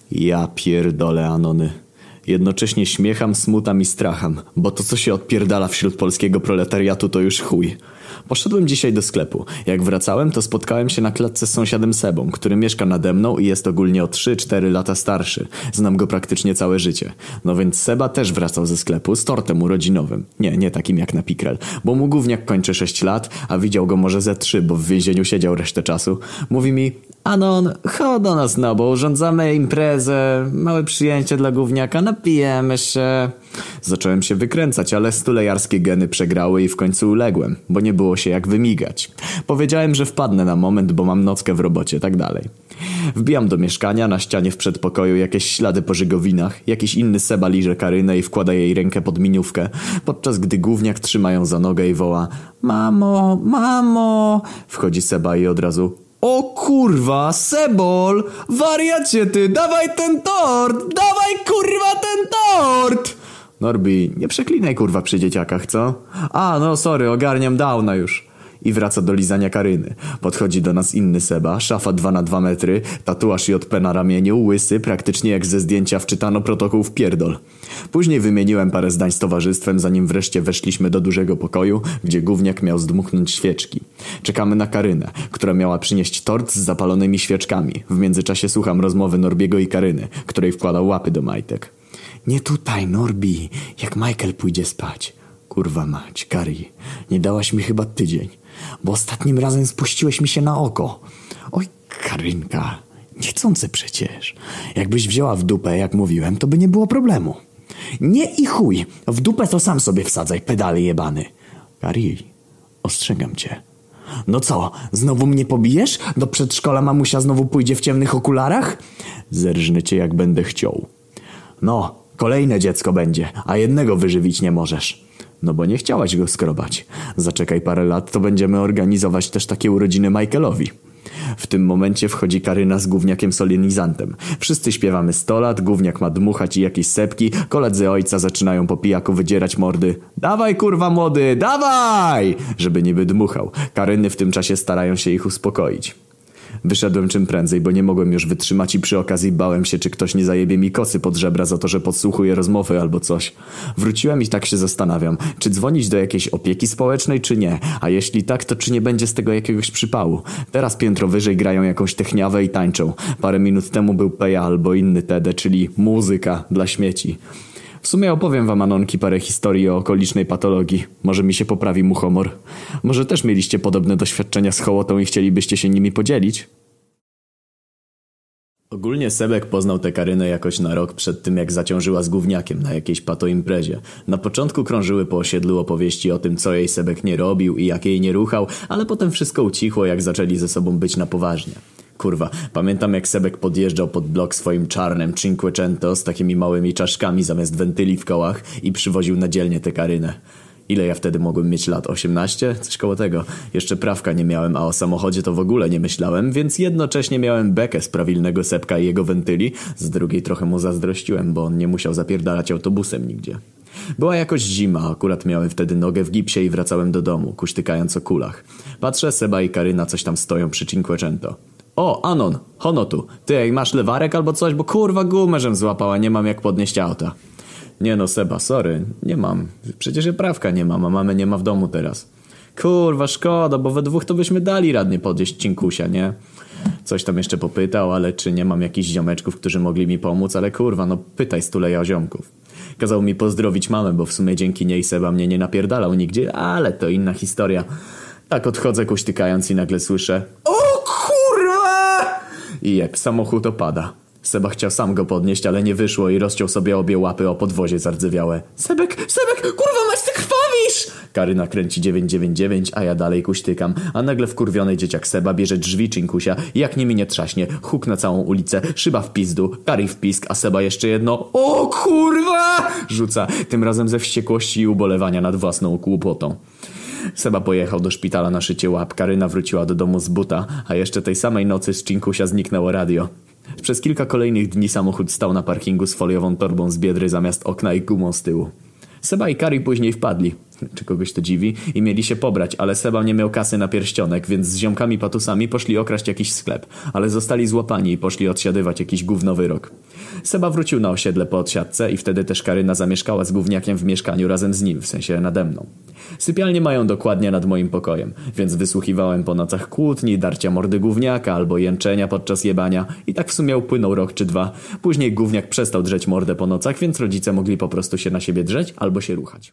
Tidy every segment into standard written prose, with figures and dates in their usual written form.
Ja pierdolę, Anony. Jednocześnie śmiecham, smutam i stracham, bo to co się odpierdala wśród polskiego proletariatu to już chuj. Poszedłem dzisiaj do sklepu. Jak wracałem, to spotkałem się na klatce z sąsiadem Sebą, który mieszka nade mną i jest ogólnie o 3-4 lata starszy. Znam go praktycznie całe życie. No więc Seba też wracał ze sklepu z tortem urodzinowym. Nie takim jak na Pikrel, bo mu gówniak kończy 6 lat, a widział go może ze 3, bo w więzieniu siedział resztę czasu. Mówi mi: Anon, chodź do nas, no bo urządzamy imprezę, małe przyjęcie dla gówniaka, napijemy się. Zacząłem się wykręcać, ale stulejarskie geny przegrały i w końcu uległem, bo nie było się jak wymigać. Powiedziałem, że wpadnę na moment, bo mam nockę w robocie, tak dalej. Wbijam do mieszkania, na ścianie w przedpokoju jakieś ślady po żygowinach, jakiś inny Seba liże Karynę i wkłada jej rękę pod miniówkę, podczas gdy gówniak trzyma ją za nogę i woła: Mamo, mamo! Wchodzi Seba i od razu: o kurwa, Sebol! Wariacie ty, dawaj ten tort! Dawaj kurwa ten tort! Norbi, nie przeklinaj kurwa przy dzieciakach, co? A, no sorry, ogarniam downa już. I wraca do lizania Karyny. Podchodzi do nas inny Seba, szafa 2x2 metry, tatuaż JP na ramieniu, łysy, praktycznie jak ze zdjęcia wczytano protokół w pierdol. Później wymieniłem parę zdań z towarzystwem, zanim wreszcie weszliśmy do dużego pokoju, gdzie gówniak miał zdmuchnąć świeczki. Czekamy na Karynę, która miała przynieść tort z zapalonymi świeczkami. W międzyczasie słucham rozmowy Norbiego i Karyny, której wkładał łapy do majtek. Nie tutaj, Norbi, jak Michael pójdzie spać. Kurwa mać, Kari, nie dałaś mi chyba tydzień, bo ostatnim razem spuściłeś mi się na oko. Oj, Karynka, niechcący przecież. Jakbyś wzięła w dupę, jak mówiłem, to by nie było problemu. Nie i chuj, w dupę to sam sobie wsadzaj, pedale jebany. Kari, ostrzegam cię. No co, znowu mnie pobijesz? Do przedszkola mamusia znowu pójdzie w ciemnych okularach? Zerżnę cię jak będę chciał. No, kolejne dziecko będzie, a jednego wyżywić nie możesz. No bo nie chciałaś go skrobać. Zaczekaj parę lat, to będziemy organizować też takie urodziny Michaelowi. W tym momencie wchodzi Karyna z gówniakiem solenizantem. Wszyscy śpiewamy 100 lat, gówniak ma dmuchać i jakieś sepki, koledzy ojca zaczynają po pijaku wydzierać mordy. Dawaj kurwa młody, dawaj! Żeby niby dmuchał. Karyny w tym czasie starają się ich uspokoić. Wyszedłem czym prędzej, bo nie mogłem już wytrzymać i przy okazji bałem się, czy ktoś nie zajebie mi kosy pod żebra za to, że podsłuchuje rozmowy albo coś. Wróciłem i tak się zastanawiam, czy dzwonić do jakiejś opieki społecznej, czy nie, a jeśli tak, to czy nie będzie z tego jakiegoś przypału. Teraz piętro wyżej grają jakąś techniawę i tańczą. Parę minut temu był Peja albo inny TD, czyli muzyka dla śmieci. W sumie opowiem wam, Anonki, parę historii o okolicznej patologii. Może mi się poprawi mu humor. Może też mieliście podobne doświadczenia z hołotą i chcielibyście się nimi podzielić? Ogólnie Sebek poznał tę Karynę jakoś na rok przed tym, jak zaciążyła z gówniakiem na jakiejś patoimprezie. Na początku krążyły po osiedlu opowieści o tym, co jej Sebek nie robił i jak jej nie ruchał, ale potem wszystko ucichło, jak zaczęli ze sobą być na poważnie. Kurwa, pamiętam jak Sebek podjeżdżał pod blok swoim czarnym Cinquecento z takimi małymi czaszkami zamiast wentyli w kołach i przywoził na dzielnie tę Karynę. Ile ja wtedy mogłem mieć lat? 18? Coś koło tego. Jeszcze prawka nie miałem, a o samochodzie to w ogóle nie myślałem, więc jednocześnie miałem bekę z prawilnego Sebka i jego wentyli. Z drugiej trochę mu zazdrościłem, bo on nie musiał zapierdalać autobusem nigdzie. Była jakoś zima, akurat miałem wtedy nogę w gipsie i wracałem do domu, kuśtykając o kulach. Patrzę, Seba i Karyna coś tam stoją przy Cinquecento. O, Anon, hono tu. Ty, ej, masz lewarek albo coś? Bo kurwa gumę żem złapała, nie mam jak podnieść auta. Nie no, Seba, sorry, nie mam. Przecież ja prawka nie mam, a mamy nie ma w domu teraz. Kurwa, szkoda, bo we dwóch to byśmy dali radnie podnieść cinkusia, nie? Coś tam jeszcze popytał, ale czy nie mam jakichś ziomeczków, którzy mogli mi pomóc, ale kurwa, no pytaj stuleja o ziomków. Kazał mi pozdrowić mamę, bo w sumie dzięki niej Seba mnie nie napierdalał nigdzie, ale to inna historia. Tak odchodzę kuśtykając i nagle słyszę: o kurwa! I jeb, samochód opada. Seba chciał sam go podnieść, ale nie wyszło i rozciął sobie obie łapy o podwozie zardzewiałe. Sebek, kurwa mać, ty krwawisz! Karyna kręci 999, a ja dalej kuśtykam, a nagle wkurwiony dzieciak Seba bierze drzwi Cinkusia i jak nimi nie trzaśnie, huk na całą ulicę, szyba w pizdu, Kari w pisk, a Seba jeszcze jedno o kurwa! Rzuca, tym razem ze wściekłości i ubolewania nad własną kłopotą. Seba pojechał do szpitala na szycie łap, Karyna wróciła do domu z buta, a jeszcze tej samej nocy z Cinkusia zniknęło radio. Przez kilka kolejnych dni samochód stał na parkingu z foliową torbą z Biedry zamiast okna i gumą z tyłu. Seba i Kari później wpadli, czy kogoś to dziwi, i mieli się pobrać, ale Seba nie miał kasy na pierścionek, więc z ziomkami patusami poszli okraść jakiś sklep, ale zostali złapani i poszli odsiadywać jakiś gównowy rok. Seba wrócił na osiedle po odsiadce i wtedy też Karyna zamieszkała z gówniakiem w mieszkaniu razem z nim, w sensie nade mną. Sypialnię mają dokładnie nad moim pokojem, więc wysłuchiwałem po nocach kłótni, darcia mordy gówniaka albo jęczenia podczas jebania i tak w sumie upłynął rok czy dwa. Później gówniak przestał drzeć mordę po nocach, więc rodzice mogli po prostu się na siebie drzeć albo się ruchać.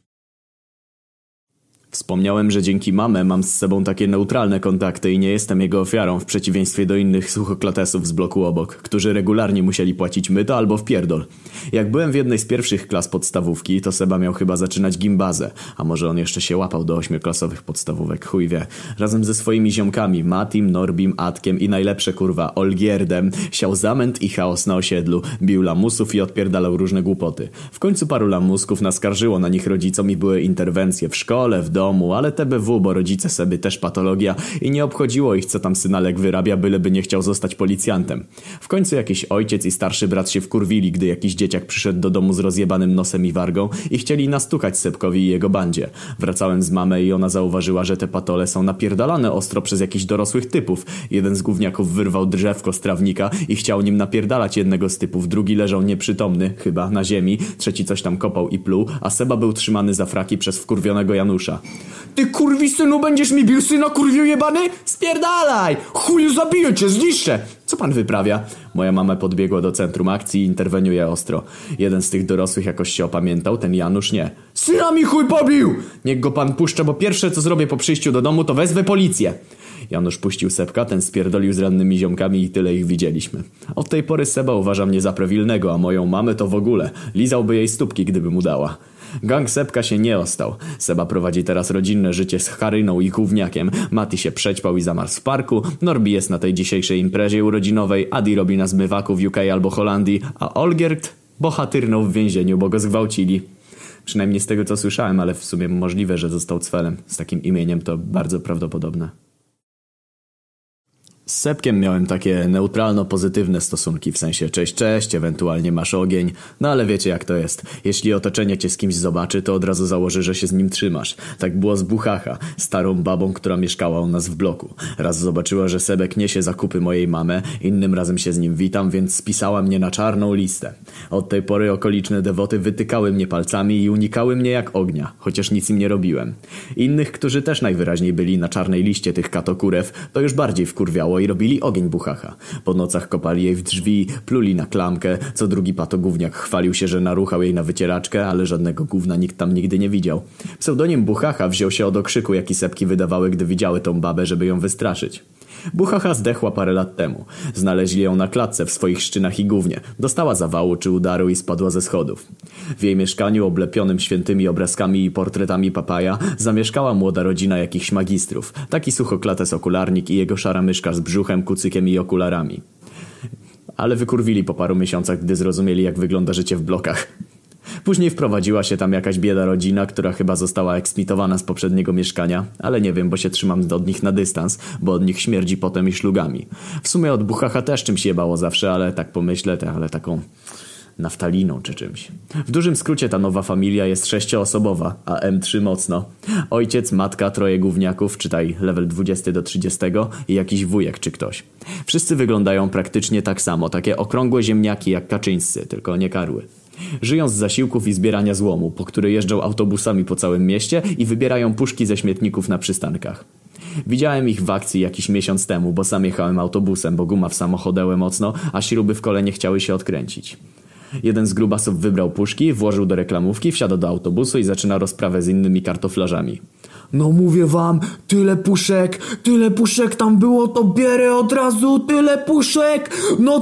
Wspomniałem, że dzięki mamę mam z Sebą takie neutralne kontakty i nie jestem jego ofiarą w przeciwieństwie do innych suchoklatesów z bloku obok, którzy regularnie musieli płacić myto albo wpierdol. Jak byłem w jednej z pierwszych klas podstawówki, to Seba miał chyba zaczynać gimbazę, a może on jeszcze się łapał do 8-klasowych podstawówek, chuj wie. Razem ze swoimi ziomkami Matim, Norbim, Atkiem i najlepsze kurwa Olgierdem siał zamęt i chaos na osiedlu, bił lamusów i odpierdalał różne głupoty. W końcu paru lamusków naskarżyło na nich rodzicom i były interwencje w szkole, w domu, ale TBW, bo rodzice sobie też patologia i nie obchodziło ich, co tam synalek wyrabia, byleby nie chciał zostać policjantem. W końcu jakiś ojciec i starszy brat się wkurwili, gdy jakiś dzieciak przyszedł do domu z rozjebanym nosem i wargą i chcieli nastukać Sebkowi i jego bandzie. Wracałem z mamę i ona zauważyła, że te patole są napierdalane ostro przez jakichś dorosłych typów. Jeden z gówniaków wyrwał drzewko z trawnika i chciał nim napierdalać jednego z typów, drugi leżał nieprzytomny, chyba, na ziemi, trzeci coś tam kopał i pluł, a Seba był trzymany za fraki przez wkurwionego Janusza. Ty kurwisynu, będziesz mi bił syna, kurwiu jebany? Spierdalaj! Chuju, zabiję cię, zniszczę! Co pan wyprawia? Moja mama podbiegła do centrum akcji i interweniuje ostro. Jeden z tych dorosłych jakoś się opamiętał, ten Janusz nie. Syna mi chuj pobił! Niech go pan puszcza, bo pierwsze co zrobię po przyjściu do domu to wezwę policję. Janusz puścił Sebka, ten spierdolił z rannymi ziomkami i tyle ich widzieliśmy. Od tej pory Seba uważa mnie za prawilnego, a moją mamę to w ogóle. Lizałby jej stópki, gdyby mu dała. Gang Sebka się nie ostał. Seba prowadzi teraz rodzinne życie z Karyną i gówniakiem. Mati się przećpał i zamarzł w parku. Norbi jest na tej dzisiejszej imprezie urodzinowej. Adi robi na zmywaku w UK albo Holandii. A Olgierd bohatyrnął w więzieniu, bo go zgwałcili. Przynajmniej z tego co słyszałem, ale w sumie możliwe, że został cwelem. Z takim imieniem to bardzo prawdopodobne. Z Sebkiem miałem takie neutralno-pozytywne stosunki, w sensie cześć, ewentualnie masz ogień, no ale wiecie jak to jest. Jeśli otoczenie cię z kimś zobaczy, to od razu założy, że się z nim trzymasz. Tak było z Buchacha, starą babą, która mieszkała u nas w bloku. Raz zobaczyła, że Sebek niesie zakupy mojej mamy, innym razem się z nim witam, więc spisała mnie na czarną listę. Od tej pory okoliczne dewoty wytykały mnie palcami i unikały mnie jak ognia, chociaż nic im nie robiłem. Innych, którzy też najwyraźniej byli na czarnej liście tych katokurew, to już bardziej wkurwiało i robili ogień Buchacha. Po nocach kopali jej w drzwi, pluli na klamkę, co drugi patogówniak chwalił się, że naruchał jej na wycieraczkę, ale żadnego gówna nikt tam nigdy nie widział. Pseudonim Buchacha wziął się od okrzyku, jaki Sebki wydawały, gdy widziały tą babę, żeby ją wystraszyć. Buchacha zdechła parę lat temu. Znaleźli ją na klatce w swoich szczynach i gównie. Dostała zawału czy udaru i spadła ze schodów. W jej mieszkaniu oblepionym świętymi obrazkami i portretami papaja zamieszkała młoda rodzina jakichś magistrów. Taki suchoklates okularnik i jego szara myszka z brzuchem, kucykiem i okularami. Ale wykurwili po paru miesiącach, gdy zrozumieli, jak wygląda życie w blokach. Później wprowadziła się tam jakaś bieda rodzina, która chyba została eksmitowana z poprzedniego mieszkania, ale nie wiem, bo się trzymam od nich na dystans, bo od nich śmierdzi potem i szlugami. W sumie od Buchacha też czymś jebało zawsze, ale tak pomyślę, ale taką naftaliną czy czymś. W dużym skrócie ta nowa familia jest 6-osobowa, a M3 mocno. Ojciec, matka, 3 gówniaków, czytaj level 20 do 30 i jakiś wujek czy ktoś. Wszyscy wyglądają praktycznie tak samo, takie okrągłe ziemniaki jak Kaczyńscy, tylko nie karły. Żyją z zasiłków i zbierania złomu, po które jeżdżą autobusami po całym mieście i wybierają puszki ze śmietników na przystankach. Widziałem ich w akcji jakiś miesiąc temu, bo sam jechałem autobusem, bo guma w samochodełe mocno, a śruby w kole nie chciały się odkręcić. Jeden z grubasów wybrał puszki, włożył do reklamówki, wsiada do autobusu i zaczyna rozprawę z innymi kartoflarzami. No mówię wam, tyle puszek tam było, to bierę od razu, tyle puszek,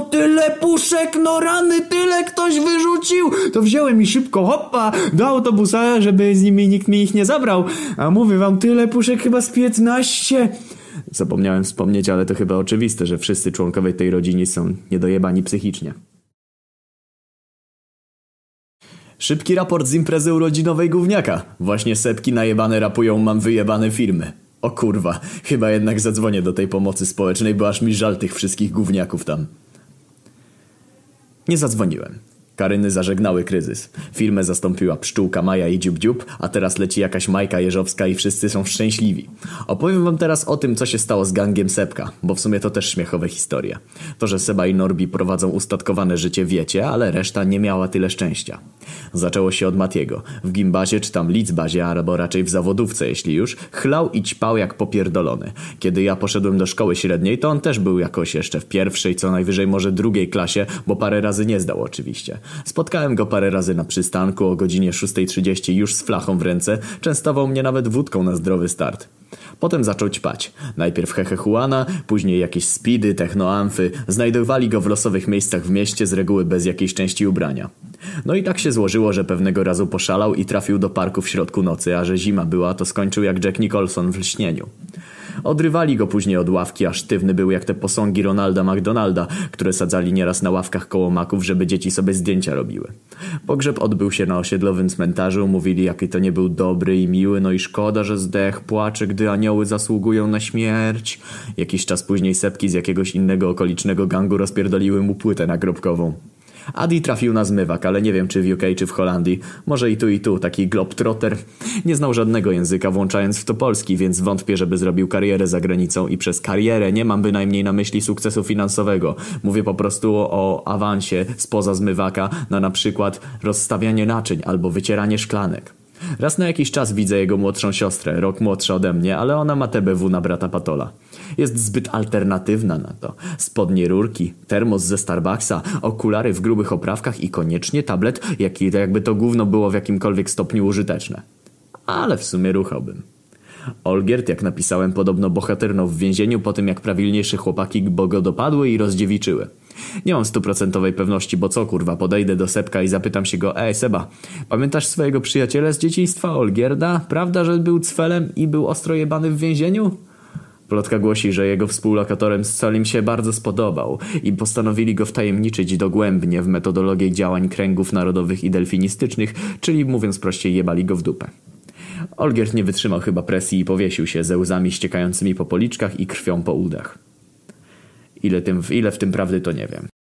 no rany, tyle ktoś wyrzucił. To wziąłem i szybko, hoppa, do autobusa, żeby z nimi nikt mi ich nie zabrał. A mówię wam, tyle puszek chyba z 15. Zapomniałem wspomnieć, ale to chyba oczywiste, że wszyscy członkowie tej rodziny są niedojebani psychicznie. Szybki raport z imprezy urodzinowej gówniaka. Właśnie Sebki najebane rapują, mam wyjebane firmy. O kurwa, chyba jednak zadzwonię do tej pomocy społecznej, bo aż mi żal tych wszystkich gówniaków tam. Nie zadzwoniłem. Karyny zażegnały kryzys. Firmę zastąpiła pszczółka Maja i Dziub Dziub, a teraz leci jakaś Majka Jeżowska i wszyscy są szczęśliwi. Opowiem wam teraz o tym, co się stało z gangiem Sepka, bo w sumie to też śmiechowe historie. To, że Seba i Norbi prowadzą ustatkowane życie, wiecie, ale reszta nie miała tyle szczęścia. Zaczęło się od Matiego. W gimbazie czy tam licbazie, albo raczej w zawodówce, jeśli już, chlał i ćpał jak popierdolony. Kiedy ja poszedłem do szkoły średniej, to on też był jakoś jeszcze w pierwszej, co najwyżej może drugiej klasie, bo parę razy nie zdał oczywiście. Spotkałem go parę razy na przystanku o godzinie 6:30 już z flachą w ręce, częstował mnie nawet wódką na zdrowy start. Potem zaczął ćpać. Najpierw Hehe Juana, później jakieś speedy, technoamfy. Znajdowali go w losowych miejscach w mieście, z reguły bez jakiejś części ubrania. No i tak się złożyło, że pewnego razu poszalał i trafił do parku w środku nocy, a że zima była, to skończył jak Jack Nicholson w Lśnieniu. Odrywali go później od ławki, a sztywny był jak te posągi Ronalda McDonalda, które sadzali nieraz na ławkach koło maków, żeby dzieci sobie zdjęcia robiły. Pogrzeb odbył się na osiedlowym cmentarzu, mówili jaki to nie był dobry i miły, no i szkoda, że zdech, płacze, gdy anioły zasługują na śmierć. Jakiś czas później sepki z jakiegoś innego okolicznego gangu rozpierdoliły mu płytę nagrobkową. Adi trafił na zmywak, ale nie wiem czy w UK czy w Holandii. Może i tu, taki globetrotter. Nie znał żadnego języka, włączając w to polski, więc wątpię, żeby zrobił karierę za granicą i przez karierę nie mam bynajmniej na myśli sukcesu finansowego. Mówię po prostu o awansie spoza zmywaka na przykład rozstawianie naczyń albo wycieranie szklanek. Raz na jakiś czas widzę jego młodszą siostrę, rok młodsza ode mnie, ale ona ma TBW na brata Patola. Jest zbyt alternatywna na to. Spodnie rurki, termos ze Starbucksa, okulary w grubych oprawkach i koniecznie tablet, jakby to gówno było w jakimkolwiek stopniu użyteczne. Ale w sumie ruchałbym. Olgierd, jak napisałem, podobno bohaterno w więzieniu po tym jak prawilniejsze chłopaki go dopadły i rozdziewiczyły. Nie mam 100% pewności, bo co kurwa, podejdę do Sepka i zapytam się go: ej Seba, pamiętasz swojego przyjaciela z dzieciństwa Olgierda? Prawda, że był cfelem i był ostro jebany w więzieniu? Plotka głosi, że jego współlokatorem Solim się bardzo spodobał i postanowili go wtajemniczyć dogłębnie w metodologię działań kręgów narodowych i delfinistycznych, czyli mówiąc prościej jebali go w dupę. Olgierd nie wytrzymał chyba presji i powiesił się ze łzami ściekającymi po policzkach i krwią po udach. Ile w tym prawdy, to nie wiem.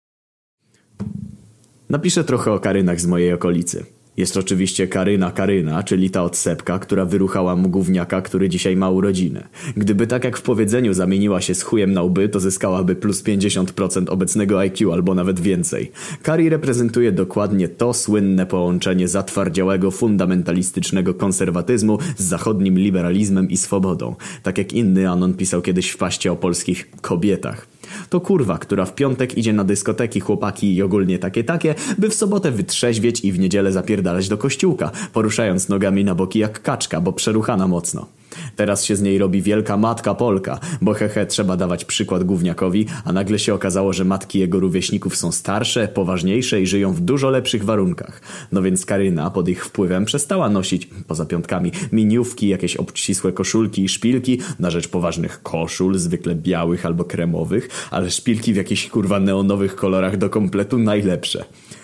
Napiszę trochę o Karynach z mojej okolicy. Jest oczywiście Karyna, czyli ta od Sepka, która wyruchała mu gówniaka, który dzisiaj ma urodziny. Gdyby tak jak w powiedzeniu zamieniła się z chujem na łby, to zyskałaby plus 50% obecnego IQ albo nawet więcej. Kari reprezentuje dokładnie to słynne połączenie zatwardziałego, fundamentalistycznego konserwatyzmu z zachodnim liberalizmem i swobodą. Tak jak inny Anon pisał kiedyś w paście o polskich kobietach. To kurwa, która w piątek idzie na dyskoteki, chłopaki i ogólnie takie, by w sobotę wytrzeźwieć i w niedzielę zapierdalać do kościółka, poruszając nogami na boki jak kaczka, bo przeruchana mocno. Teraz się z niej robi wielka matka Polka, bo trzeba dawać przykład gówniakowi, a nagle się okazało, że matki jego rówieśników są starsze, poważniejsze i żyją w dużo lepszych warunkach. No więc Karyna pod ich wpływem przestała nosić, poza piątkami, miniówki, jakieś obcisłe koszulki i szpilki na rzecz poważnych koszul, zwykle białych albo kremowych, ale szpilki w jakichś kurwa neonowych kolorach do kompletu najlepsze.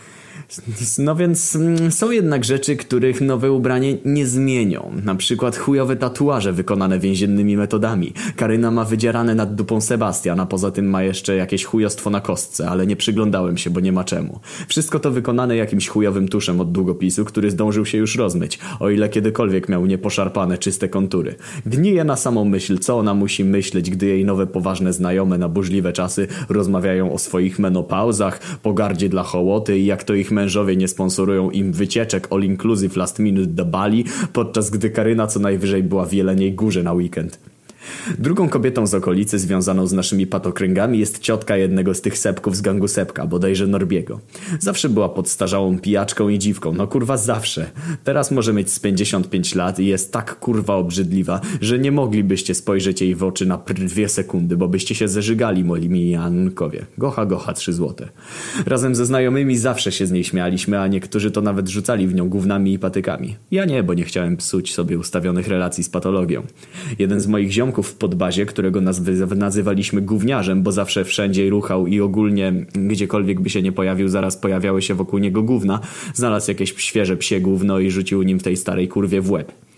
No więc są jednak rzeczy, których nowe ubranie nie zmienią. Na przykład chujowe tatuaże wykonane więziennymi metodami. Karyna ma wydzierane nad dupą Sebastian, a poza tym ma jeszcze jakieś chujostwo na kostce, ale nie przyglądałem się, bo nie ma czemu. Wszystko to wykonane jakimś chujowym tuszem od długopisu, który zdążył się już rozmyć, o ile kiedykolwiek miał nieposzarpane, czyste kontury. Gniję na samą myśl, co ona musi myśleć, gdy jej nowe poważne znajome na burzliwe czasy rozmawiają o swoich menopauzach, pogardzie dla hołoty i jak to ich mężowie nie sponsorują im wycieczek all inclusive last minute do Bali, podczas gdy Karyna co najwyżej była w Jeleniej Górze na weekend. Drugą kobietą z okolicy związaną z naszymi patokręgami jest ciotka jednego z tych Sepków z gangu Sepka, bodajże Norbiego. Zawsze była podstarzałą pijaczką i dziwką, no kurwa zawsze. Teraz może mieć z 55 lat i jest tak kurwa obrzydliwa, że nie moglibyście spojrzeć jej w oczy na 2 sekundy, bo byście się zeżygali, moi Jankowie. Gocha, 3 złote. Razem ze znajomymi zawsze się z niej śmialiśmy, a niektórzy to nawet rzucali w nią gównami i patykami. Ja nie, bo nie chciałem psuć sobie ustawionych relacji z patologią. Jeden z moich ziomków w podbazie, którego nazywaliśmy gówniarzem, bo zawsze wszędzie ruchał i ogólnie gdziekolwiek by się nie pojawił, zaraz pojawiały się wokół niego gówna, znalazł jakieś świeże psie gówno i rzucił nim w tej starej kurwie w łeb.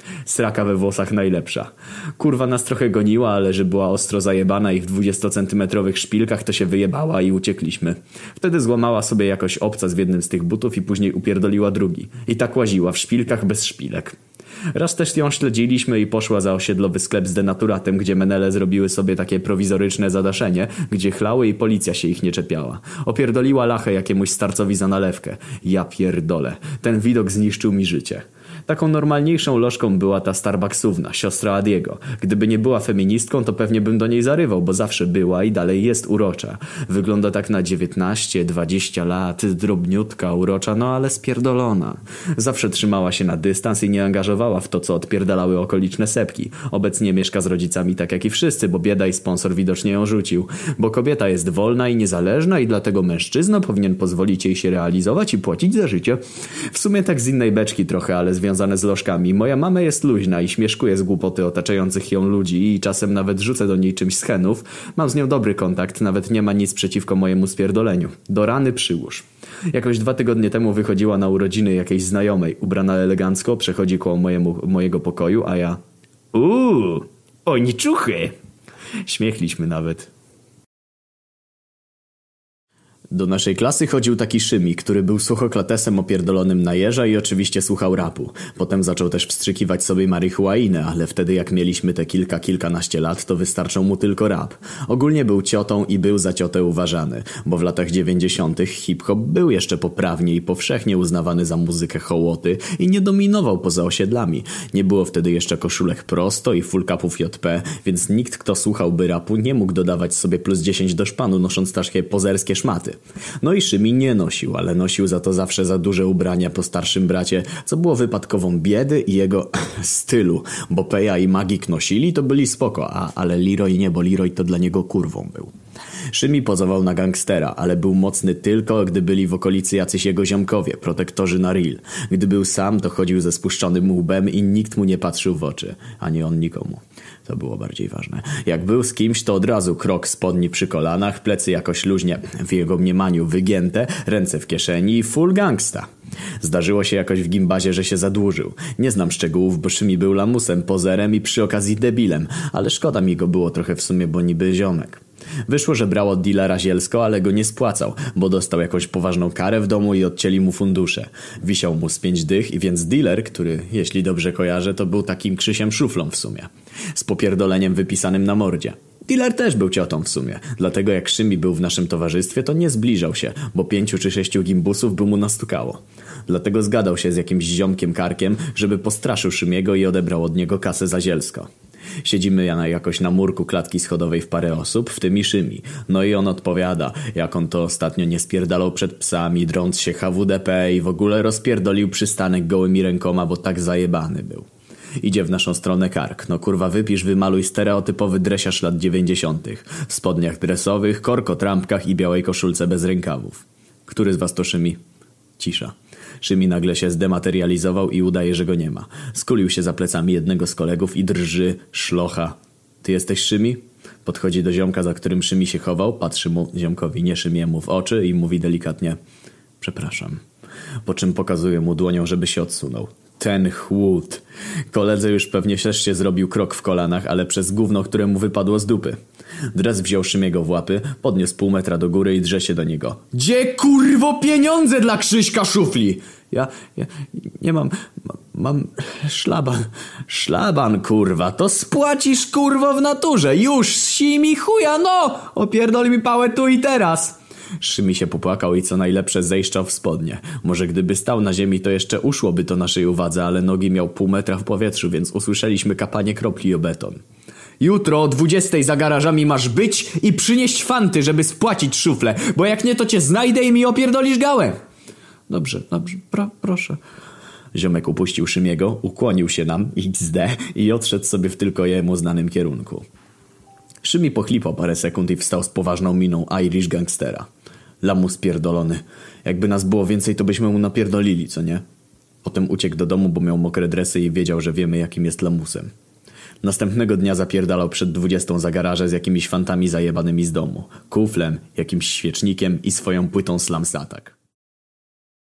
Sraka we włosach najlepsza. Kurwa nas trochę goniła, ale że była ostro zajebana i w 20-centymetrowych szpilkach to się wyjebała i uciekliśmy. Wtedy złamała sobie jakoś obca w jednym z tych butów i później upierdoliła drugi. I tak łaziła w szpilkach bez szpilek. Raz też ją śledziliśmy i poszła za osiedlowy sklep z denaturatem, gdzie menele zrobiły sobie takie prowizoryczne zadaszenie, gdzie chlały i policja się ich nie czepiała. Opierdoliła lachę jakiemuś starcowi za nalewkę. Ja pierdolę. Ten widok zniszczył mi życie. Taką normalniejszą lożką była ta Starbucksówna, siostra Adiego. Gdyby nie była feministką, to pewnie bym do niej zarywał, bo zawsze była i dalej jest urocza. Wygląda tak na 19-20 lat, drobniutka, urocza, no ale spierdolona. Zawsze trzymała się na dystans i nie angażowała w to, co odpierdalały okoliczne sepki. Obecnie mieszka z rodzicami tak jak i wszyscy, bo bieda i sponsor widocznie ją rzucił. Bo kobieta jest wolna i niezależna i dlatego mężczyzna powinien pozwolić jej się realizować i płacić za życie. W sumie tak z innej beczki trochę, ale związane z lożkami. Moja mama jest luźna i śmieszkuje z głupoty otaczających ją ludzi i czasem nawet rzucę do niej czymś z henów. Mam z nią dobry kontakt, nawet nie ma nic przeciwko mojemu spierdoleniu. Do rany przyłóż. Jakoś 2 tygodnie temu wychodziła na urodziny jakiejś znajomej. Ubrana elegancko, przechodzi koło mojego pokoju, a ja... Oni czuchy! Śmiechliśmy nawet. Do naszej klasy chodził taki Szymi, który był suchoklatesem opierdolonym na jeża i oczywiście słuchał rapu. Potem zaczął też wstrzykiwać sobie marihuainę, ale wtedy jak mieliśmy te kilkanaście lat, to wystarczał mu tylko rap. Ogólnie był ciotą i był za ciotę uważany, bo w latach 90. hip-hop był jeszcze poprawnie i powszechnie uznawany za muzykę hołoty i nie dominował poza osiedlami. Nie było wtedy jeszcze koszulek prosto i full capów JP, więc nikt, kto słuchałby rapu, nie mógł dodawać sobie plus 10 do szpanu, nosząc takie pozerskie szmaty. No i Szymi nie nosił, ale nosił za to zawsze za duże ubrania po starszym bracie, co było wypadkową biedy i jego stylu, bo Peja i Magik nosili, to byli spoko, ale Leroy nie, bo Leroy to dla niego kurwą był. Szymi pozował na gangstera, ale był mocny tylko, gdy byli w okolicy jacyś jego ziomkowie, protektorzy na real. Gdy był sam, to chodził ze spuszczonym łbem i nikt mu nie patrzył w oczy, ani on nikomu. To było bardziej ważne. Jak był z kimś, to od razu krok spodni przy kolanach, plecy jakoś luźnie, w jego mniemaniu wygięte, ręce w kieszeni i full gangsta. Zdarzyło się jakoś w gimbazie, że się zadłużył. Nie znam szczegółów, bo Szymi był lamusem, pozerem i przy okazji debilem, ale szkoda mi go było trochę w sumie, bo niby ziomek. Wyszło, że brał od dealera zielsko, ale go nie spłacał, bo dostał jakąś poważną karę w domu i odcięli mu fundusze. Wisiał mu z 5 dych i więc dealer, który, jeśli dobrze kojarzę, to był takim Krzysiem Szuflą w sumie. Z popierdoleniem wypisanym na mordzie. Dealer też był ciotą w sumie, dlatego jak Szymi był w naszym towarzystwie, to nie zbliżał się, bo 5 czy 6 gimbusów by mu nastukało. Dlatego zgadał się z jakimś ziomkiem Karkiem, żeby postraszył Szymiego i odebrał od niego kasę za zielsko. Siedzimy jakoś na murku klatki schodowej w parę osób, w tym i Szymi. No i on odpowiada, jak on to ostatnio nie spierdalał przed psami, drąc się HWDP i w ogóle rozpierdolił przystanek gołymi rękoma, bo tak zajebany był. Idzie w naszą stronę Kark. No kurwa, wypisz, wymaluj stereotypowy dresiarz lat 90. W spodniach dresowych, korkotrampkach i białej koszulce bez rękawów. Który z was to Szymi? Cisza. Szymi nagle się zdematerializował i udaje, że go nie ma. Skulił się za plecami jednego z kolegów i drży, szlocha. Ty jesteś Szymi? Podchodzi do ziomka, za którym Szymi się chował, patrzy mu, ziomkowi, nie Szymiemu, w oczy i mówi delikatnie: przepraszam. Po czym pokazuje mu dłonią, żeby się odsunął. Ten chłód. Koledze już pewnie też się zrobił krok w kolanach, ale przez gówno, które mu wypadło z dupy. Dres wziął Szymiego w łapy, podniósł pół metra do góry i drze się do niego. Gdzie kurwo pieniądze dla Krzyśka Szufli? Ja nie mam szlaban. Szlaban kurwa, to spłacisz kurwo w naturze. Już si mi chuja, no! Opierdol mi pałę tu i teraz. Szymi się popłakał i co najlepsze zejszczał w spodnie. Może gdyby stał na ziemi, to jeszcze uszłoby to naszej uwadze, ale nogi miał pół metra w powietrzu, więc usłyszeliśmy kapanie kropli o beton. Jutro o 20 za garażami masz być i przynieść fanty, żeby spłacić szuflę, bo jak nie, to cię znajdę i mi opierdolisz gałę. Dobrze, proszę. Ziomek upuścił Szymiego, ukłonił się nam, XD, i odszedł sobie w tylko jemu znanym kierunku. Szymi pochlipał parę sekund i wstał z poważną miną Irish gangstera. Lamus pierdolony. Jakby nas było więcej, to byśmy mu napierdolili, co nie? Potem uciekł do domu, bo miał mokre dresy i wiedział, że wiemy, jakim jest lamusem. Następnego dnia zapierdalał przed 20 za garaże z jakimiś fantami zajebanymi z domu, kuflem, jakimś świecznikiem i swoją płytą Slums Attack.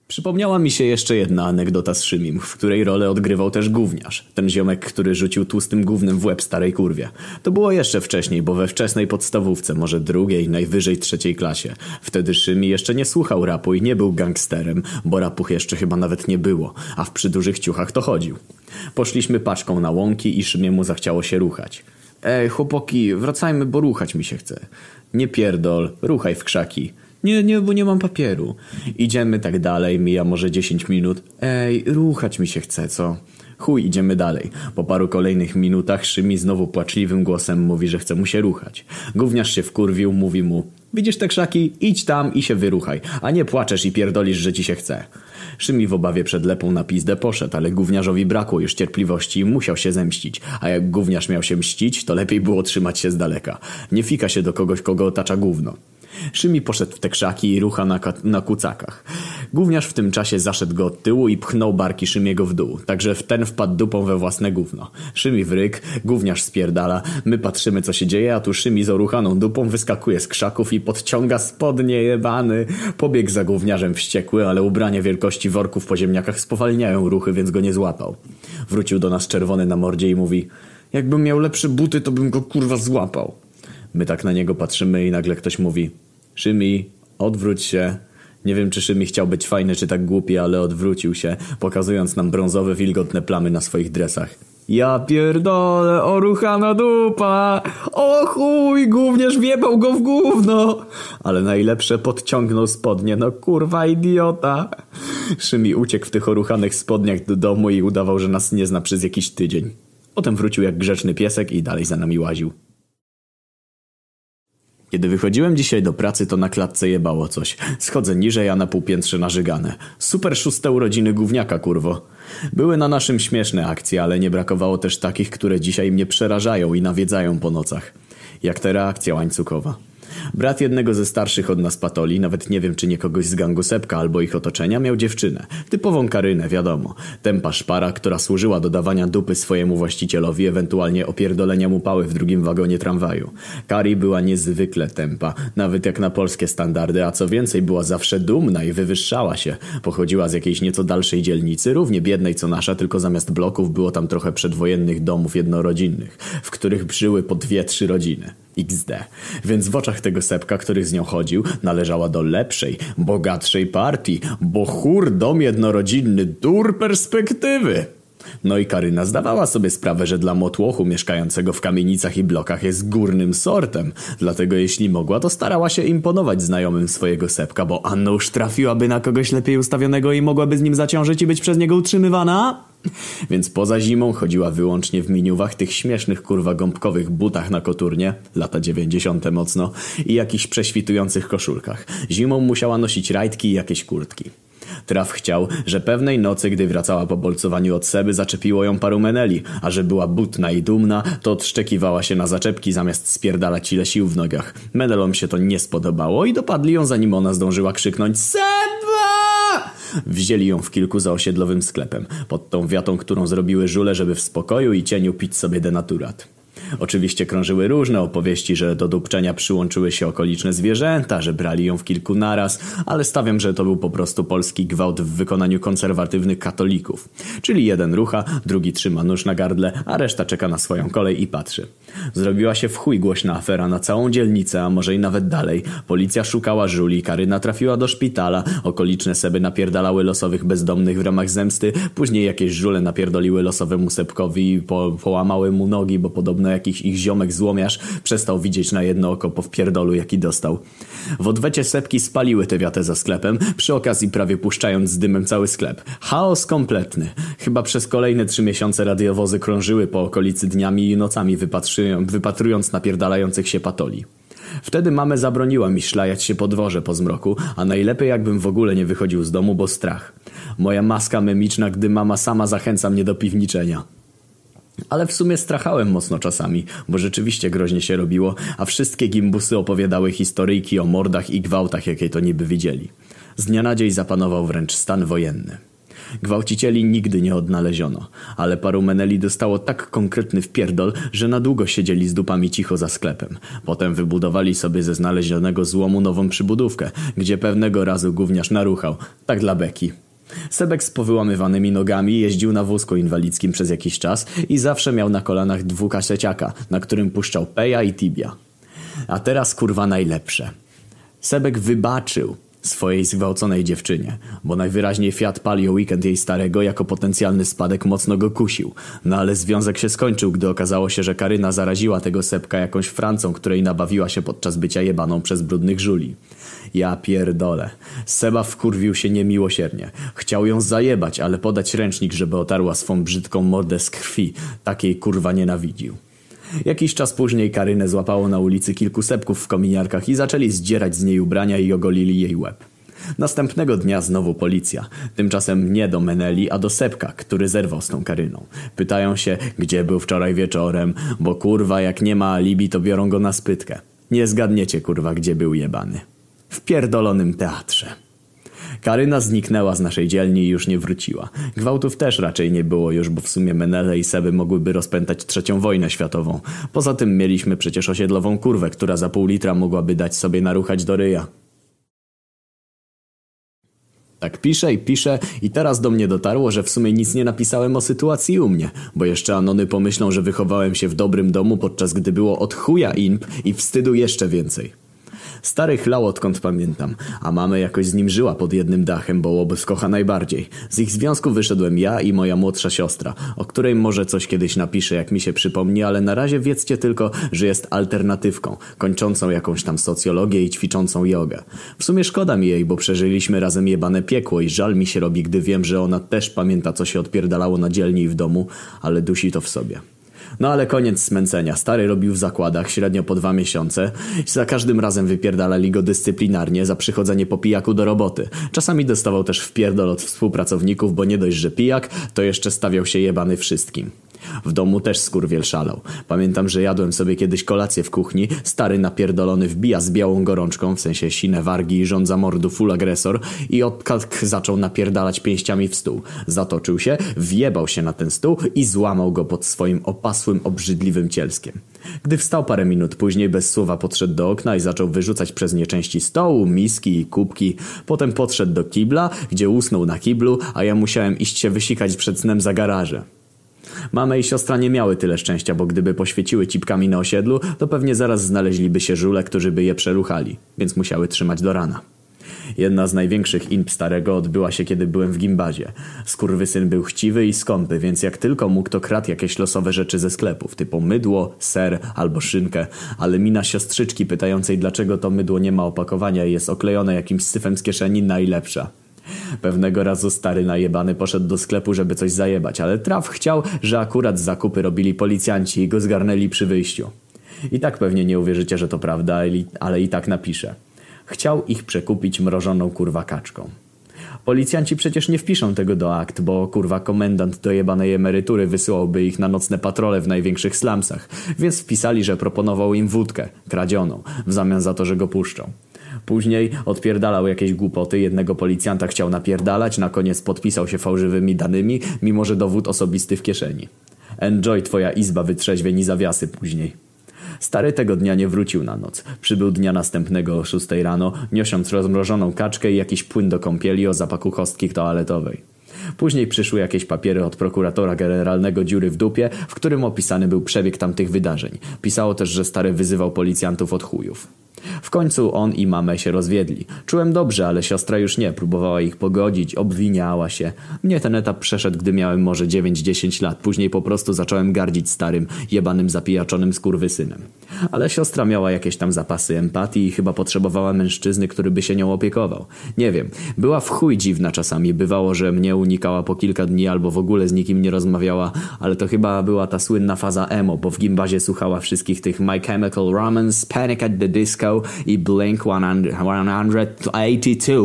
Przypomniała mi się jeszcze jedna anegdota z Szymim, w której rolę odgrywał też gówniarz. Ten ziomek, który rzucił tłustym gównem w łeb starej kurwie. To było jeszcze wcześniej, bo we wczesnej podstawówce, może drugiej, najwyżej trzeciej klasie. Wtedy Szymi jeszcze nie słuchał rapu i nie był gangsterem, bo rapu jeszcze chyba nawet nie było, a w przydużych ciuchach to chodził. Poszliśmy paczką na łąki i Szymiemu zachciało się ruchać. Ej, chłopaki, wracajmy, bo ruchać mi się chce. Nie pierdol, ruchaj w krzaki. Nie, bo nie mam papieru. Idziemy tak dalej, mija może 10 minut. Ej, ruchać mi się chce, co? Chuj, idziemy dalej. Po paru kolejnych minutach Szymi znowu płaczliwym głosem mówi, że chce mu się ruchać. Gówniarz się wkurwił, mówi mu: widzisz te krzaki? Idź tam i się wyruchaj, a nie płaczesz i pierdolisz, że ci się chce. Szymi w obawie przed lepą na pizdę poszedł, ale gówniarzowi brakło już cierpliwości i musiał się zemścić. A jak gówniarz miał się mścić, to lepiej było trzymać się z daleka. Nie fika się do kogoś, kogo otacza gówno. Szymi poszedł w te krzaki i rucha na kucakach. Gówniarz w tym czasie zaszedł go od tyłu i pchnął barki Szymiego w dół, także ten wpadł dupą we własne gówno. Szymi w ryk, gówniarz spierdala, my patrzymy co się dzieje, a tu Szymi z oruchaną dupą wyskakuje z krzaków i podciąga spodnie jebany. Pobiegł za gówniarzem wściekły, ale ubrania wielkości worków po ziemniakach spowalniają ruchy, więc go nie złapał. Wrócił do nas czerwony na mordzie i mówi: jakbym miał lepsze buty, to bym go kurwa złapał. My tak na niego patrzymy i nagle ktoś mówi: Szymi, odwróć się. Nie wiem, czy Szymi chciał być fajny, czy tak głupi, ale odwrócił się, pokazując nam brązowe, wilgotne plamy na swoich dresach. Ja pierdolę, oruchana dupa! O chuj, gówniarz wjebał go w gówno! Ale najlepsze, podciągnął spodnie, no kurwa idiota! Szymi uciekł w tych oruchanych spodniach do domu i udawał, że nas nie zna przez jakiś tydzień. Potem wrócił jak grzeczny piesek i dalej za nami łaził. Kiedy wychodziłem dzisiaj do pracy, to na klatce jebało coś. Schodzę niżej, a na półpiętrze narzygane. Super 6. urodziny gówniaka, kurwo. Były na naszym śmieszne akcje, ale nie brakowało też takich, które dzisiaj mnie przerażają i nawiedzają po nocach. Jak ta reakcja łańcuchowa. Brat jednego ze starszych od nas patoli, nawet nie wiem czy nie kogoś z gangu Sepka albo ich otoczenia, miał dziewczynę. Typową Karynę, wiadomo. Tempa szpara, która służyła do dawania dupy swojemu właścicielowi, ewentualnie opierdolenia mu pały w drugim wagonie tramwaju. Kari była niezwykle tempa, nawet jak na polskie standardy, a co więcej była zawsze dumna i wywyższała się. Pochodziła z jakiejś nieco dalszej dzielnicy, równie biednej co nasza, tylko zamiast bloków było tam trochę przedwojennych domów jednorodzinnych, w których żyły po 2-3 rodziny. XD. Więc w oczach tego Sepka, który z nią chodził, należała do lepszej, bogatszej partii, bo dom jednorodzinny, dur perspektywy. No i Karyna zdawała sobie sprawę, że dla motłochu mieszkającego w kamienicach i blokach jest górnym sortem. Dlatego jeśli mogła, to starała się imponować znajomym swojego Sepka, bo a nuż trafiłaby na kogoś lepiej ustawionego i mogłaby z nim zaciążyć i być przez niego utrzymywana. Więc poza zimą chodziła wyłącznie w miniuwach, tych śmiesznych kurwa gąbkowych butach na koturnie, lata 90. mocno, i jakichś prześwitujących koszulkach. Zimą musiała nosić rajtki i jakieś kurtki. Traf chciał, że pewnej nocy, gdy wracała po bolcowaniu od Seby, zaczepiło ją paru meneli, a że była butna i dumna, to odszczekiwała się na zaczepki zamiast spierdalać ile sił w nogach. Menelom się to nie spodobało i dopadli ją, zanim ona zdążyła krzyknąć: Seba! Wzięli ją w kilku za osiedlowym sklepem, pod tą wiatą, którą zrobiły żule, żeby w spokoju i cieniu pić sobie denaturat. Oczywiście krążyły różne opowieści, że do dupczenia przyłączyły się okoliczne zwierzęta, że brali ją w kilku naraz, ale stawiam, że to był po prostu polski gwałt w wykonaniu konserwatywnych katolików. Czyli jeden rucha, drugi trzyma nóż na gardle, a reszta czeka na swoją kolej i patrzy. Zrobiła się w chuj głośna afera na całą dzielnicę, a może i nawet dalej. Policja szukała żuli, Karyna trafiła do szpitala, okoliczne Seby napierdalały losowych bezdomnych w ramach zemsty, później jakieś żule napierdoliły losowemu Sepkowi i połamały mu nogi, bo podobno jakiś ich ziomek złomiarz przestał widzieć na jedno oko po wpierdolu jaki dostał. W odwecie Sepki spaliły tę wiatę za sklepem, przy okazji prawie puszczając z dymem cały sklep. Chaos kompletny. Chyba przez kolejne 3 miesiące radiowozy krążyły po okolicy dniami i nocami wypatrując napierdalających się patoli. Wtedy mamę zabroniła mi szlajać się po dworze po zmroku, a najlepiej jakbym w ogóle nie wychodził z domu, bo strach. Moja maska memiczna, gdy mama sama zachęca mnie do piwniczenia. Ale w sumie strachałem mocno czasami, bo rzeczywiście groźnie się robiło, a wszystkie gimbusy opowiadały historyjki o mordach i gwałtach, jakie to niby widzieli. Z dnia na dzień zapanował wręcz stan wojenny. Gwałcicieli nigdy nie odnaleziono, ale paru meneli dostało tak konkretny wpierdol, że na długo siedzieli z dupami cicho za sklepem. Potem wybudowali sobie ze znalezionego złomu nową przybudówkę, gdzie pewnego razu gówniarz naruchał, tak dla beki. Sebek z powyłamywanymi nogami jeździł na wózku inwalidzkim przez jakiś czas i zawsze miał na kolanach dwukaseciaka, na którym puszczał Peja i Tibia. A teraz kurwa najlepsze. Sebek wybaczył swojej zgwałconej dziewczynie, bo najwyraźniej Fiat Palio Weekend jej starego jako potencjalny spadek mocno go kusił. No ale związek się skończył, gdy okazało się, że Karyna zaraziła tego Sebka jakąś Francą, której nabawiła się podczas bycia jebaną przez brudnych żuli. Ja pierdolę. Seba wkurwił się niemiłosiernie. Chciał ją zajebać, ale podać ręcznik, żeby otarła swą brzydką mordę z krwi. Takiej kurwa nienawidził. Jakiś czas później Karynę złapało na ulicy kilku Sebków w kominiarkach i zaczęli zdzierać z niej ubrania i ogolili jej łeb. Następnego dnia znowu policja. Tymczasem nie do Meneli, a do Sebka, który zerwał z tą Karyną. Pytają się, gdzie był wczoraj wieczorem, bo kurwa jak nie ma alibi, to biorą go na spytkę. Nie zgadniecie kurwa, gdzie był jebany. W pierdolonym teatrze. Karyna zniknęła z naszej dzielni i już nie wróciła. Gwałtów też raczej nie było już, bo w sumie Menele i Seby mogłyby rozpętać III wojnę światową. Poza tym mieliśmy przecież osiedlową kurwę, która za pół litra mogłaby dać sobie naruchać do ryja. Tak piszę i piszę i teraz do mnie dotarło, że w sumie nic nie napisałem o sytuacji u mnie, bo jeszcze anony pomyślą, że wychowałem się w dobrym domu, podczas gdy było od chuja imp i wstydu jeszcze więcej. Stary chlał odkąd pamiętam, a mama jakoś z nim żyła pod jednym dachem, bo łobuz kocha najbardziej. Z ich związku wyszedłem ja i moja młodsza siostra, o której może coś kiedyś napiszę, jak mi się przypomni, ale na razie wiedzcie tylko, że jest alternatywką, kończącą jakąś tam socjologię i ćwiczącą jogę. W sumie szkoda mi jej, bo przeżyliśmy razem jebane piekło i żal mi się robi, gdy wiem, że ona też pamięta, co się odpierdalało na dzielni i w domu, ale dusi to w sobie. No ale koniec smęcenia. Stary robił w zakładach średnio po 2 miesiące. Za każdym razem wypierdalali go dyscyplinarnie za przychodzenie po pijaku do roboty. Czasami dostawał też wpierdol od współpracowników, bo nie dość, że pijak, to jeszcze stawiał się jebany wszystkim. W domu też skurwiel szalał. Pamiętam, że jadłem sobie kiedyś kolację w kuchni. Stary napierdolony wbija z białą gorączką, w sensie sine wargi i żądza mordu full agresor i zaczął napierdalać pięściami w stół. Zatoczył się, wjebał się na ten stół i złamał go pod swoim opasłym, obrzydliwym cielskiem. Gdy wstał parę minut później, bez słowa podszedł do okna i zaczął wyrzucać przez nie części stołu, miski i kubki. Potem podszedł do kibla, gdzie usnął na kiblu, a ja musiałem iść się wysikać przed snem za garaże. Mama i siostra nie miały tyle szczęścia, bo gdyby poświeciły cipkami na osiedlu, to pewnie zaraz znaleźliby się żule, którzy by je przeruchali, więc musiały trzymać do rana. Jedna z największych imp starego odbyła się, kiedy byłem w gimbazie. Skurwysyn był chciwy i skąpy, więc jak tylko mógł, to kradł jakieś losowe rzeczy ze sklepów, typu mydło, ser albo szynkę, ale mina siostrzyczki pytającej, dlaczego to mydło nie ma opakowania i jest oklejone jakimś syfem z kieszeni, najlepsza. Pewnego razu stary najebany poszedł do sklepu, żeby coś zajebać, ale traf chciał, że akurat zakupy robili policjanci i go zgarnęli przy wyjściu. I tak pewnie nie uwierzycie, że to prawda, ale i tak napiszę. Chciał ich przekupić mrożoną kurwa kaczką. Policjanci przecież nie wpiszą tego do akt, bo kurwa komendant do jebanej emerytury wysyłałby ich na nocne patrole w największych slumsach, więc wpisali, że proponował im wódkę, kradzioną, w zamian za to, że go puszczą. Później odpierdalał jakieś głupoty, jednego policjanta chciał napierdalać, na koniec podpisał się fałszywymi danymi, mimo że dowód osobisty w kieszeni. Enjoy twoja izba wytrzeźwień i zawiasy później. Stary tego dnia nie wrócił na noc. Przybył dnia następnego o 6 rano, niosąc rozmrożoną kaczkę i jakiś płyn do kąpieli o zapachu kostki toaletowej. Później przyszły jakieś papiery od prokuratora generalnego dziury w dupie, w którym opisany był przebieg tamtych wydarzeń. Pisało też, że stary wyzywał policjantów od chujów. W końcu on i mamę się rozwiedli. Czułem dobrze, ale siostra już nie. Próbowała ich pogodzić, obwiniała się. Mnie ten etap przeszedł, gdy miałem może 9-10 lat. Później po prostu zacząłem gardzić starym, jebanym, zapijaczonym skurwysynem. Ale siostra miała jakieś tam zapasy empatii i chyba potrzebowała mężczyzny, który by się nią opiekował. Nie wiem. Była w chuj dziwna czasami. Bywało, że mnie unikała po kilka dni albo w ogóle z nikim nie rozmawiała, ale to chyba była ta słynna faza emo, bo w gimbazie słuchała wszystkich tych My Chemical Romance, Panic at the Disco i Blink 182.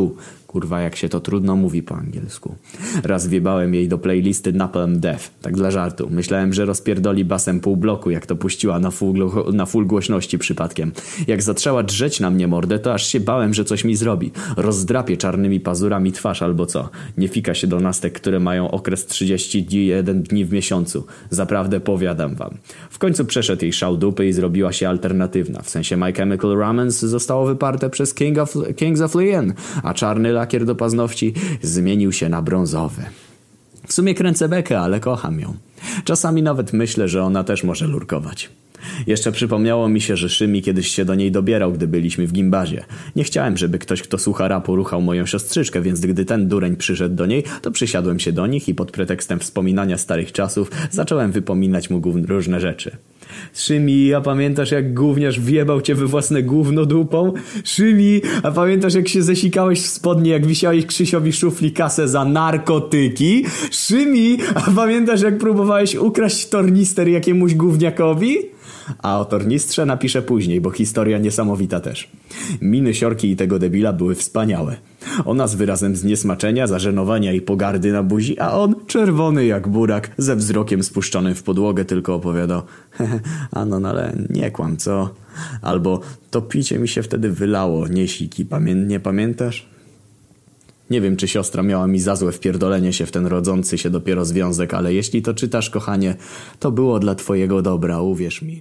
Kurwa, jak się to trudno mówi po angielsku. Raz wjebałem jej do playlisty Napalm Death, tak dla żartu. Myślałem, że rozpierdoli basem pół bloku, jak to puściła na full głośności przypadkiem. Jak zaczęła drzeć na mnie mordę, to aż się bałem, że coś mi zrobi. Rozdrapie czarnymi pazurami twarz albo co. Nie fika się do nastek, które mają okres 31 dni w miesiącu. Zaprawdę powiadam wam. W końcu przeszedł jej szał dupy i zrobiła się alternatywna. W sensie My Chemical Romance zostało wyparte przez Kings of Leon, a czarny lakier do paznokci zmienił się na brązowy. W sumie kręcę bekę, ale kocham ją. Czasami nawet myślę, że ona też może lurkować. Jeszcze przypomniało mi się, że Szymi kiedyś się do niej dobierał, gdy byliśmy w gimbazie. Nie chciałem, żeby ktoś, kto słucha rapu, ruchał moją siostrzyczkę, więc gdy ten dureń przyszedł do niej, to przysiadłem się do nich i pod pretekstem wspominania starych czasów zacząłem wypominać mu różne rzeczy. Szymi, a pamiętasz jak gówniarz wjebał cię we własne gówno dupą? Szymi, a pamiętasz jak się zesikałeś w spodnie, jak wisiałeś Krzysiowi szufli kasę za narkotyki? Szymi, a pamiętasz jak próbowałeś ukraść tornister jakiemuś gówniakowi? A o tornistrze napiszę później, bo historia niesamowita też. Miny siorki i tego debila były wspaniałe. Ona z wyrazem zniesmaczenia, zażenowania i pogardy na buzi, a on czerwony jak burak, ze wzrokiem spuszczonym w podłogę, tylko opowiadał: Anon, ale nie kłam, co? Albo to picie mi się wtedy wylało, nie siki, nie pamiętasz? Nie wiem, czy siostra miała mi za złe wpierdolenie się w ten rodzący się dopiero związek, ale jeśli to czytasz, kochanie, to było dla twojego dobra, uwierz mi.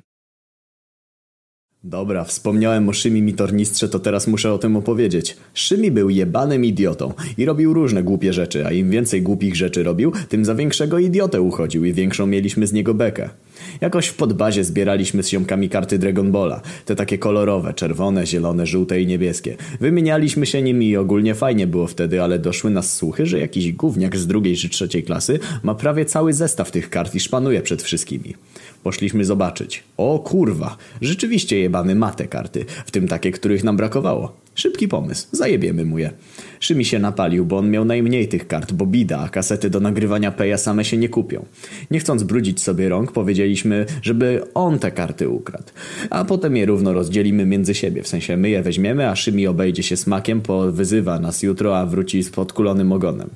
Dobra, wspomniałem o Szymim i tornistrze, to teraz muszę o tym opowiedzieć. Szymi był jebanym idiotą i robił różne głupie rzeczy, a im więcej głupich rzeczy robił, tym za większego idiotę uchodził i większą mieliśmy z niego bekę. Jakoś w podbazie zbieraliśmy z ziomkami karty Dragon Balla, te takie kolorowe, czerwone, zielone, żółte i niebieskie. Wymienialiśmy się nimi i ogólnie fajnie było wtedy, ale doszły nas słuchy, że jakiś gówniak z 2. czy 3. klasy ma prawie cały zestaw tych kart i szpanuje przed wszystkimi. Poszliśmy zobaczyć. O kurwa, rzeczywiście jebany ma te karty, w tym takie, których nam brakowało. Szybki pomysł, zajebiemy mu je. Szymi się napalił, bo on miał najmniej tych kart, bo bida, a kasety do nagrywania peja same się nie kupią. Nie chcąc brudzić sobie rąk, powiedzieliśmy, żeby on te karty ukradł. A potem je równo rozdzielimy między siebie, w sensie my je weźmiemy, a Szymi obejdzie się smakiem, wyzywa nas jutro, a wróci z podkulonym ogonem.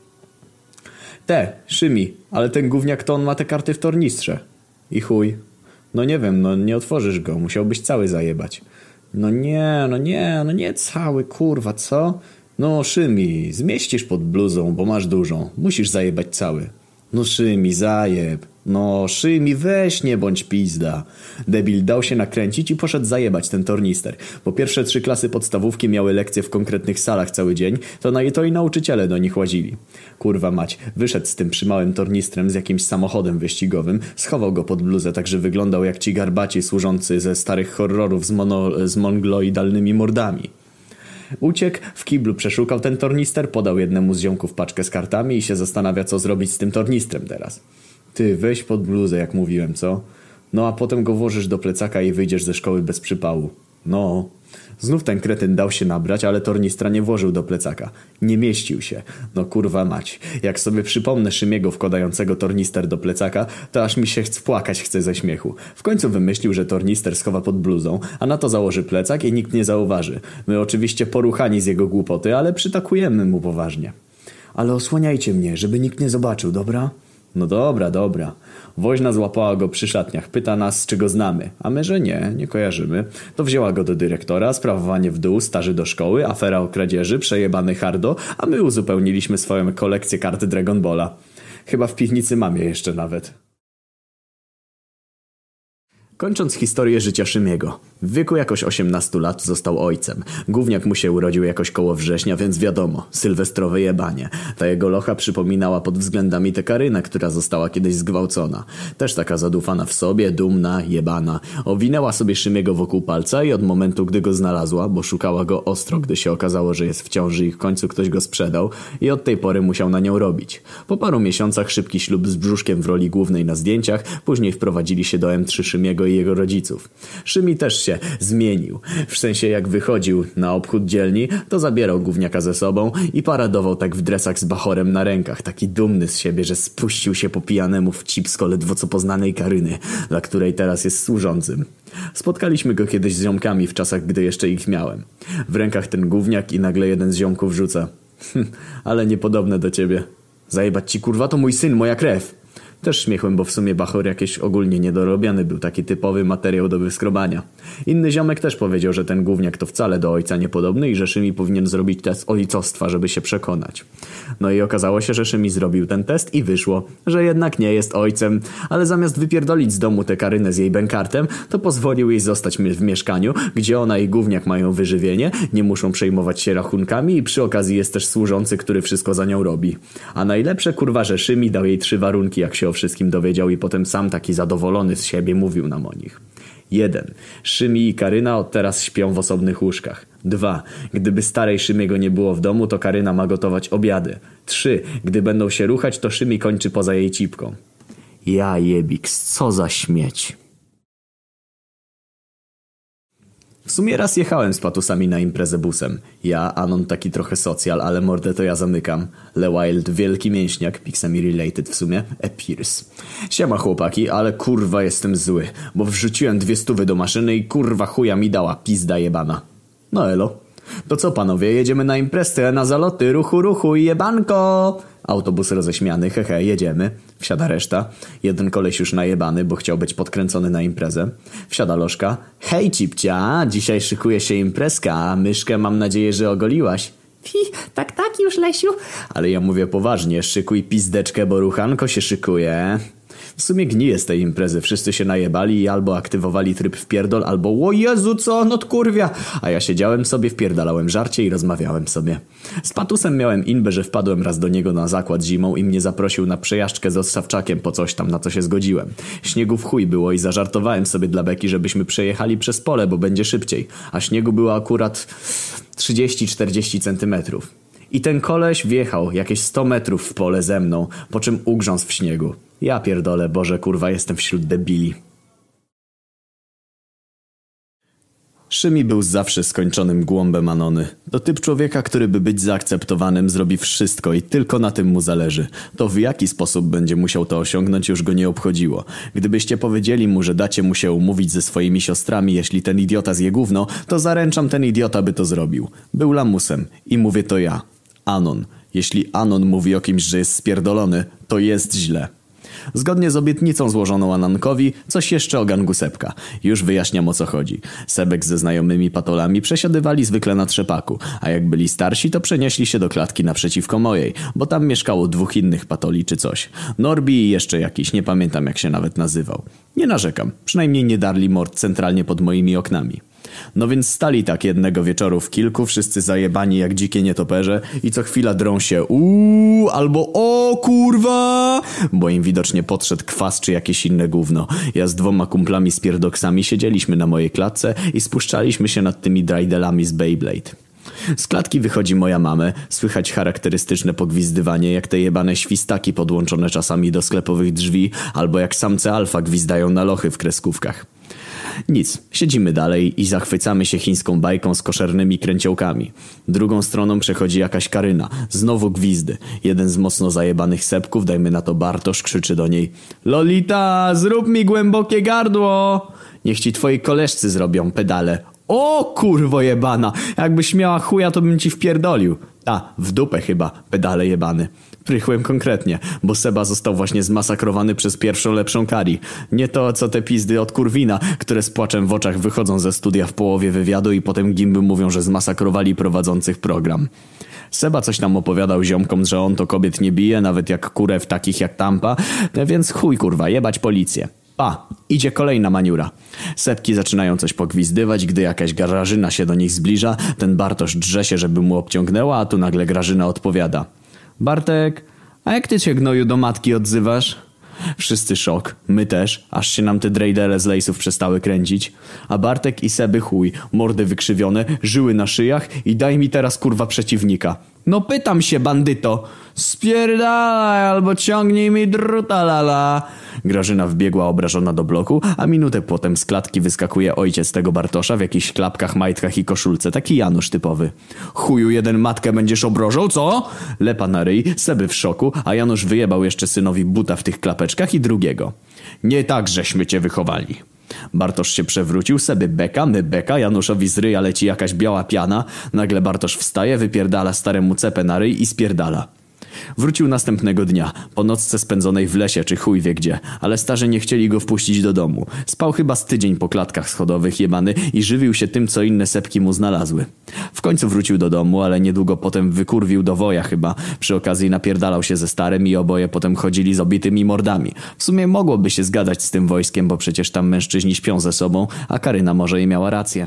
Szymi, ale ten gówniak to on ma te karty w tornistrze. I chuj. No nie wiem, no nie otworzysz go, musiałbyś cały zajebać. No nie cały, kurwa, co? No Szymi, zmieścisz pod bluzą, bo masz dużą. Musisz zajebać cały. No Szymi, zajeb. No Szymi, weź, nie bądź pizda. Debil dał się nakręcić i poszedł zajebać ten tornister. Bo pierwsze 3 klasy podstawówki miały lekcje w konkretnych salach cały dzień, to i nauczyciele do nich łazili. Kurwa mać, wyszedł z tym przymałym tornistrem z jakimś samochodem wyścigowym, schował go pod bluzę, tak że wyglądał jak ci garbaci służący ze starych horrorów z mongloidalnymi mordami. Uciekł, w kiblu przeszukał ten tornister, podał jednemu z ziomków paczkę z kartami i się zastanawia, co zrobić z tym tornistrem teraz. Ty, weź pod bluzę, jak mówiłem, co? No a potem go włożysz do plecaka i wyjdziesz ze szkoły bez przypału. No. Znów ten kretyn dał się nabrać, ale tornistra nie włożył do plecaka. Nie mieścił się. No kurwa mać. Jak sobie przypomnę Szymiego wkładającego tornister do plecaka, to aż mi się płakać chce ze śmiechu. W końcu wymyślił, że tornister schowa pod bluzą, a na to założy plecak i nikt nie zauważy. My oczywiście poruchani z jego głupoty, ale przytakujemy mu poważnie. Ale osłaniajcie mnie, żeby nikt nie zobaczył, dobra? No dobra. Woźna złapała go przy szatniach, pyta nas, czy go znamy, a my, że nie kojarzymy. To wzięła go do dyrektora, sprawowanie w dół, staży do szkoły, afera o kradzieży, przejebany hardo, a my uzupełniliśmy swoją kolekcję kart Dragon Balla. Chyba w piwnicy mam je jeszcze nawet. Kończąc historię życia Szymiego. W wieku jakoś 18 lat został ojcem. Gówniak mu się urodził jakoś koło września, więc wiadomo, sylwestrowe jebanie. Ta jego locha przypominała pod względami tę Karynę, która została kiedyś zgwałcona. Też taka zadufana w sobie, dumna, jebana. Owinęła sobie Szymiego wokół palca i od momentu, gdy go znalazła, bo szukała go ostro, gdy się okazało, że jest w ciąży i w końcu ktoś go sprzedał, i od tej pory musiał na nią robić. Po paru miesiącach szybki ślub z brzuszkiem w roli głównej na zdjęciach, później wprowadzili się do M3 Szymiego i jego rodziców. Szymi też się zmienił. W sensie jak wychodził na obchód dzielni, to zabierał gówniaka ze sobą i paradował tak w dresach z bachorem na rękach, taki dumny z siebie, że spuścił się po pijanemu w cipsko ledwo co poznanej Karyny, dla której teraz jest służącym. Spotkaliśmy go kiedyś z ziomkami w czasach, gdy jeszcze ich miałem. W rękach ten gówniak i nagle jeden z ziomków rzuca: Ale niepodobne do ciebie. Zajebać ci kurwa, to mój syn, moja krew. Też śmiechłem, bo w sumie Bachor jakiś ogólnie niedorobiony był, taki typowy materiał do wyskrobania. Inny ziomek też powiedział, że ten gówniak to wcale do ojca niepodobny i że Szymi powinien zrobić test ojcostwa, żeby się przekonać. No i okazało się, że Szymi zrobił ten test i wyszło, że jednak nie jest ojcem, ale zamiast wypierdolić z domu tę Karynę z jej bękartem, to pozwolił jej zostać w mieszkaniu, gdzie ona i gówniak mają wyżywienie, nie muszą przejmować się rachunkami i przy okazji jest też służący, który wszystko za nią robi. A najlepsze kurwa, że Szymi dał jej 3 warunki, jak się o wszystkim dowiedział i potem sam taki zadowolony z siebie mówił nam o nich. 1. Szymi i Karyna od teraz śpią w osobnych łóżkach. 2. Gdyby starej Szymiego nie było w domu, to Karyna ma gotować obiady. 3. Gdy będą się ruchać, to Szymi kończy poza jej cipką. Ja jebiks, co za śmieć. W sumie raz jechałem z patusami na imprezę busem. Ja, Anon taki trochę socjal, ale mordę to ja zamykam. Le Wild, wielki mięśniak, Pixami related w sumie, Pierce. Siema chłopaki, ale kurwa jestem zły, bo wrzuciłem 200 do maszyny i kurwa chuja mi dała, pizda jebana. No elo. To co panowie, jedziemy na imprezę, na zaloty, ruchu i jebanko! Autobus roześmiany, hehe, jedziemy. Wsiada reszta. Jeden koleś już najebany, bo chciał być podkręcony na imprezę. Wsiada Lożka. Hej cipcia, dzisiaj szykuje się imprezka, myszkę mam nadzieję, że ogoliłaś. Tak, już Lesiu. Ale ja mówię poważnie, szykuj pizdeczkę, bo ruchanko się szykuje. W sumie gnije z tej imprezy, wszyscy się najebali i albo aktywowali tryb wpierdol, albo o Jezu, co on odkurwia. A ja siedziałem sobie, wpierdalałem żarcie i rozmawiałem sobie. Z patusem miałem inbę, że wpadłem raz do niego na zakład zimą i mnie zaprosił na przejażdżkę z Ossawczakiem po coś tam, na co się zgodziłem. Śniegu w chuj było i zażartowałem sobie dla beki, żebyśmy przejechali przez pole, bo będzie szybciej. A śniegu było akurat 30-40 centymetrów. I ten koleś wjechał jakieś 100 metrów w pole ze mną, po czym ugrzązł w śniegu. Ja pierdolę, Boże kurwa, jestem wśród debili. Szymi był zawsze skończonym głąbem Anony. To typ człowieka, który by być zaakceptowanym, zrobi wszystko i tylko na tym mu zależy. To w jaki sposób będzie musiał to osiągnąć, już go nie obchodziło. Gdybyście powiedzieli mu, że dacie mu się umówić ze swoimi siostrami, jeśli ten idiota zje gówno, to zaręczam, ten idiota by to zrobił. Był lamusem. I mówię to ja. Anon. Jeśli Anon mówi o kimś, że jest spierdolony, to jest źle. Zgodnie z obietnicą złożoną Anankowi, coś jeszcze o gangu Sebka. Już wyjaśniam, o co chodzi. Sebek ze znajomymi patolami przesiadywali zwykle na trzepaku, a jak byli starsi, to przenieśli się do klatki naprzeciwko mojej, bo tam mieszkało 2 innych patoli czy coś. Norbi i jeszcze jakiś, nie pamiętam jak się nawet nazywał. Nie narzekam, przynajmniej nie darli mord centralnie pod moimi oknami. No więc stali tak jednego wieczoru w kilku, wszyscy zajebani jak dzikie nietoperze i co chwila drą się albo o kurwa, bo im widocznie podszedł kwas czy jakieś inne gówno. Ja z 2 kumplami z pierdoksami siedzieliśmy na mojej klatce i spuszczaliśmy się nad tymi drajdelami z Beyblade. Z klatki wychodzi moja mama, słychać charakterystyczne pogwizdywanie, jak te jebane świstaki podłączone czasami do sklepowych drzwi, albo jak samce alfa gwizdają na lochy w kreskówkach. Nic, siedzimy dalej i zachwycamy się chińską bajką z koszernymi kręciołkami. Drugą stroną przechodzi jakaś Karyna, znowu gwizdy. Jeden z mocno zajebanych sepków, dajmy na to Bartosz, krzyczy do niej: Lolita, zrób mi głębokie gardło! Niech ci twoi koleżcy zrobią pedale. O kurwo jebana, jakbyś miała chuja, to bym ci wpierdolił. W dupę chyba, pedale jebany. Prychłem konkretnie, bo Seba został właśnie zmasakrowany przez pierwszą lepszą Kari. Nie to, co te pizdy od Kurwina, które z płaczem w oczach wychodzą ze studia w połowie wywiadu i potem gimby mówią, że zmasakrowali prowadzących program. Seba coś tam opowiadał ziomkom, że on to kobiet nie bije, nawet jak kurew takich jak Tampa, więc chuj kurwa, jebać policję. Idzie kolejna maniura. Sepki zaczynają coś pogwizdywać, gdy jakaś Grażyna się do nich zbliża. Ten Bartosz drze się, żeby mu obciągnęła, a tu nagle Grażyna odpowiada: Bartek, a jak ty się gnoju do matki odzywasz? Wszyscy szok, my też, aż się nam te drejdele z lejsów przestały kręcić. A Bartek i Seby chuj, mordy wykrzywione, żyły na szyjach i daj mi teraz kurwa przeciwnika. No pytam się, bandyto, spierdalaj albo ciągnij mi druta lala. Grażyna wbiegła obrażona do bloku, a minutę potem z klatki wyskakuje ojciec tego Bartosza w jakichś klapkach, majtkach i koszulce, taki Janusz typowy. Chuju jeden matkę będziesz obrożał, co? Lepa na ryj, Seby w szoku, a Janusz wyjebał jeszcze synowi buta w tych klapeczkach i drugiego. Nie tak żeśmy cię wychowali. Bartosz się przewrócił, sobie beka, my beka, Januszowi z ryja leci jakaś biała piana. Nagle Bartosz wstaje, wypierdala staremu cepę na ryj i spierdala. Wrócił następnego dnia, po nocce spędzonej w lesie czy chuj wie gdzie, ale starzy nie chcieli go wpuścić do domu. Spał chyba z tydzień po klatkach schodowych jebany i żywił się tym, co inne sepki mu znalazły. W końcu wrócił do domu, ale niedługo potem wykurwił do woja chyba. Przy okazji napierdalał się ze starym i oboje potem chodzili z obitymi mordami. W sumie mogłoby się zgadać z tym wojskiem, bo przecież tam mężczyźni śpią ze sobą, a Karyna może i miała rację.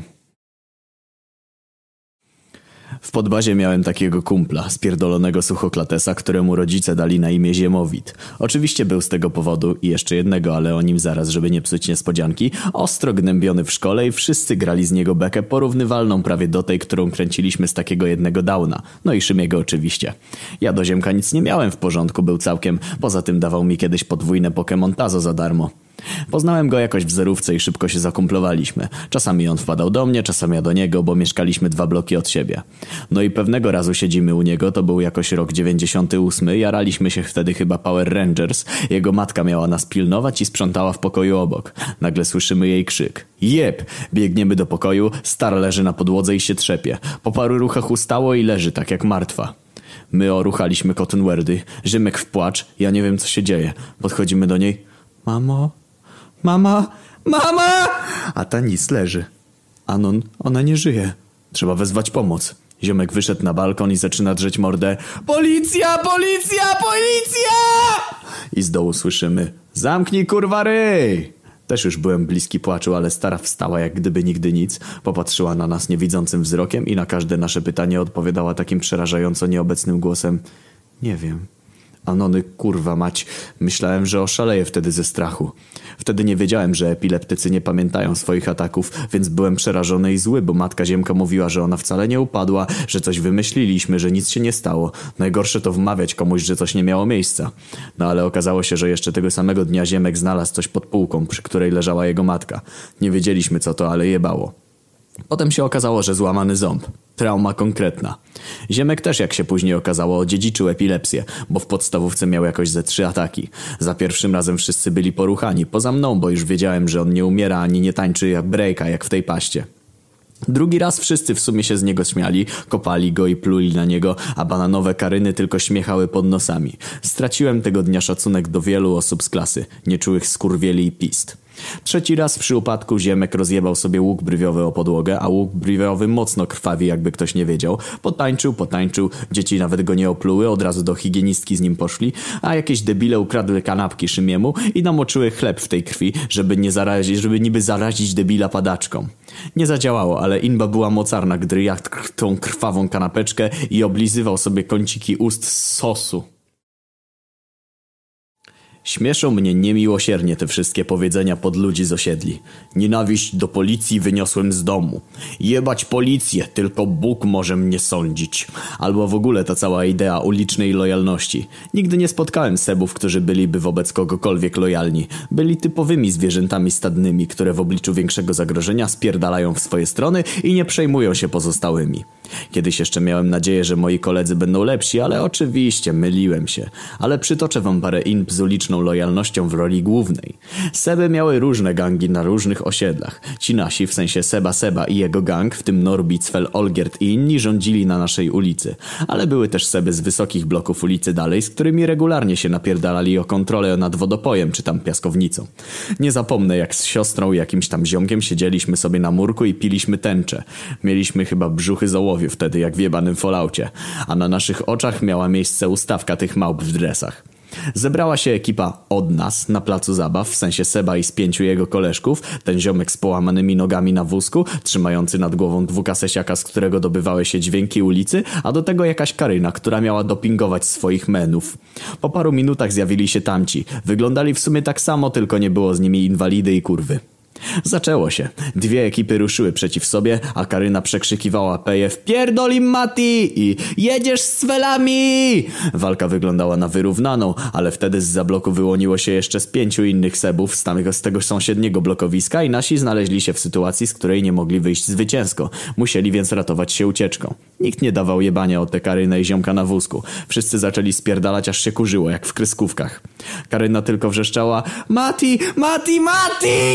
W Podbazie miałem takiego kumpla, spierdolonego suchoklatesa, któremu rodzice dali na imię Ziemowit. Oczywiście był z tego powodu i jeszcze jednego, ale o nim zaraz, żeby nie psuć niespodzianki, ostro gnębiony w szkole i wszyscy grali z niego bekę porównywalną prawie do tej, którą kręciliśmy z takiego jednego Downa. No i Szymiego oczywiście. Ja do Ziemka nic nie miałem w porządku, był całkiem, poza tym dawał mi kiedyś podwójne Pokémon Tazo za darmo. Poznałem go jakoś w zerówce i szybko się zakumplowaliśmy. Czasami on wpadał do mnie, czasami ja do niego, bo mieszkaliśmy 2 bloki od siebie. No i pewnego razu siedzimy u niego, to był jakoś rok 98, jaraliśmy się wtedy chyba Power Rangers. Jego matka miała nas pilnować i sprzątała w pokoju obok. Nagle słyszymy jej krzyk. Jeb! Biegniemy do pokoju, stara leży na podłodze i się trzepie. Po paru ruchach ustało i leży tak jak martwa. My oruchaliśmy cotton wordy, Rzymek w płacz, ja nie wiem co się dzieje. Podchodzimy do niej. Mamo? Mama! Mama! A ta nic leży. Anon, ona nie żyje. Trzeba wezwać pomoc. Ziomek wyszedł na balkon i zaczyna drzeć mordę. Policja! Policja! Policja! I z dołu słyszymy. Zamknij kurwa ryj! Też już byłem bliski płaczu, ale stara wstała jak gdyby nigdy nic. Popatrzyła na nas niewidzącym wzrokiem i na każde nasze pytanie odpowiadała takim przerażająco nieobecnym głosem. Nie wiem. Anony, kurwa mać, myślałem, że oszaleję wtedy ze strachu. Wtedy nie wiedziałem, że epileptycy nie pamiętają swoich ataków, więc byłem przerażony i zły, bo matka Ziemka mówiła, że ona wcale nie upadła, że coś wymyśliliśmy, że nic się nie stało. Najgorsze to wmawiać komuś, że coś nie miało miejsca. No ale okazało się, że jeszcze tego samego dnia Ziemek znalazł coś pod półką, przy której leżała jego matka. Nie wiedzieliśmy co to, ale jebało. Potem się okazało, że złamany ząb. Trauma konkretna. Ziemek też, jak się później okazało, odziedziczył epilepsję, bo w podstawówce miał jakoś ze 3 ataki. Za pierwszym razem wszyscy byli poruchani, poza mną, bo już wiedziałem, że on nie umiera ani nie tańczy jak breaka, jak w tej paście. Drugi raz wszyscy w sumie się z niego śmiali, kopali go i pluli na niego, a bananowe Karyny tylko śmiechały pod nosami. Straciłem tego dnia szacunek do wielu osób z klasy, nieczułych skurwieli i pist. Trzeci raz przy upadku Ziemek rozjebał sobie łuk brwiowy o podłogę, a łuk brwiowy mocno krwawi, jakby ktoś nie wiedział. Potańczył, dzieci nawet go nie opluły, od razu do higienistki z nim poszli, a jakieś debile ukradły kanapki Szymiemu i namoczyły chleb w tej krwi, żeby niby zarazić debila padaczką. Nie zadziałało, ale inba była mocarna, gdy jadł tą krwawą kanapeczkę i oblizywał sobie kąciki ust z sosu. Śmieszą mnie niemiłosiernie te wszystkie powiedzenia pod ludzi z osiedli. Nienawiść do policji wyniosłem z domu. Jebać policję, tylko Bóg może mnie sądzić. Albo w ogóle ta cała idea ulicznej lojalności. Nigdy nie spotkałem sebów, którzy byliby wobec kogokolwiek lojalni. Byli typowymi zwierzętami stadnymi, które w obliczu większego zagrożenia spierdalają w swoje strony i nie przejmują się pozostałymi. Kiedyś jeszcze miałem nadzieję, że moi koledzy będą lepsi, ale oczywiście myliłem się. Ale przytoczę wam parę inp z uliczną lojalnością w roli głównej. Seby miały różne gangi na różnych osiedlach. Ci nasi, w sensie Seba i jego gang, w tym Norbi, Cfel, Olgierd i inni, rządzili na naszej ulicy. Ale były też Seby z wysokich bloków ulicy dalej, z którymi regularnie się napierdalali o kontrolę nad wodopojem czy tam piaskownicą. Nie zapomnę, jak z siostrą i jakimś tam ziomkiem siedzieliśmy sobie na murku i piliśmy tęczę. Mieliśmy chyba brzuchy z ołowiu wtedy, jak w jebanym Falloutie, a na naszych oczach miała miejsce ustawka tych małp w dresach. Zebrała się ekipa od nas na placu zabaw, w sensie Seba i z 5 jego koleżków, ten ziomek z połamanymi nogami na wózku, trzymający nad głową dwukasesiaka, z którego dobywały się dźwięki ulicy, a do tego jakaś Karyna, która miała dopingować swoich menów. Po paru minutach zjawili się tamci. Wyglądali w sumie tak samo, tylko nie było z nimi inwalidy i kurwy. Zaczęło się. 2 ekipy ruszyły przeciw sobie, a Karyna przekrzykiwała Peje „Wpierdol im Mati!” i „Jedziesz z Cfelami!” Walka wyglądała na wyrównaną, ale wtedy zza bloku wyłoniło się jeszcze z 5 innych sebów z tego sąsiedniego blokowiska i nasi znaleźli się w sytuacji, z której nie mogli wyjść zwycięsko. Musieli więc ratować się ucieczką. Nikt nie dawał jebania o tę Karynę i ziomka na wózku. Wszyscy zaczęli spierdalać, aż się kurzyło, jak w kreskówkach. Karyna tylko wrzeszczała „Mati! Mati! Mati! Nie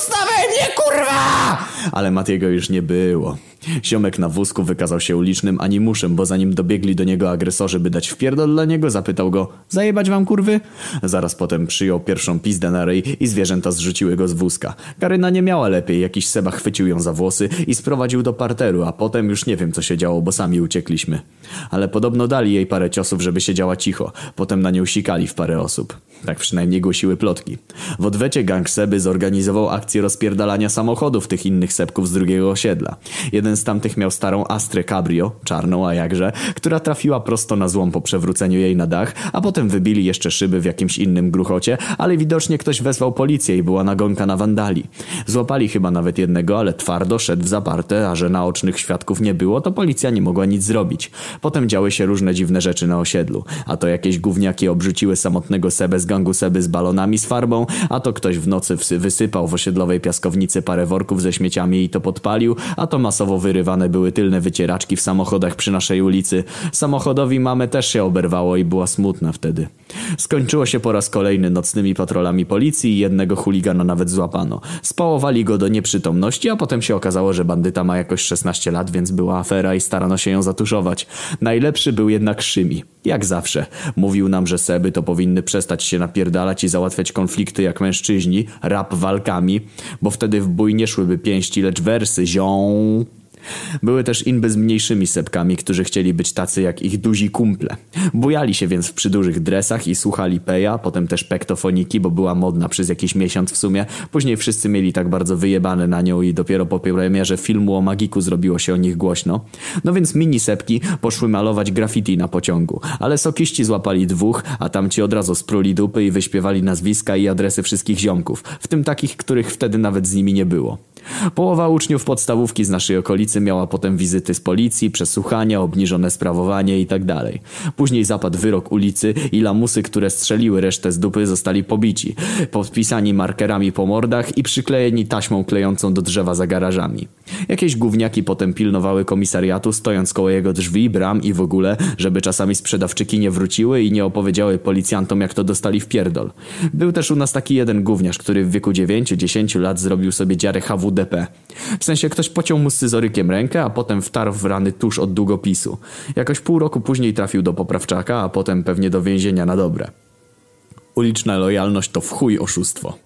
Zostawiaj mnie, kurwa! Ale Matiego już nie było. Ziomek na wózku wykazał się ulicznym animuszem, bo zanim dobiegli do niego agresorzy, by dać wpierdol dla niego, zapytał go: zajebać wam, kurwy? Zaraz potem przyjął pierwszą pizdę na ryj i zwierzęta zrzuciły go z wózka. Karyna nie miała lepiej, jakiś Seba chwycił ją za włosy i sprowadził do parteru, a potem już nie wiem co się działo, bo sami uciekliśmy. Ale podobno dali jej parę ciosów, żeby siedziała cicho. Potem na nią sikali w parę osób. Tak przynajmniej głosiły plotki. W odwecie gang Seby zorganizował akcję rozpierdalania samochodów tych innych Sebków z drugiego osiedla. Jeden z tamtych miał starą Astrę Cabrio, czarną a jakże, która trafiła prosto na złom po przewróceniu jej na dach, a potem wybili jeszcze szyby w jakimś innym gruchocie, ale widocznie ktoś wezwał policję i była nagonka na wandali. Złapali chyba nawet jednego, ale twardo szedł w zaparte, a że naocznych świadków nie było, to policja nie mogła nic zrobić. Potem działy się różne dziwne rzeczy na osiedlu, a to jakieś gówniaki obrzuciły samotnego Sebę z gangu Seby z balonami z farbą, a to ktoś w nocy wysypał w osiedlowej piaskownicy parę worków ze śmieciami i to podpalił, a to masowo wyrywane były tylne wycieraczki w samochodach przy naszej ulicy. Samochodowi mamę też się oberwało i była smutna wtedy. Skończyło się po raz kolejny nocnymi patrolami policji i jednego chuligana nawet złapano. Spałowali go do nieprzytomności, a potem się okazało, że bandyta ma jakoś 16 lat, więc była afera i starano się ją zatuszować. Najlepszy był jednak Szymi. Jak zawsze. Mówił nam, że Seby to powinny przestać się napierdalać i załatwiać konflikty jak mężczyźni, rap walkami, bo wtedy w bój nie szłyby pięści, lecz wersy, zią. Były też inby z mniejszymi Sebkami, którzy chcieli być tacy jak ich duzi kumple. Bujali się więc w przydużych dresach i słuchali Peja, potem też pektofoniki, bo była modna przez jakiś miesiąc w sumie. Później wszyscy mieli tak bardzo wyjebane na nią i dopiero po premierze filmu o Magiku zrobiło się o nich głośno. No więc mini Sebki poszły malować graffiti na pociągu, ale sokiści złapali dwóch, a tamci od razu spruli dupy i wyśpiewali nazwiska i adresy wszystkich ziomków, w tym takich, których wtedy nawet z nimi nie było. Połowa uczniów podstawówki z naszej okolicy miała potem wizyty z policji, przesłuchania, obniżone sprawowanie itd. Później zapadł wyrok ulicy i lamusy, które strzeliły resztę z dupy, zostali pobici, podpisani markerami po mordach i przyklejeni taśmą klejącą do drzewa za garażami. Jakieś gówniaki potem pilnowały komisariatu, stojąc koło jego drzwi, bram i w ogóle, żeby czasami sprzedawczyki nie wróciły i nie opowiedziały policjantom, jak to dostali w pierdol. Był też u nas taki jeden gówniarz, który w wieku 9-10 lat zrobił sobie dziarę HWDP. W sensie ktoś pociął mu scyzorykiem rękę, a potem wtarł w rany tusz od długopisu. Jakoś pół roku później trafił do poprawczaka, a potem pewnie do więzienia na dobre. Uliczna lojalność to w chuj oszustwo.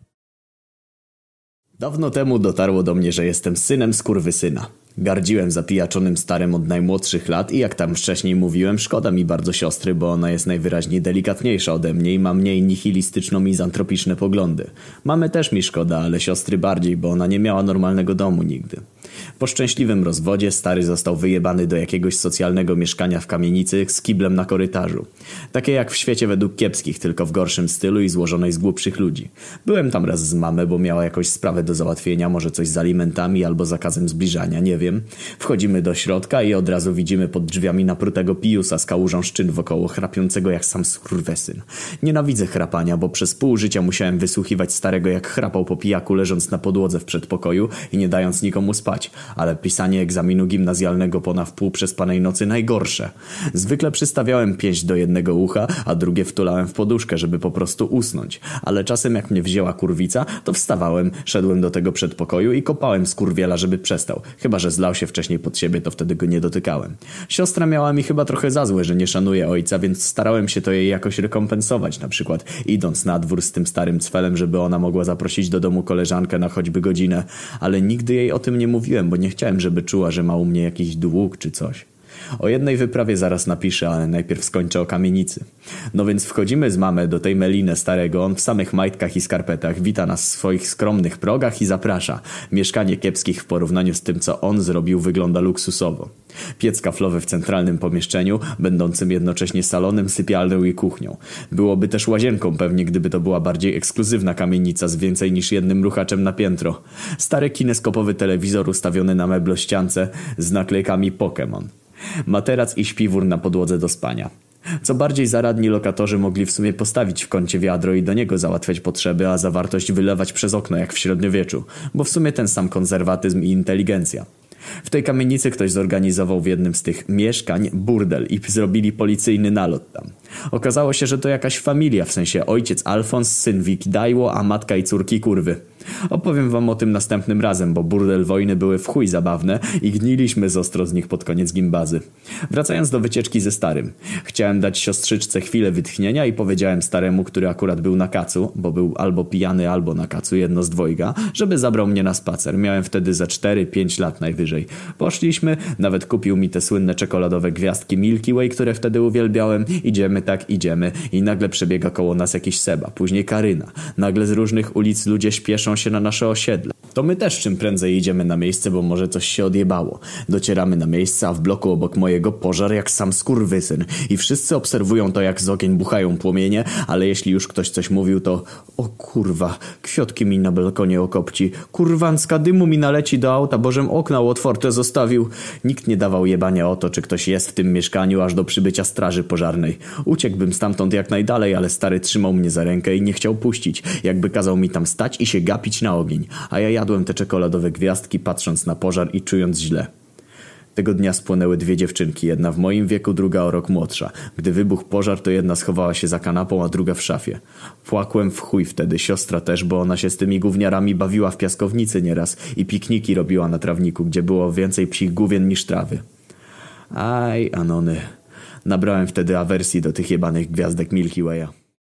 Dawno temu dotarło do mnie, że jestem synem skurwysyna. Gardziłem zapijaczonym starym od najmłodszych lat i jak tam wcześniej mówiłem, szkoda mi bardzo siostry, bo ona jest najwyraźniej delikatniejsza ode mnie i ma mniej nihilistyczno-mizantropiczne poglądy. Mamy też mi szkoda, ale siostry bardziej, bo ona nie miała normalnego domu nigdy. Po szczęśliwym rozwodzie stary został wyjebany do jakiegoś socjalnego mieszkania w kamienicy z kiblem na korytarzu. Takie jak w świecie według kiepskich, tylko w gorszym stylu i złożonej z głupszych ludzi. Byłem tam raz z mamą, bo miała jakąś sprawę do załatwienia, może coś z alimentami albo zakazem zbliżania, nie wiem. Wchodzimy do środka i od razu widzimy pod drzwiami naprutego piusa z kałużą szczyn wokoło, chrapiącego jak sam skurwesyn. Nienawidzę chrapania, bo przez pół życia musiałem wysłuchiwać starego jak chrapał po pijaku, leżąc na podłodze w przedpokoju i nie dając nikomu spać. Ale pisanie egzaminu gimnazjalnego po na wpół przespanej nocy najgorsze. Zwykle przystawiałem pięść do jednego ucha, a drugie wtulałem w poduszkę, żeby po prostu usnąć. Ale czasem jak mnie wzięła kurwica, to wstawałem, szedłem do tego przedpokoju i kopałem skurwiela, żeby przestał. Chyba że zlał się wcześniej pod siebie, to wtedy go nie dotykałem. Siostra miała mi chyba trochę za złe, że nie szanuje ojca, więc starałem się to jej jakoś rekompensować, na przykład idąc na dwór z tym starym cwelem, żeby ona mogła zaprosić do domu koleżankę na choćby godzinę, ale nigdy jej o tym nie mówiłem, bo nie chciałem, żeby czuła, że ma u mnie jakiś dług czy coś. O jednej wyprawie zaraz napiszę, ale najpierw skończę o kamienicy. No więc wchodzimy z mamą do tej Meliny starego, on w samych majtkach i skarpetach wita nas w swoich skromnych progach i zaprasza. Mieszkanie kiepskich w porównaniu z tym, co on zrobił, wygląda luksusowo. Piec kaflowy w centralnym pomieszczeniu, będącym jednocześnie salonem, sypialnią i kuchnią. Byłoby też łazienką pewnie, gdyby to była bardziej ekskluzywna kamienica z więcej niż jednym ruchaczem na piętro. Stary kineskopowy telewizor ustawiony na meblościance z naklejkami Pokémon. Materac i śpiwór na podłodze do spania. Co bardziej zaradni lokatorzy mogli w sumie postawić w kącie wiadro i do niego załatwiać potrzeby, a zawartość wylewać przez okno jak w średniowieczu, bo w sumie ten sam konserwatyzm i inteligencja. W tej kamienicy ktoś zorganizował w jednym z tych mieszkań burdel i zrobili policyjny nalot tam. Okazało się, że to jakaś familia, w sensie ojciec Alfons, syn Wikidajło, a matka i córki kurwy. Opowiem wam o tym następnym razem, bo burdel wojny były w chuj zabawne i gniliśmy ostro z nich pod koniec gimbazy. Wracając do wycieczki ze starym. Chciałem dać siostrzyczce chwilę wytchnienia i powiedziałem staremu, który akurat był na kacu, bo był albo pijany, albo na kacu, jedno z dwojga, żeby zabrał mnie na spacer. Miałem wtedy za 4-5 lat najwyżej. Poszliśmy, nawet kupił mi te słynne czekoladowe gwiazdki Milky Way, które wtedy uwielbiałem. Idziemy i nagle przebiega koło nas jakiś Seba, później Karyna. Nagle z różnych ulic ludzie śpieszą się na nasze osiedle. To my też czym prędzej idziemy na miejsce, bo może coś się odjebało. Docieramy na miejsce, a w bloku obok mojego pożar jak sam skurwysyn. I wszyscy obserwują to, jak z okien buchają płomienie, ale jeśli już ktoś coś mówił, to o kurwa, kwiotki mi na balkonie okopci. Kurwanska dymu mi naleci do auta, bożem okna otwarte zostawił. Nikt nie dawał jebania o to, czy ktoś jest w tym mieszkaniu, aż do przybycia straży pożarnej. Uciekłbym stamtąd jak najdalej, ale stary trzymał mnie za rękę i nie chciał puścić. Jakby kazał mi tam stać i się gapić na ogień. A ja jadłem te czekoladowe gwiazdki, patrząc na pożar i czując źle. Tego dnia spłonęły 2 dziewczynki, jedna w moim wieku, druga o rok młodsza. Gdy wybuchł pożar, to jedna schowała się za kanapą, a druga w szafie. Płakłem w chuj wtedy, siostra też, bo ona się z tymi gówniarami bawiła w piaskownicy nieraz i pikniki robiła na trawniku, gdzie było więcej psich główien niż trawy. Aj, Anony. Nabrałem wtedy awersji do tych jebanych gwiazdek Milky Way'a.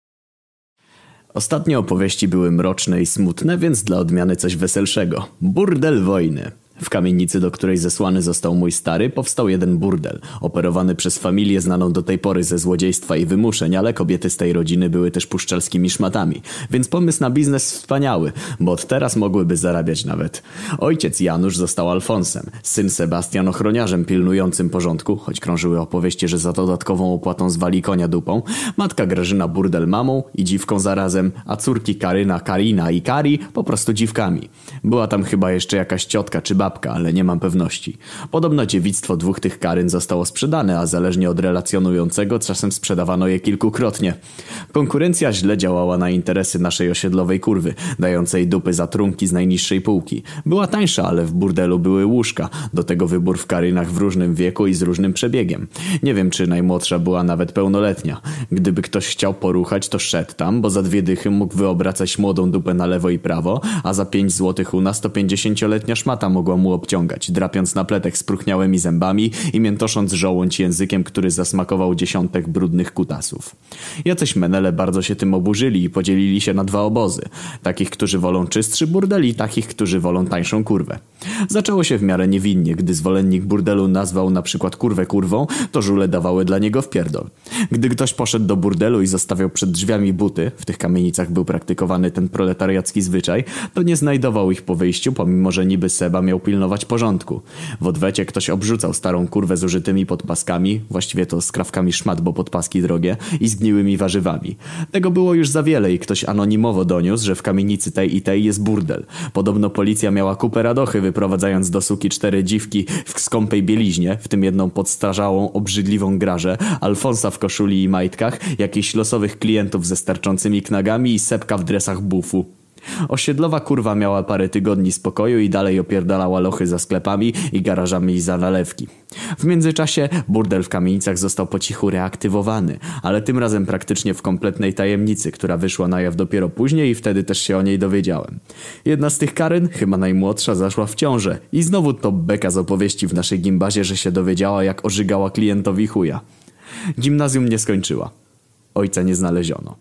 Ostatnie opowieści były mroczne i smutne, więc dla odmiany coś weselszego. Burdel wojny. W kamienicy, do której zesłany został mój stary, powstał jeden burdel, operowany przez familię znaną do tej pory ze złodziejstwa i wymuszeń, ale kobiety z tej rodziny były też puszczalskimi szmatami, więc pomysł na biznes wspaniały, bo od teraz mogłyby zarabiać nawet. Ojciec Janusz został Alfonsem, syn Sebastian ochroniarzem pilnującym porządku, choć krążyły opowieści, że za dodatkową opłatą zwali konia dupą, matka Grażyna burdel mamą i dziwką zarazem, a córki Karyna, Karina i Kari po prostu dziwkami. Była tam chyba jeszcze jakaś ciotka czy babka, ale nie mam pewności. Podobno dziewictwo 2 tych Karyn zostało sprzedane, a zależnie od relacjonującego czasem sprzedawano je kilkukrotnie. Konkurencja źle działała na interesy naszej osiedlowej kurwy, dającej dupy za trunki z najniższej półki. Była tańsza, ale w burdelu były łóżka, do tego wybór w Karynach w różnym wieku i z różnym przebiegiem. Nie wiem, czy najmłodsza była nawet pełnoletnia. Gdyby ktoś chciał poruchać, to szedł tam, bo za 2 dychy mógł wyobracać młodą dupę na lewo i prawo, a za 5 złotych u nas to 50-letnia szmata mogła mu obciągać, drapiąc na pletek spróchniałymi zębami i miętosząc żołądź językiem, który zasmakował dziesiątek brudnych kutasów. Jacyś menele bardzo się tym oburzyli i podzielili się na 2 obozy. Takich, którzy wolą czystszy burdel i takich, którzy wolą tańszą kurwę. Zaczęło się w miarę niewinnie. Gdy zwolennik burdelu nazwał na przykład kurwę kurwą, to żule dawały dla niego wpierdol. Gdy ktoś poszedł do burdelu i zostawiał przed drzwiami buty, w tych kamienicach był praktykowany ten proletariacki zwyczaj, to nie znajdował ich po wyjściu, pomimo że niby Seba miał pilnować porządku. W odwecie ktoś obrzucał starą kurwę z użytymi podpaskami, właściwie to skrawkami szmat, bo podpaski drogie, i zgniłymi warzywami. Tego było już za wiele i ktoś anonimowo doniósł, że w kamienicy tej i tej jest burdel. Podobno policja miała kupę radochy, wyprowadzając do suki 4 dziwki w skąpej bieliźnie, w tym jedną podstarzałą, obrzydliwą grażę, Alfonsa w koszuli i majtkach, jakichś losowych klientów ze sterczącymi knagami i Sepka w dresach bufu. Osiedlowa kurwa miała parę tygodni spokoju i dalej opierdalała lochy za sklepami i garażami za nalewki. W międzyczasie burdel w kamienicach został po cichu reaktywowany, ale tym razem praktycznie w kompletnej tajemnicy, która wyszła na jaw dopiero później i wtedy też się o niej dowiedziałem. Jedna z tych Karyn, chyba najmłodsza, zaszła w ciążę i znowu to beka z opowieści w naszej gimbazie, że się dowiedziała, jak ożygała klientowi chuja. Gimnazjum nie skończyła. Ojca nie znaleziono.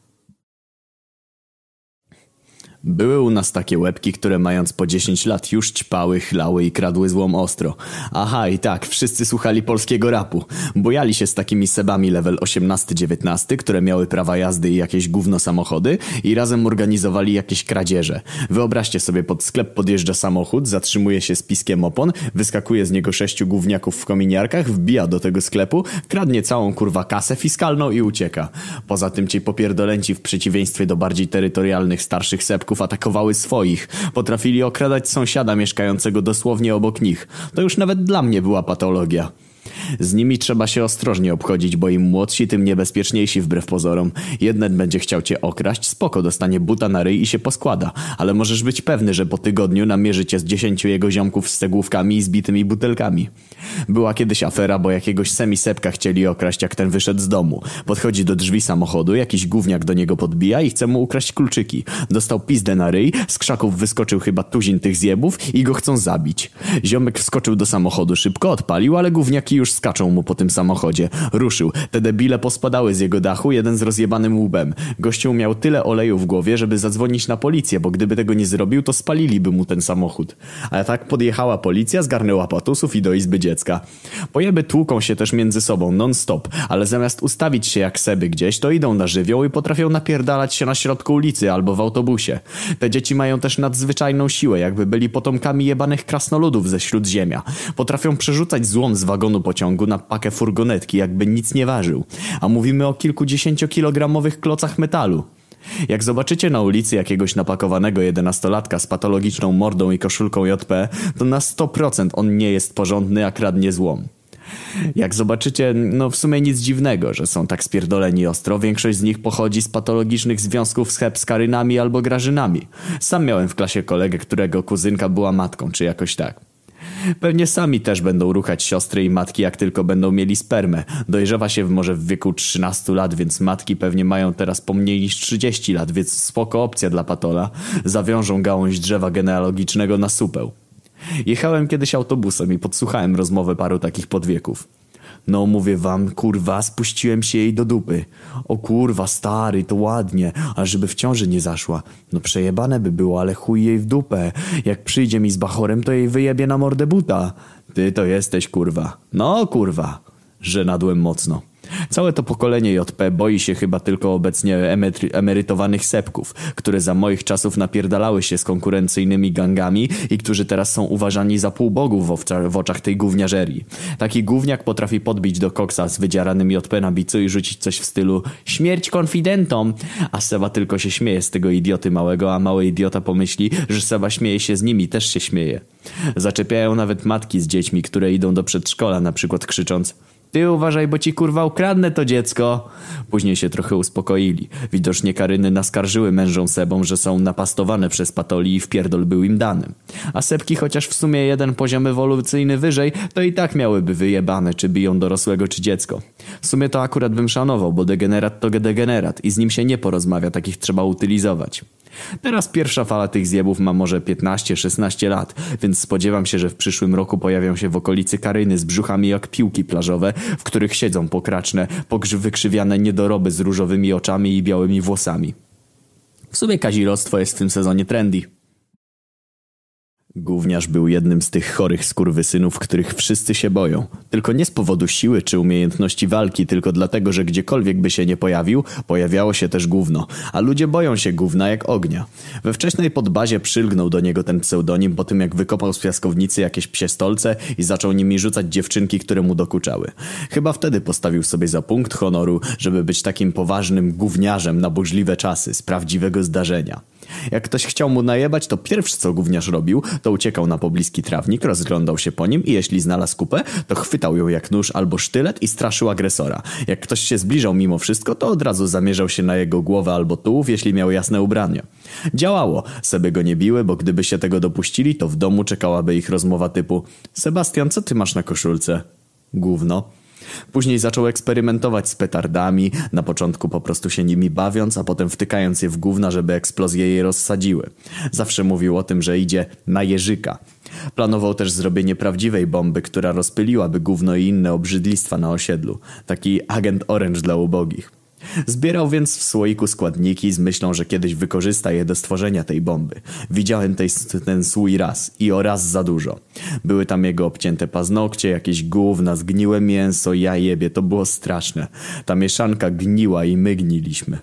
Były u nas takie łebki, które mając po 10 lat już ćpały, chlały i kradły złom ostro. Aha, i tak, wszyscy słuchali polskiego rapu. Bojali się z takimi Sebami level 18-19, które miały prawa jazdy i jakieś gówno samochody i razem organizowali jakieś kradzieże. Wyobraźcie sobie, pod sklep podjeżdża samochód, zatrzymuje się z piskiem opon, wyskakuje z niego 6 gówniaków w kominiarkach, wbija do tego sklepu, kradnie całą kurwa kasę fiskalną i ucieka. Poza tym ci popierdolenci w przeciwieństwie do bardziej terytorialnych starszych Sebków atakowały swoich. Potrafili okradać sąsiada mieszkającego dosłownie obok nich. To już nawet dla mnie była patologia. Z nimi trzeba się ostrożnie obchodzić, bo im młodsi, tym niebezpieczniejsi wbrew pozorom. Jeden będzie chciał cię okraść, spoko, dostanie buta na ryj i się poskłada. Ale możesz być pewny, że po tygodniu namierzy cię z 10 jego ziomków z cegłówkami i zbitymi butelkami. Była kiedyś afera, bo jakiegoś semisepka chcieli okraść, jak ten wyszedł z domu. Podchodzi do drzwi samochodu, jakiś gówniak do niego podbija i chce mu ukraść kluczyki. Dostał pizdę na ryj, z krzaków wyskoczył chyba tuzin tych zjebów i go chcą zabić. Ziomek wskoczył do samochodu, szybko odpalił, ale gówniaki już skaczą mu po tym samochodzie. Ruszył. Te debile pospadały z jego dachu, jeden z rozjebanym łbem. Gościu miał tyle oleju w głowie, żeby zadzwonić na policję, bo gdyby tego nie zrobił, to spaliliby mu ten samochód. A tak podjechała policja, zgarnęła patusów i do izby dziecka. Pojeby tłuką się też między sobą non-stop, ale zamiast ustawić się jak seby gdzieś, to idą na żywioł i potrafią napierdalać się na środku ulicy albo w autobusie. Te dzieci mają też nadzwyczajną siłę, jakby byli potomkami jebanych krasnoludów ze Śródziemia. Potrafią przerzucać złom z wagonu pociągu na pakę furgonetki, jakby nic nie ważył. A mówimy o kilkudziesięciokilogramowych klocach metalu. Jak zobaczycie na ulicy jakiegoś napakowanego 11-latka z patologiczną mordą i koszulką JP, to na 100% on nie jest porządny, a kradnie złom. Jak zobaczycie, no w sumie nic dziwnego, że są tak spierdoleni ostro. Większość z nich pochodzi z patologicznych związków z hepskarynami albo grażynami. Sam miałem w klasie kolegę, którego kuzynka była matką, czy jakoś tak. Pewnie sami też będą ruchać siostry i matki, jak tylko będą mieli spermę. Dojrzewa się może w wieku 13 lat, więc matki pewnie mają teraz po mniej niż 30 lat, więc spoko opcja dla patola. Zawiążą gałąź drzewa genealogicznego na supeł. Jechałem kiedyś autobusem i podsłuchałem rozmowę paru takich podwieków. No mówię wam, kurwa, spuściłem się jej do dupy. O kurwa, stary, to ładnie, a żeby w ciąży nie zaszła. No przejebane by było, ale chuj jej w dupę. Jak przyjdzie mi z bachorem, to jej wyjebie na mordę buta. Ty to jesteś, kurwa. No kurwa. Żenadłem mocno. Całe to pokolenie JP boi się chyba tylko obecnie emerytowanych sepków, które za moich czasów napierdalały się z konkurencyjnymi gangami i którzy teraz są uważani za półbogów w oczach tej gówniażerii. Taki gówniak potrafi podbić do koksa z wydzieranym JP na bicu i rzucić coś w stylu śmierć konfidentom, a Seba tylko się śmieje z tego idioty małego, a mały idiota pomyśli, że Seba śmieje się z nimi, też się śmieje. Zaczepiają nawet matki z dziećmi, które idą do przedszkola, na przykład krzycząc: ty uważaj, bo ci kurwa ukradnę to dziecko. Później się trochę uspokoili. Widocznie Karyny naskarżyły mężom Sebom, że są napastowane przez patoli i wpierdol był im dany. A Sebki chociaż w sumie jeden poziom ewolucyjny wyżej, to i tak miałyby wyjebane, czy biją dorosłego, czy dziecko. W sumie to akurat bym szanował, bo degenerat to degenerat i z nim się nie porozmawia, takich trzeba utylizować. Teraz pierwsza fala tych zjebów ma może 15-16 lat, więc spodziewam się, że w przyszłym roku pojawią się w okolicy Karyny z brzuchami jak piłki plażowe, w których siedzą pokraczne, wykrzywiane niedoroby z różowymi oczami i białymi włosami. W sumie kazirodztwo jest w tym sezonie trendy. Gówniarz był jednym z tych chorych skurwysynów, których wszyscy się boją. Tylko nie z powodu siły czy umiejętności walki, tylko dlatego, że gdziekolwiek by się nie pojawił, pojawiało się też gówno. A ludzie boją się gówna jak ognia. We wcześniej podbazie przylgnął do niego ten pseudonim po tym, jak wykopał z piaskownicy jakieś psie stolce i zaczął nimi rzucać dziewczynki, które mu dokuczały. Chyba wtedy postawił sobie za punkt honoru, żeby być takim poważnym gówniarzem na burzliwe czasy, z prawdziwego zdarzenia. Jak ktoś chciał mu najebać, to pierwsze co gówniarz robił, to uciekał na pobliski trawnik, rozglądał się po nim i jeśli znalazł kupę, to chwytał ją jak nóż albo sztylet i straszył agresora. Jak ktoś się zbliżał mimo wszystko, to od razu zamierzał się na jego głowę albo tułów, jeśli miał jasne ubranie. Działało. Seby go nie biły, bo gdyby się tego dopuścili, to w domu czekałaby ich rozmowa typu: Sebastian, co ty masz na koszulce? Gówno. Później zaczął eksperymentować z petardami, na początku po prostu się nimi bawiąc, a potem wtykając je w gówna, żeby eksplozje je rozsadziły. Zawsze mówił o tym, że idzie na jeżyka. Planował też zrobienie prawdziwej bomby, która rozpyliłaby gówno i inne obrzydlistwa na osiedlu. Taki agent Orange dla ubogich. Zbierał więc w słoiku składniki z myślą, że kiedyś wykorzysta je do stworzenia tej bomby. Widziałem ten słój raz i o raz za dużo. Były tam jego obcięte paznokcie, jakieś gówna, zgniłe mięso, ja jebie, to było straszne. Ta mieszanka gniła i my gniliśmy.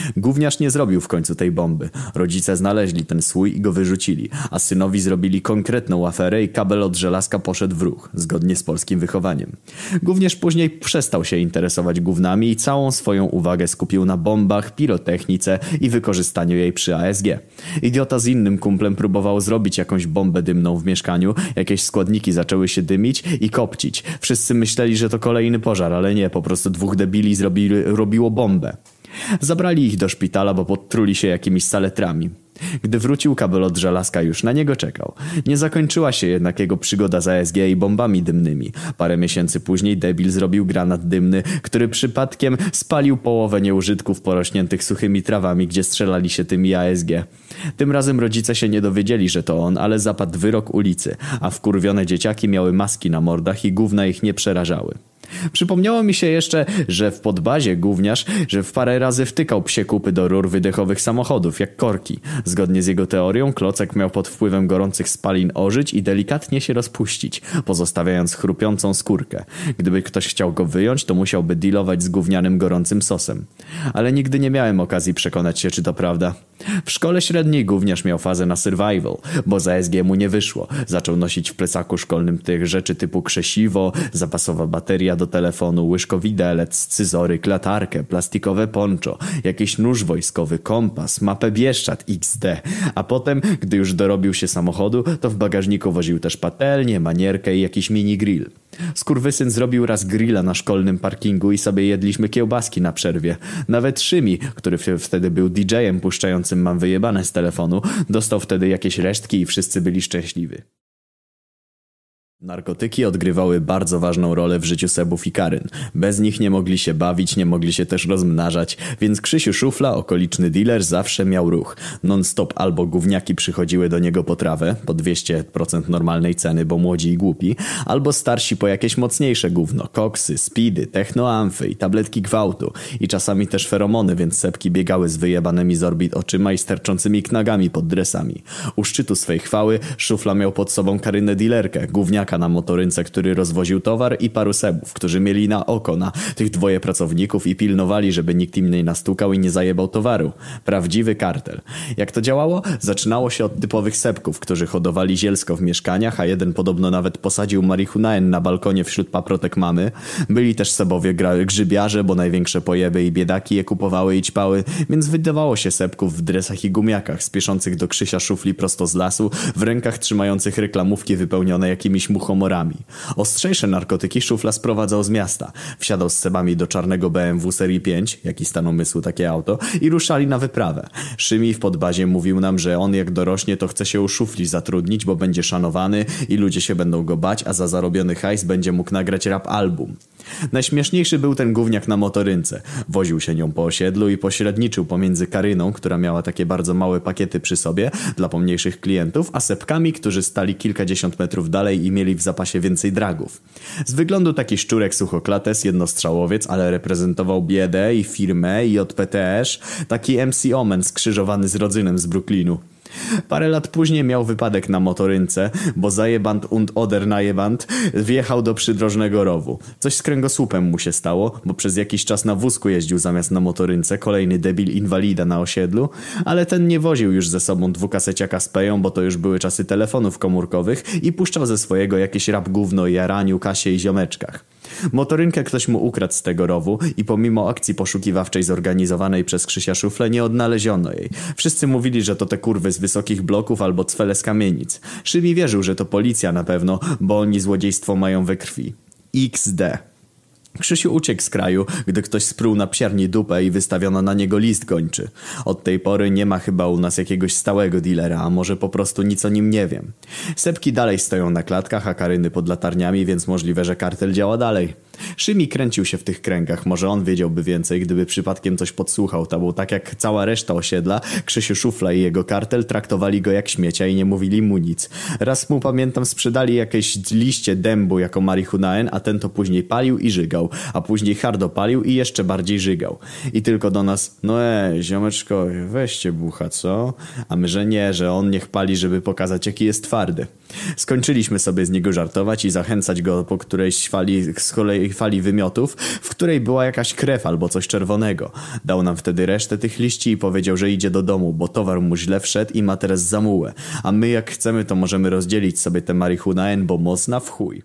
Gówniarz nie zrobił w końcu tej bomby. Rodzice znaleźli ten słój i go wyrzucili, a synowi zrobili konkretną aferę i kabel od żelazka poszedł w ruch, zgodnie z polskim wychowaniem. Gówniarz później przestał się interesować gównami i całą swoją uwagę skupił na bombach, pirotechnice i wykorzystaniu jej przy ASG. Idiota z innym kumplem próbował zrobić jakąś bombę dymną w mieszkaniu, jakieś składniki zaczęły się dymić i kopcić. Wszyscy myśleli, że to kolejny pożar, ale nie, po prostu dwóch debili robiło bombę. Zabrali ich do szpitala, bo podtruli się jakimiś saletrami. Gdy wrócił, kabel od żelazka już na niego czekał. Nie zakończyła się jednak jego przygoda z ASG i bombami dymnymi. Parę miesięcy później debil zrobił granat dymny, który przypadkiem spalił połowę nieużytków porośniętych suchymi trawami, gdzie strzelali się tymi ASG. Tym razem rodzice się nie dowiedzieli, że to on, ale zapadł wyrok ulicy, a wkurwione dzieciaki miały maski na mordach i gówna ich nie przerażały. Przypomniało mi się jeszcze, że w podbazie gówniarz, że w parę razy wtykał psie kupy do rur wydechowych samochodów, jak korki. Zgodnie z jego teorią, klocek miał pod wpływem gorących spalin ożyć i delikatnie się rozpuścić, pozostawiając chrupiącą skórkę. Gdyby ktoś chciał go wyjąć, to musiałby dealować z gównianym gorącym sosem. Ale nigdy nie miałem okazji przekonać się, czy to prawda. W szkole średniej gówniarz miał fazę na survival, bo za SG mu nie wyszło. Zaczął nosić w plecaku szkolnym tych rzeczy typu krzesiwo, zapasowa bateria do telefonu, łyżko widelec, scyzory, klatarkę, plastikowe poncho, jakiś nóż wojskowy, kompas, mapę Bieszczad XD. A potem, gdy już dorobił się samochodu, to w bagażniku woził też patelnię, manierkę i jakiś mini grill. Skurwysyn zrobił raz grilla na szkolnym parkingu i sobie jedliśmy kiełbaski na przerwie. Nawet Szymi, który wtedy był DJ-em puszczającym Mam wyjebane z telefonu, dostał wtedy jakieś resztki i wszyscy byli szczęśliwi. Narkotyki odgrywały bardzo ważną rolę w życiu Sebów i Karyn. Bez nich nie mogli się bawić, nie mogli się też rozmnażać, więc Krzysiu Szufla, okoliczny dealer, zawsze miał ruch. Non-stop albo gówniaki przychodziły do niego po trawę, po 200% normalnej ceny, bo młodzi i głupi, albo starsi po jakieś mocniejsze gówno, koksy, speedy, technoamfy i tabletki gwałtu i czasami też feromony, więc Sebki biegały z wyjebanymi z orbit oczyma i sterczącymi knagami pod dresami. U szczytu swej chwały Szufla miał pod sobą Karynę dealerkę, gówniaka na motorynce, który rozwoził towar i paru Sebów, którzy mieli na oko na tych dwoje pracowników i pilnowali, żeby nikt im nie nastukał i nie zajebał towaru. Prawdziwy kartel. Jak to działało? Zaczynało się od typowych Sebków, którzy hodowali zielsko w mieszkaniach, a jeden podobno nawet posadził marihuanę na balkonie wśród paprotek mamy. Byli też Sebowie grzybiarze, bo największe pojeby i biedaki je kupowały i ćpały, więc wydawało się Sebków w dresach i gumiakach, spieszących do Krzysia Szufli prosto z lasu, w rękach trzymających reklamówki wypełnione jakimiś muchomorami. Ostrzejsze narkotyki Szufla sprowadzał z miasta. Wsiadał z Sebami do czarnego BMW serii 5, jaki stan umysłu takie auto, i ruszali na wyprawę. Szymi w podbazie mówił nam, że on jak dorośnie, to chce się u Szufli zatrudnić, bo będzie szanowany i ludzie się będą go bać, a za zarobiony hajs będzie mógł nagrać rap album. Najśmieszniejszy był ten gówniak na motorynce. Woził się nią po osiedlu i pośredniczył pomiędzy Karyną, która miała takie bardzo małe pakiety przy sobie dla pomniejszych klientów, a Sebkami, którzy stali kilkadziesiąt metrów dalej i mieli w zapasie więcej dragów. Z wyglądu taki szczurek suchoklates, jednostrzałowiec, ale reprezentował biedę i firmę i JPTS, taki MC Omen skrzyżowany z rodzynem z Brooklynu. Parę lat później miał wypadek na motorynce, bo zajeband und oder najeband wjechał do przydrożnego rowu. Coś z kręgosłupem mu się stało, bo przez jakiś czas na wózku jeździł zamiast na motorynce, kolejny debil inwalida na osiedlu, ale ten nie woził już ze sobą dwukaseciaka z peją, bo to już były czasy telefonów komórkowych i puszczał ze swojego jakieś rap gówno o jaraniu, kasie i ziomeczkach. Motorynkę ktoś mu ukradł z tego rowu i pomimo akcji poszukiwawczej zorganizowanej przez Krzysia Szuflę nie odnaleziono jej. Wszyscy mówili, że to te kurwy z wysokich bloków albo cwele z kamienic. Szymi wierzył, że to policja na pewno, bo oni złodziejstwo mają we krwi. XD. Krzysiu uciekł z kraju, gdy ktoś spruł na psiarni dupę i wystawiono na niego list gończy. Od tej pory nie ma chyba u nas jakiegoś stałego dealera, a może po prostu nic o nim nie wiem. Sebki dalej stoją na klatkach, a Karyny pod latarniami, więc możliwe, że kartel działa dalej. Szymi kręcił się w tych kręgach, może on wiedziałby więcej, gdyby przypadkiem coś podsłuchał, to był tak jak cała reszta osiedla, Krzysiu Szufla i jego kartel traktowali go jak śmiecia i nie mówili mu nic. Raz mu, pamiętam, sprzedali jakieś liście dębu jako marihuanę, a ten to później palił i żygał, a później hardo palił i jeszcze bardziej żygał. I tylko do nas, no ziomeczko, weźcie bucha, co? A my, że nie, że on niech pali, żeby pokazać, jaki jest twardy. Skończyliśmy sobie z niego żartować i zachęcać go po którejś fali wymiotów, w której była jakaś krew albo coś czerwonego. Dał nam wtedy resztę tych liści i powiedział, że idzie do domu, bo towar mu źle wszedł i ma teraz zamułę. A my jak chcemy, to możemy rozdzielić sobie tę marihuanę, bo mocna w chuj.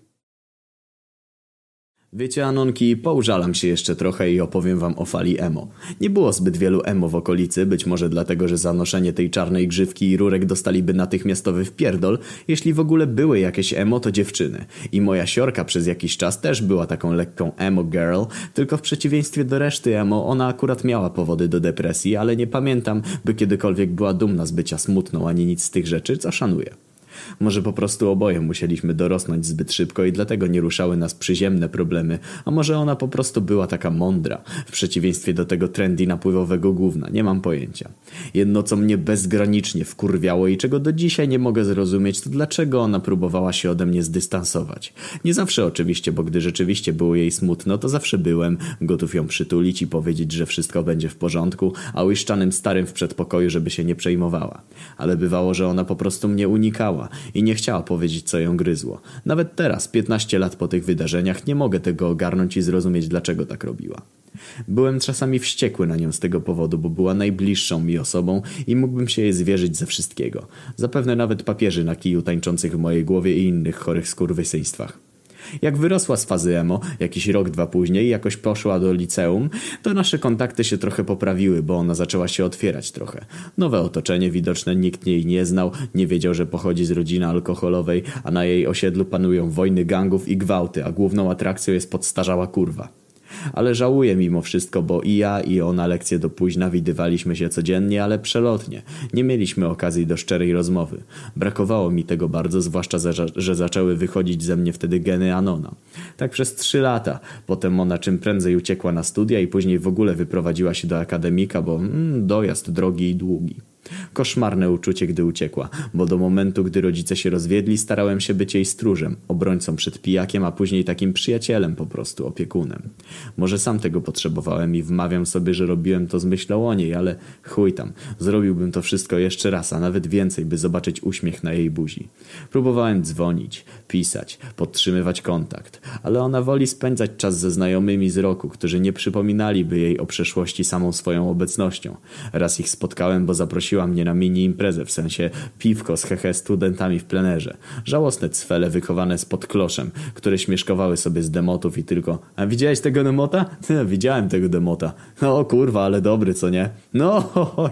Wiecie, Anonki, poużalam się jeszcze trochę i opowiem wam o fali emo. Nie było zbyt wielu emo w okolicy, być może dlatego, że za noszenie tej czarnej grzywki i rurek dostaliby natychmiastowy wpierdol. Jeśli w ogóle były jakieś emo, to dziewczyny. I moja siorka przez jakiś czas też była taką lekką emo girl, tylko w przeciwieństwie do reszty emo, ona akurat miała powody do depresji, ale nie pamiętam, by kiedykolwiek była dumna z bycia smutną, ani nic z tych rzeczy, co szanuję. Może po prostu oboje musieliśmy dorosnąć zbyt szybko i dlatego nie ruszały nas przyziemne problemy, a może ona po prostu była taka mądra, w przeciwieństwie do tego trendy napływowego gówna, nie mam pojęcia. Jedno, co mnie bezgranicznie wkurwiało i czego do dzisiaj nie mogę zrozumieć, to dlaczego ona próbowała się ode mnie zdystansować. Nie zawsze oczywiście, bo gdy rzeczywiście było jej smutno, to zawsze byłem gotów ją przytulić i powiedzieć, że wszystko będzie w porządku, a łyszczanym starym w przedpokoju, żeby się nie przejmowała. Ale bywało, że ona po prostu mnie unikała i nie chciała powiedzieć, co ją gryzło. Nawet teraz, 15 lat po tych wydarzeniach, nie mogę tego ogarnąć i zrozumieć, dlaczego tak robiła. Byłem czasami wściekły na nią z tego powodu, bo była najbliższą mi osobą i mógłbym się jej zwierzyć ze wszystkiego. Zapewne nawet papieży na kiju tańczących w mojej głowie i innych chorych skurwysyństwach. Jak wyrosła z fazy emo, jakiś rok, dwa później, jakoś poszła do liceum, to nasze kontakty się trochę poprawiły, bo ona zaczęła się otwierać trochę. Nowe otoczenie widoczne, nikt jej nie znał, nie wiedział, że pochodzi z rodziny alkoholowej, a na jej osiedlu panują wojny gangów i gwałty, a główną atrakcją jest podstarzała kurwa. Ale żałuję mimo wszystko, bo i ja, i ona lekcje do późna widywaliśmy się codziennie, ale przelotnie. Nie mieliśmy okazji do szczerej rozmowy. Brakowało mi tego bardzo, zwłaszcza, że zaczęły wychodzić ze mnie wtedy geny Anona. Tak przez 3 lata. Potem ona czym prędzej uciekła na studia i później w ogóle wyprowadziła się do akademika, bo dojazd drogi i długi. Koszmarne uczucie, gdy uciekła, bo do momentu, gdy rodzice się rozwiedli, starałem się być jej stróżem, obrońcą przed pijakiem, a później takim przyjacielem po prostu, opiekunem. Może sam tego potrzebowałem i wmawiam sobie, że robiłem to z myślą o niej, ale chuj tam, zrobiłbym to wszystko jeszcze raz, a nawet więcej, by zobaczyć uśmiech na jej buzi. Próbowałem dzwonić, pisać, podtrzymywać kontakt, ale ona woli spędzać czas ze znajomymi z roku, którzy nie przypominaliby jej o przeszłości samą swoją obecnością. Raz ich spotkałem, bo zaprosiła mnie na mini imprezę, w sensie piwko z hehe studentami w plenerze. Żałosne cwele wychowane spod kloszem, które śmieszkowały sobie z demotów i tylko: a widziałeś tego demota? Widziałem tego demota. No kurwa, ale dobry, co nie? No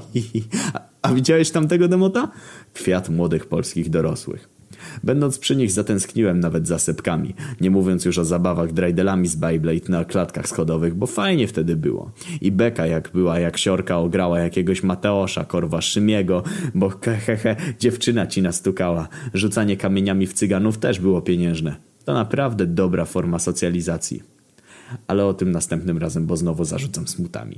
a widziałeś tamtego demota? Kwiat młodych polskich dorosłych. Będąc przy nich zatęskniłem nawet za sepkami, nie mówiąc już o zabawach drajdelami z Beyblade na klatkach schodowych, bo fajnie wtedy było. I beka jak była, jak siorka ograła jakiegoś Mateosza, korwa Szymiego, bo dziewczyna ci nastukała. Rzucanie kamieniami w cyganów też było pieniężne. To naprawdę dobra forma socjalizacji. Ale o tym następnym razem, bo znowu zarzucam smutami.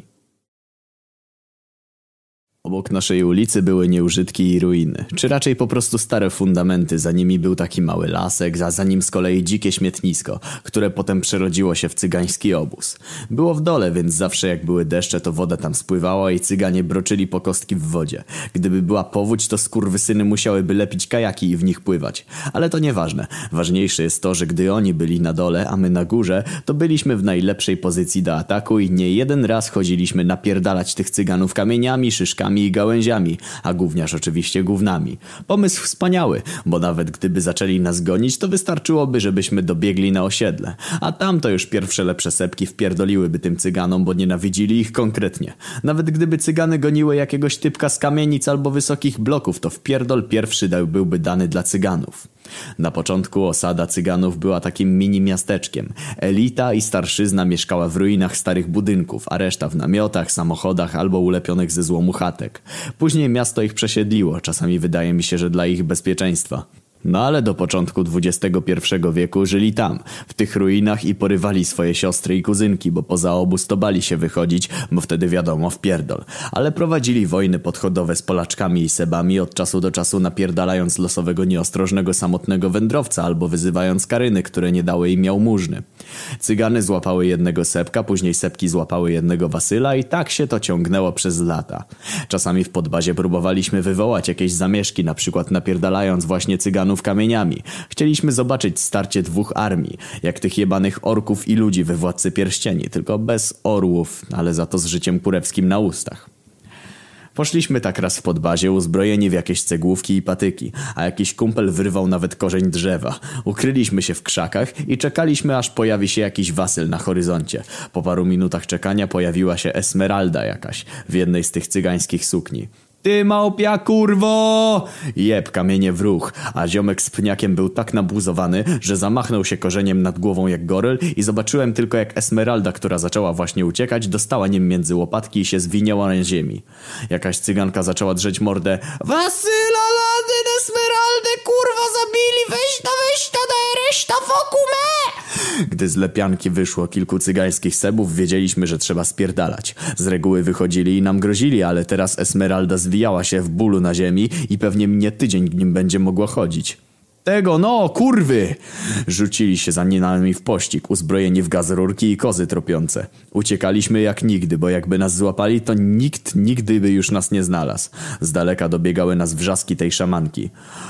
Obok naszej ulicy były nieużytki i ruiny, czy raczej po prostu stare fundamenty, za nimi był taki mały lasek, a za nim z kolei dzikie śmietnisko, które potem przerodziło się w cygański obóz. Było w dole, więc zawsze jak były deszcze, to woda tam spływała i cyganie broczyli po kostki w wodzie. Gdyby była powódź, to skurwysyny musiałyby lepić kajaki i w nich pływać. Ale to nieważne. Ważniejsze jest to, że gdy oni byli na dole, a my na górze, to byliśmy w najlepszej pozycji do ataku i nie jeden raz chodziliśmy napierdalać tych cyganów kamieniami, szyszkami i gałęziami, a gówniarz oczywiście gównami. Pomysł wspaniały, bo nawet gdyby zaczęli nas gonić, to wystarczyłoby, żebyśmy dobiegli na osiedle. A tam to już pierwsze lepsze sepki wpierdoliłyby tym cyganom, bo nienawidzili ich konkretnie. Nawet gdyby cygany goniły jakiegoś typka z kamienic albo wysokich bloków, to wpierdol pierwszy byłby dany dla cyganów. Na początku osada cyganów była takim mini miasteczkiem. Elita i starszyzna mieszkała w ruinach starych budynków, a reszta w namiotach, samochodach albo ulepionych ze złomu chatek. Później miasto ich przesiedliło, czasami wydaje mi się, że dla ich bezpieczeństwa. No ale do początku XXI wieku żyli tam, w tych ruinach i porywali swoje siostry i kuzynki, bo poza obóz to bali się wychodzić, bo wtedy wiadomo wpierdol. Ale prowadzili wojny podchodowe z Polaczkami i Sebami, od czasu do czasu napierdalając losowego nieostrożnego samotnego wędrowca albo wyzywając karyny, które nie dały im jałmużny. Cygany złapały jednego sepka, później sepki złapały jednego wasyla i tak się to ciągnęło przez lata. Czasami w podbazie próbowaliśmy wywołać jakieś zamieszki, na przykład napierdalając właśnie cyganów cyganów kamieniami. Chcieliśmy zobaczyć starcie dwóch armii, jak tych jebanych orków i ludzi we Władcy Pierścieni, tylko bez orłów, ale za to z życiem kurewskim na ustach. Poszliśmy tak raz w podbazie, uzbrojeni w jakieś cegłówki i patyki, a jakiś kumpel wyrwał nawet korzeń drzewa. Ukryliśmy się w krzakach i czekaliśmy, aż pojawi się jakiś wasyl na horyzoncie. Po paru minutach czekania pojawiła się Esmeralda jakaś w jednej z tych cygańskich sukni. Ty małpia kurwo! Jeb kamienie w ruch, a ziomek z pniakiem był tak nabuzowany, że zamachnął się korzeniem nad głową jak goryl i zobaczyłem tylko jak Esmeralda, która zaczęła właśnie uciekać, dostała nim między łopatki i się zwinięła na ziemi. Jakaś cyganka zaczęła drzeć mordę. Wasyla, Ladyn, Esmeraldę kurwa zabili, weź ta reszta wokół me! Gdy z lepianki wyszło kilku cygańskich sebów, wiedzieliśmy, że trzeba spierdalać. Z reguły wychodzili i nam grozili, ale teraz Esmeralda zwijała się w bólu na ziemi i pewnie minie tydzień, nim będzie mogła chodzić. Tego, no, kurwy! Rzucili się za nami w pościg, uzbrojeni w gaz rurki i kozy tropiące. Uciekaliśmy jak nigdy, bo jakby nas złapali, to nikt nigdy by już nas nie znalazł. Z daleka dobiegały nas wrzaski tej szamanki.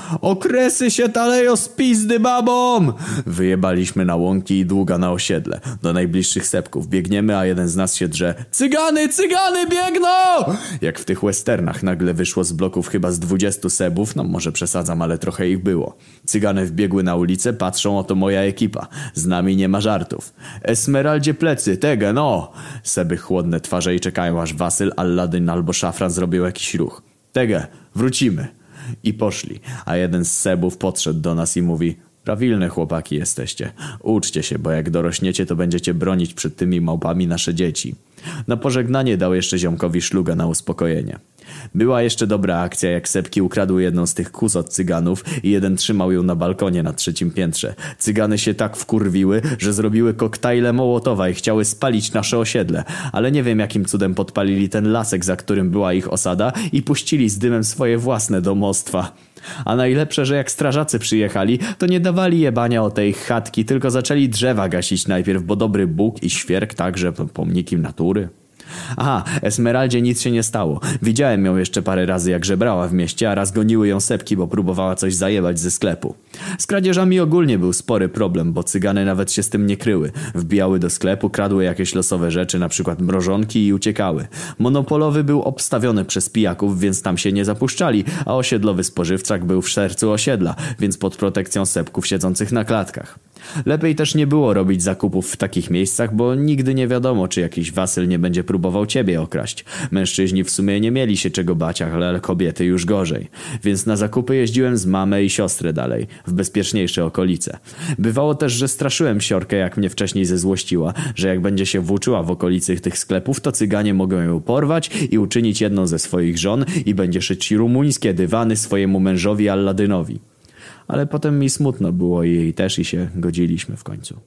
Okresy się taleją z pizdy babom! Wyjebaliśmy na łąki i długa na osiedle. Do najbliższych sepków biegniemy, a jeden z nas się drze. Cygany, biegną! Jak w tych westernach nagle wyszło z bloków chyba z 20 sebów, no może przesadzam, ale trochę ich było. Cygany wbiegły na ulicę, patrzą, oto moja ekipa. Z nami nie ma żartów. Esmeraldzie plecy, tege, no! Seby chłodne twarze i czekają, aż Wasyl, Alladyn albo Szafran zrobił jakiś ruch. Tege, wrócimy. I poszli, a jeden z sebów podszedł do nas i mówi: prawilne chłopaki jesteście. Uczcie się, bo jak dorośniecie, to będziecie bronić przed tymi małpami nasze dzieci. Na pożegnanie dał jeszcze ziomkowi szluga na uspokojenie. Była jeszcze dobra akcja, jak sepki ukradły jedną z tych kóz od cyganów i jeden trzymał ją na balkonie na 3. piętrze. Cygany się tak wkurwiły, że zrobiły koktajle Mołotowa i chciały spalić nasze osiedle, ale nie wiem jakim cudem podpalili ten lasek, za którym była ich osada i puścili z dymem swoje własne domostwa. A najlepsze, że jak strażacy przyjechali, to nie dawali jebania o tej chatki, tylko zaczęli drzewa gasić najpierw, bo dobry Bóg i świerk także pomnikiem natury. Aha, Esmeraldzie nic się nie stało. Widziałem ją jeszcze parę razy, jak żebrała w mieście, a raz goniły ją sepki, bo próbowała coś zajebać ze sklepu. Z kradzieżami ogólnie był spory problem, bo cygany nawet się z tym nie kryły. Wbijały do sklepu, kradły jakieś losowe rzeczy, na przykład mrożonki i uciekały. Monopolowy był obstawiony przez pijaków, więc tam się nie zapuszczali, a osiedlowy spożywczak był w sercu osiedla, więc pod protekcją sepków siedzących na klatkach. Lepiej też nie było robić zakupów w takich miejscach, bo nigdy nie wiadomo, czy jakiś wasyl nie będzie próbował ciebie okraść. Mężczyźni w sumie nie mieli się czego bać, ale kobiety już gorzej. Więc na zakupy jeździłem z mamę i siostrę dalej, w bezpieczniejsze okolice. Bywało też, że straszyłem siorkę, jak mnie wcześniej zezłościła, że jak będzie się włóczyła w okolicy tych sklepów, to cyganie mogą ją porwać i uczynić jedną ze swoich żon i będzie szyć rumuńskie dywany swojemu mężowi Alladynowi. Ale potem mi smutno było i jej też i się godziliśmy w końcu.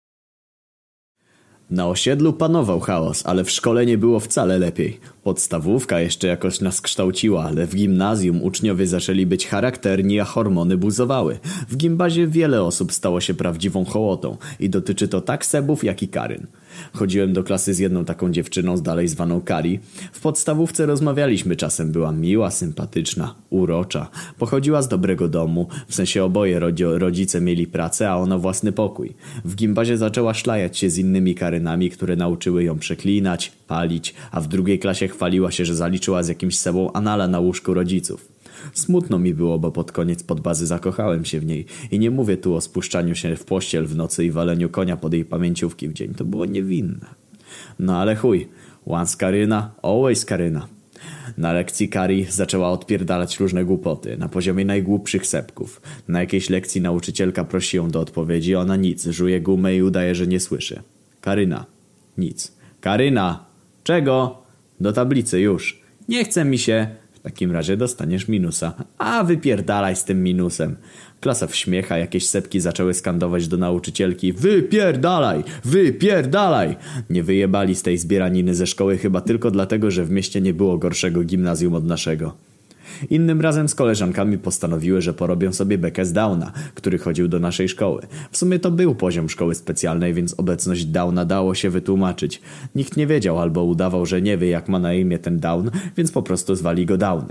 Na osiedlu panował chaos, ale w szkole nie było wcale lepiej. Podstawówka jeszcze jakoś nas kształciła, ale w gimnazjum uczniowie zaczęli być charakterni, a hormony buzowały. W gimbazie wiele osób stało się prawdziwą hołotą i dotyczy to tak sebów, jak i Karyn. Chodziłem do klasy z jedną taką dziewczyną, dalej zwaną Kari. W podstawówce rozmawialiśmy czasem, była miła, sympatyczna, urocza. Pochodziła z dobrego domu, w sensie oboje rodzice mieli pracę, a ona własny pokój. W gimbazie zaczęła szlajać się z innymi Karynami, które nauczyły ją przeklinać, palić, a w 2. klasie chwaliła się, że zaliczyła z jakimś sebą anala na łóżku rodziców. Smutno mi było, bo pod koniec podbazy zakochałem się w niej i nie mówię tu o spuszczaniu się w pościel w nocy i waleniu konia pod jej pamięciówki w dzień. To było niewinne. No ale chuj. Once Karyna, always Karyna. Na lekcji Kari zaczęła odpierdalać różne głupoty na poziomie najgłupszych sepków. Na jakiejś lekcji nauczycielka prosi ją do odpowiedzi, ona nic, żuje gumę i udaje, że nie słyszy. Karyna. Nic. Karyna! Czego? Do tablicy już. Nie chce mi się. W takim razie dostaniesz minusa. A wypierdalaj z tym minusem. Klasa w śmiech, a jakieś sepki zaczęły skandować do nauczycielki: wypierdalaj! Wypierdalaj! Nie wyjebali z tej zbieraniny ze szkoły chyba tylko dlatego, że w mieście nie było gorszego gimnazjum od naszego. Innym razem z koleżankami postanowiły, że porobią sobie bekę z Downa, który chodził do naszej szkoły. W sumie to był poziom szkoły specjalnej, więc obecność Downa dało się wytłumaczyć. Nikt nie wiedział albo udawał, że nie wie, jak ma na imię ten Down, więc po prostu zwali go Downem.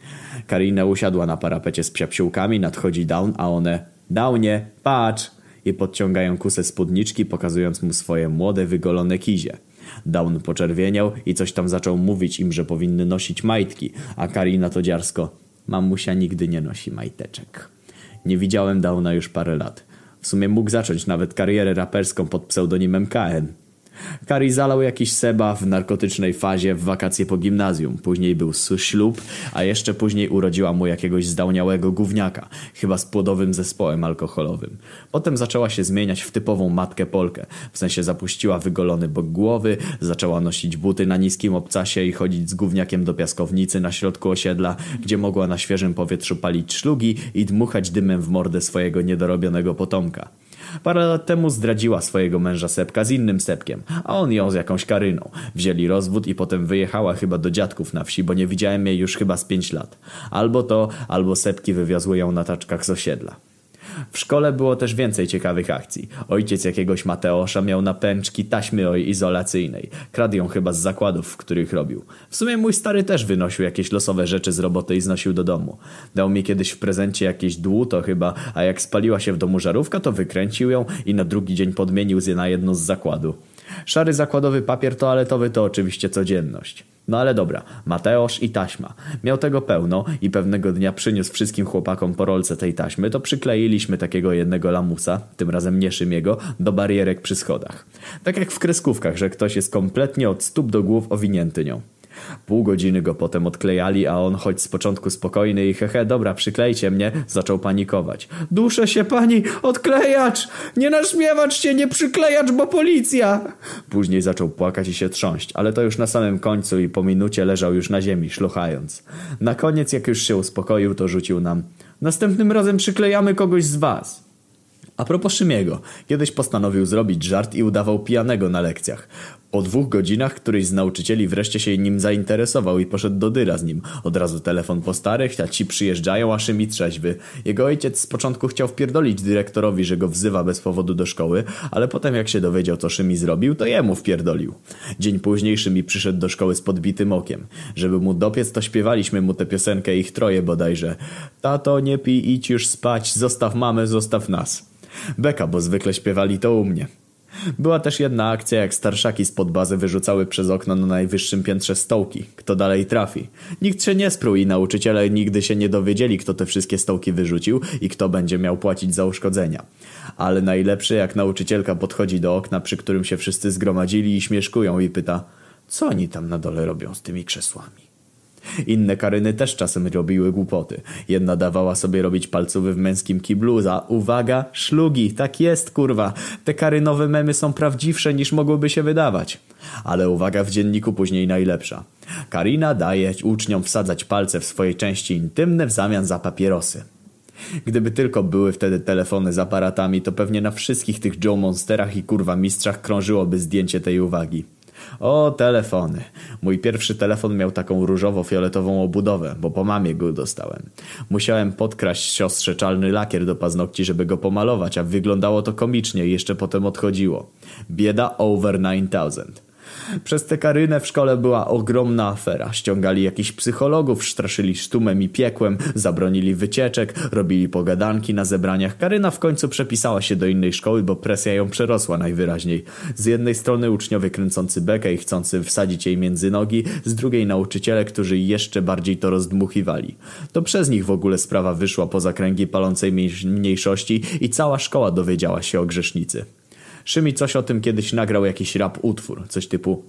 Karina usiadła na parapecie z psiapsiłkami, nadchodzi Dawn, a one: Dawnie, patrz! I podciągają kusę spódniczki, pokazując mu swoje młode, wygolone kizie. Dawn poczerwieniał i coś tam zaczął mówić im, że powinny nosić majtki, a Karina to dziarsko: mamusia nigdy nie nosi majteczek. Nie widziałem Dawna już parę lat. W sumie mógł zacząć nawet karierę raperską pod pseudonimem KN. Kari zalał jakiś Seba w narkotycznej fazie w wakacje po gimnazjum. Później był ślub, a jeszcze później urodziła mu jakiegoś zdałniałego gówniaka, chyba z płodowym zespołem alkoholowym. Potem zaczęła się zmieniać w typową matkę Polkę. W sensie zapuściła wygolony bok głowy, zaczęła nosić buty na niskim obcasie i chodzić z gówniakiem do piaskownicy na środku osiedla, gdzie mogła na świeżym powietrzu palić szlugi i dmuchać dymem w mordę swojego niedorobionego potomka. Parę lat temu zdradziła swojego męża Sepka z innym Sepkiem, a on ją z jakąś Karyną. Wzięli rozwód i potem wyjechała chyba do dziadków na wsi, bo nie widziałem jej już chyba z 5 lat. Albo to, albo Sepki wywiozły ją na taczkach z osiedla. W szkole było też więcej ciekawych akcji. Ojciec jakiegoś Mateosza miał na pęczki taśmy izolacyjnej. Kradł ją chyba z zakładów, w których robił. W sumie mój stary też wynosił jakieś losowe rzeczy z roboty i znosił do domu. Dał mi kiedyś w prezencie jakieś dłuto chyba, a jak spaliła się w domu żarówka, to wykręcił ją i na drugi dzień podmienił je na jedno z zakładu. Szary zakładowy papier toaletowy to oczywiście codzienność. No ale dobra, Mateusz i taśma. Miał tego pełno i pewnego dnia przyniósł wszystkim chłopakom po rolce tej taśmy, to przykleiliśmy takiego jednego lamusa, tym razem nie Szymiego, do barierek przy schodach. Tak jak w kreskówkach, że ktoś jest kompletnie od stóp do głów owinięty nią. Pół godziny go potem odklejali, a on, choć z początku spokojny i hehe, dobra, przyklejcie mnie, zaczął panikować. Duszę się pani, odklejacz! Nie naśmiewać się, nie przyklejacz, bo policja! Później zaczął płakać i się trząść, ale to już na samym końcu i po minucie leżał już na ziemi, szlochając. Na koniec, jak już się uspokoił, to rzucił nam: następnym razem przyklejamy kogoś z was. A propos Szymiego, kiedyś postanowił zrobić żart i udawał pijanego na lekcjach. Po 2 godzinach któryś z nauczycieli wreszcie się nim zainteresował i poszedł do dyra z nim. Od razu telefon po starych, a ci przyjeżdżają, a Szymi trzeźwy. Jego ojciec z początku chciał wpierdolić dyrektorowi, że go wzywa bez powodu do szkoły, ale potem jak się dowiedział, co Szymi zrobił, to jemu wpierdolił. Dzień później Szymi przyszedł do szkoły z podbitym okiem. Żeby mu dopiec, to śpiewaliśmy mu tę piosenkę ich troje bodajże. Tato, nie pij, idź już spać, zostaw mamę, zostaw nas. Beka, bo zwykle śpiewali to u mnie. Była też jedna akcja, jak starszaki spod bazy wyrzucały przez okno na najwyższym piętrze stołki. Kto dalej trafi? Nikt się nie sprół i nauczyciele nigdy się nie dowiedzieli, kto te wszystkie stołki wyrzucił i kto będzie miał płacić za uszkodzenia. Ale najlepsze, jak nauczycielka podchodzi do okna, przy którym się wszyscy zgromadzili i śmieszkują i pyta: co oni tam na dole robią z tymi krzesłami? Inne Karyny też czasem robiły głupoty. Jedna dawała sobie robić palcówy w męskim kiblu za, uwaga, szlugi, tak jest kurwa. Te Karynowe memy są prawdziwsze niż mogłyby się wydawać. Ale uwaga, w dzienniku później najlepsza. Karina daje uczniom wsadzać palce w swoje części intymne w zamian za papierosy. Gdyby tylko były wtedy telefony z aparatami, to pewnie na wszystkich tych Joe Monsterach i kurwa mistrzach krążyłoby zdjęcie tej uwagi. O, telefony. Mój pierwszy telefon miał taką różowo-fioletową obudowę, bo po mamie go dostałem. Musiałem podkraść siostrze czarny lakier do paznokci, żeby go pomalować, a wyglądało to komicznie i jeszcze potem odchodziło. Bieda over 9000. Przez tę Karynę w szkole była ogromna afera. Ściągali jakichś psychologów, straszyli sztumem i piekłem, zabronili wycieczek, robili pogadanki na zebraniach. Karyna w końcu przepisała się do innej szkoły, bo presja ją przerosła najwyraźniej. Z jednej strony uczniowie kręcący bekę i chcący wsadzić jej między nogi, z drugiej nauczyciele, którzy jeszcze bardziej to rozdmuchiwali. To przez nich w ogóle sprawa wyszła poza kręgi palącej mniejszości i cała szkoła dowiedziała się o grzesznicy. Szymi coś o tym kiedyś nagrał, jakiś rap utwór. Coś typu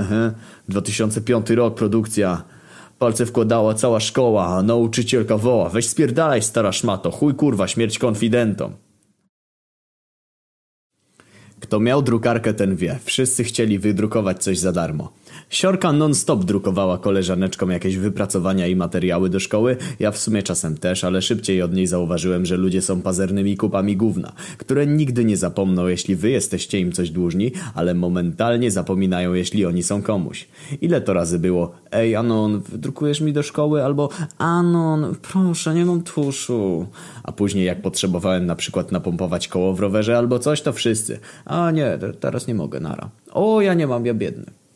2005 rok produkcja. Palce wkładała cała szkoła, a nauczycielka woła: weź spierdalaj stara szmato, chuj kurwa, śmierć konfidentom. Kto miał drukarkę, ten wie. Wszyscy chcieli wydrukować coś za darmo. Siorka non-stop drukowała koleżaneczkom jakieś wypracowania i materiały do szkoły. Ja w sumie czasem też, ale szybciej od niej zauważyłem, że ludzie są pazernymi kupami gówna, które nigdy nie zapomną, jeśli wy jesteście im coś dłużni, ale momentalnie zapominają, jeśli oni są komuś. Ile to razy było: ej Anon, wydrukujesz mi do szkoły? Albo Anon, proszę, nie mam tuszu. A później jak potrzebowałem na przykład napompować koło w rowerze albo coś, to wszyscy: a nie, teraz nie mogę, nara. O, ja nie mam, ja biedny.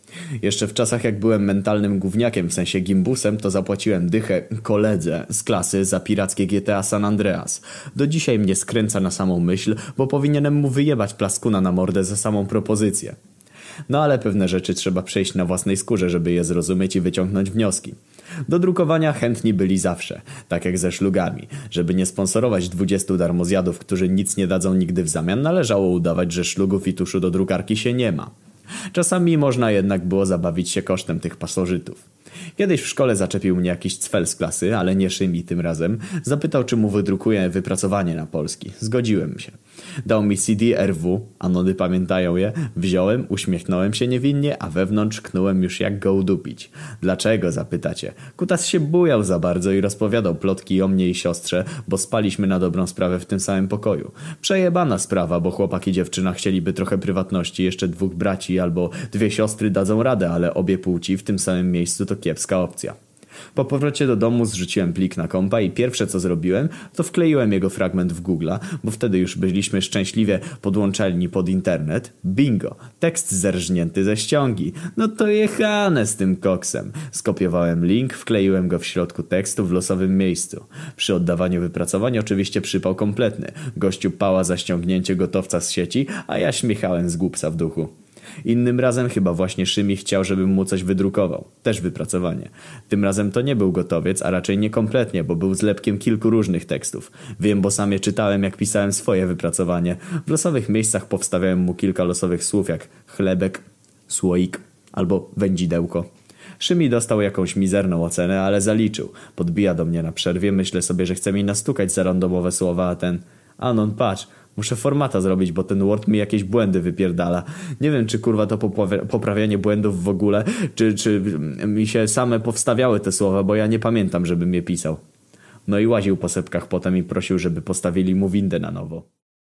Jeszcze w czasach jak byłem mentalnym gówniakiem, w sensie gimbusem, to zapłaciłem dychę koledze z klasy za pirackie GTA San Andreas. Do dzisiaj mnie skręca na samą myśl, bo powinienem mu wyjebać plaskuna na mordę za samą propozycję. No ale pewne rzeczy trzeba przejść na własnej skórze, żeby je zrozumieć i wyciągnąć wnioski. Do drukowania chętni byli zawsze, tak jak ze szlugami. Żeby nie sponsorować 20 darmozjadów, którzy nic nie dadzą nigdy w zamian, należało udawać, że szlugów i tuszu do drukarki się nie ma. Czasami można jednak było zabawić się kosztem tych pasożytów. Kiedyś w szkole zaczepił mnie jakiś cfel z klasy, ale nie Szymi tym razem. Zapytał, czy mu wydrukuję wypracowanie na polski. Zgodziłem się. Dał mi CD RW, anody pamiętają je. Wziąłem, uśmiechnąłem się niewinnie, a wewnątrz knułem już jak go udupić. Dlaczego, zapytacie? Kutas się bujał za bardzo i rozpowiadał plotki o mnie i siostrze, bo spaliśmy na dobrą sprawę w tym samym pokoju. Przejebana sprawa, bo chłopak i dziewczyna chcieliby trochę prywatności, jeszcze 2 braci albo 2 siostry dadzą radę, ale obie płci w tym samym miejscu to kiepska opcja. Po powrocie do domu zrzuciłem plik na kompa i pierwsze co zrobiłem, to wkleiłem jego fragment w Google'a, bo wtedy już byliśmy szczęśliwie podłączeni pod internet. Bingo! Tekst zerżnięty ze ściągi. No to jechane z tym koksem. Skopiowałem link, wkleiłem go w środku tekstu w losowym miejscu. Przy oddawaniu wypracowań oczywiście przypał kompletny. Gościu pała za ściągnięcie gotowca z sieci, a ja śmiechałem z głupca w duchu. Innym razem chyba właśnie Szymi chciał, żebym mu coś wydrukował. Też wypracowanie. Tym razem to nie był gotowiec, a raczej niekompletnie, bo był zlepkiem kilku różnych tekstów. Wiem, bo sam je czytałem, jak pisałem swoje wypracowanie. W losowych miejscach powstawiałem mu kilka losowych słów, jak chlebek, słoik albo wędzidełko. Szymi dostał jakąś mizerną ocenę, ale zaliczył. Podbija do mnie na przerwie, myślę sobie, że chce mi nastukać za randomowe słowa, a ten... Anon, patrz, muszę formata zrobić, bo ten Word mi jakieś błędy wypierdala. Nie wiem, czy kurwa to poprawianie błędów w ogóle, czy mi się same powstawiały te słowa, bo ja nie pamiętam, żebym je pisał. No i łaził po sepkach potem i prosił, żeby postawili mu windę na nowo.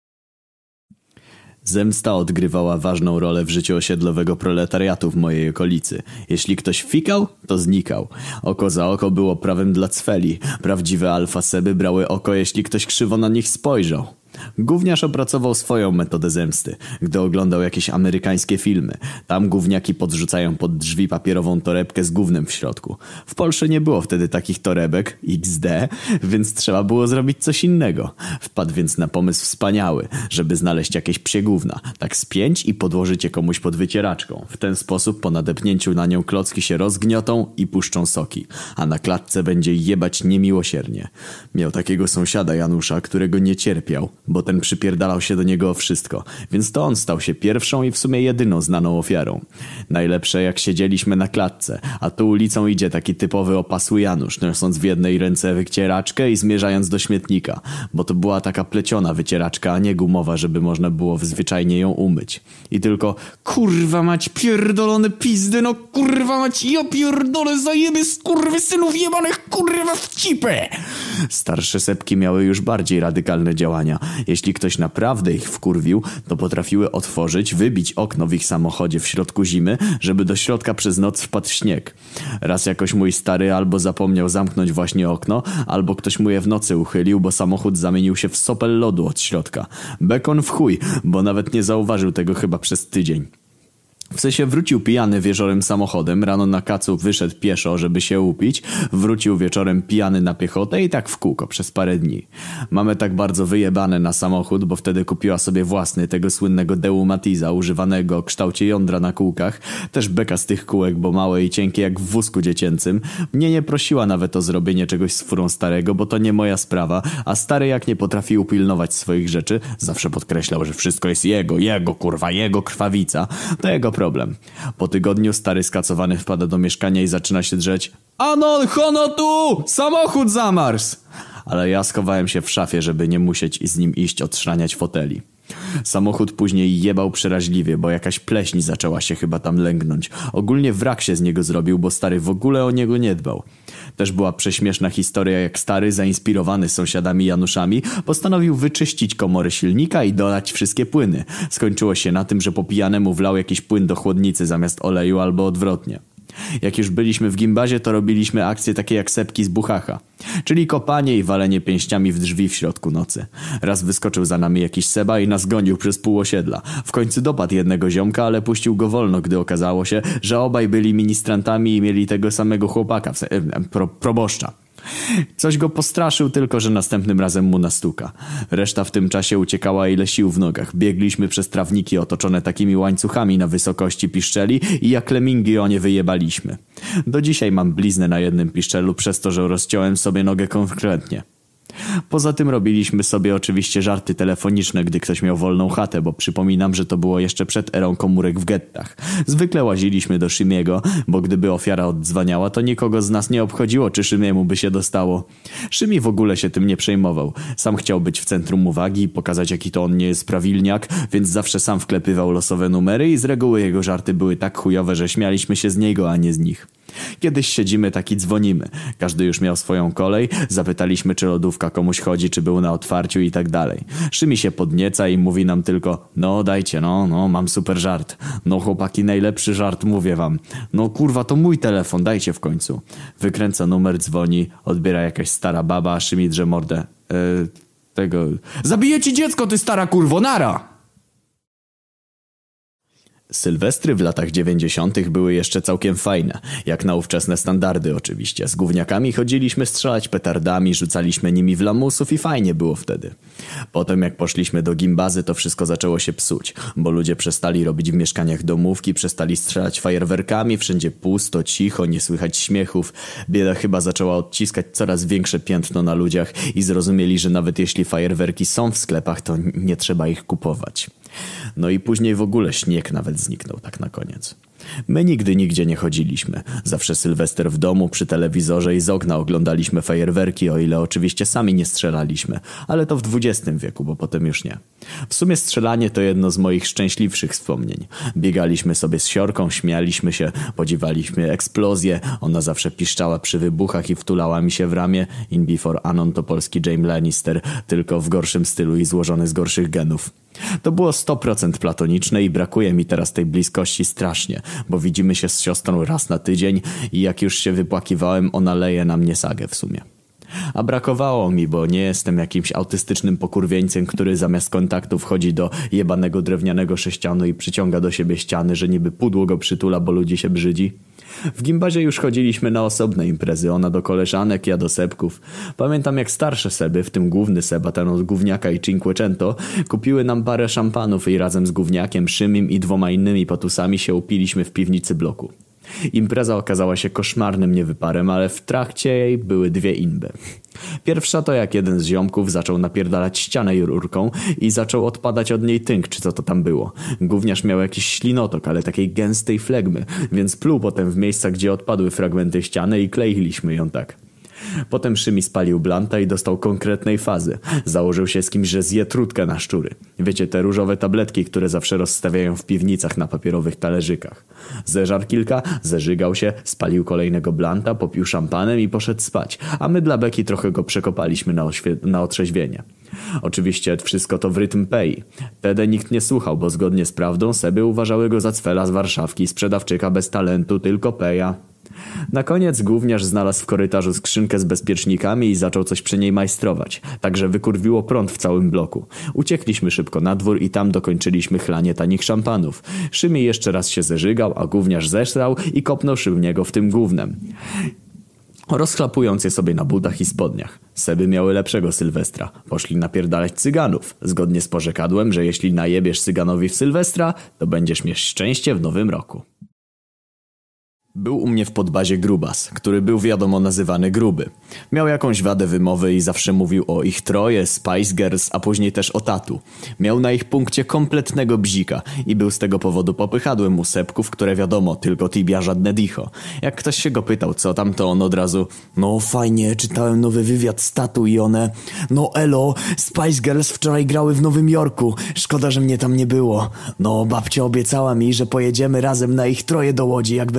Zemsta odgrywała ważną rolę w życiu osiedlowego proletariatu w mojej okolicy. Jeśli ktoś fikał, to znikał. Oko za oko było prawem dla cfeli. Prawdziwe alfaseby brały oko, jeśli ktoś krzywo na nich spojrzał. Gówniarz opracował swoją metodę zemsty, gdy oglądał jakieś amerykańskie filmy. Tam gówniaki podrzucają pod drzwi papierową torebkę z gównem w środku. W Polsce nie było wtedy takich torebek, XD, więc trzeba było zrobić coś innego. Wpadł więc na pomysł wspaniały, żeby znaleźć jakieś psie gówna, tak spięć i podłożyć je komuś pod wycieraczką. W ten sposób po nadepnięciu na nią klocki się rozgniotą i puszczą soki, a na klatce będzie jebać niemiłosiernie. Miał takiego sąsiada Janusza, którego nie cierpiał, bo ten przypierdalał się do niego o wszystko, więc to on stał się pierwszą i w sumie jedyną znaną ofiarą. Najlepsze jak siedzieliśmy na klatce, a tu ulicą idzie taki typowy opasły Janusz, niosąc w jednej ręce wycieraczkę i zmierzając do śmietnika, bo to była taka pleciona wycieraczka, a nie gumowa, żeby można było zwyczajnie ją umyć. I tylko kurwa mać pierdolone pizdy, no kurwa mać, ja pierdolę zajeby skurwysynów jebanych kurwa w cipę! Starsze sepki miały już bardziej radykalne działania. Jeśli ktoś naprawdę ich wkurwił, to potrafiły otworzyć, wybić okno w ich samochodzie w środku zimy, żeby do środka przez noc wpadł śnieg. Raz jakoś mój stary albo zapomniał zamknąć właśnie okno, albo ktoś mu je w nocy uchylił, bo samochód zamienił się w sopel lodu od środka. Bekon w chuj, bo nawet nie zauważył tego chyba przez tydzień. W sensie wrócił pijany wieczorem samochodem, rano na kacu wyszedł pieszo, żeby się upić, wrócił wieczorem pijany na piechotę i tak w kółko przez parę dni. Mamy tak bardzo wyjebane na samochód, bo wtedy kupiła sobie własny, tego słynnego Deu Matiza, używanego o kształcie jądra na kółkach. Też beka z tych kółek, bo małe i cienkie jak w wózku dziecięcym. Mnie nie prosiła nawet o zrobienie czegoś z furą starego, bo to nie moja sprawa, a stary jak nie potrafi upilnować swoich rzeczy, zawsze podkreślał, że wszystko jest jego kurwa, jego krwawica, to jego problem. Po tygodniu stary skacowany wpada do mieszkania i zaczyna się drzeć: Anon, hono tu! Samochód zamarzł! Ale ja schowałem się w szafie, żeby nie musieć z nim iść odszraniać foteli. Samochód później jebał przeraźliwie, bo jakaś pleśń zaczęła się chyba tam lęgnąć. Ogólnie wrak się z niego zrobił, bo stary w ogóle o niego nie dbał. Też była prześmieszna historia, jak stary, zainspirowany sąsiadami Januszami, postanowił wyczyścić komory silnika i dolać wszystkie płyny. Skończyło się na tym, że po pijanemu wlał jakiś płyn do chłodnicy zamiast oleju albo odwrotnie. Jak już byliśmy w gimbazie, to robiliśmy akcje takie jak sepki z Buchacha, czyli kopanie i walenie pięściami w drzwi w środku nocy. Raz wyskoczył za nami jakiś Seba i nas gonił przez pół osiedla. W końcu dopadł jednego ziomka, ale puścił go wolno, gdy okazało się, że obaj byli ministrantami i mieli tego samego chłopaka, proboszcza. Coś go postraszył, tylko że następnym razem mu nastuka. Reszta w tym czasie uciekała ile sił w nogach. Biegliśmy przez trawniki otoczone takimi łańcuchami na wysokości piszczeli i jak lemingi o nie wyjebaliśmy. Do dzisiaj mam bliznę na jednym piszczelu przez to, że rozciąłem sobie nogę konkretnie. Poza tym robiliśmy sobie oczywiście żarty telefoniczne, gdy ktoś miał wolną chatę, bo przypominam, że to było jeszcze przed erą komórek w gettach. Zwykle łaziliśmy do Szymiego, bo gdyby ofiara oddzwaniała, to nikogo z nas nie obchodziło, czy Szymiemu by się dostało. Szymi w ogóle się tym nie przejmował. Sam chciał być w centrum uwagi i pokazać, jaki to on nie jest prawilniak, więc zawsze sam wklepywał losowe numery i z reguły jego żarty były tak chujowe, że śmialiśmy się z niego, a nie z nich. Kiedyś siedzimy, tak i dzwonimy. Każdy już miał swoją kolej. Zapytaliśmy, czy lodówka komuś chodzi, czy był na otwarciu i tak dalej. Szymi się podnieca i mówi nam tylko: no dajcie, no, mam super żart. No chłopaki, najlepszy żart, mówię wam. No kurwa, to mój telefon, dajcie w końcu. Wykręca numer, dzwoni, odbiera jakaś stara baba, a Szymi drze mordę. Zabiję ci dziecko, ty stara kurwo, nara! Sylwestry w latach 90. były jeszcze całkiem fajne, jak na ówczesne standardy oczywiście. Z gówniakami chodziliśmy strzelać petardami, rzucaliśmy nimi w lamusów i fajnie było wtedy. Potem jak poszliśmy do gimbazy, to wszystko zaczęło się psuć, bo ludzie przestali robić w mieszkaniach domówki, przestali strzelać fajerwerkami, wszędzie pusto, cicho, nie słychać śmiechów. Bieda chyba zaczęła odciskać coraz większe piętno na ludziach i zrozumieli, że nawet jeśli fajerwerki są w sklepach, to nie trzeba ich kupować. No i później w ogóle śnieg nawet zniknął tak na koniec. My nigdy nigdzie nie chodziliśmy. Zawsze Sylwester w domu, przy telewizorze i z okna oglądaliśmy fajerwerki, o ile oczywiście sami nie strzelaliśmy. Ale to w XX wieku, bo potem już nie. W sumie strzelanie to jedno z moich szczęśliwszych wspomnień. Biegaliśmy sobie z siorką, śmialiśmy się, podziwaliśmy eksplozję. Ona zawsze piszczała przy wybuchach i wtulała mi się w ramię. In Before Anon to polski Jaime Lannister, tylko w gorszym stylu i złożony z gorszych genów. To było 100% platoniczne i brakuje mi teraz tej bliskości strasznie, bo widzimy się z siostrą raz na tydzień i jak już się wypłakiwałem, ona leje na mnie sagę w sumie. A brakowało mi, bo nie jestem jakimś autystycznym pokurwieńcem, który zamiast kontaktu wchodzi do jebanego drewnianego sześcianu i przyciąga do siebie ściany, że niby pudło go przytula, bo ludzi się brzydzi. W gimbazie już chodziliśmy na osobne imprezy, ona do koleżanek, ja do Sebków. Pamiętam jak starsze Seby, w tym główny Seba, ten od gówniaka i Cinquecento, kupiły nam parę szampanów i razem z gówniakiem, Szymim i 2 innymi patusami się upiliśmy w piwnicy bloku. Impreza okazała się koszmarnym niewyparem, ale w trakcie jej były 2 inby. Pierwsza to jak jeden z ziomków zaczął napierdalać ścianę rurką i zaczął odpadać od niej tynk, czy co to tam było. Gówniarz miał jakiś ślinotok, ale takiej gęstej flegmy, więc pluł potem w miejsca, gdzie odpadły fragmenty ściany i kleiliśmy ją tak. Potem Szymi spalił blanta i dostał konkretnej fazy. Założył się z kimś, że zje trutkę na szczury. Wiecie, te różowe tabletki, które zawsze rozstawiają w piwnicach na papierowych talerzykach. Zeżarł kilka, zeżygał się, spalił kolejnego blanta, popił szampanem i poszedł spać. A my dla beki trochę go przekopaliśmy na otrzeźwienie. Oczywiście wszystko to w rytm pei. Tedy nikt nie słuchał, bo zgodnie z prawdą Seby uważały go za cwela z Warszawki, sprzedawczyka bez talentu, tylko peja. Na koniec gówniarz znalazł w korytarzu skrzynkę z bezpiecznikami i zaczął coś przy niej majstrować. Także wykurwiło prąd w całym bloku. Uciekliśmy szybko na dwór i tam dokończyliśmy chlanie tanich szampanów. Szymi jeszcze raz się zeżygał, a gówniarz zesrał i kopnął Szymiego w tym gównem, rozchlapując je sobie na butach i spodniach. Seby miały lepszego Sylwestra. Poszli napierdalać cyganów. Zgodnie z porzekadłem, że jeśli najebiesz cyganowi w Sylwestra, to będziesz mieć szczęście w nowym roku. Był u mnie w podbazie grubas, który był wiadomo nazywany gruby. Miał jakąś wadę wymowy i zawsze mówił o ich troje, Spice Girls, a później też o tatu. Miał na ich punkcie kompletnego bzika i był z tego powodu popychadłem u Sepków, które wiadomo, tylko tibia, żadne dicho. Jak ktoś się go pytał co tam, to on od razu: no fajnie, czytałem nowy wywiad z tatu i one: no elo, Spice Girls wczoraj grały w Nowym Jorku, szkoda, że mnie tam nie było. No babcia obiecała mi, że pojedziemy razem na ich troje do Łodzi, jak będą grać.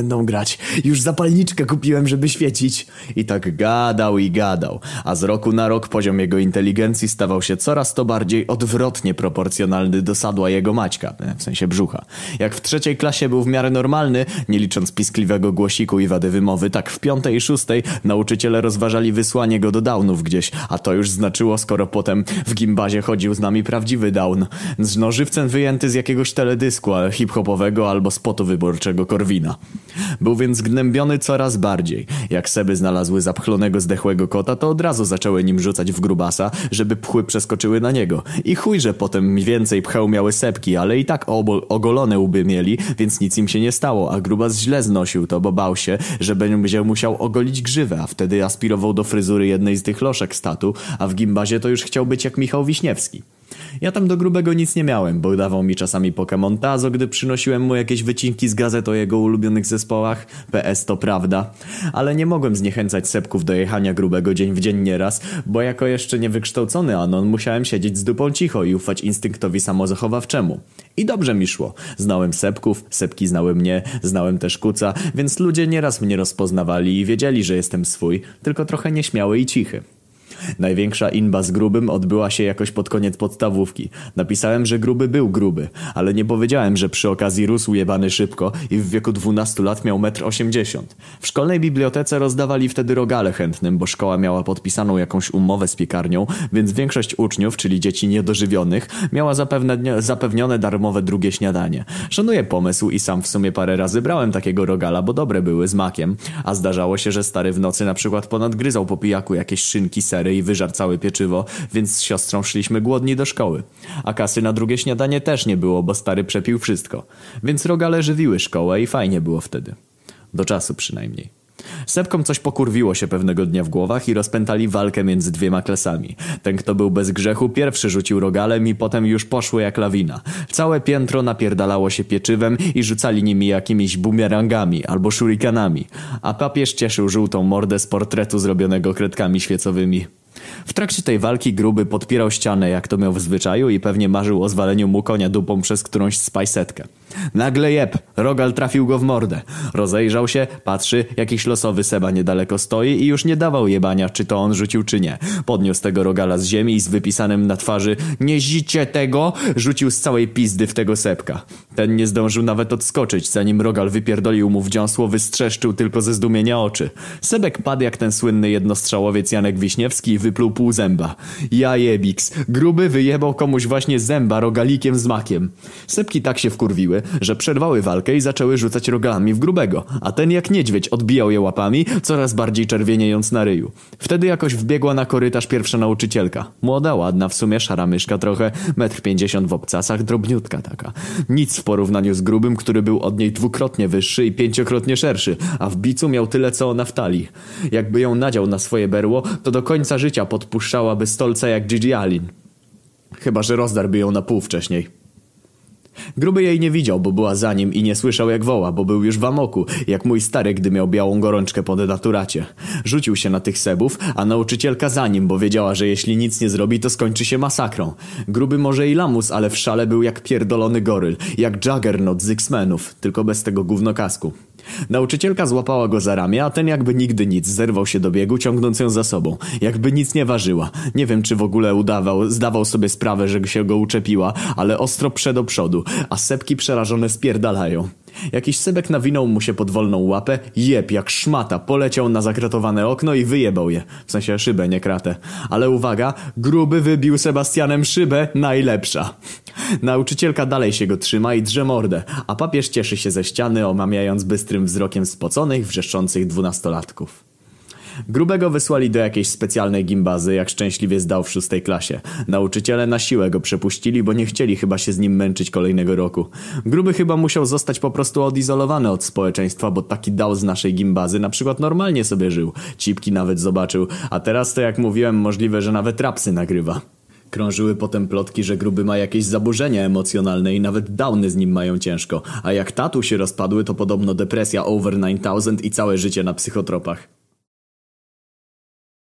spać. Już zapalniczkę kupiłem, żeby świecić. I tak gadał i gadał. A z roku na rok poziom jego inteligencji stawał się coraz to bardziej odwrotnie proporcjonalny do sadła jego Maćka. W sensie brzucha. Jak w 3. klasie był w miarę normalny, nie licząc piskliwego głosiku i wady wymowy, tak w 5. i 6. nauczyciele rozważali wysłanie go do downów gdzieś. A to już znaczyło, skoro potem w gimbazie chodził z nami prawdziwy down. No żywcem wyjęty z jakiegoś teledysku hip-hopowego albo spotu wyborczego Korwina. Był więc gnębiony coraz bardziej. Jak Seby znalazły zapchlonego zdechłego kota, to od razu zaczęły nim rzucać w grubasa, żeby pchły przeskoczyły na niego. I chuj, że potem więcej pcheł miały Sebki, ale i tak ogolone łby mieli, więc nic im się nie stało, a grubas źle znosił to, bo bał się, że będzie musiał ogolić grzywę, a wtedy aspirował do fryzury jednej z tych loszek statu, a w gimbazie to już chciał być jak Michał Wiśniewski. Ja tam do grubego nic nie miałem, bo dawał mi czasami Pokémon Tazo, gdy przynosiłem mu jakieś wycinki z gazet o jego ulubionych zespołach. PS to prawda. Ale nie mogłem zniechęcać Sebków do jechania grubego dzień w dzień nieraz, bo jako jeszcze niewykształcony Anon musiałem siedzieć z dupą cicho i ufać instynktowi samozachowawczemu. I dobrze mi szło. Znałem Sebków, Sebki znały mnie, znałem też Kuca, więc ludzie nieraz mnie rozpoznawali i wiedzieli, że jestem swój, tylko trochę nieśmiały i cichy. Największa inba z grubym odbyła się jakoś pod koniec podstawówki. Napisałem, że gruby był gruby, ale nie powiedziałem, że przy okazji rósł jebany szybko i w wieku 12 lat miał 1,80 m. W szkolnej bibliotece rozdawali wtedy rogale chętnym, bo szkoła miała podpisaną jakąś umowę z piekarnią, więc większość uczniów, czyli dzieci niedożywionych, miała zapewnione darmowe drugie śniadanie. Szanuję pomysł i sam w sumie parę razy brałem takiego rogala, bo dobre były, z makiem, a zdarzało się, że stary w nocy na przykład ponadgryzał po pijaku jakieś szynki, sery i wyżar całe pieczywo, więc z siostrą szliśmy głodni do szkoły. A kasy na drugie śniadanie też nie było, bo stary przepił wszystko. Więc rogale żywiły szkołę i fajnie było wtedy. Do czasu przynajmniej. Sebkom coś pokurwiło się pewnego dnia w głowach i rozpętali walkę między 2 klasami. Ten, kto był bez grzechu, pierwszy rzucił rogalem i potem już poszło jak lawina. Całe piętro napierdalało się pieczywem i rzucali nimi jakimiś bumerangami albo shurikanami. A papież cieszył żółtą mordę z portretu zrobionego kredkami świecowymi. W trakcie tej walki gruby podpierał ścianę, jak to miał w zwyczaju, i pewnie marzył o zwaleniu mu konia dupą przez którąś spajsetkę. Nagle jeb, rogal trafił go w mordę. Rozejrzał się, patrzy, jakiś losowy Seba niedaleko stoi i już nie dawał jebania, czy to on rzucił, czy nie. Podniósł tego rogala z ziemi i z wypisanym na twarzy "nie zicie tego" rzucił z całej pizdy w tego Sebka. Ten nie zdążył nawet odskoczyć, zanim rogal wypierdolił mu w dziąsło, wystrzeszczył tylko ze zdumienia oczy. Sebek padł jak ten słynny jednostrzałowiec Janek Wiśniewski i wypluł pół zęba. Ja jebiks, gruby wyjebał komuś właśnie zęba rogalikiem z makiem. Sebki tak się wkurwiły, że przerwały walkę i zaczęły rzucać rogalami w grubego, a ten jak niedźwiedź odbijał je łapami, coraz bardziej czerwieniejąc na ryju. Wtedy jakoś wbiegła na korytarz pierwsza nauczycielka. Młoda, ładna, w sumie szara myszka trochę, 1,50 m w obcasach, drobniutka taka. Nic w porównaniu z grubym, który był od niej 2-krotnie wyższy i 5-krotnie szerszy, a w bicu miał tyle co ona w talii. Jakby ją nadział na swoje berło, to do końca życia podpuszczałaby stolca jak Gigi Allen. Chyba że rozdarłby ją na pół wcześniej. Gruby jej nie widział, bo była za nim i nie słyszał jak woła, bo był już w amoku, jak mój stary, gdy miał białą gorączkę po denaturacie. Rzucił się na tych Sebów, a nauczycielka za nim, bo wiedziała, że jeśli nic nie zrobi, to skończy się masakrą. Gruby może i lamus, ale w szale był jak pierdolony goryl, jak Juggernaut z X-Menów, tylko bez tego gównokasku. Nauczycielka złapała go za ramię, a ten jakby nigdy nic zerwał się do biegu, ciągnąc ją za sobą. Jakby nic nie ważyła. Nie wiem, czy w ogóle zdawał sobie sprawę, że się go uczepiła, ale ostro do przodu, a Sebki przerażone spierdalają. Jakiś Sebek nawinął mu się pod wolną łapę, jeb jak szmata, poleciał na zakratowane okno i wyjebał je. W sensie szybę, nie kratę. Ale uwaga, gruby wybił Sebastianem szybę, najlepsza. Nauczycielka dalej się go trzyma i drze mordę, a papież cieszy się ze ściany, omamiając bystrym wzrokiem spoconych, wrzeszczących 12-latków. Grubego wysłali do jakiejś specjalnej gimbazy, jak szczęśliwie zdał w 6. klasie. Nauczyciele na siłę go przepuścili, bo nie chcieli chyba się z nim męczyć kolejnego roku. Gruby chyba musiał zostać po prostu odizolowany od społeczeństwa, bo taki dał z naszej gimbazy na przykład normalnie sobie żył. Cipki nawet zobaczył, a teraz to jak mówiłem możliwe, że nawet rapsy nagrywa. Krążyły potem plotki, że gruby ma jakieś zaburzenia emocjonalne i nawet downy z nim mają ciężko, a jak tatu się rozpadły, to podobno depresja over 9000 i całe życie na psychotropach.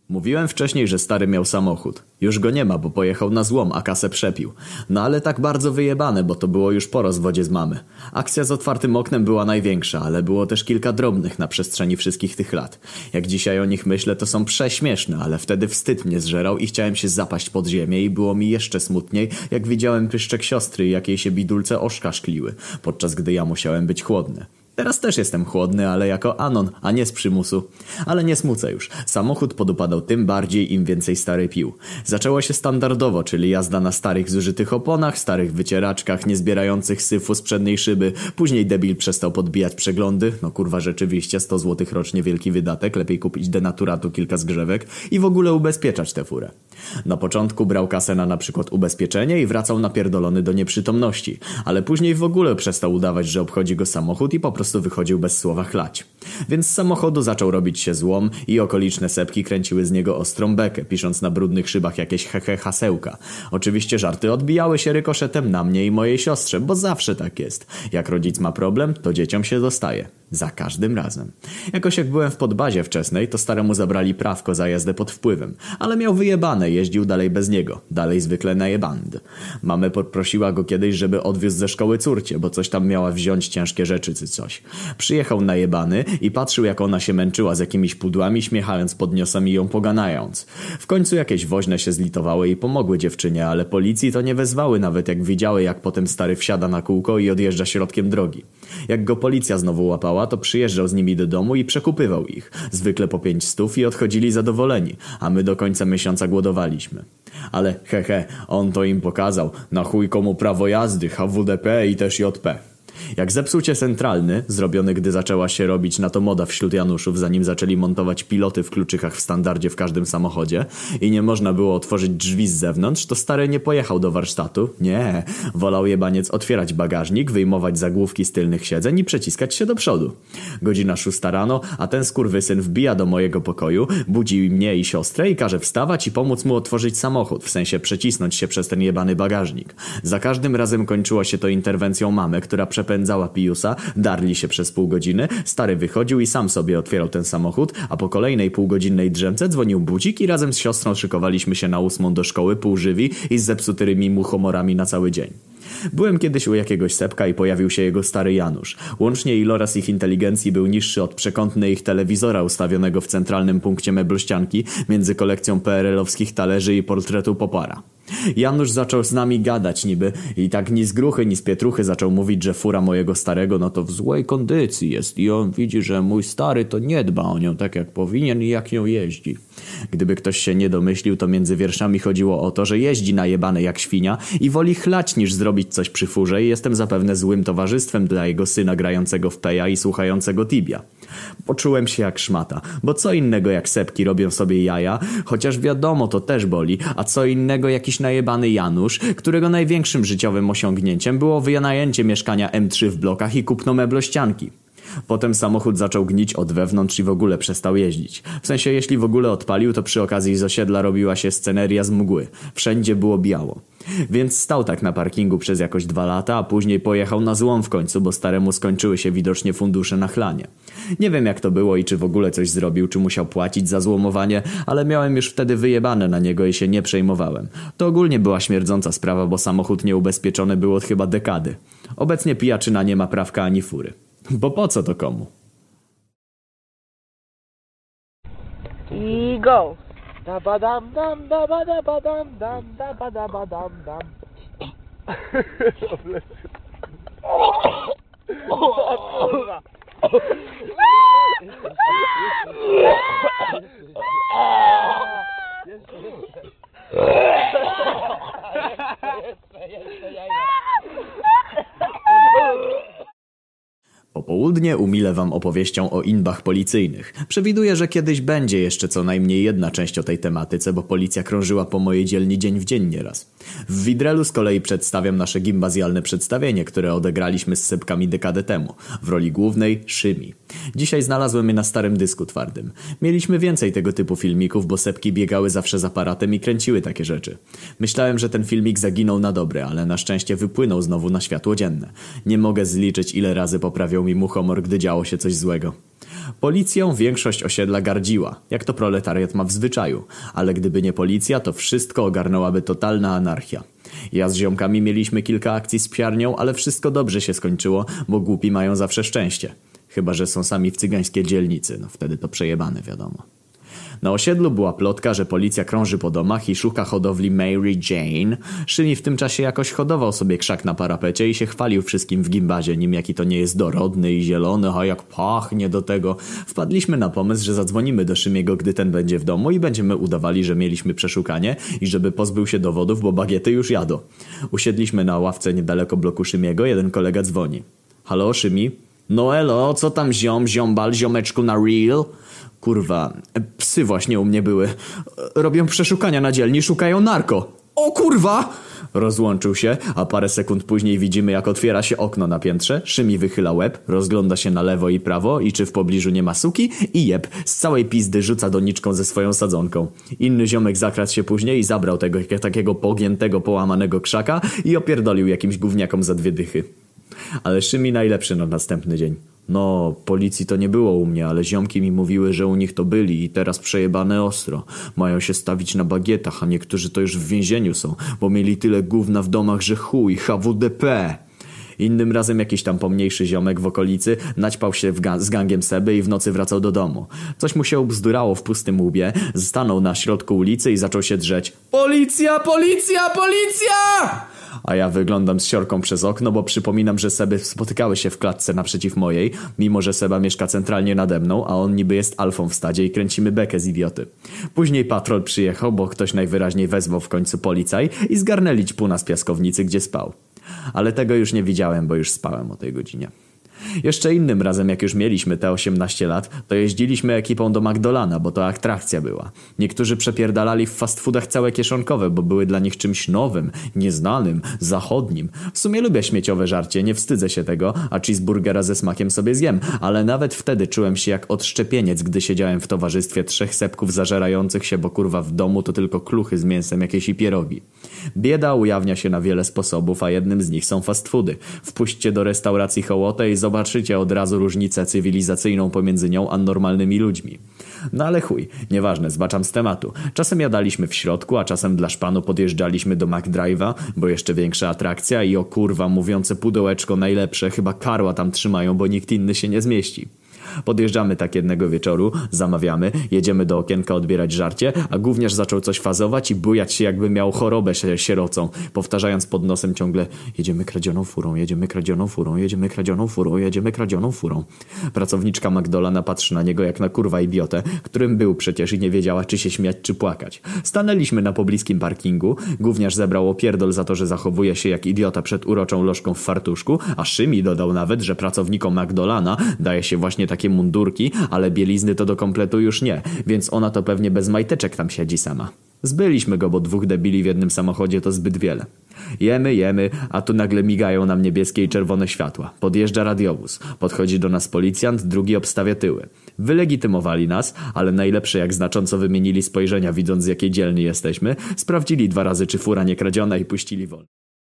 Mówiłem wcześniej, że stary miał samochód. Już go nie ma, bo pojechał na złom, a kasę przepił. No ale tak bardzo wyjebane, bo to było już po rozwodzie z mamy. Akcja z otwartym oknem była największa, ale było też kilka drobnych na przestrzeni wszystkich tych lat. Jak dzisiaj o nich myślę, to są prześmieszne, ale wtedy wstyd mnie zżerał i chciałem się zapaść pod ziemię i było mi jeszcze smutniej, jak widziałem pyszczek siostry, jak jej się bidulce oczka szkliły, podczas gdy ja musiałem być chłodny. Teraz też jestem chłodny, ale jako anon, a nie z przymusu. Ale nie smucę już. Samochód podupadał tym bardziej, im więcej stary pił. Zaczęło się standardowo, czyli jazda na starych zużytych oponach, starych wycieraczkach, niezbierających syfu z przedniej szyby. Później debil przestał podbijać przeglądy. No kurwa, rzeczywiście 100 zł rocznie wielki wydatek. Lepiej kupić denaturatu kilka zgrzewek i w ogóle ubezpieczać tę furę. Na początku brał kasę na przykład ubezpieczenie i wracał napierdolony do nieprzytomności. Ale później w ogóle przestał udawać, że obchodzi go samochód i po prostu wychodził bez słowa chlać. Więc z samochodu zaczął robić się złom i okoliczne sepki kręciły z niego ostrą bekę, pisząc na brudnych szybach jakieś hehe hasełka. Oczywiście żarty odbijały się rykoszetem na mnie i mojej siostrze, bo zawsze tak jest. Jak rodzic ma problem, to dzieciom się dostaje. Za każdym razem. Jakoś jak byłem w podbazie wczesnej, to staremu zabrali prawko za jazdę pod wpływem. Ale miał wyjebane, jeździł dalej bez niego. Dalej zwykle najeband. Mamę poprosiła go kiedyś, żeby odwiózł ze szkoły córcie, bo coś tam miała wziąć ciężkie rzeczy czy coś. Przyjechał najebany i patrzył, jak ona się męczyła z jakimiś pudłami, śmiechając pod niosem i ją poganając. W końcu jakieś woźne się zlitowały i pomogły dziewczynie, ale policji to nie wezwały, nawet jak widziały, jak potem stary wsiada na kółko i odjeżdża środkiem drogi. Jak go policja znowu łapała, to przyjeżdżał z nimi do domu i przekupywał ich. Zwykle po 500 i odchodzili zadowoleni, a my do końca miesiąca głodowaliśmy. Ale hehe, on to im pokazał. Na chuj komu prawo jazdy, HWDP i też JP. Jak zepsuł cię centralny, zrobiony gdy zaczęła się robić na to moda wśród Januszów, zanim zaczęli montować piloty w kluczykach w standardzie w każdym samochodzie i nie można było otworzyć drzwi z zewnątrz, to stary nie pojechał do warsztatu. Nie, wolał jebaniec otwierać bagażnik, wyjmować zagłówki z tylnych siedzeń i przeciskać się do przodu. Godzina 6 rano, a ten skurwysyn wbija do mojego pokoju, budzi mnie i siostrę i każe wstawać i pomóc mu otworzyć samochód, w sensie przecisnąć się przez ten jebany bagażnik. Za każdym razem kończyło się to interwencją mamy, która przepędzała piusa, darli się przez pół godziny, stary wychodził i sam sobie otwierał ten samochód, a po kolejnej półgodzinnej drzemce dzwonił budzik i razem z siostrą szykowaliśmy się na 8 do szkoły półżywi i z zepsutymi muchomorami na cały dzień. Byłem kiedyś u jakiegoś sepka i pojawił się jego stary Janusz. Łącznie iloraz ich inteligencji był niższy od przekątnej ich telewizora ustawionego w centralnym punkcie meblościanki między kolekcją PRL-owskich talerzy i portretu Popara. Janusz zaczął z nami gadać niby i tak ni z gruchy, ni z pietruchy zaczął mówić, że fura mojego starego no to w złej kondycji jest i on widzi, że mój stary to nie dba o nią tak jak powinien i jak nią jeździ. Gdyby ktoś się nie domyślił, to między wierszami chodziło o to, że jeździ najebany jak świnia i woli chlać niż zrobić coś przy furze i jestem zapewne złym towarzystwem dla jego syna grającego w peja i słuchającego Tibia. Poczułem się jak szmata, bo co innego jak sepki robią sobie jaja, chociaż wiadomo to też boli, a co innego jakiś najebany Janusz, którego największym życiowym osiągnięciem było wynajęcie mieszkania M3 w blokach i kupno meblościanki. Potem samochód zaczął gnić od wewnątrz i w ogóle przestał jeździć. W sensie jeśli w ogóle odpalił, to przy okazji z osiedla robiła się sceneria z mgły. Wszędzie było biało. Więc stał tak na parkingu przez jakoś 2 lata, a później pojechał na złom w końcu, bo staremu skończyły się widocznie fundusze na chlanie. Nie wiem jak to było i czy w ogóle coś zrobił, czy musiał płacić za złomowanie, ale miałem już wtedy wyjebane na niego i się nie przejmowałem. To ogólnie była śmierdząca sprawa, bo samochód nieubezpieczony był od chyba dekady. Obecnie pijaczyna nie ma prawka ani fury. Bo po co to komu? I go! Da ba dam dam da ba da ba dam dam da ba da ba dam dam. O kurwa! Popołudnie umilę wam opowieścią o inbach policyjnych. Przewiduję, że kiedyś będzie jeszcze co najmniej jedna część o tej tematyce, bo policja krążyła po mojej dzielni dzień w dzień nieraz. W Widrelu z kolei przedstawiam nasze gimbazjalne przedstawienie, które odegraliśmy z sepkami dekadę temu. W roli głównej Szymi. Dzisiaj znalazłem je na starym dysku twardym. Mieliśmy więcej tego typu filmików, bo sepki biegały zawsze z aparatem i kręciły takie rzeczy. Myślałem, że ten filmik zaginął na dobre, ale na szczęście wypłynął znowu na światło dzienne. Nie mogę zliczyć, ile razy poprawiał mi muchomor, gdy działo się coś złego. Policją większość osiedla gardziła, jak to proletariat ma w zwyczaju, ale gdyby nie policja, to wszystko ogarnęłaby totalna anarchia. Ja z ziomkami mieliśmy kilka akcji z psiarnią, ale wszystko dobrze się skończyło, bo głupi mają zawsze szczęście. Chyba że są sami w cygańskiej dzielnicy, no wtedy to przejebane wiadomo. Na osiedlu była plotka, że policja krąży po domach i szuka hodowli Mary Jane. Szymi w tym czasie jakoś hodował sobie krzak na parapecie i się chwalił wszystkim w gimbazie, nim jaki to nie jest dorodny i zielony, a jak pachnie do tego. Wpadliśmy na pomysł, że zadzwonimy do Szymiego, gdy ten będzie w domu i będziemy udawali, że mieliśmy przeszukanie i żeby pozbył się dowodów, bo bagiety już jadą. Usiedliśmy na ławce niedaleko bloku Szymiego, jeden kolega dzwoni. Halo, Szymi? No elo, co tam ziombal, ziomeczku na real? Kurwa, psy właśnie u mnie były. Robią przeszukania na dzielni, szukają narko. O kurwa! Rozłączył się, a parę sekund później widzimy, jak otwiera się okno na piętrze, Szymi wychyla łeb, rozgląda się na lewo i prawo i czy w pobliżu nie ma suki i jeb, z całej pizdy rzuca doniczką ze swoją sadzonką. Inny ziomek zakradł się później i zabrał tego takiego pogiętego, połamanego krzaka i opierdolił jakimś gówniakom za 2 dychy. Ale Szymi najlepszy na następny dzień. No, policji to nie było u mnie, ale ziomki mi mówiły, że u nich to byli i teraz przejebane ostro. Mają się stawić na bagietach, a niektórzy to już w więzieniu są, bo mieli tyle gówna w domach, że chuj, HWDP. Innym razem jakiś tam pomniejszy ziomek w okolicy naćpał się z gangiem Seby i w nocy wracał do domu. Coś mu się ubzdurało w pustym łbie, stanął na środku ulicy i zaczął się drzeć. Policja, policja, policja! A ja wyglądam z siorką przez okno, bo przypominam, że Seby spotykały się w klatce naprzeciw mojej, mimo że Seba mieszka centralnie nade mną, a on niby jest alfą w stadzie i kręcimy bekę z idioty. Później patrol przyjechał, bo ktoś najwyraźniej wezwał w końcu policaj i zgarnęli ćpuna z piaskownicy, gdzie spał. Ale tego już nie widziałem, bo już spałem o tej godzinie. Jeszcze innym razem, jak już mieliśmy te 18 lat, to jeździliśmy ekipą do Magdolana, bo to atrakcja była. Niektórzy przepierdalali w fast foodach całe kieszonkowe, bo były dla nich czymś nowym, nieznanym, zachodnim. W sumie lubię śmieciowe żarcie, nie wstydzę się tego, a cheeseburgera ze smakiem sobie zjem, ale nawet wtedy czułem się jak odszczepieniec, gdy siedziałem w towarzystwie 3 sepków zażerających się, bo kurwa w domu to tylko kluchy z mięsem jakieś i pierogi. Bieda ujawnia się na wiele sposobów, a jednym z nich są fast foody. Wpuśćcie do restauracji Hołotę i zobaczycie od razu różnicę cywilizacyjną pomiędzy nią a normalnymi ludźmi. No ale chuj, nieważne, zbaczam z tematu. Czasem jadaliśmy w środku, a czasem dla szpanu podjeżdżaliśmy do McDrive'a, bo jeszcze większa atrakcja i o kurwa mówiące pudełeczko najlepsze, chyba karła tam trzymają, bo nikt inny się nie zmieści. Podjeżdżamy tak jednego wieczoru, zamawiamy, jedziemy do okienka odbierać żarcie, a gówniarz zaczął coś fazować i bujać się, jakby miał chorobę sierocą, powtarzając pod nosem ciągle: jedziemy kradzioną furą, jedziemy kradzioną furą, jedziemy kradzioną furą, jedziemy kradzioną furą. Pracowniczka McDolana patrzy na niego jak na kurwa idiotę, którym był przecież i nie wiedziała, czy się śmiać, czy płakać. Stanęliśmy na pobliskim parkingu, gówniarz zebrał opierdol za to, że zachowuje się jak idiota przed uroczą lożką w fartuszku, a Szymi dodał nawet, że pracownikom McDolana daje się właśnie takie mundurki, ale bielizny to do kompletu już nie, więc ona to pewnie bez majteczek tam siedzi sama. Zbyliśmy go, bo 2 debili w jednym samochodzie to zbyt wiele. Jemy, a tu nagle migają nam niebieskie i czerwone światła. Podjeżdża radiowóz. Podchodzi do nas policjant, drugi obstawia tyły. Wylegitymowali nas, ale najlepsze jak znacząco wymienili spojrzenia, widząc z jakiej dzielni jesteśmy, sprawdzili 2 razy, czy fura nie kradziona i puścili wolno.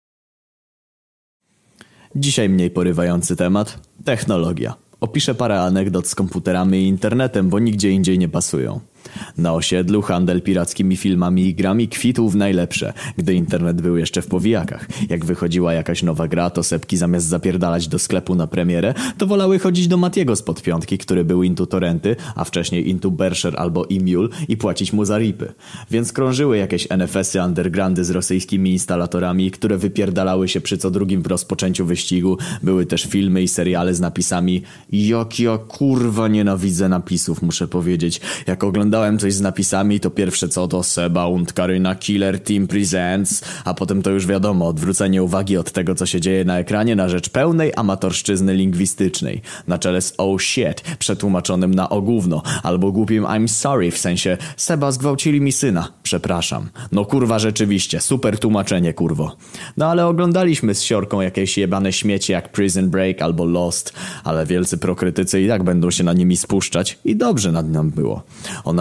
Dzisiaj mniej porywający temat. Technologia. Opiszę parę anegdot z komputerami i internetem, bo nigdzie indziej nie pasują. Na osiedlu handel pirackimi filmami i grami kwitł w najlepsze, gdy internet był jeszcze w powijakach. Jak wychodziła jakaś nowa gra, to sepki zamiast zapierdalać do sklepu na premierę, to wolały chodzić do Matiego spod piątki, który był into torrenty, a wcześniej into Bersher albo Emule i płacić mu za ripy. Więc krążyły jakieś NFS-y undergroundy z rosyjskimi instalatorami, które wypierdalały się przy co drugim rozpoczęciu wyścigu. Były też filmy i seriale z napisami. Jak ja kurwa nienawidzę napisów, muszę powiedzieć. Jak oglądałem coś z napisami, to pierwsze co to Seba und Karyna Killer Team Presents, a potem to już wiadomo, odwrócenie uwagi od tego, co się dzieje na ekranie na rzecz pełnej amatorszczyzny lingwistycznej. Na czele z oh shit, przetłumaczonym na o gówno, albo głupim I'm sorry, w sensie Seba zgwałcili mi syna, przepraszam. No kurwa rzeczywiście, super tłumaczenie kurwo. No ale oglądaliśmy z siorką jakieś jebane śmiecie jak Prison Break albo Lost, ale wielcy prokrytycy i tak będą się na nimi spuszczać i dobrze nad nią było. Ona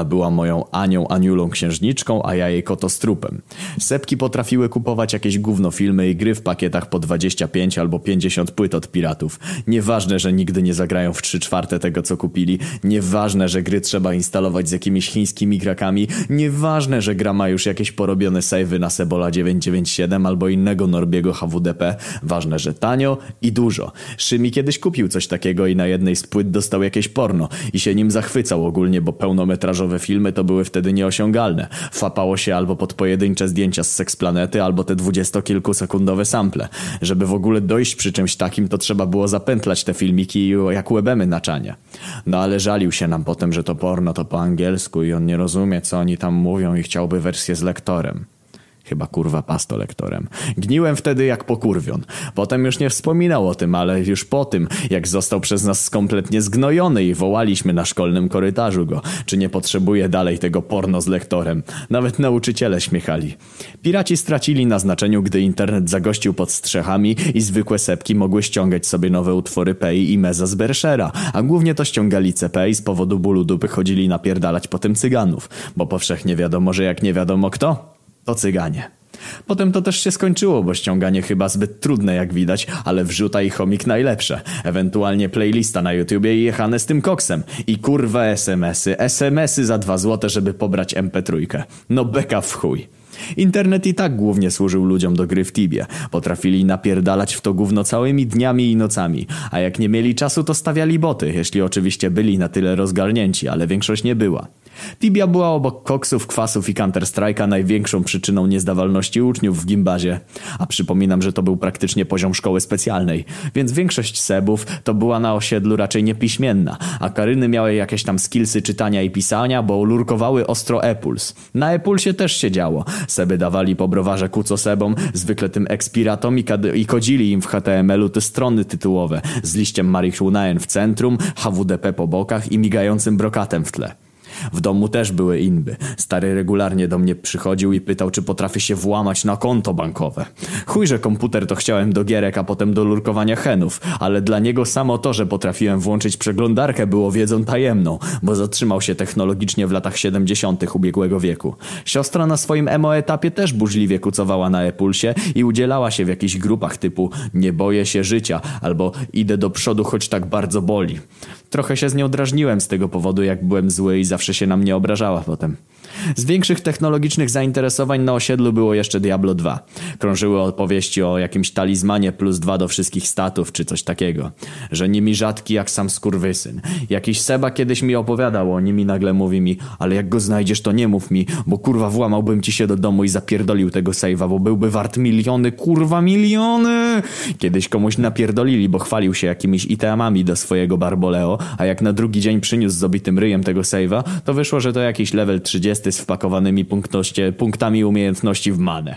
była moją Aniulą księżniczką, a ja jej kotostrupem. Sepki potrafiły kupować jakieś gówno filmy i gry w pakietach po 25 albo 50 płyt od piratów. Nieważne, że nigdy nie zagrają w 3/4 tego, co kupili. Nieważne, że gry trzeba instalować z jakimiś chińskimi krakami. Nieważne, że gra ma już jakieś porobione save'y na Sebola 997 albo innego Norbiego HWDP. Ważne, że tanio i dużo. Szymi kiedyś kupił coś takiego i na jednej z płyt dostał jakieś porno i się nim zachwycał ogólnie, bo pełnometrażowe filmy to były wtedy nieosiągalne. Fapało się albo pod pojedyncze zdjęcia z Seksplanety, albo te 20-kilkusekundowe sample. Żeby w ogóle dojść przy czymś takim, to trzeba było zapętlać te filmiki jak łebemy na czanie. No ale żalił się nam potem, że to porno to po angielsku i on nie rozumie, co oni tam mówią i chciałby wersję z lektorem. Chyba kurwa pasto lektorem. Gniłem wtedy jak pokurwion. Potem już nie wspominał o tym, ale już po tym, jak został przez nas kompletnie zgnojony i wołaliśmy na szkolnym korytarzu go, czy nie potrzebuje dalej tego porno z lektorem. Nawet nauczyciele śmiechali. Piraci stracili na znaczeniu, gdy internet zagościł pod strzechami i zwykłe sepki mogły ściągać sobie nowe utwory Pei i Meza z Berszera, a głównie to ściągali CP i z powodu bólu dupy chodzili napierdalać potem cyganów, bo powszechnie wiadomo, że jak nie wiadomo kto, to cyganie. Potem to też się skończyło, bo ściąganie chyba zbyt trudne jak widać, ale wrzuta i chomik najlepsze. Ewentualnie playlista na YouTubie i jechane z tym koksem. I kurwa SMS-y za 2 złote, żeby pobrać MP3. No beka w chuj. Internet i tak głównie służył ludziom do gry w Tibie. Potrafili napierdalać w to gówno całymi dniami i nocami. A jak nie mieli czasu, to stawiali boty, jeśli oczywiście byli na tyle rozgarnięci, ale większość nie była. Tibia była obok koksów, kwasów i Counter-Strike'a największą przyczyną niezdawalności uczniów w gimbazie. A przypominam, że to był praktycznie poziom szkoły specjalnej, więc większość sebów to była na osiedlu raczej niepiśmienna, a Karyny miały jakieś tam skillsy czytania i pisania, bo lurkowały ostro e-puls. Na e-pulsie też się działo. Seby dawali po browarze kucosebom, zwykle tym ekspiratom i kodzili im w HTML-u te strony tytułowe z liściem marihuanaen w centrum, HWDP po bokach i migającym brokatem w tle. W domu też były inby. Stary regularnie do mnie przychodził i pytał, czy potrafię się włamać na konto bankowe. Chuj, że komputer to chciałem do gierek, a potem do lurkowania henów, ale dla niego samo to, że potrafiłem włączyć przeglądarkę, było wiedzą tajemną, bo zatrzymał się technologicznie w latach 70. ubiegłego wieku. Siostra na swoim emo-etapie też burzliwie kucowała na e-pulsie i udzielała się w jakichś grupach typu nie boję się życia albo idę do przodu, choć tak bardzo boli. Trochę się z nią drażniłem z tego powodu, jak byłem zły i zawsze się na mnie obrażała potem. Z większych technologicznych zainteresowań na osiedlu było jeszcze Diablo 2. Krążyły opowieści o jakimś talizmanie +2 do wszystkich statów czy coś takiego. Że nimi rzadki jak sam skurwysyn. Jakiś Seba kiedyś mi opowiadał o nim i nagle mówi mi, ale jak go znajdziesz to nie mów mi, bo kurwa włamałbym ci się do domu i zapierdolił tego save'a, bo byłby wart miliony, kurwa miliony! Kiedyś komuś napierdolili, bo chwalił się jakimiś itemami do swojego Barboleo, a jak na drugi dzień przyniósł z obitym ryjem tego save'a, to wyszło, że to jakiś level 30 z wpakowanymi punktami umiejętności w manę.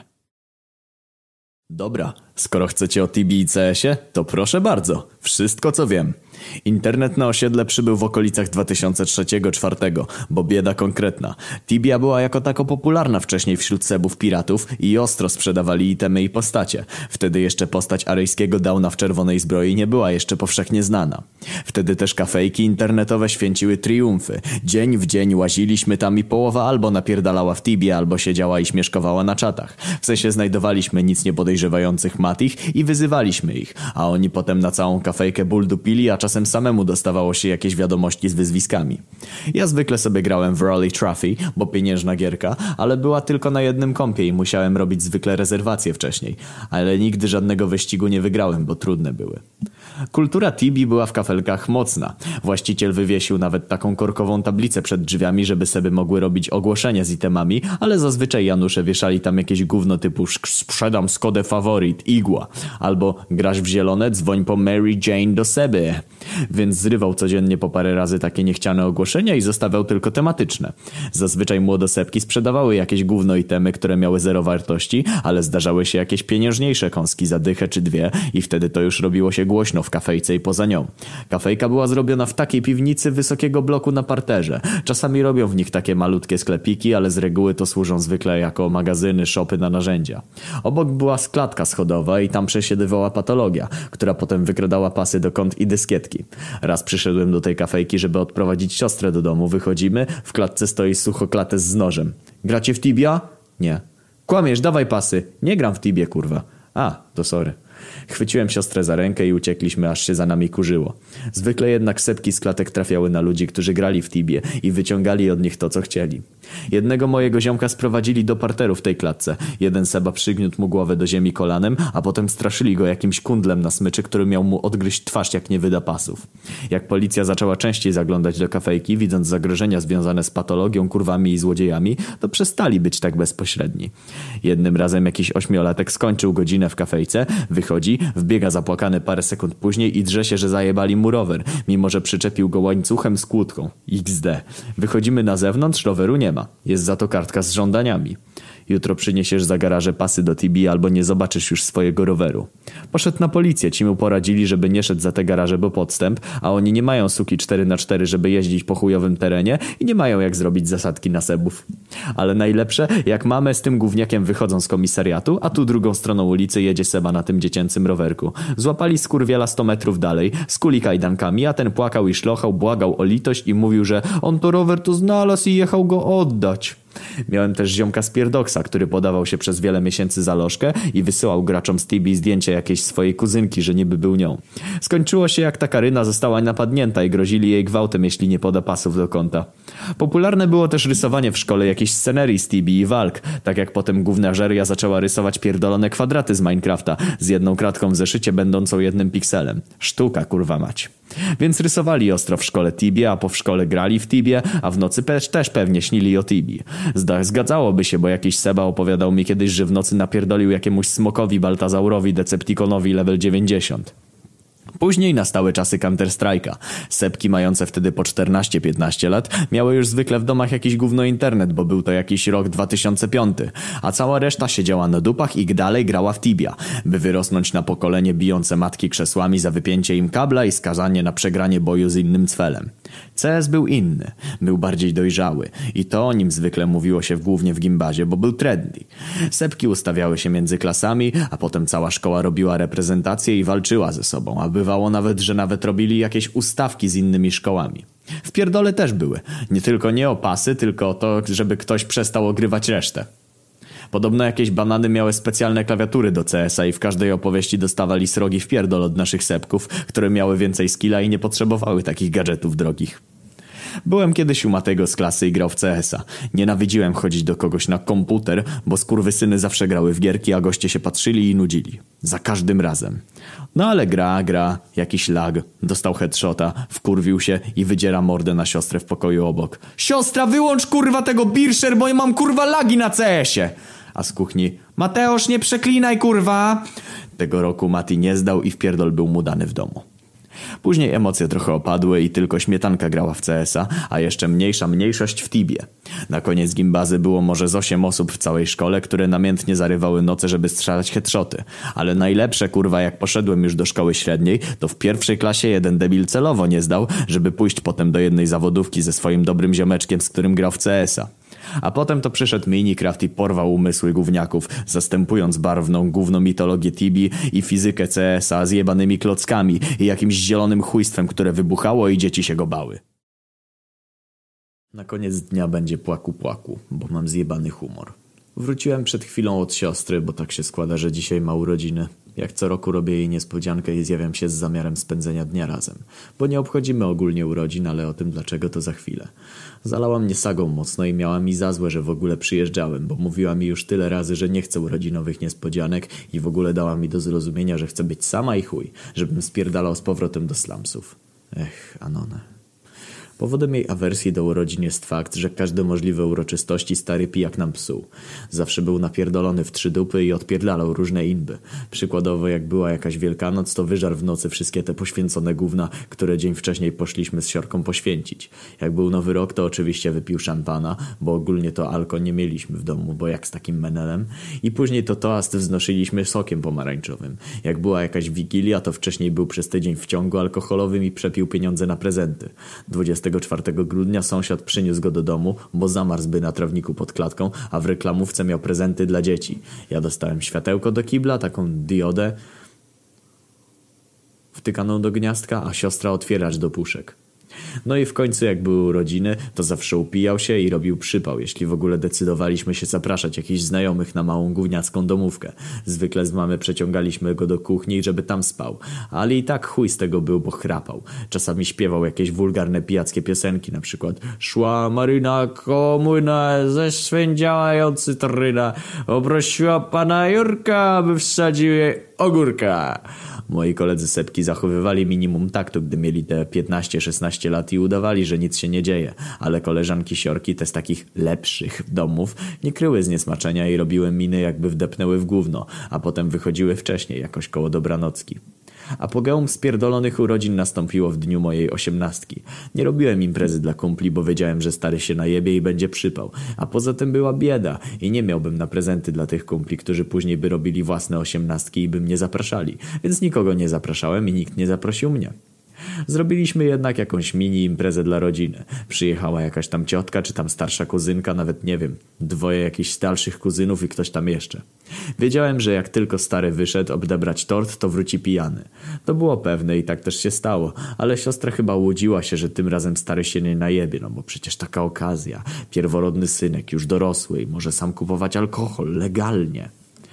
Dobra, skoro chcecie o Tibii i CS-ie, to proszę bardzo, wszystko co wiem. Internet na osiedle przybył w okolicach 2003-2004, bo bieda konkretna. Tibia była jako tako popularna wcześniej wśród sebów piratów i ostro sprzedawali itemy i postacie. Wtedy jeszcze postać aryjskiego Downa w czerwonej zbroi nie była jeszcze powszechnie znana. Wtedy też kafejki internetowe święciły triumfy. Dzień w dzień łaziliśmy tam i połowa albo napierdalała w Tibie, albo siedziała i śmieszkowała na czatach. W sensie znajdowaliśmy nic nie podejrzewających matich i wyzywaliśmy ich, a oni potem na całą kafejkę ból dupili, a czasem samemu dostawało się jakieś wiadomości z wyzwiskami. Ja zwykle sobie grałem w Rally Trophy, bo pieniężna gierka, ale była tylko na jednym kompie i musiałem robić zwykle rezerwacje wcześniej. Ale nigdy żadnego wyścigu nie wygrałem, bo trudne były. Kultura Tibii była w kafelkach mocna. Właściciel wywiesił nawet taką korkową tablicę przed drzwiami, żeby sobie mogły robić ogłoszenia z itemami, ale zazwyczaj Janusze wieszali tam jakieś gówno typu sprzedam Skodę Favorit, igła, albo grasz w zielone, dzwoń po Mary Jane do Seby. Więc zrywał codziennie po parę razy takie niechciane ogłoszenia i zostawiał tylko tematyczne. Zazwyczaj młodosepki sprzedawały jakieś gówno itemy, które miały 0 wartości, ale zdarzały się jakieś pieniężniejsze kąski za dychę czy 2 i wtedy to już robiło się głośno w kafejce i poza nią. Kafejka była zrobiona w takiej piwnicy wysokiego bloku na parterze. Czasami robią w nich takie malutkie sklepiki, ale z reguły to służą zwykle jako magazyny, szopy na narzędzia. Obok była klatka schodowa i tam przesiedywała patologia, która potem wykradała pasy do kont i dyskietki. Raz przyszedłem do tej kafejki, żeby odprowadzić siostrę do domu. Wychodzimy, w klatce stoi suchoklates z nożem. Gracie w Tibia? Nie. Kłamiesz, dawaj pasy. Nie gram w Tibie, kurwa. A, to sorry. Chwyciłem siostrę za rękę i uciekliśmy, aż się za nami kurzyło. Zwykle jednak sepki z klatek trafiały na ludzi, którzy grali w Tibie i wyciągali od nich to, co chcieli. Jednego mojego ziomka sprowadzili do parteru w tej klatce. Jeden Seba przygniótł mu głowę do ziemi kolanem, a potem straszyli go jakimś kundlem na smyczy, który miał mu odgryźć twarz, jak nie wyda pasów. Jak policja zaczęła częściej zaglądać do kafejki, widząc zagrożenia związane z patologią, kurwami i złodziejami, to przestali być tak bezpośredni. Jednym razem jakiś 8-latek skończył godzinę w kafejce, wychodzi, wbiega zapłakany parę sekund później i drze się, że zajebali mu rower, mimo że przyczepił go łańcuchem z kłódką. XD. Wychodzimy na zewnątrz, roweru nie ma. Jest za to kartka z żądaniami. Jutro przyniesiesz za garaże pasy do TB albo nie zobaczysz już swojego roweru. Poszedł na policję, ci mu poradzili, żeby nie szedł za te garaże, bo podstęp, a oni nie mają suki 4x4, żeby jeździć po chujowym terenie i nie mają jak zrobić zasadki na sebów. Ale najlepsze, jak mamę z tym gówniakiem wychodzą z komisariatu, a tu drugą stroną ulicy jedzie Seba na tym dziecięcym rowerku. Złapali skurwiela 100 metrów dalej, skuli kajdankami, a ten płakał i szlochał, błagał o litość i mówił, że on to rower tu znalazł i jechał go oddać. Miałem też ziomka z Pierdoksa, który podawał się przez wiele miesięcy za lożkę i wysyłał graczom z TB zdjęcie jakiejś swojej kuzynki, że niby był nią. Skończyło się, jak ta Karyna została napadnięta i grozili jej gwałtem, jeśli nie poda pasów do konta. Popularne było też rysowanie w szkole jakiejś scenerii z TB i walk, tak jak potem gówniarzeria zaczęła rysować pierdolone kwadraty z Minecrafta z jedną kratką w zeszycie będącą jednym pikselem. Sztuka, kurwa mać. Więc rysowali ostro w szkole Tibie, a po w szkole grali w Tibie, a w nocy też pewnie śnili o Tibii. Zgadzałoby się, bo jakiś Seba opowiadał mi kiedyś, że w nocy napierdolił jakiemuś smokowi Baltazaurowi Decepticonowi level 90. Później nastały czasy Counter-Strike'a. Sepki mające wtedy po 14-15 lat miały już zwykle w domach jakiś gówno internet, bo był to jakiś rok 2005, a cała reszta siedziała na dupach i dalej grała w Tibia, by wyrosnąć na pokolenie bijące matki krzesłami za wypięcie im kabla i skazanie na przegranie boju z innym cwelem. CS był inny, był bardziej dojrzały i to o nim zwykle mówiło się głównie w gimbazie, bo był trendy. Sepki ustawiały się między klasami, a potem cała szkoła robiła reprezentację i walczyła ze sobą, a bywało nawet, że nawet robili jakieś ustawki z innymi szkołami. W pierdole też były. Nie o pasy, tylko o to, żeby ktoś przestał ogrywać resztę. Podobno jakieś banany miały specjalne klawiatury do CS-a i w każdej opowieści dostawali srogi w pierdol od naszych sepków, które miały więcej skilla i nie potrzebowały takich gadżetów drogich. Byłem kiedyś u Matego z klasy i grał w CS-a. Nienawidziłem chodzić do kogoś na komputer, bo skurwysyny zawsze grały w gierki, a goście się patrzyli i nudzili. Za każdym razem. No ale gra, jakiś lag, dostał headshota, wkurwił się i wydziera mordę na siostrę w pokoju obok. Siostra, wyłącz kurwa tego Birscher, bo ja mam kurwa lagi na CS-ie! A z kuchni, Mateusz, nie przeklinaj kurwa! Tego roku Mati nie zdał i wpierdol był mu dany w domu. Później emocje trochę opadły i tylko śmietanka grała w CS-a, a jeszcze mniejsza mniejszość w Tibie. Na koniec gimbazy było może z 8 osób w całej szkole, które namiętnie zarywały noce, żeby strzelać headshoty. Ale najlepsze kurwa, jak poszedłem już do szkoły średniej, to w pierwszej klasie jeden debil celowo nie zdał, żeby pójść potem do jednej zawodówki ze swoim dobrym ziomeczkiem, z którym grał w CS-a. A potem to przyszedł Minecraft i porwał umysły gówniaków, zastępując barwną gówno-mitologię Tibi i fizykę CS-a z jebanymi klockami i jakimś zielonym chujstwem, które wybuchało i dzieci się go bały. Na koniec dnia będzie płaku, bo mam zjebany humor. Wróciłem przed chwilą od siostry, bo tak się składa, że dzisiaj ma urodziny. Jak co roku robię jej niespodziankę i zjawiam się z zamiarem spędzenia dnia razem. Bo nie obchodzimy ogólnie urodzin, ale o tym dlaczego to za chwilę. Zalała mnie sagą mocno i miała mi za złe, że w ogóle przyjeżdżałem, bo mówiła mi już tyle razy, że nie chce urodzinowych niespodzianek i w ogóle dała mi do zrozumienia, że chce być sama i chuj, żebym spierdalał z powrotem do slumsów. Anone. Powodem jej awersji do urodzin jest fakt, że każde możliwe uroczystości stary pijak nam psuł. Zawsze był napierdolony w 3 dupy i odpierdalał różne inby. Przykładowo jak była jakaś Wielkanoc, to wyżarł w nocy wszystkie te poświęcone gówna, które dzień wcześniej poszliśmy z siorką poświęcić. Jak był Nowy Rok, to oczywiście wypił szampana, bo ogólnie to alko nie mieliśmy w domu, bo jak z takim menelem. I później to toast wznosiliśmy sokiem pomarańczowym. Jak była jakaś Wigilia, to wcześniej był przez tydzień w ciągu alkoholowym i przepił pieniądze na prezenty. 24 grudnia sąsiad przyniósł go do domu, bo zamarzłby na trawniku pod klatką, a w reklamówce miał prezenty dla dzieci. Ja dostałem światełko do kibla, taką diodę wtykaną do gniazdka, a siostra otwieracz do puszek. No i w końcu jak były urodziny, to zawsze upijał się i robił przypał, jeśli w ogóle decydowaliśmy się zapraszać jakichś znajomych na małą gówniacką domówkę. Zwykle z mamy przeciągaliśmy go do kuchni, żeby tam spał, ale i tak chuj z tego był, bo chrapał. Czasami śpiewał jakieś wulgarne pijackie piosenki, na przykład szła Maryna koło młyna, zeszwędziała ją cytryna, poprosiła pana Jurka, aby wsadził jej ogórka. Moi koledzy sepki zachowywali minimum taktu, gdy mieli te 15-16 lat i udawali, że nic się nie dzieje, ale koleżanki siorki, te z takich lepszych domów, nie kryły zniesmaczenia i robiły miny, jakby wdepnęły w gówno, a potem wychodziły wcześniej, jakoś koło dobranocki. Apogeum spierdolonych urodzin nastąpiło w dniu mojej 18. Nie robiłem imprezy dla kumpli, bo wiedziałem, że stary się najebie i będzie przypał. A poza tym była bieda i nie miałbym na prezenty dla tych kumpli, którzy później by robili własne 18 i by mnie zapraszali. Więc nikogo nie zapraszałem i nikt nie zaprosił mnie. Zrobiliśmy jednak jakąś mini imprezę dla rodziny. Przyjechała jakaś tam ciotka, czy tam starsza kuzynka, nawet nie wiem. 2 jakichś starszych kuzynów i ktoś tam jeszcze. Wiedziałem, że jak tylko stary wyszedł odebrać tort, to wróci pijany. To było pewne i tak też się stało, ale siostra chyba łudziła się, że tym razem stary się nie najebie, no bo przecież taka okazja. Pierworodny synek, już dorosły i może sam kupować alkohol legalnie.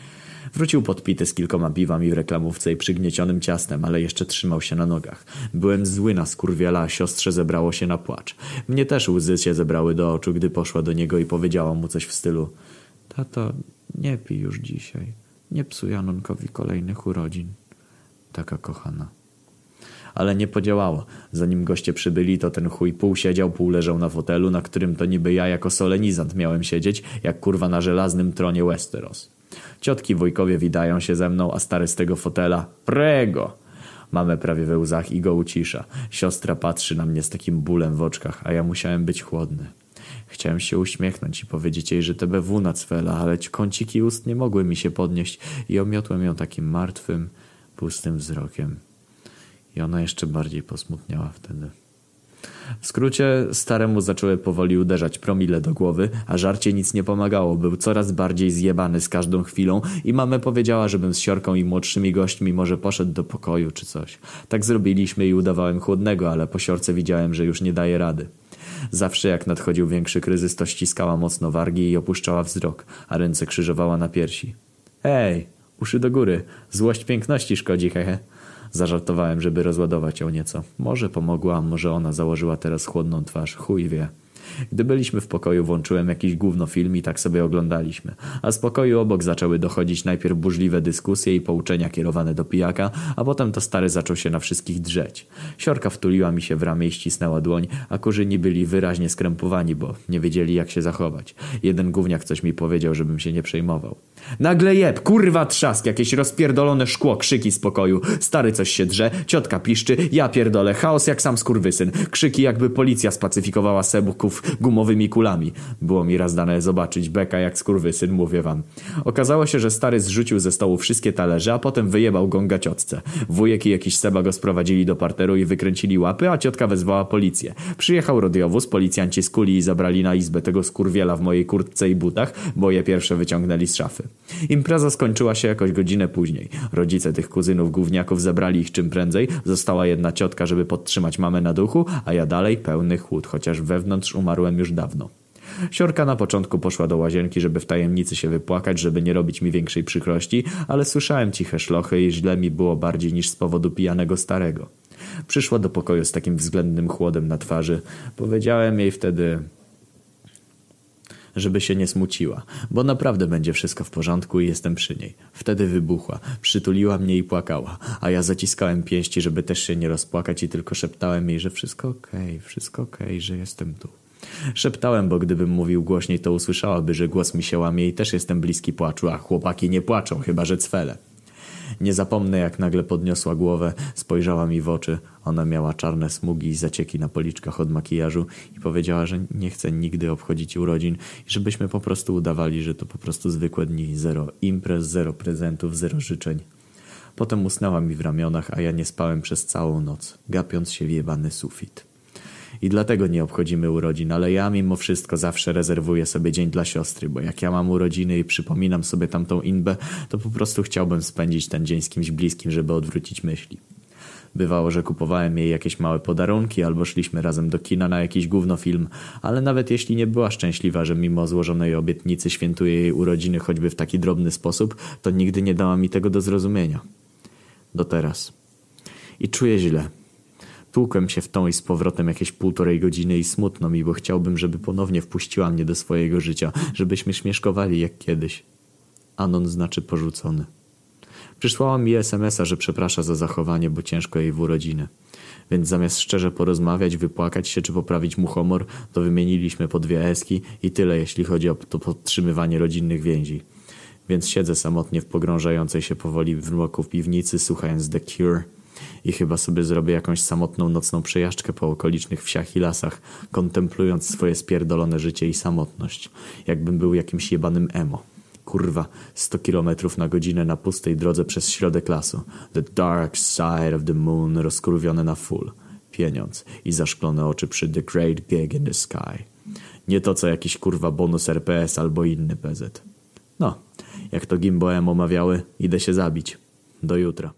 Wrócił podpity z kilkoma piwami w reklamówce i przygniecionym ciastem, ale jeszcze trzymał się na nogach. Byłem zły na skurwiela, a siostrze zebrało się na płacz. Mnie też łzy się zebrały do oczu, gdy poszła do niego i powiedziała mu coś w stylu: tato, nie pij już dzisiaj. Nie psuj Janonkowi kolejnych urodzin. Taka kochana. Ale nie podziałało. Zanim goście przybyli, to ten chuj pół siedział, pół leżał na fotelu, na którym to niby ja jako solenizant miałem siedzieć, jak kurwa na żelaznym tronie Westeros. Ciotki wujkowie witają się ze mną, a stary z tego fotela: prego! Mamę prawie we łzach i go ucisza. Siostra patrzy na mnie z takim bólem w oczkach, a ja musiałem być chłodny. Chciałem się uśmiechnąć i powiedzieć jej, że TBW na cwela, ale kąciki ust nie mogły mi się podnieść i omiotłem ją takim martwym, pustym wzrokiem. I ona jeszcze bardziej posmutniała wtedy. W skrócie, staremu zaczęły powoli uderzać promile do głowy, a żarcie nic nie pomagało. Był coraz bardziej zjebany z każdą chwilą i mamę powiedziała, żebym z siorką i młodszymi gośćmi może poszedł do pokoju czy coś. Tak zrobiliśmy i udawałem chłodnego, ale po siorce widziałem, że już nie daje rady. Zawsze jak nadchodził większy kryzys, to ściskała mocno wargi i opuszczała wzrok, a ręce krzyżowała na piersi. Ej, uszy do góry, złość piękności szkodzi, hehe. Zażartowałem, żeby rozładować ją nieco. Może pomogła, a może ona założyła teraz chłodną twarz. Chuj wie. Gdy byliśmy w pokoju, włączyłem jakiś gównofilm i tak sobie oglądaliśmy. A z pokoju obok zaczęły dochodzić najpierw burzliwe dyskusje i pouczenia kierowane do pijaka, a potem to stary zaczął się na wszystkich drzeć. Siorka wtuliła mi się w ramię i ścisnęła dłoń, a kurzyni byli wyraźnie skrępowani, bo nie wiedzieli jak się zachować. Jeden gówniak coś mi powiedział, żebym się nie przejmował. Nagle jeb, kurwa trzask, jakieś rozpierdolone szkło, krzyki z pokoju. Stary coś się drze, ciotka piszczy, ja pierdolę, chaos jak sam skurwysyn. Krzyki jakby policja spacyfikowała sebuków gumowymi kulami. Było mi raz dane zobaczyć, beka jak skurwysyn, mówię wam. Okazało się, że stary zrzucił ze stołu wszystkie talerze, a potem wyjebał gonga ciotce. Wujek i jakiś seba go sprowadzili do parteru i wykręcili łapy, a ciotka wezwała policję. Przyjechał radiowóz, policjanci skuli i zabrali na izbę tego skurwiela w mojej kurtce i butach, bo je pierwsze wyciągnęli z szafy. Impreza skończyła się jakoś godzinę później. Rodzice tych kuzynów gówniaków zabrali ich czym prędzej. Została jedna ciotka, żeby podtrzymać mamę na duchu, a ja dalej pełny chłód, chociaż wewnątrz umarłem już dawno. Siorka na początku poszła do łazienki, żeby w tajemnicy się wypłakać, żeby nie robić mi większej przykrości, ale słyszałem ciche szlochy i źle mi było bardziej niż z powodu pijanego starego. Przyszła do pokoju z takim względnym chłodem na twarzy. Powiedziałem jej wtedy, żeby się nie smuciła, bo naprawdę będzie wszystko w porządku i jestem przy niej. Wtedy wybuchła, przytuliła mnie i płakała, a ja zaciskałem pięści, żeby też się nie rozpłakać i tylko szeptałem jej, że wszystko okej, że jestem tu. Szeptałem, bo gdybym mówił głośniej, to usłyszałaby, że głos mi się łamie i też jestem bliski płaczu, a chłopaki nie płaczą, chyba że cwele. Nie zapomnę, jak nagle podniosła głowę, spojrzała mi w oczy. Ona miała czarne smugi i zacieki na policzkach od makijażu i powiedziała, że nie chce nigdy obchodzić urodzin i żebyśmy po prostu udawali, że to po prostu zwykłe dni. 0 imprez, 0 prezentów, 0 życzeń. Potem usnęła mi w ramionach, a ja nie spałem przez całą noc, gapiąc się w jebany sufit. I dlatego nie obchodzimy urodzin, ale ja mimo wszystko zawsze rezerwuję sobie dzień dla siostry, bo jak ja mam urodziny i przypominam sobie tamtą inbę, to po prostu chciałbym spędzić ten dzień z kimś bliskim, żeby odwrócić myśli. Bywało, że kupowałem jej jakieś małe podarunki albo szliśmy razem do kina na jakiś gównofilm, ale nawet jeśli nie była szczęśliwa, że mimo złożonej obietnicy świętuje jej urodziny choćby w taki drobny sposób, to nigdy nie dała mi tego do zrozumienia. Do teraz. I czuję źle. Tłukłem się w tą i z powrotem jakieś 1,5 godziny i smutno mi, bo chciałbym, żeby ponownie wpuściła mnie do swojego życia, żebyśmy śmieszkowali jak kiedyś. Anon znaczy porzucony. Przysłała mi SMS-a, że przeprasza za zachowanie, bo ciężko jej w urodziny. Więc zamiast szczerze porozmawiać, wypłakać się czy poprawić mu humor, to wymieniliśmy po 2 eski i tyle, jeśli chodzi o to podtrzymywanie rodzinnych więzi. Więc siedzę samotnie w pogrążającej się powoli w mroku w piwnicy, słuchając The Cure. I chyba sobie zrobię jakąś samotną nocną przejażdżkę po okolicznych wsiach i lasach, kontemplując swoje spierdolone życie i samotność, jakbym był jakimś jebanym emo. Kurwa, 100 km/h na pustej drodze przez środek lasu. The dark side of the moon rozkurwione na full. Pieniądz i zaszklone oczy przy The Great Gig in the Sky. Nie to co jakiś kurwa bonus RPS albo inny PZ. No, jak to Gimbo omawiały, idę się zabić. Do jutra.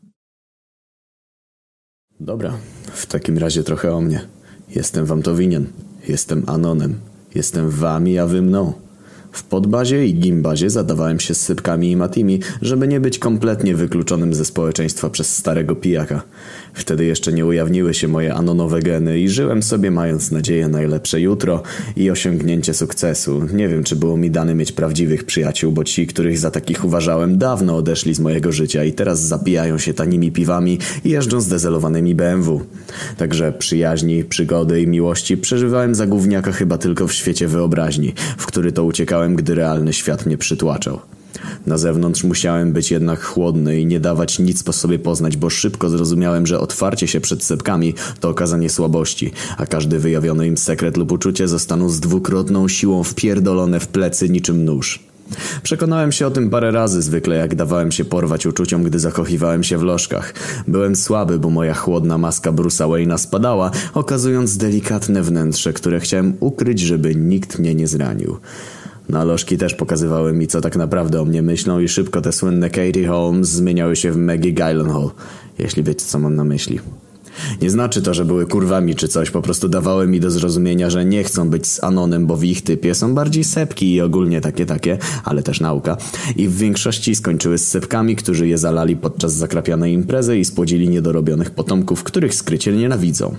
Dobra, w takim razie trochę o mnie. Jestem wam to winien. Jestem Anonem. Jestem wami, a wy mną. W podbazie i gimbazie zadawałem się z Sypkami i Matimi, żeby nie być kompletnie wykluczonym ze społeczeństwa przez starego pijaka. Wtedy jeszcze nie ujawniły się moje anonowe geny i żyłem sobie mając nadzieję na lepsze jutro i osiągnięcie sukcesu. Nie wiem, czy było mi dane mieć prawdziwych przyjaciół, bo ci, których za takich uważałem, dawno odeszli z mojego życia i teraz zapijają się tanimi piwami i jeżdżą zdezelowanymi BMW. Także przyjaźni, przygody i miłości przeżywałem za gówniaka chyba tylko w świecie wyobraźni, w który to uciekałem, gdy realny świat mnie przytłaczał. Na zewnątrz musiałem być jednak chłodny i nie dawać nic po sobie poznać, bo szybko zrozumiałem, że otwarcie się przed Sypkami to okazanie słabości, a każdy wyjawiony im sekret lub uczucie zostaną z 2-krotną siłą wpierdolone w plecy niczym nóż. Przekonałem się o tym parę razy, zwykle jak dawałem się porwać uczuciom, gdy zakochiwałem się w lożkach. Byłem słaby, bo moja chłodna maska Bruce'a Wayne'a spadała, okazując delikatne wnętrze, które chciałem ukryć, żeby nikt mnie nie zranił. No, lożki też pokazywały mi, co tak naprawdę o mnie myślą i szybko te słynne Katie Holmes zmieniały się w Maggie Gyllenhaal, jeśli wiecie, co mam na myśli. Nie znaczy to, że były kurwami czy coś, po prostu dawały mi do zrozumienia, że nie chcą być z Anonem, bo w ich typie są bardziej sepki i ogólnie takie, ale też nauka. I w większości skończyły z sepkami, którzy je zalali podczas zakrapianej imprezy i spłodzili niedorobionych potomków, których skrycie nienawidzą.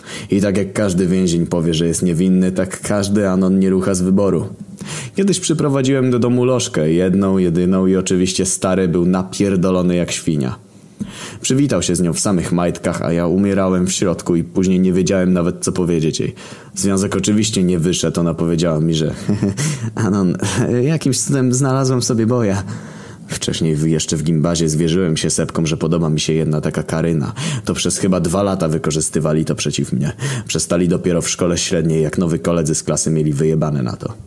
I tak jak każdy więzień powie, że jest niewinny, tak każdy Anon nie rucha z wyboru. Kiedyś przyprowadziłem do domu lożkę, jedną, jedyną i oczywiście stary był napierdolony jak świnia. Przywitał się z nią w samych majtkach, a ja umierałem w środku i później nie wiedziałem nawet co powiedzieć jej. Związek oczywiście nie wyszedł, ona powiedziała mi, że Anon, jakimś cudem znalazłem sobie boja. Wcześniej jeszcze w gimbazie zwierzyłem się Sepkom, że podoba mi się jedna taka Karyna. To przez chyba 2 lata wykorzystywali to przeciw mnie. Przestali dopiero w szkole średniej, jak nowi koledzy z klasy mieli wyjebane na to.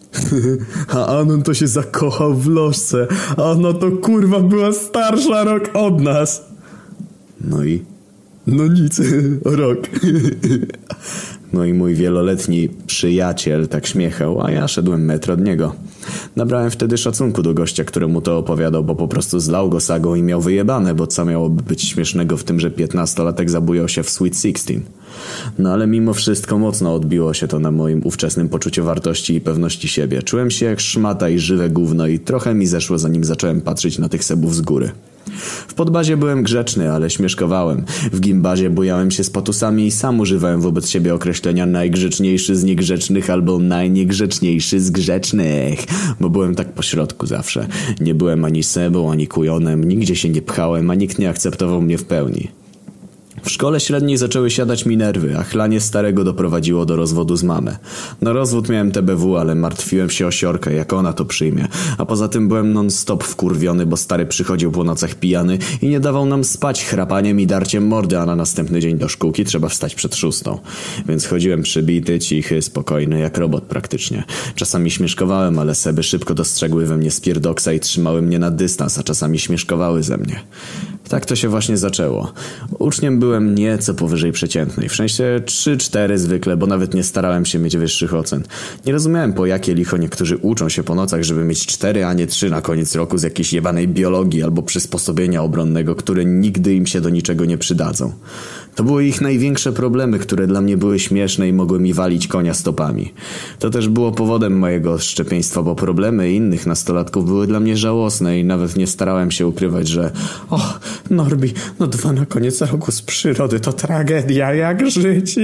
A Anon to się zakochał w lożce, a ona to kurwa była starsza rok od nas. No i? No nic, rok. No i mój wieloletni przyjaciel tak śmiechał, a ja szedłem metr od niego. Nabrałem wtedy szacunku do gościa, któremu to opowiadał, bo po prostu zlał go sagą i miał wyjebane, bo co miałoby być śmiesznego w tym, że 15-latek zabujał się w Sweet 16. No ale mimo wszystko mocno odbiło się to na moim ówczesnym poczuciu wartości i pewności siebie. Czułem się jak szmata i żywe gówno i trochę mi zeszło, zanim zacząłem patrzeć na tych sebów z góry. W podbazie byłem grzeczny, ale śmieszkowałem. W gimbazie bujałem się z patusami i sam używałem wobec siebie określenia najgrzeczniejszy z niegrzecznych albo najniegrzeczniejszy z grzecznych, bo byłem tak pośrodku zawsze. Nie byłem ani sebą, ani kujonem, nigdzie się nie pchałem, a nikt nie akceptował mnie w pełni. W szkole średniej zaczęły siadać mi nerwy, a chlanie starego doprowadziło do rozwodu z mamą. Na rozwód miałem TBW, ale martwiłem się o siorkę, jak ona to przyjmie. A poza tym byłem non-stop wkurwiony, bo stary przychodził po nocach pijany i nie dawał nam spać chrapaniem i darciem mordy, a na następny dzień do szkółki trzeba wstać przed 6. Więc chodziłem przybity, cichy, spokojny, jak robot praktycznie. Czasami śmieszkowałem, ale seby szybko dostrzegły we mnie spierdoksa i trzymały mnie na dystans, a czasami śmieszkowały ze mnie. Tak to się właśnie zaczęło. Uczniem byłem nieco powyżej przeciętnej. W sensie 3-4 zwykle, bo nawet nie starałem się mieć wyższych ocen. Nie rozumiałem, po jakie licho niektórzy uczą się po nocach, żeby mieć 4, a nie 3 na koniec roku z jakiejś jebanej biologii albo przysposobienia obronnego, które nigdy im się do niczego nie przydadzą. To były ich największe problemy, które dla mnie były śmieszne i mogły mi walić konia stopami. To też było powodem mojego szczepieństwa, bo problemy innych nastolatków były dla mnie żałosne i nawet nie starałem się ukrywać, że Norbi, 2 na koniec roku z przyrody to tragedia, jak żyć.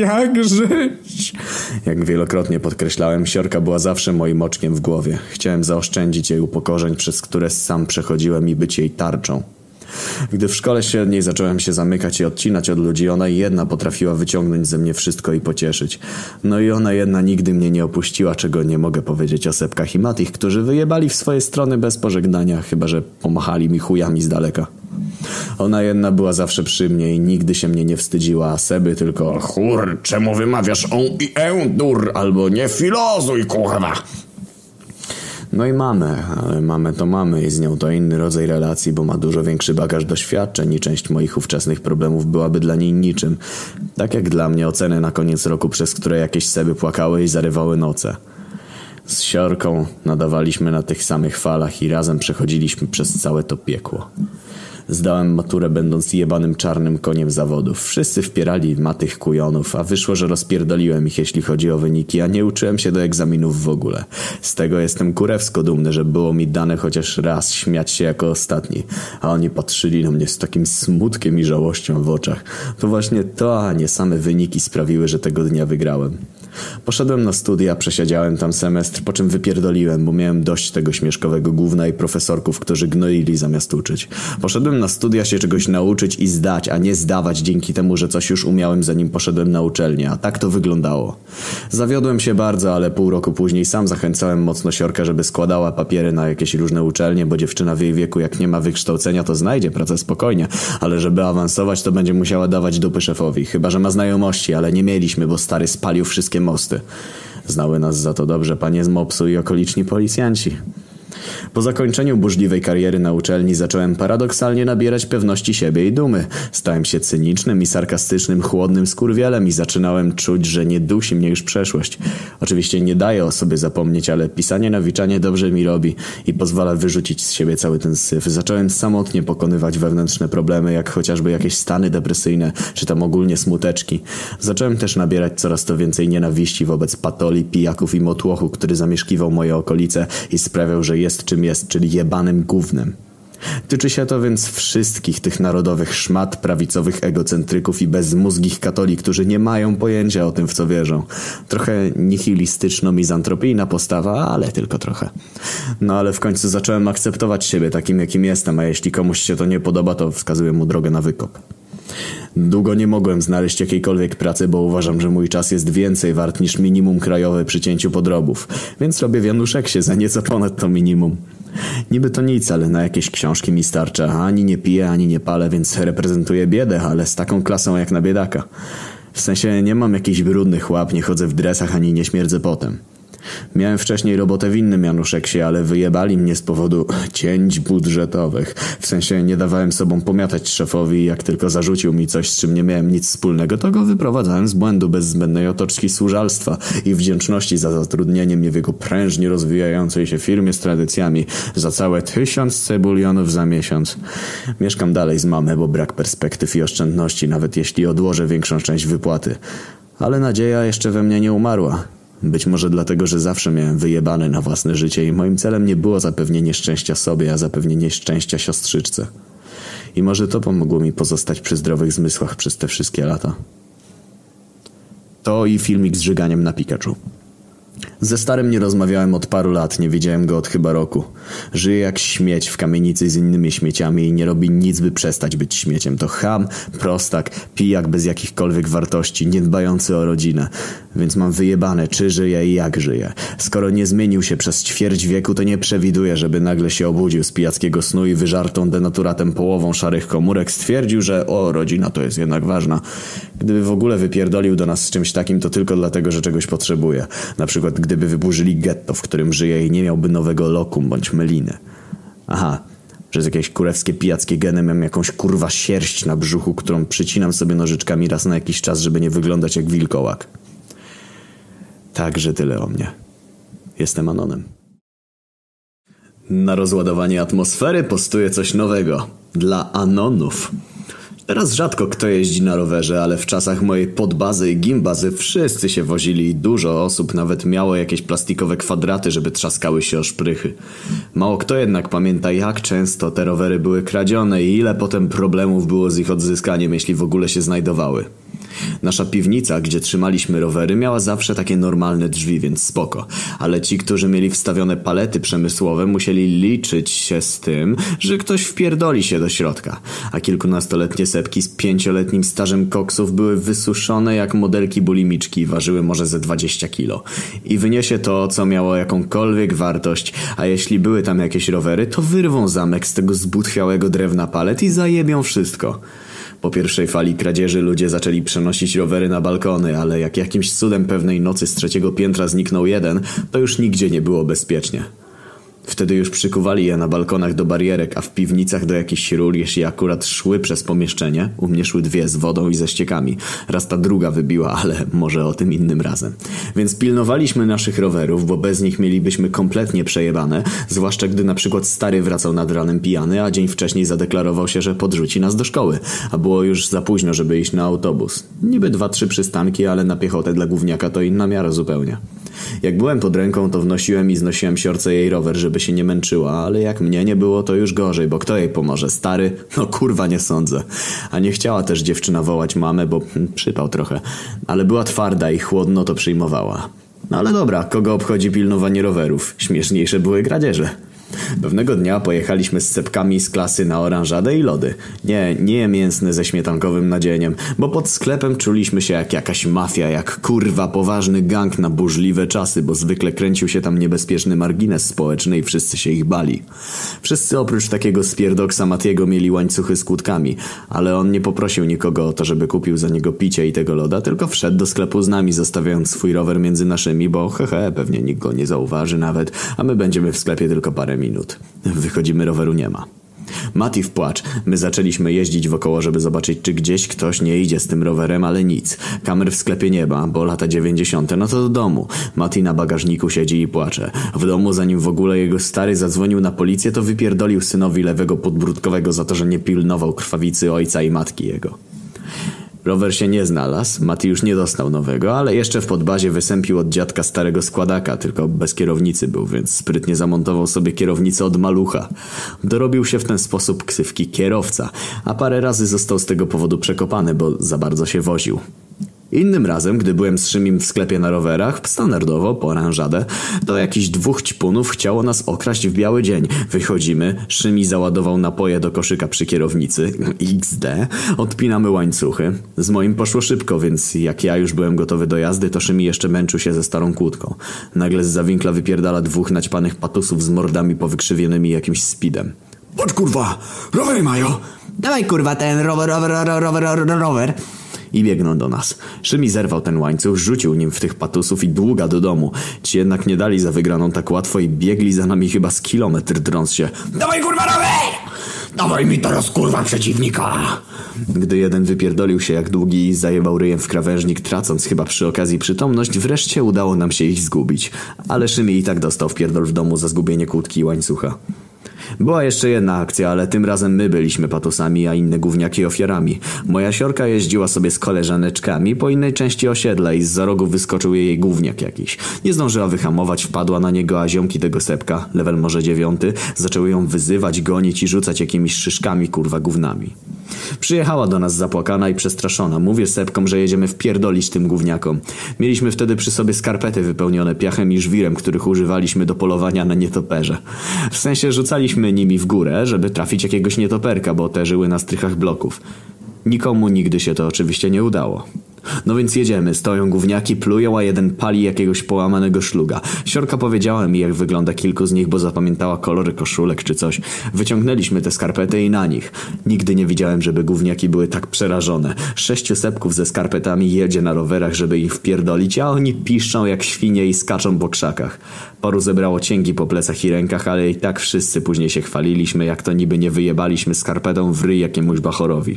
Jak wielokrotnie podkreślałem, siorka była zawsze moim oczkiem w głowie. Chciałem zaoszczędzić jej upokorzeń, przez które sam przechodziłem i być jej tarczą. Gdy w szkole średniej zacząłem się zamykać i odcinać od ludzi, ona jedna potrafiła wyciągnąć ze mnie wszystko i pocieszyć. No i ona jedna nigdy mnie nie opuściła, czego nie mogę powiedzieć o Sepkach i Matich, którzy wyjebali w swoje strony bez pożegnania, chyba że pomachali mi chujami z daleka. Ona jedna była zawsze przy mnie i nigdy się mnie nie wstydziła, a Seby tylko chór, czemu wymawiasz on i dur, albo nie filozuj, kurwa. No i mamę, ale mamę to mamy i z nią to inny rodzaj relacji, bo ma dużo większy bagaż doświadczeń i część moich ówczesnych problemów byłaby dla niej niczym. Tak jak dla mnie oceny na koniec roku, przez które jakieś Seby płakały i zarywały noce. Z siorką nadawaliśmy na tych samych falach i razem przechodziliśmy przez całe to piekło. Zdałem maturę będąc jebanym czarnym koniem zawodów. Wszyscy wpierali Matych kujonów, a wyszło, że rozpierdoliłem ich, jeśli chodzi o wyniki, a nie uczyłem się do egzaminów w ogóle. Z tego jestem kurewsko dumny, że było mi dane chociaż raz śmiać się jako ostatni, a oni patrzyli na mnie z takim smutkiem i żałością w oczach. To właśnie to, a nie same wyniki sprawiły, że tego dnia wygrałem. Poszedłem na studia, przesiedziałem tam semestr, po czym wypierdoliłem, bo miałem dość tego śmieszkowego gówna i profesorków, którzy gnoili zamiast uczyć. Poszedłem na studia się czegoś nauczyć i zdać, a nie zdawać dzięki temu, że coś już umiałem, zanim poszedłem na uczelnię, a tak to wyglądało. Zawiodłem się bardzo, ale pół roku później sam zachęcałem mocno siorkę, żeby składała papiery na jakieś różne uczelnie, bo dziewczyna w jej wieku, jak nie ma wykształcenia, to znajdzie pracę spokojnie, ale żeby awansować, to będzie musiała dawać dupy szefowi, chyba że ma znajomości, ale nie mieliśmy, bo stary spalił wszystkie mosty. Znały nas za to dobrze panie z MOPS-u i okoliczni policjanci. Po zakończeniu burzliwej kariery na uczelni zacząłem paradoksalnie nabierać pewności siebie i dumy. Stałem się cynicznym i sarkastycznym, chłodnym skurwielem i zaczynałem czuć, że nie dusi mnie już przeszłość. Oczywiście nie daję o sobie zapomnieć, ale pisanie nawiczanie dobrze mi robi i pozwala wyrzucić z siebie cały ten syf. Zacząłem samotnie pokonywać wewnętrzne problemy, jak chociażby jakieś stany depresyjne, czy tam ogólnie smuteczki. Zacząłem też nabierać coraz to więcej nienawiści wobec patoli, pijaków i motłochu, który zamieszkiwał moje okolice i sprawiał, że jest czym jest, czyli jebanym gównem. Tyczy się to więc wszystkich tych narodowych szmat, prawicowych egocentryków i bezmózgich katoli, którzy nie mają pojęcia o tym, w co wierzą. Trochę nihilistyczno-mizantropijna postawa, ale tylko trochę. No ale w końcu zacząłem akceptować siebie takim, jakim jestem, a jeśli komuś się to nie podoba, to wskazuję mu drogę na wykop. Długo nie mogłem znaleźć jakiejkolwiek pracy, bo uważam, że mój czas jest więcej wart niż minimum krajowe przy cięciu podrobów, więc robię wianuszeksie za nieco ponad to minimum. Niby to nic, ale na jakieś książki mi starcza. Ani nie piję, ani nie palę, więc reprezentuję biedę, ale z taką klasą jak na biedaka. W sensie nie mam jakichś brudnych łap, nie chodzę w dresach, ani nie śmierdzę potem. Miałem wcześniej robotę w innym Januszeksie, ale wyjebali mnie z powodu cięć budżetowych. W sensie nie dawałem sobą pomiatać szefowi i jak tylko zarzucił mi coś, z czym nie miałem nic wspólnego, to go wyprowadzałem z błędu bez zbędnej otoczki służalstwa i wdzięczności za zatrudnienie mnie w jego prężnie rozwijającej się firmie z tradycjami za całe 1000 cebulionów za miesiąc. Mieszkam dalej z mamą, bo brak perspektyw i oszczędności, nawet jeśli odłożę większą część wypłaty. Ale nadzieja jeszcze we mnie nie umarła. Być może dlatego, że zawsze miałem wyjebane na własne życie i moim celem nie było zapewnienie szczęścia sobie, a zapewnienie szczęścia siostrzyczce. I może to pomogło mi pozostać przy zdrowych zmysłach przez te wszystkie lata. To i filmik z żyganiem na Pikachu. Ze starym nie rozmawiałem od paru lat, nie widziałem go od chyba roku. Żyje jak śmieć w kamienicy z innymi śmieciami i nie robi nic, by przestać być śmieciem. To cham, prostak, pijak bez jakichkolwiek wartości, nie dbający o rodzinę. Więc mam wyjebane, czy żyje i jak żyje. Skoro nie zmienił się przez ćwierć wieku, to nie przewiduję, żeby nagle się obudził z pijackiego snu i wyżartą denaturatem połową szarych komórek stwierdził, że rodzina to jest jednak ważna. Gdyby w ogóle wypierdolił do nas z czymś takim, to tylko dlatego, że czegoś potrzebuje. Na przykład gdyby wyburzyli getto, w którym żyje i nie miałby nowego lokum bądź meliny. Aha, przez jakieś kurewskie pijackie geny mam jakąś kurwa sierść na brzuchu, którą przycinam sobie nożyczkami raz na jakiś czas, żeby nie wyglądać jak wilkołak. Także tyle o mnie. Jestem Anonem. Na rozładowanie atmosfery postuję coś nowego. Dla Anonów. Teraz rzadko kto jeździ na rowerze, ale w czasach mojej podbazy i gimbazy wszyscy się wozili i dużo osób nawet miało jakieś plastikowe kwadraty, żeby trzaskały się o szprychy. Mało kto jednak pamięta, jak często te rowery były kradzione i ile potem problemów było z ich odzyskaniem, jeśli w ogóle się znajdowały. Nasza piwnica, gdzie trzymaliśmy rowery, miała zawsze takie normalne drzwi, więc spoko. Ale ci, którzy mieli wstawione palety przemysłowe, musieli liczyć się z tym, że ktoś wpierdoli się do środka. A kilkunastoletnie sepki z 5-letnim stażem koksów były wysuszone jak modelki bulimiczki i ważyły może ze 20 kilo. I wyniesie to, co miało jakąkolwiek wartość, a jeśli były tam jakieś rowery, to wyrwą zamek z tego zbutwiałego drewna palet i zajebią wszystko. Po pierwszej fali kradzieży ludzie zaczęli przenosić rowery na balkony, ale jak jakimś cudem pewnej nocy z 3. piętra zniknął jeden, to już nigdzie nie było bezpiecznie. Wtedy już przykuwali je na balkonach do barierek, a w piwnicach do jakichś rur, jeśli akurat szły przez pomieszczenie. U mnie szły 2 z wodą i ze ściekami. Raz ta druga wybiła, ale może o tym innym razem. Więc pilnowaliśmy naszych rowerów, bo bez nich mielibyśmy kompletnie przejebane, zwłaszcza gdy na przykład stary wracał nad ranem pijany, a dzień wcześniej zadeklarował się, że podrzuci nas do szkoły, a było już za późno, żeby iść na autobus. Niby 2-3 przystanki, ale na piechotę dla gówniaka to inna miara zupełnie. Jak byłem pod ręką, to wnosiłem i znosiłem siorce jej rower, żeby się nie męczyła, ale jak mnie nie było, to już gorzej, bo kto jej pomoże? Stary? No kurwa, nie sądzę. A nie chciała też dziewczyna wołać mamę, bo przypał trochę. Ale była twarda i chłodno to przyjmowała. No ale dobra, kogo obchodzi pilnowanie rowerów? Śmieszniejsze były kradzieże. Pewnego dnia pojechaliśmy z sepkami z klasy na oranżadę i lody. Nie mięsne ze śmietankowym nadzieniem, bo pod sklepem czuliśmy się jak jakaś mafia, jak kurwa poważny gang na burzliwe czasy, bo zwykle kręcił się tam niebezpieczny margines społeczny i wszyscy się ich bali. Wszyscy oprócz takiego spierdoksa Matiego mieli łańcuchy z kłódkami, ale on nie poprosił nikogo o to, żeby kupił za niego picie i tego loda, tylko wszedł do sklepu z nami, zostawiając swój rower między naszymi, bo pewnie nikt go nie zauważy nawet, a my będziemy w sklepie tylko parę minut. Wychodzimy, roweru nie ma. Mati w płacz. My zaczęliśmy jeździć wokoło, żeby zobaczyć, czy gdzieś ktoś nie idzie z tym rowerem, ale nic. Kamer w sklepie nie ma, bo lata 90. No to do domu. Mati na bagażniku siedzi i płacze. W domu, zanim w ogóle jego stary zadzwonił na policję, to wypierdolił synowi lewego podbródkowego za to, że nie pilnował krwawicy ojca i matki jego. Rower się nie znalazł, Mati już nie dostał nowego, ale jeszcze w podbazie wysępił od dziadka starego składaka, tylko bez kierownicy był, więc sprytnie zamontował sobie kierownicę od malucha. Dorobił się w ten sposób ksywki kierowca, a parę razy został z tego powodu przekopany, bo za bardzo się woził. Innym razem, gdy byłem z Szymim w sklepie na rowerach, standardowo, po oranżadę, to jakiś 2 ćpunów chciało nas okraść w biały dzień. Wychodzimy, Szymi załadował napoje do koszyka przy kierownicy. XD. Odpinamy łańcuchy. Z moim poszło szybko, więc jak ja już byłem gotowy do jazdy, to Szymi jeszcze męczył się ze starą kłódką. Nagle zza winkla wypierdala 2 naćpanych patusów z mordami powykrzywionymi jakimś speedem. Chodź kurwa, rowery mają! Dawaj kurwa ten rower. I biegną do nas. Szymi zerwał ten łańcuch, rzucił nim w tych patusów i długa do domu. Ci jednak nie dali za wygraną tak łatwo i biegli za nami chyba z kilometr, drąc się. Dawaj kurwa rower! Dawaj mi teraz kurwa przeciwnika! Gdy jeden wypierdolił się jak długi i zajebał ryjem w krawężnik, tracąc chyba przy okazji przytomność, wreszcie udało nam się ich zgubić. Ale Szymi i tak dostał wpierdol w domu za zgubienie kłódki i łańcucha. Była jeszcze jedna akcja, ale tym razem my byliśmy patusami, a inne gówniaki ofiarami. Moja siorka jeździła sobie z koleżaneczkami po innej części osiedla i zza rogu wyskoczył jej gówniak jakiś. Nie zdążyła wyhamować, wpadła na niego, a ziomki tego sepka, level może 9, zaczęły ją wyzywać, gonić i rzucać jakimiś szyszkami, kurwa, gównami. Przyjechała do nas zapłakana i przestraszona. Mówię sepkom, że jedziemy wpierdolić tym gówniakom. Mieliśmy wtedy przy sobie skarpety wypełnione piachem i żwirem, których używaliśmy do polowania na nietoperze. W sensie rzucaliśmy nimi w górę, żeby trafić jakiegoś nietoperka, bo te żyły na strychach bloków. Nikomu nigdy się to oczywiście nie udało. No więc jedziemy, stoją gówniaki, plują, a jeden pali jakiegoś połamanego szluga. Siorka powiedziała mi, jak wygląda kilku z nich, bo zapamiętała kolory koszulek czy coś. Wyciągnęliśmy te skarpety i na nich. Nigdy nie widziałem, żeby gówniaki były tak przerażone. 6 sepków ze skarpetami jedzie na rowerach, żeby ich wpierdolić, a oni piszczą jak świnie i skaczą po krzakach. Paru zebrało cięgi po plecach i rękach, ale i tak wszyscy później się chwaliliśmy, jak to niby nie wyjebaliśmy skarpetą w ryj jakiemuś bachorowi.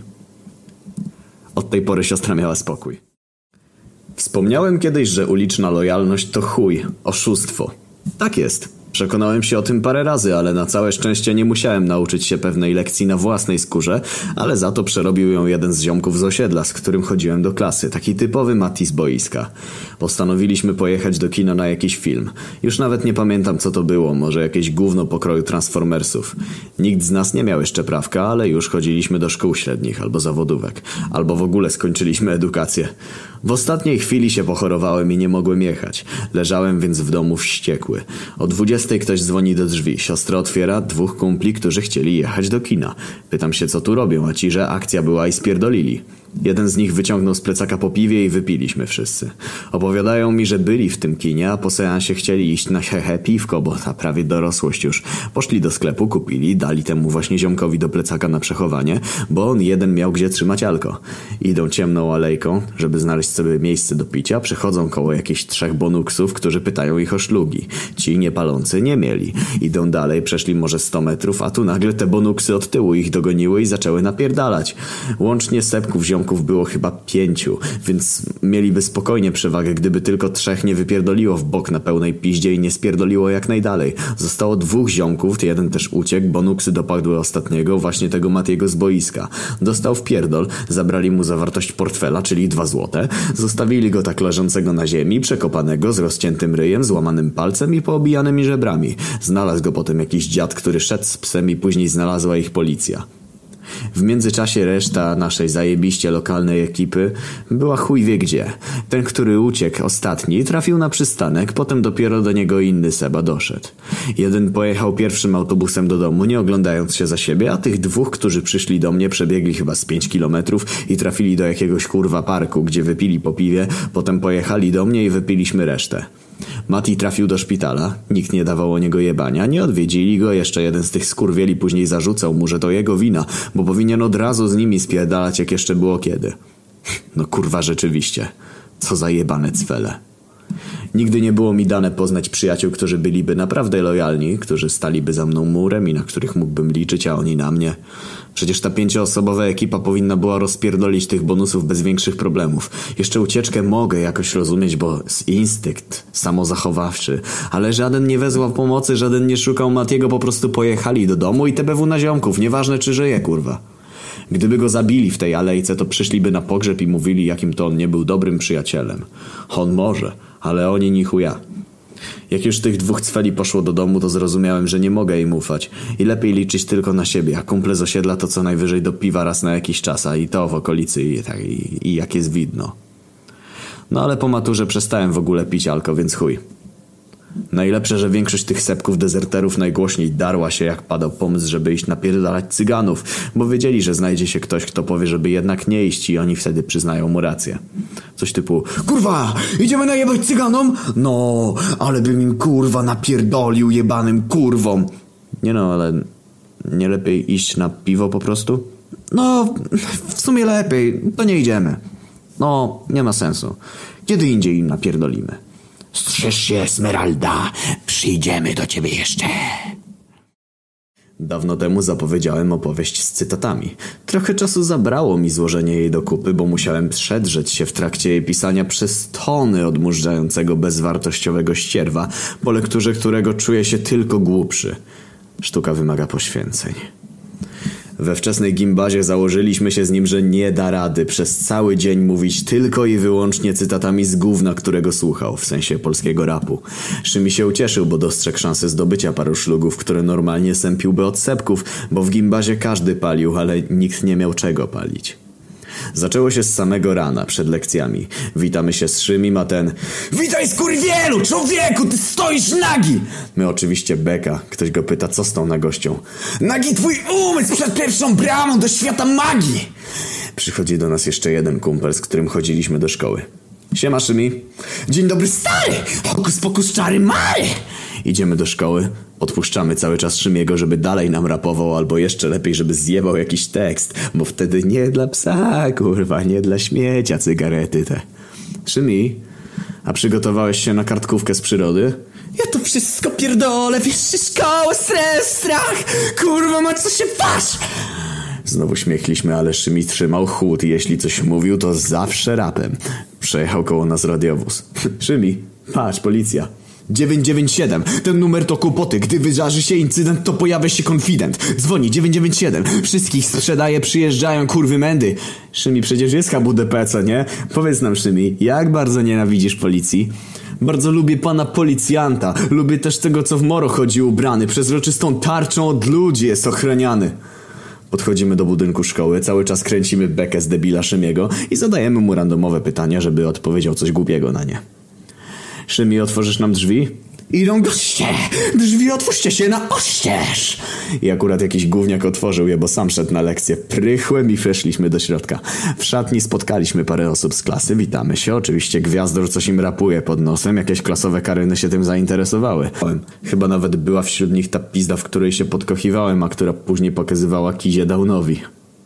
Od tej pory siostra miała spokój. Wspomniałem kiedyś, że uliczna lojalność to chuj, oszustwo. Tak jest. Przekonałem się o tym parę razy, ale na całe szczęście nie musiałem nauczyć się pewnej lekcji na własnej skórze, ale za to przerobił ją jeden z ziomków z osiedla, z którym chodziłem do klasy. Taki typowy Mati z boiska. Postanowiliśmy pojechać do kina na jakiś film. Już nawet nie pamiętam, co to było, może jakieś gówno pokroju Transformersów. Nikt z nas nie miał jeszcze prawka, ale już chodziliśmy do szkół średnich albo zawodówek. Albo w ogóle skończyliśmy edukację. W ostatniej chwili się pochorowałem i nie mogłem jechać. Leżałem więc w domu wściekły. O 20 ktoś dzwoni do drzwi. Siostra otwiera, 2 kumpli, którzy chcieli jechać do kina. Pytam się, co tu robią, a ci, że akcja była i spierdolili. Jeden z nich wyciągnął z plecaka po piwie i wypiliśmy wszyscy. Opowiadają mi, że byli w tym kinie, a po seansie chcieli iść na hehe piwko, bo ta prawie dorosłość już. Poszli do sklepu, kupili, dali temu właśnie ziomkowi do plecaka na przechowanie, bo on jeden miał gdzie trzymać alko. Idą ciemną alejką, żeby znaleźć sobie miejsce do picia, przechodzą koło jakichś 3 bonuksów, którzy pytają ich o szlugi. Ci niepalący nie mieli. Idą dalej, przeszli może 100 metrów, a tu nagle te bonuksy od tyłu ich dogoniły i zaczęły napierdalać. Łącznie sepków ziomków było chyba 5, więc mieliby spokojnie przewagę, gdyby tylko 3 nie wypierdoliło w bok na pełnej piździe i nie spierdoliło jak najdalej. Zostało 2 ziomków, jeden też uciekł, bonuksy dopadły ostatniego, właśnie tego Matiego z boiska. Dostał wpierdol, zabrali mu zawartość portfela, czyli 2 złote, zostawili go tak leżącego na ziemi, przekopanego, z rozciętym ryjem, złamanym palcem i poobijanymi żebrami. Znalazł go potem jakiś dziad, który szedł z psem i później znalazła ich policja. W międzyczasie reszta naszej zajebiście lokalnej ekipy była chuj wie gdzie. Ten, który uciekł ostatni, trafił na przystanek, potem dopiero do niego inny Seba doszedł. Jeden pojechał pierwszym autobusem do domu, nie oglądając się za siebie, a tych 2, którzy przyszli do mnie, przebiegli chyba z 5 kilometrów i trafili do jakiegoś kurwa parku, gdzie wypili po piwie, potem pojechali do mnie i wypiliśmy resztę. Mati trafił do szpitala, nikt nie dawał o niego jebania, nie odwiedzili go, jeszcze jeden z tych skurwieli później zarzucał mu, że to jego wina, bo powinien od razu z nimi spierdalać, jak jeszcze było kiedy. No kurwa rzeczywiście, co za jebane cwele. Nigdy nie było mi dane poznać przyjaciół, którzy byliby naprawdę lojalni, którzy staliby za mną murem i na których mógłbym liczyć, a oni na mnie. Przecież ta 5-osobowa ekipa powinna była rozpierdolić tych bonusów bez większych problemów. Jeszcze ucieczkę mogę jakoś rozumieć, bo instynkt samozachowawczy, ale żaden nie wezwał pomocy, żaden nie szukał Matiego, po prostu pojechali do domu i TBW na ziomków, nieważne czy żyje, kurwa. Gdyby go zabili w tej alejce, to przyszliby na pogrzeb i mówili, jakim to on nie był dobrym przyjacielem. On może, ale oni ni chuja. Jak już tych 2 cweli poszło do domu, to zrozumiałem, że nie mogę im ufać i lepiej liczyć tylko na siebie, a kumple z osiedla to co najwyżej do piwa raz na jakiś czas, a i to w okolicy i jak jest widno. No ale po maturze przestałem w ogóle pić alko, więc chuj. Najlepsze, że większość tych sepków dezerterów najgłośniej darła się, jak padał pomysł, żeby iść napierdalać cyganów, bo wiedzieli, że znajdzie się ktoś, kto powie, żeby jednak nie iść i oni wtedy przyznają mu rację. Coś typu: Kurwa, idziemy najebać cyganom? No, ale bym im kurwa napierdolił jebanym kurwom. Nie no, ale nie lepiej iść na piwo po prostu? No, w sumie lepiej, to nie idziemy. No, nie ma sensu. Kiedy indziej im napierdolimy. Strzeż się, Esmeralda, przyjdziemy do ciebie jeszcze. Dawno temu zapowiedziałem opowieść z cytatami. Trochę czasu zabrało mi złożenie jej do kupy, bo musiałem przedrzeć się w trakcie jej pisania przez tony odmurzającego bezwartościowego ścierwa, po lekturze którego czuję się tylko głupszy. Sztuka wymaga poświęceń. We wczesnej gimbazie założyliśmy się z nim, że nie da rady przez cały dzień mówić tylko i wyłącznie cytatami z gówna, którego słuchał, w sensie polskiego rapu. Szymi się ucieszył, bo dostrzegł szansę zdobycia paru szlugów, które normalnie sępiłby od sepków, bo w gimbazie każdy palił, ale nikt nie miał czego palić. Zaczęło się z samego rana, przed lekcjami. Witamy się z Szymim, a ten: Witaj, skurwielu! Człowieku, ty stoisz nagi! My oczywiście beka. Ktoś go pyta, co z tą nagością. Nagi twój umysł przed pierwszą bramą do świata magii! Przychodzi do nas jeszcze jeden kumpel, z którym chodziliśmy do szkoły. Siema, Szymi. Dzień dobry, stary! Hokus pokus czary mary! Idziemy do szkoły, odpuszczamy cały czas Szymiego, żeby dalej nam rapował, albo jeszcze lepiej, żeby zjebał jakiś tekst, bo wtedy nie dla psa, kurwa, nie dla śmiecia cygarety te. Szymi, a przygotowałeś się na kartkówkę z przyrody? Ja to wszystko pierdolę, wiesz, szkołę, stres, strach! Kurwa, ma co się pasz! Znowu śmiechliśmy, ale Szymi trzymał chłód i jeśli coś mówił, to zawsze rapem. Przejechał koło nas radiowóz. Szymi, patrz, policja. 997. Ten numer to kłopoty. Gdy wydarzy się incydent, to pojawia się konfident. Dzwoni 997. Wszystkich sprzedaje, przyjeżdżają kurwy mędy. Szymi, przecież jest HWDP, co nie? Powiedz nam, Szymi, jak bardzo nienawidzisz policji? Bardzo lubię pana policjanta. Lubię też tego, co w moro chodzi ubrany. Przezroczystą tarczą od ludzi jest ochraniany. Podchodzimy do budynku szkoły, cały czas kręcimy bekę z debila Szymiego i zadajemy mu randomowe pytania, żeby odpowiedział coś głupiego na nie. Szymi, otworzysz nam drzwi? Idą goście! Drzwi otwórzcie się na oścież! I akurat jakiś gówniak otworzył je, bo sam szedł na lekcję. Prychłem i weszliśmy do środka. W szatni spotkaliśmy parę osób z klasy, witamy się. Oczywiście Gwiazdor coś im rapuje pod nosem, jakieś klasowe Karyny się tym zainteresowały. Chyba nawet była wśród nich ta pizda, w której się podkochiwałem, a która później pokazywała Kizie Downowi.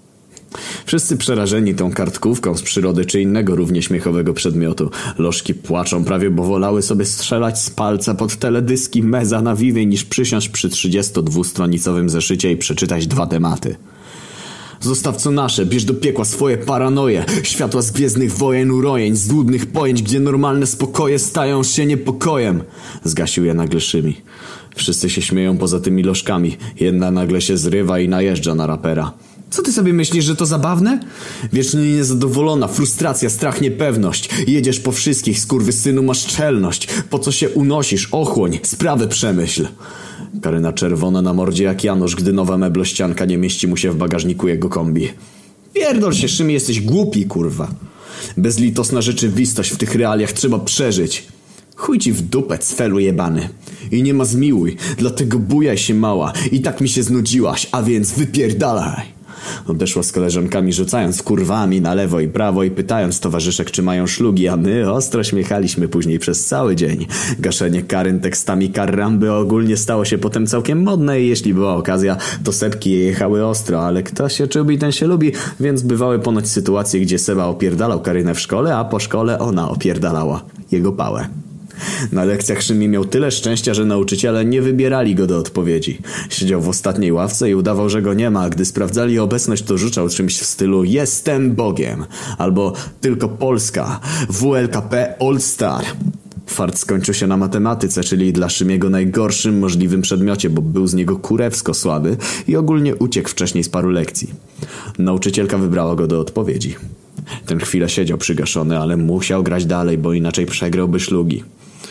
Wszyscy przerażeni tą kartkówką z przyrody czy innego równie śmiechowego przedmiotu. Lożki płaczą prawie, bo wolały sobie strzelać z palca pod teledyski meza na wiwie niż przysiąść przy 32-stronicowym zeszycie i przeczytać 2 tematy. Zostaw co nasze, bierz do piekła swoje paranoje. Światła z gwiezdnych wojen, urojeń, złudnych pojęć, gdzie normalne spokoje stają się niepokojem. Zgasił je nagle Szymi. Wszyscy się śmieją poza tymi lożkami. Jedna nagle się zrywa i najeżdża na rapera. Co ty sobie myślisz, że to zabawne? Wiecznie niezadowolona, frustracja, strach, niepewność. Jedziesz po wszystkich, skurwysynu, masz czelność. Po co się unosisz? Ochłoń, sprawę przemyśl. Karyna czerwona na mordzie jak Janusz, gdy nowa meblościanka nie mieści mu się w bagażniku jego kombi. Pierdol się, Szymi, jesteś głupi, kurwa. Bezlitosna rzeczywistość w tych realiach trzeba przeżyć. Chuj ci w dupę, cfelu jebany. I nie ma zmiłuj, dlatego bujaj się mała. I tak mi się znudziłaś, a więc wypierdalaj. Odeszła z koleżankami, rzucając kurwami na lewo i prawo i pytając towarzyszek, czy mają szlugi, a my ostro śmiechaliśmy później przez cały dzień. Gaszenie Karyn tekstami Karramby ogólnie stało się potem całkiem modne i jeśli była okazja, to sepki je jechały ostro, ale kto się czubi, ten się lubi, więc bywały ponoć sytuacje, gdzie Seba opierdalał Karynę w szkole, a po szkole ona opierdalała jego pałę. Na lekcjach Szymi miał tyle szczęścia, że nauczyciele nie wybierali go do odpowiedzi. Siedział w ostatniej ławce i udawał, że go nie ma, a gdy sprawdzali obecność, to rzucał czymś w stylu "Jestem Bogiem" albo "Tylko Polska, WLKP All Star". Fart skończył się na matematyce, czyli dla Szymiego najgorszym możliwym przedmiocie, bo był z niego kurewsko słaby i ogólnie uciekł wcześniej z paru lekcji. Nauczycielka wybrała go do odpowiedzi. Ten chwilę siedział przygaszony, ale musiał grać dalej, bo inaczej przegrałby szlugi.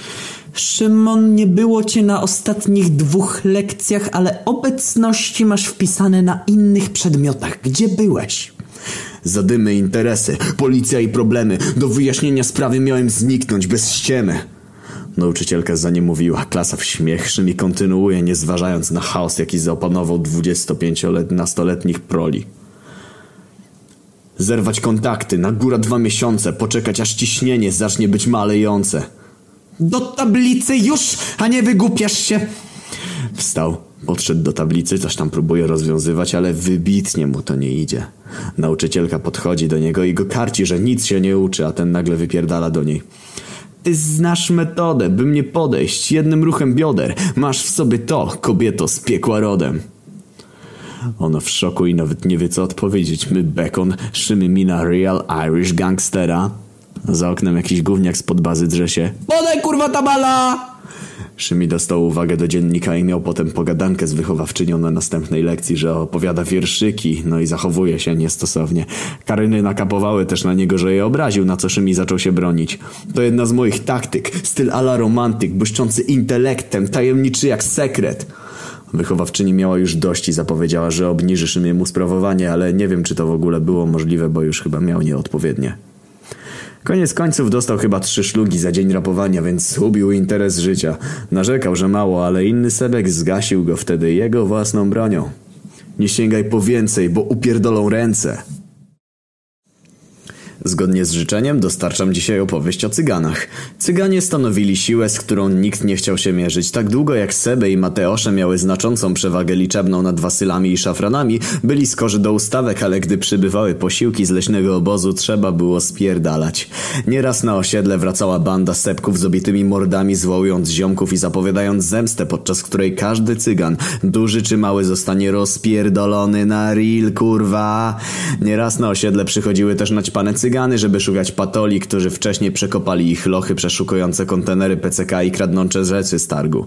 Szymon, nie było cię na ostatnich 2 lekcjach, ale obecności masz wpisane na innych przedmiotach. Gdzie byłeś? Zadymy, interesy, policja i problemy. Do wyjaśnienia sprawy miałem zniknąć bez ściemy. Nauczycielka za nie mówiła. Klasa w śmiech. Szymi kontynuuje, nie zważając na chaos, jaki zaopanował 25-nastoletnich proli. Zerwać kontakty, na górę 2 miesiące, poczekać aż ciśnienie zacznie być malejące. Do tablicy już, a nie wygłupiasz się. Wstał, podszedł do tablicy, coś tam próbuje rozwiązywać, ale wybitnie mu to nie idzie. Nauczycielka podchodzi do niego i go karci, że nic się nie uczy, a ten nagle wypierdala do niej. Ty znasz metodę, by mnie podejść, jednym ruchem bioder. Masz w sobie to, kobieto z piekła rodem. Ona w szoku i nawet nie wie co odpowiedzieć. My bekon, Szymi mina real Irish gangstera. Za oknem jakiś gówniak spod bazy drze się. Podaj kurwa tabala! Szymi dostał uwagę do dziennika i miał potem pogadankę z wychowawczynią na następnej lekcji, że opowiada wierszyki, no i zachowuje się niestosownie. Karyny nakapowały też na niego, że je obraził, na co Szymi zaczął się bronić. To jedna z moich taktyk, styl a la romantyk, błyszczący intelektem, tajemniczy jak sekret. Wychowawczyni miała już dość i zapowiedziała, że obniży Szymiemu sprawowanie, ale nie wiem, czy to w ogóle było możliwe, bo już chyba miał nieodpowiednie. Koniec końców dostał chyba 3 szlugi za dzień rapowania, więc ubił interes życia. Narzekał, że mało, ale inny sebek zgasił go wtedy jego własną bronią. Nie sięgaj po więcej, bo upierdolą ręce. Zgodnie z życzeniem dostarczam dzisiaj opowieść o cyganach. Cyganie stanowili siłę, z którą nikt nie chciał się mierzyć. Tak długo jak Sebe i Mateosze miały znaczącą przewagę liczebną nad Wasylami i Szafranami, byli skorzy do ustawek, ale gdy przybywały posiłki z leśnego obozu, trzeba było spierdalać. Nieraz na osiedle wracała banda sepków z obitymi mordami, zwołując ziomków i zapowiadając zemstę, podczas której każdy cygan, duży czy mały, zostanie rozpierdolony na real, kurwa. Nieraz na osiedle przychodziły też naćpane cygany, żeby szukać patoli, którzy wcześniej przekopali ich lochy przeszukujące kontenery PCK i kradnące rzeczy z targu.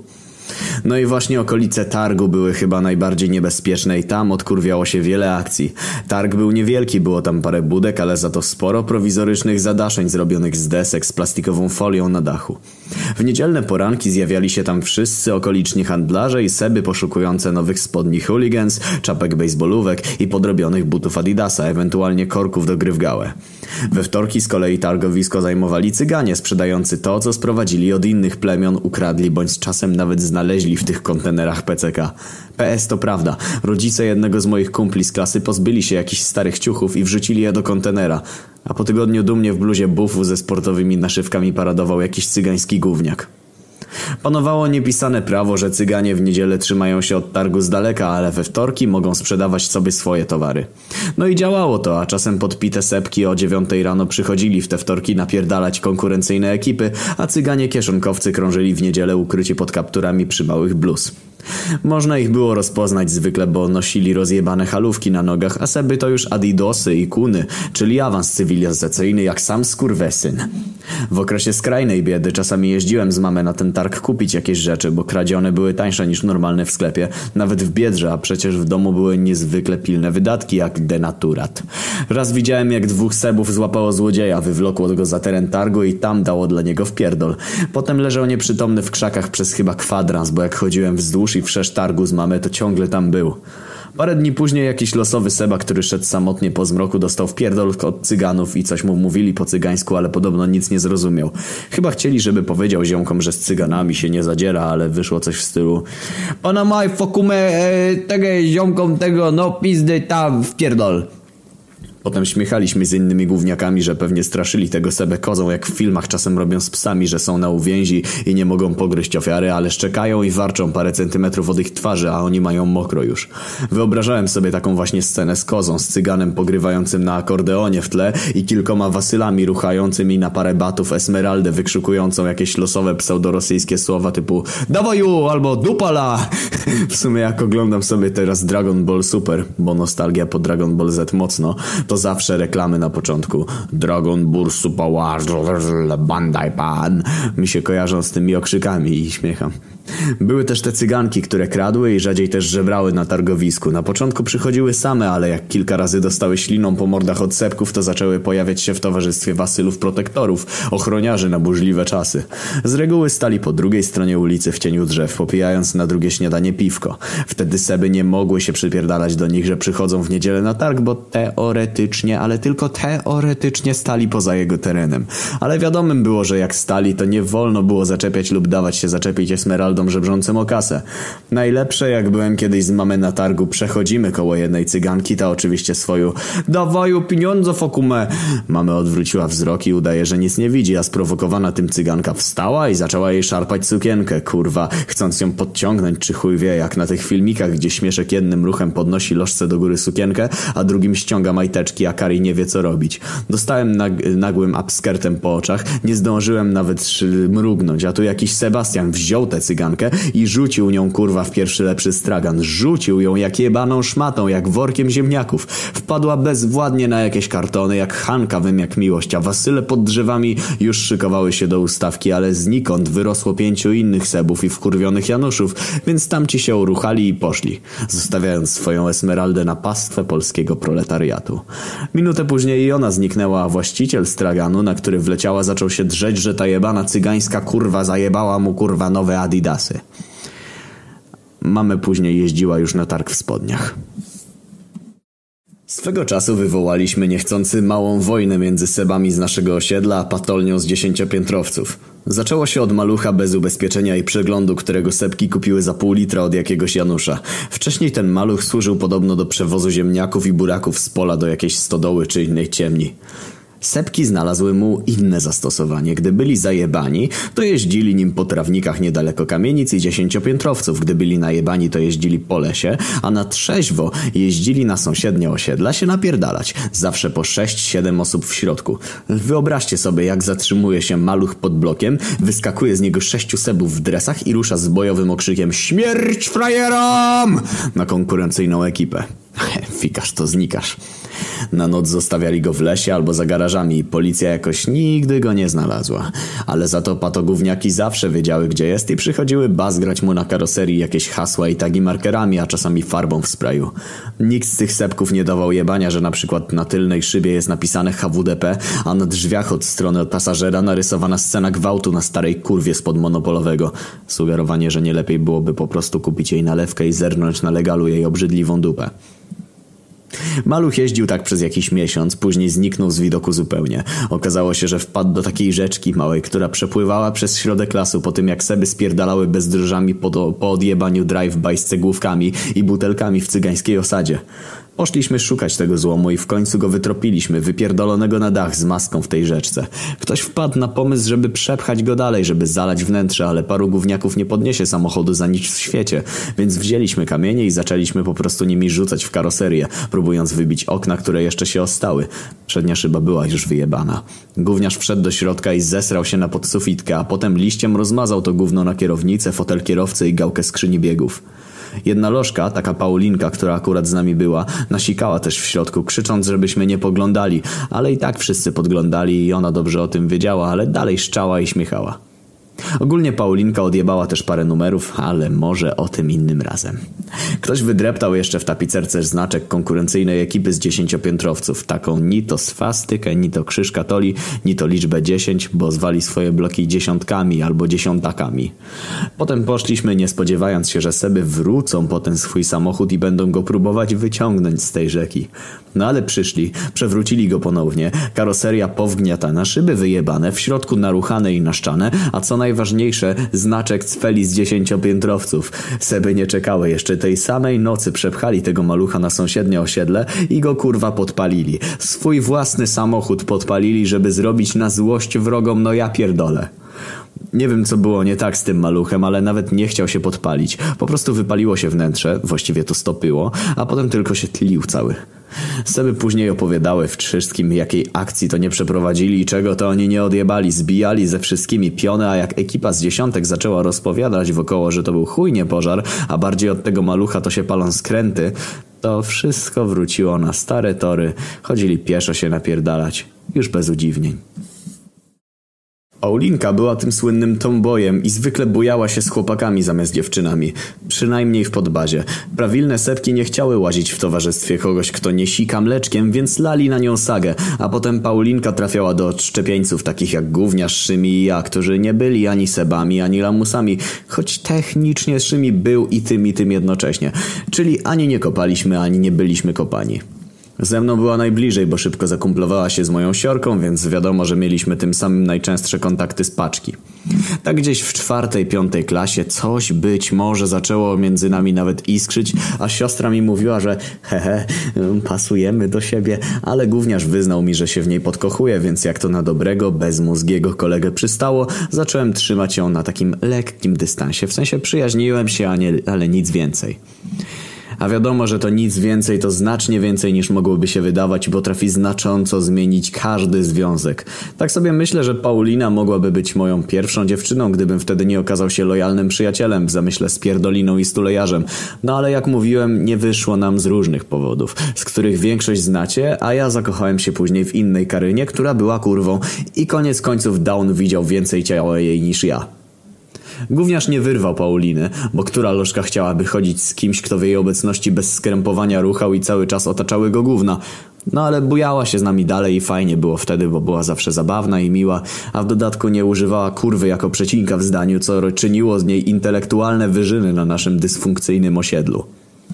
No i właśnie okolice targu były chyba najbardziej niebezpieczne i tam odkurwiało się wiele akcji. Targ był niewielki, było tam parę budek, ale za to sporo prowizorycznych zadaszeń zrobionych z desek z plastikową folią na dachu. W niedzielne poranki zjawiali się tam wszyscy okoliczni handlarze i seby poszukujące nowych spodni hooligans, czapek baseballówek i podrobionych butów Adidasa, ewentualnie korków do gry w gałę. We wtorki z kolei targowisko zajmowali cyganie, sprzedający to, co sprowadzili od innych plemion, ukradli bądź czasem nawet znaleźli w tych kontenerach PCK. PS to prawda, rodzice jednego z moich kumpli z klasy pozbyli się jakichś starych ciuchów i wrzucili je do kontenera, a po tygodniu dumnie w bluzie bufu ze sportowymi naszywkami paradował jakiś cygański gówniak. Panowało niepisane prawo, że cyganie w niedzielę trzymają się od targu z daleka, ale we wtorki mogą sprzedawać sobie swoje towary. No i działało to, a czasem podpite sepki o 9 rano przychodzili w te wtorki napierdalać konkurencyjne ekipy, a cyganie kieszonkowcy krążyli w niedzielę ukryci pod kapturami przybałych bluz. Można ich było rozpoznać zwykle, bo nosili rozjebane halówki na nogach, a seby to już adidosy i kuny, czyli awans cywilizacyjny jak sam skurwesyn. W okresie skrajnej biedy czasami jeździłem z mamą na ten targ kupić jakieś rzeczy, bo kradzione były tańsze niż normalne w sklepie, nawet w Biedrze, a przecież w domu były niezwykle pilne wydatki jak denaturat. Raz widziałem, jak 2 sebów złapało złodzieja, wywlokło go za teren targu i tam dało dla niego wpierdol. Potem leżał nieprzytomny w krzakach przez chyba kwadrans, bo jak chodziłem wzdłuż i wszerz targu z mamą, to ciągle tam był. Parę dni później jakiś losowy seba, który szedł samotnie po zmroku, dostał wpierdol od cyganów i coś mu mówili po cygańsku, ale podobno nic nie zrozumiał. Chyba chcieli, żeby powiedział ziomkom, że z cyganami się nie zadziera, ale wyszło coś w stylu: "Pana maj fokume tego ziomkom tego, no pizdy tam wpierdol". Potem śmiechaliśmy z innymi gówniakami, że pewnie straszyli tego sebę kozą, jak w filmach czasem robią z psami, że są na uwięzi i nie mogą pogryźć ofiary, ale szczekają i warczą parę centymetrów od ich twarzy, a oni mają mokro już. Wyobrażałem sobie taką właśnie scenę z kozą, z cyganem pogrywającym na akordeonie w tle i kilkoma wasylami ruchającymi na parę batów esmeraldę, wykrzykującą jakieś losowe pseudorosyjskie słowa typu "dawoju" albo "dupala". W sumie jak oglądam sobie teraz Dragon Ball Super, bo nostalgia po Dragon Ball Z mocno, to zawsze reklamy na początku. Dragon Ball Super Bandai Pan mi się kojarzą z tymi okrzykami i śmiecham. Były też te cyganki, które kradły i rzadziej też żebrały na targowisku. Na początku przychodziły same, ale jak kilka razy dostały śliną po mordach od sepków, to zaczęły pojawiać się w towarzystwie wasylów protektorów, ochroniarzy na burzliwe czasy. Z reguły stali po drugiej stronie ulicy w cieniu drzew, popijając na drugie śniadanie piwko. Wtedy seby nie mogły się przypierdalać do nich, że przychodzą w niedzielę na targ, bo teoretycznie, ale tylko teoretycznie stali poza jego terenem. Ale wiadomym było, że jak stali, to nie wolno było zaczepiać lub dawać się zaczepić esmeraldą żebrzącym o kasę. Najlepsze, jak byłem kiedyś z mamą na targu, przechodzimy koło jednej cyganki, ta oczywiście swoją "dawaju pieniądze fokume". Mama odwróciła wzrok i udaje, że nic nie widzi, a sprowokowana tym cyganka wstała i zaczęła jej szarpać sukienkę, kurwa, chcąc ją podciągnąć, czy chuj wie, jak na tych filmikach, gdzie śmieszek jednym ruchem podnosi lożce do góry sukienkę, a drugim ściąga majteczki, a Kari nie wie co robić. Dostałem nagłym upskirtem po oczach, nie zdążyłem nawet mrugnąć, a tu jakiś Sebastian wziął tę cygankę cygankę i rzucił nią kurwa w pierwszy lepszy stragan. Rzucił ją jak jebaną szmatą, jak workiem ziemniaków. Wpadła bezwładnie na jakieś kartony, jak Hanka wym jak miłość, a Wasyle pod drzewami już szykowały się do ustawki, ale znikąd wyrosło 5 innych Sebów i wkurwionych Januszów, więc tamci się uruchali i poszli, zostawiając swoją Esmeraldę na pastwę polskiego proletariatu. Minutę później i ona zniknęła, a właściciel straganu, na który wleciała, zaczął się drzeć, że ta jebana cygańska kurwa zajebała mu kurwa nowe adidasy. Mamę później jeździła już na targ w spodniach. Swego czasu wywołaliśmy niechcący małą wojnę między Sebami z naszego osiedla a patolnią z 10-piętrowców. Zaczęło się od malucha bez ubezpieczenia i przeglądu, którego Sebki kupiły za pół litra od jakiegoś Janusza. Wcześniej ten maluch służył podobno do przewozu ziemniaków i buraków z pola do jakiejś stodoły czy innej ciemni. Sebki znalazły mu inne zastosowanie. Gdy byli zajebani, to jeździli nim po trawnikach niedaleko kamienic i 10-piętrowców. Gdy byli najebani, to jeździli po lesie, a na trzeźwo jeździli na sąsiednie osiedla się napierdalać. Zawsze po 6-7 osób w środku. Wyobraźcie sobie, jak zatrzymuje się maluch pod blokiem, wyskakuje z niego 6 Sebów w dresach i rusza z bojowym okrzykiem "Śmierć frajerom!" na konkurencyjną ekipę. Fikasz to znikasz. Na noc zostawiali go w lesie albo za garażami i policja jakoś nigdy go nie znalazła. Ale za to patogówniaki zawsze wiedziały, gdzie jest i przychodziły bazgrać mu na karoserii jakieś hasła i tagi markerami, a czasami farbą w sprayu. Nikt z tych Sebków nie dawał jebania, że na przykład na tylnej szybie jest napisane HWDP, a na drzwiach od strony pasażera narysowana scena gwałtu na starej kurwie spod monopolowego. Sugerowanie, że nie lepiej byłoby po prostu kupić jej nalewkę i zerknąć na legalu jej obrzydliwą dupę. Maluch jeździł tak przez jakiś miesiąc, później zniknął z widoku zupełnie. Okazało się, że wpadł do takiej rzeczki małej, która przepływała przez środek lasu po tym, jak Seby spierdalały bezdrożami po odjebaniu drive-by z cegłówkami i butelkami w cygańskiej osadzie. Poszliśmy szukać tego złomu i w końcu go wytropiliśmy, wypierdolonego na dach z maską w tej rzeczce. Ktoś wpadł na pomysł, żeby przepchać go dalej, żeby zalać wnętrze, ale paru gówniaków nie podniesie samochodu za nic w świecie, więc wzięliśmy kamienie i zaczęliśmy po prostu nimi rzucać w karoserię, próbując wybić okna, które jeszcze się ostały. Przednia szyba była już wyjebana. Gówniarz wszedł do środka i zesrał się na podsufitkę, a potem liściem rozmazał to gówno na kierownicę, fotel kierowcy i gałkę skrzyni biegów. Jedna lożka, taka Paulinka, która akurat z nami była, nasikała też w środku, krzycząc, żebyśmy nie poglądali, ale i tak wszyscy podglądali i ona dobrze o tym wiedziała, ale dalej szczała i śmiechała. Ogólnie Paulinka odjebała też parę numerów, ale może o tym innym razem. Ktoś wydreptał jeszcze w tapicerce znaczek konkurencyjnej ekipy z 10-piętrowców. Taką ni to swastykę, ni to krzyż katoli, ni to liczbę 10, bo zwali swoje bloki dziesiątkami albo dziesiątakami. Potem poszliśmy, nie spodziewając się, że Seby wrócą po ten swój samochód i będą go próbować wyciągnąć z tej rzeki. No ale przyszli, przewrócili go ponownie, karoseria powgniatana, szyby wyjebane, w środku naruchane i naszczane, a co najważniejsze, znaczek cfeli z 10-piętrowców. Seby nie czekały, jeszcze tej samej nocy przepchali tego malucha na sąsiednie osiedle i go kurwa podpalili. Swój własny samochód podpalili, żeby zrobić na złość wrogom, no ja pierdolę. Nie wiem, co było nie tak z tym maluchem, ale nawet nie chciał się podpalić. Po prostu wypaliło się wnętrze, właściwie to stopyło, a potem tylko się tlił cały. Seby później opowiadały wszystkim, jakiej akcji to nie przeprowadzili i czego to oni nie odjebali. Zbijali ze wszystkimi piony, a jak ekipa z dziesiątek zaczęła rozpowiadać wokoło, że to był chuj nie pożar, a bardziej od tego malucha to się palą skręty, to wszystko wróciło na stare tory. Chodzili pieszo się napierdalać, już bez udziwnień. Paulinka była tym słynnym tombojem i zwykle bujała się z chłopakami zamiast dziewczynami. Przynajmniej w podbazie. Prawilne Sebki nie chciały łazić w towarzystwie kogoś, kto nie sika mleczkiem, więc lali na nią sagę. A potem Paulinka trafiała do odszczepieńców takich jak gówniarz Szymi i ja, którzy nie byli ani Sebami, ani lamusami, choć technicznie Szymi był i tym jednocześnie. Czyli ani nie kopaliśmy, ani nie byliśmy kopani. Ze mną była najbliżej, bo szybko zakumplowała się z moją siorką, więc wiadomo, że mieliśmy tym samym najczęstsze kontakty z paczki. Tak gdzieś w 4., 5. klasie coś być może zaczęło między nami nawet iskrzyć, a siostra mi mówiła, że pasujemy do siebie, ale gówniarz wyznał mi, że się w niej podkochuje, więc jak to na dobrego, bezmózgiego kolegę przystało, zacząłem trzymać ją na takim lekkim dystansie, w sensie przyjaźniłem się, ale nic więcej. A wiadomo, że to nic więcej, to znacznie więcej niż mogłoby się wydawać i potrafi znacząco zmienić każdy związek. Tak sobie myślę, że Paulina mogłaby być moją pierwszą dziewczyną, gdybym wtedy nie okazał się lojalnym przyjacielem, w zamyśle z pierdoliną i stulejarzem. No ale jak mówiłem, nie wyszło nam z różnych powodów, z których większość znacie, a ja zakochałem się później w innej Karynie, która była kurwą i koniec końców Dawn widział więcej ciała jej niż ja. Gówniarz nie wyrwał Pauliny, bo która lożka chciałaby chodzić z kimś, kto w jej obecności bez skrępowania ruchał i cały czas otaczały go gówna. No ale bujała się z nami dalej i fajnie było wtedy, bo była zawsze zabawna i miła, a w dodatku nie używała kurwy jako przecinka w zdaniu, co czyniło z niej intelektualne wyżyny na naszym dysfunkcyjnym osiedlu.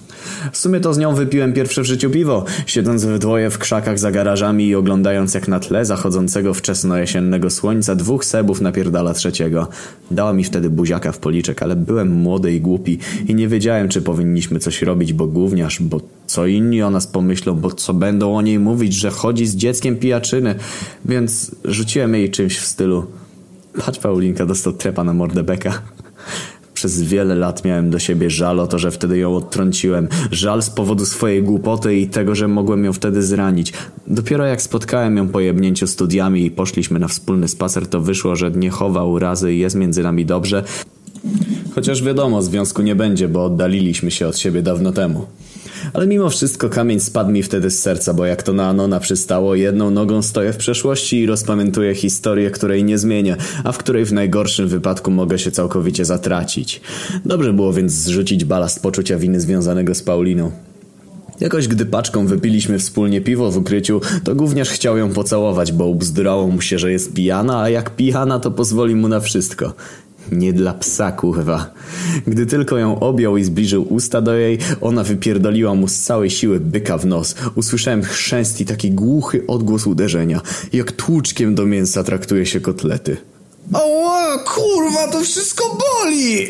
W sumie to z nią wypiłem pierwsze w życiu piwo, siedząc we dwoje w krzakach za garażami i oglądając jak na tle zachodzącego wczesnojesiennego słońca 2 sebów napierdala trzeciego. Dała mi wtedy buziaka w policzek, ale byłem młody i głupi i nie wiedziałem, czy powinniśmy coś robić, bo gówniarz, bo co inni o nas pomyślą, bo co będą o niej mówić, że chodzi z dzieckiem pijaczyny, więc rzuciłem jej czymś w stylu: patrz, Paulinka dostał trepa na mordę beka. Przez wiele lat miałem do siebie żal o to, że wtedy ją odtrąciłem. Żal z powodu swojej głupoty i tego, że mogłem ją wtedy zranić. Dopiero jak spotkałem ją po jebnięciu studiami i poszliśmy na wspólny spacer, to wyszło, że nie chowa urazy i jest między nami dobrze. Chociaż wiadomo, związku nie będzie, bo oddaliliśmy się od siebie dawno temu. Ale mimo wszystko kamień spadł mi wtedy z serca, bo jak to na Anona przystało, jedną nogą stoję w przeszłości i rozpamiętuję historię, której nie zmienię, a w której w najgorszym wypadku mogę się całkowicie zatracić. Dobrze było więc zrzucić balast poczucia winy związanego z Pauliną. Jakoś gdy paczką wypiliśmy wspólnie piwo w ukryciu, to gówniarz chciał ją pocałować, bo ubzdurało mu się, że jest pijana, a jak pijana, to pozwoli mu na wszystko. Nie dla psa, kurwa. Gdy tylko ją objął i zbliżył usta do jej, ona wypierdoliła mu z całej siły byka w nos. Usłyszałem chrzęst i taki głuchy odgłos uderzenia. Jak tłuczkiem do mięsa traktuje się kotlety. Ała, kurwa, to wszystko boli!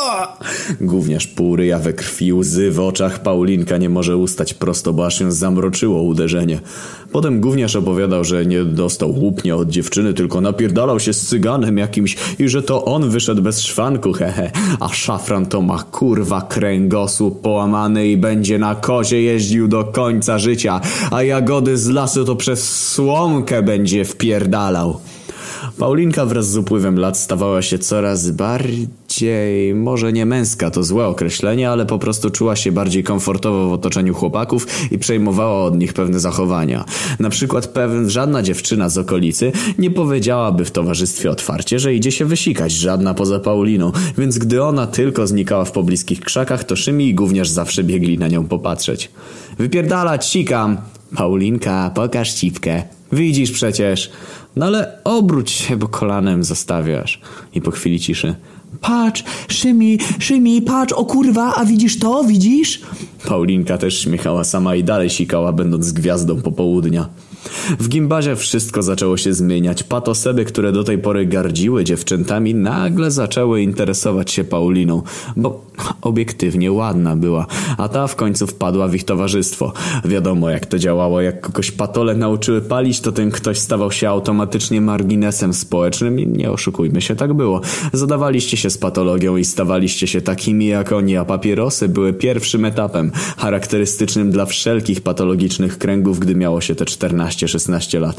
Gówniarz półryja we krwi, łzy w oczach. Paulinka nie może ustać prosto, bo aż ją zamroczyło uderzenie. Potem gówniarz opowiadał, że nie dostał łupnia od dziewczyny, tylko napierdalał się z cyganem jakimś i że to on wyszedł bez szwanku, hehe. A szafran to ma kurwa kręgosłup połamany i będzie na kozie jeździł do końca życia, a jagody z lasu to przez słomkę będzie wpierdalał. Paulinka wraz z upływem lat stawała się coraz bardziej, może nie męska, to złe określenie, ale po prostu czuła się bardziej komfortowo w otoczeniu chłopaków i przejmowała od nich pewne zachowania. Na przykład żadna dziewczyna z okolicy nie powiedziałaby w towarzystwie otwarcie, że idzie się wysikać, żadna poza Pauliną, więc gdy ona tylko znikała w pobliskich krzakach, to Szymi i gówniarz zawsze biegli na nią popatrzeć. Wypierdalać, sikam! Paulinka, pokaż cipkę. Widzisz przecież. No ale obróć się, bo kolanem zostawiasz. I po chwili ciszy: patrz, Szymi, patrz, o kurwa, a widzisz to, widzisz? Paulinka też śmiechała sama i dalej sikała, będąc gwiazdą popołudnia. W gimbazie wszystko zaczęło się zmieniać. Patosoby, które do tej pory gardziły dziewczętami, nagle zaczęły interesować się Pauliną, bo obiektywnie ładna była, a ta w końcu wpadła w ich towarzystwo. Wiadomo jak to działało, jak kogoś patole nauczyły palić, to ten ktoś stawał się automatycznie marginesem społecznym i nie oszukujmy się, tak było. Zadawaliście się z patologią i stawaliście się takimi jak oni, a papierosy były pierwszym etapem, charakterystycznym dla wszelkich patologicznych kręgów, gdy miało się te 14-16 lat.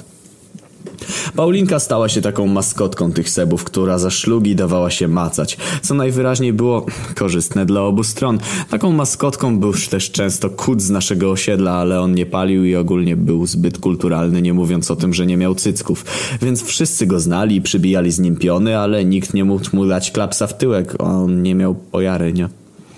Paulinka stała się taką maskotką tych sebów, która za szlugi dawała się macać, co najwyraźniej było korzystne dla obu stron. Taką maskotką był też często Kut z naszego osiedla, ale on nie palił i ogólnie był zbyt kulturalny, nie mówiąc o tym, że nie miał cycków. Więc wszyscy go znali i przybijali z nim piony, ale nikt nie mógł mu dać klapsa w tyłek, on nie miał pojary, nie?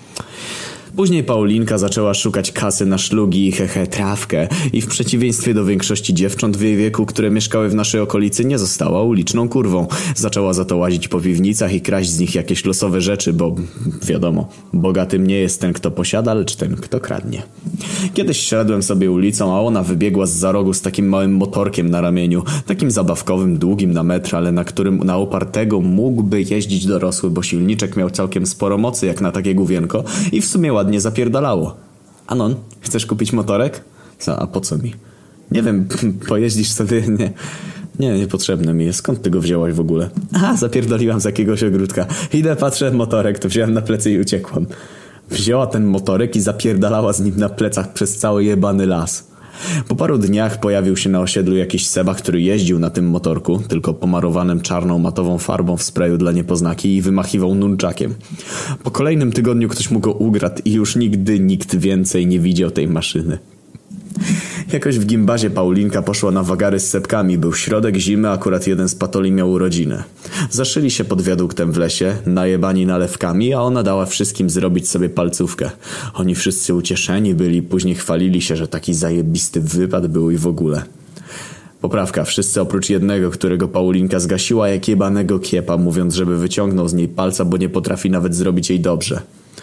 Później Paulinka zaczęła szukać kasy na szlugi i trawkę i w przeciwieństwie do większości dziewcząt w jej wieku, które mieszkały w naszej okolicy, nie została uliczną kurwą. Zaczęła za to łazić po piwnicach i kraść z nich jakieś losowe rzeczy, bo wiadomo, bogatym nie jest ten, kto posiada, lecz ten, kto kradnie. Kiedyś szedłem sobie ulicą, a ona wybiegła zza rogu z takim małym motorkiem na ramieniu, takim zabawkowym, długim na metr, ale na którym na upartego mógłby jeździć dorosły, bo silniczek miał całkiem sporo mocy jak na takie główienko i w sumie ładnie zapierdalało. Anon, chcesz kupić motorek? Co, a po co mi? Nie wiem, pojeździsz sobie? Nie, niepotrzebne mi jest. Skąd ty go wzięłaś w ogóle? Aha, zapierdoliłam z jakiegoś ogródka. Idę, patrzę, motorek, to wziąłem na plecy i uciekłam. Wzięła ten motorek i zapierdalała z nim na plecach przez cały jebany las. Po paru dniach pojawił się na osiedlu jakiś Seba, który jeździł na tym motorku, tylko pomarowanym czarną matową farbą w sprayu dla niepoznaki i wymachiwał nunczakiem. Po kolejnym tygodniu ktoś mu go ukradł i już nigdy nikt więcej nie widział tej maszyny. Jakoś w gimbazie Paulinka poszła na wagary z sepkami. Był środek zimy, akurat jeden z patoli miał urodzinę. Zaszyli się pod wiaduktem w lesie, najebani nalewkami, a ona dała wszystkim zrobić sobie palcówkę. Oni wszyscy ucieszeni byli, później chwalili się, że taki zajebisty wypad był i w ogóle. Poprawka, wszyscy oprócz jednego, którego Paulinka zgasiła jak jebanego kiepa, mówiąc, żeby wyciągnął z niej palca, bo nie potrafi nawet zrobić jej dobrze.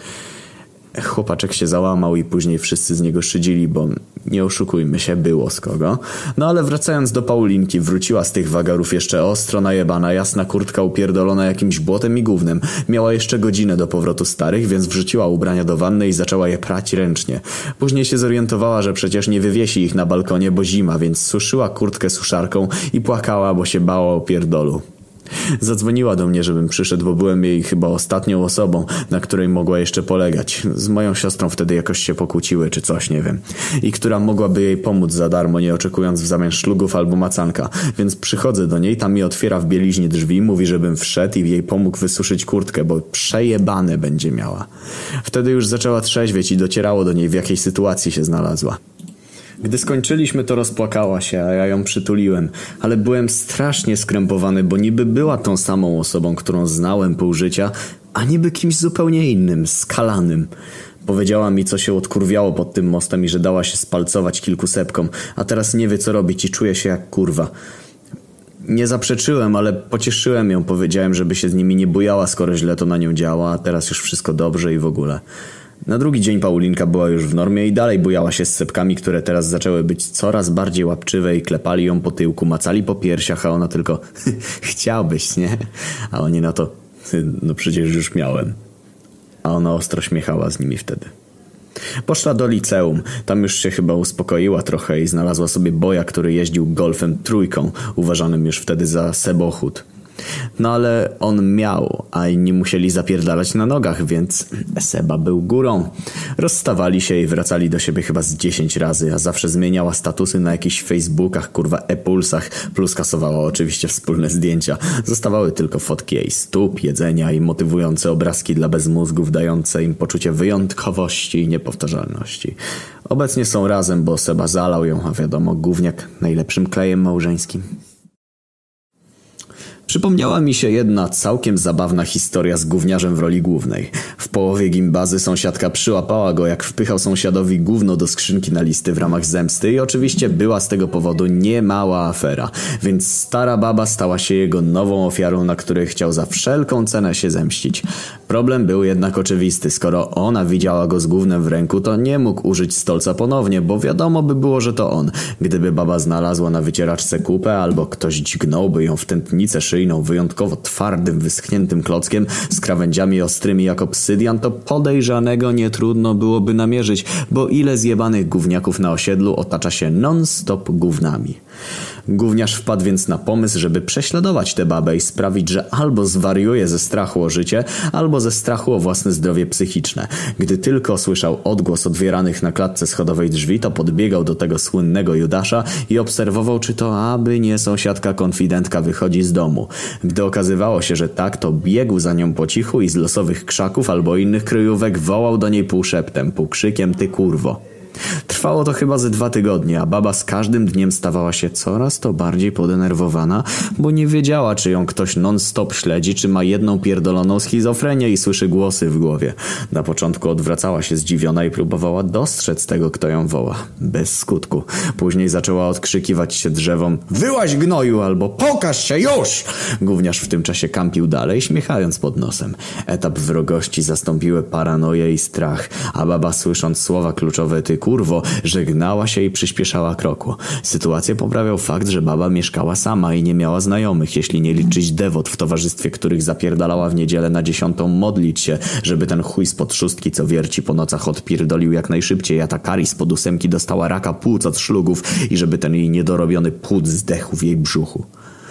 Chłopaczek się załamał i później wszyscy z niego szydzili, bo nie oszukujmy się, było z kogo. No ale wracając do Paulinki, wróciła z tych wagarów jeszcze ostro najebana, jasna kurtka upierdolona jakimś błotem i gównem. Miała jeszcze godzinę do powrotu starych, więc wrzuciła ubrania do wanny i zaczęła je prać ręcznie. Później się zorientowała, że przecież nie wywiesi ich na balkonie, bo zima, więc suszyła kurtkę suszarką i płakała, bo się bała o pierdolu. Zadzwoniła do mnie, żebym przyszedł, bo byłem jej chyba ostatnią osobą, na której mogła jeszcze polegać. Z moją siostrą wtedy jakoś się pokłóciły, czy coś, nie wiem. I która mogłaby jej pomóc za darmo, nie oczekując w zamian szlugów albo macanka. Więc przychodzę do niej, tam mi otwiera w bieliźnie drzwi, mówi, żebym wszedł i jej pomógł wysuszyć kurtkę, bo przejebane będzie miała. Wtedy już zaczęła trzeźwieć i docierało do niej, w jakiej sytuacji się znalazła. Gdy skończyliśmy, to rozpłakała się, a ja ją przytuliłem, ale byłem strasznie skrępowany, bo niby była tą samą osobą, którą znałem pół życia, a niby kimś zupełnie innym, skalanym. Powiedziała mi, co się odkurwiało pod tym mostem i że dała się spalcować kilku sepkom, a teraz nie wie, co robić i czuje się jak kurwa. Nie zaprzeczyłem, ale pocieszyłem ją, powiedziałem, żeby się z nimi nie bujała, skoro źle to na nią działa, a teraz już wszystko dobrze i w ogóle. Na drugi dzień Paulinka była już w normie i dalej bujała się z sepkami, które teraz zaczęły być coraz bardziej łapczywe i klepali ją po tyłku, macali po piersiach, a ona tylko chciałbyś, nie? A oni na to, no przecież już miałem. A ona ostro śmiechała z nimi wtedy. Poszła do liceum, tam już się chyba uspokoiła trochę i znalazła sobie boja, który jeździł golfem trójką, uważanym już wtedy za sebochód. No ale on miał, a inni musieli zapierdalać na nogach, więc Seba był górą. Rozstawali się i wracali do siebie chyba z 10 razy, a zawsze zmieniała statusy na jakichś Facebookach, kurwa e-pulsach, plus kasowała oczywiście wspólne zdjęcia. Zostawały tylko fotki jej stóp, jedzenia i motywujące obrazki dla bezmózgów, dające im poczucie wyjątkowości i niepowtarzalności. Obecnie są razem, bo Seba zalał ją, a wiadomo, gówniak najlepszym klejem małżeńskim. Przypomniała mi się jedna całkiem zabawna historia z gówniarzem w roli głównej. W połowie gimbazy sąsiadka przyłapała go, jak wpychał sąsiadowi gówno do skrzynki na listy w ramach zemsty i oczywiście była z tego powodu niemała afera, więc stara baba stała się jego nową ofiarą, na której chciał za wszelką cenę się zemścić. Problem był jednak oczywisty. Skoro ona widziała go z gównem w ręku, to nie mógł użyć stolca ponownie, bo wiadomo by było, że to on. Gdyby baba znalazła na wycieraczce kupę albo ktoś dźgnąłby ją w tętnicę szyjną wyjątkowo twardym, wyschniętym klockiem z krawędziami ostrymi jak obsydian, to podejrzanego nie trudno byłoby namierzyć, bo ile zjebanych gówniaków na osiedlu otacza się non-stop gównami. Gówniarz wpadł więc na pomysł, żeby prześladować tę babę i sprawić, że albo zwariuje ze strachu o życie, albo ze strachu o własne zdrowie psychiczne. Gdy tylko słyszał odgłos otwieranych na klatce schodowej drzwi, to podbiegał do tego słynnego Judasza i obserwował, czy to aby nie sąsiadka konfidentka wychodzi z domu. Gdy okazywało się, że tak, to biegł za nią po cichu i z losowych krzaków albo innych kryjówek wołał do niej półszeptem, półkrzykiem: ty kurwo. Trwało to chyba ze 2 tygodnie, a baba z każdym dniem stawała się coraz to bardziej podenerwowana, bo nie wiedziała, czy ją ktoś non-stop śledzi, czy ma jedną pierdoloną schizofrenię i słyszy głosy w głowie. Na początku odwracała się zdziwiona i próbowała dostrzec tego, kto ją woła. Bez skutku. Później zaczęła odkrzykiwać się drzewom: wyłaź gnoju, albo pokaż się już! Gówniarz w tym czasie kampił dalej, śmiechając pod nosem. Etap wrogości zastąpiły paranoję i strach, a baba, słysząc słowa kluczowe ty kurwo, żegnała się i przyspieszała kroku. Sytuację poprawiał fakt, że baba mieszkała sama i nie miała znajomych, jeśli nie liczyć dewot, w towarzystwie których zapierdalała w niedzielę na 10 modlić się, żeby ten chuj spod 6, co wierci po nocach, odpierdolił jak najszybciej, a ta Kari spod 8 dostała raka płuc od szlugów i żeby ten jej niedorobiony płód zdechł w jej brzuchu.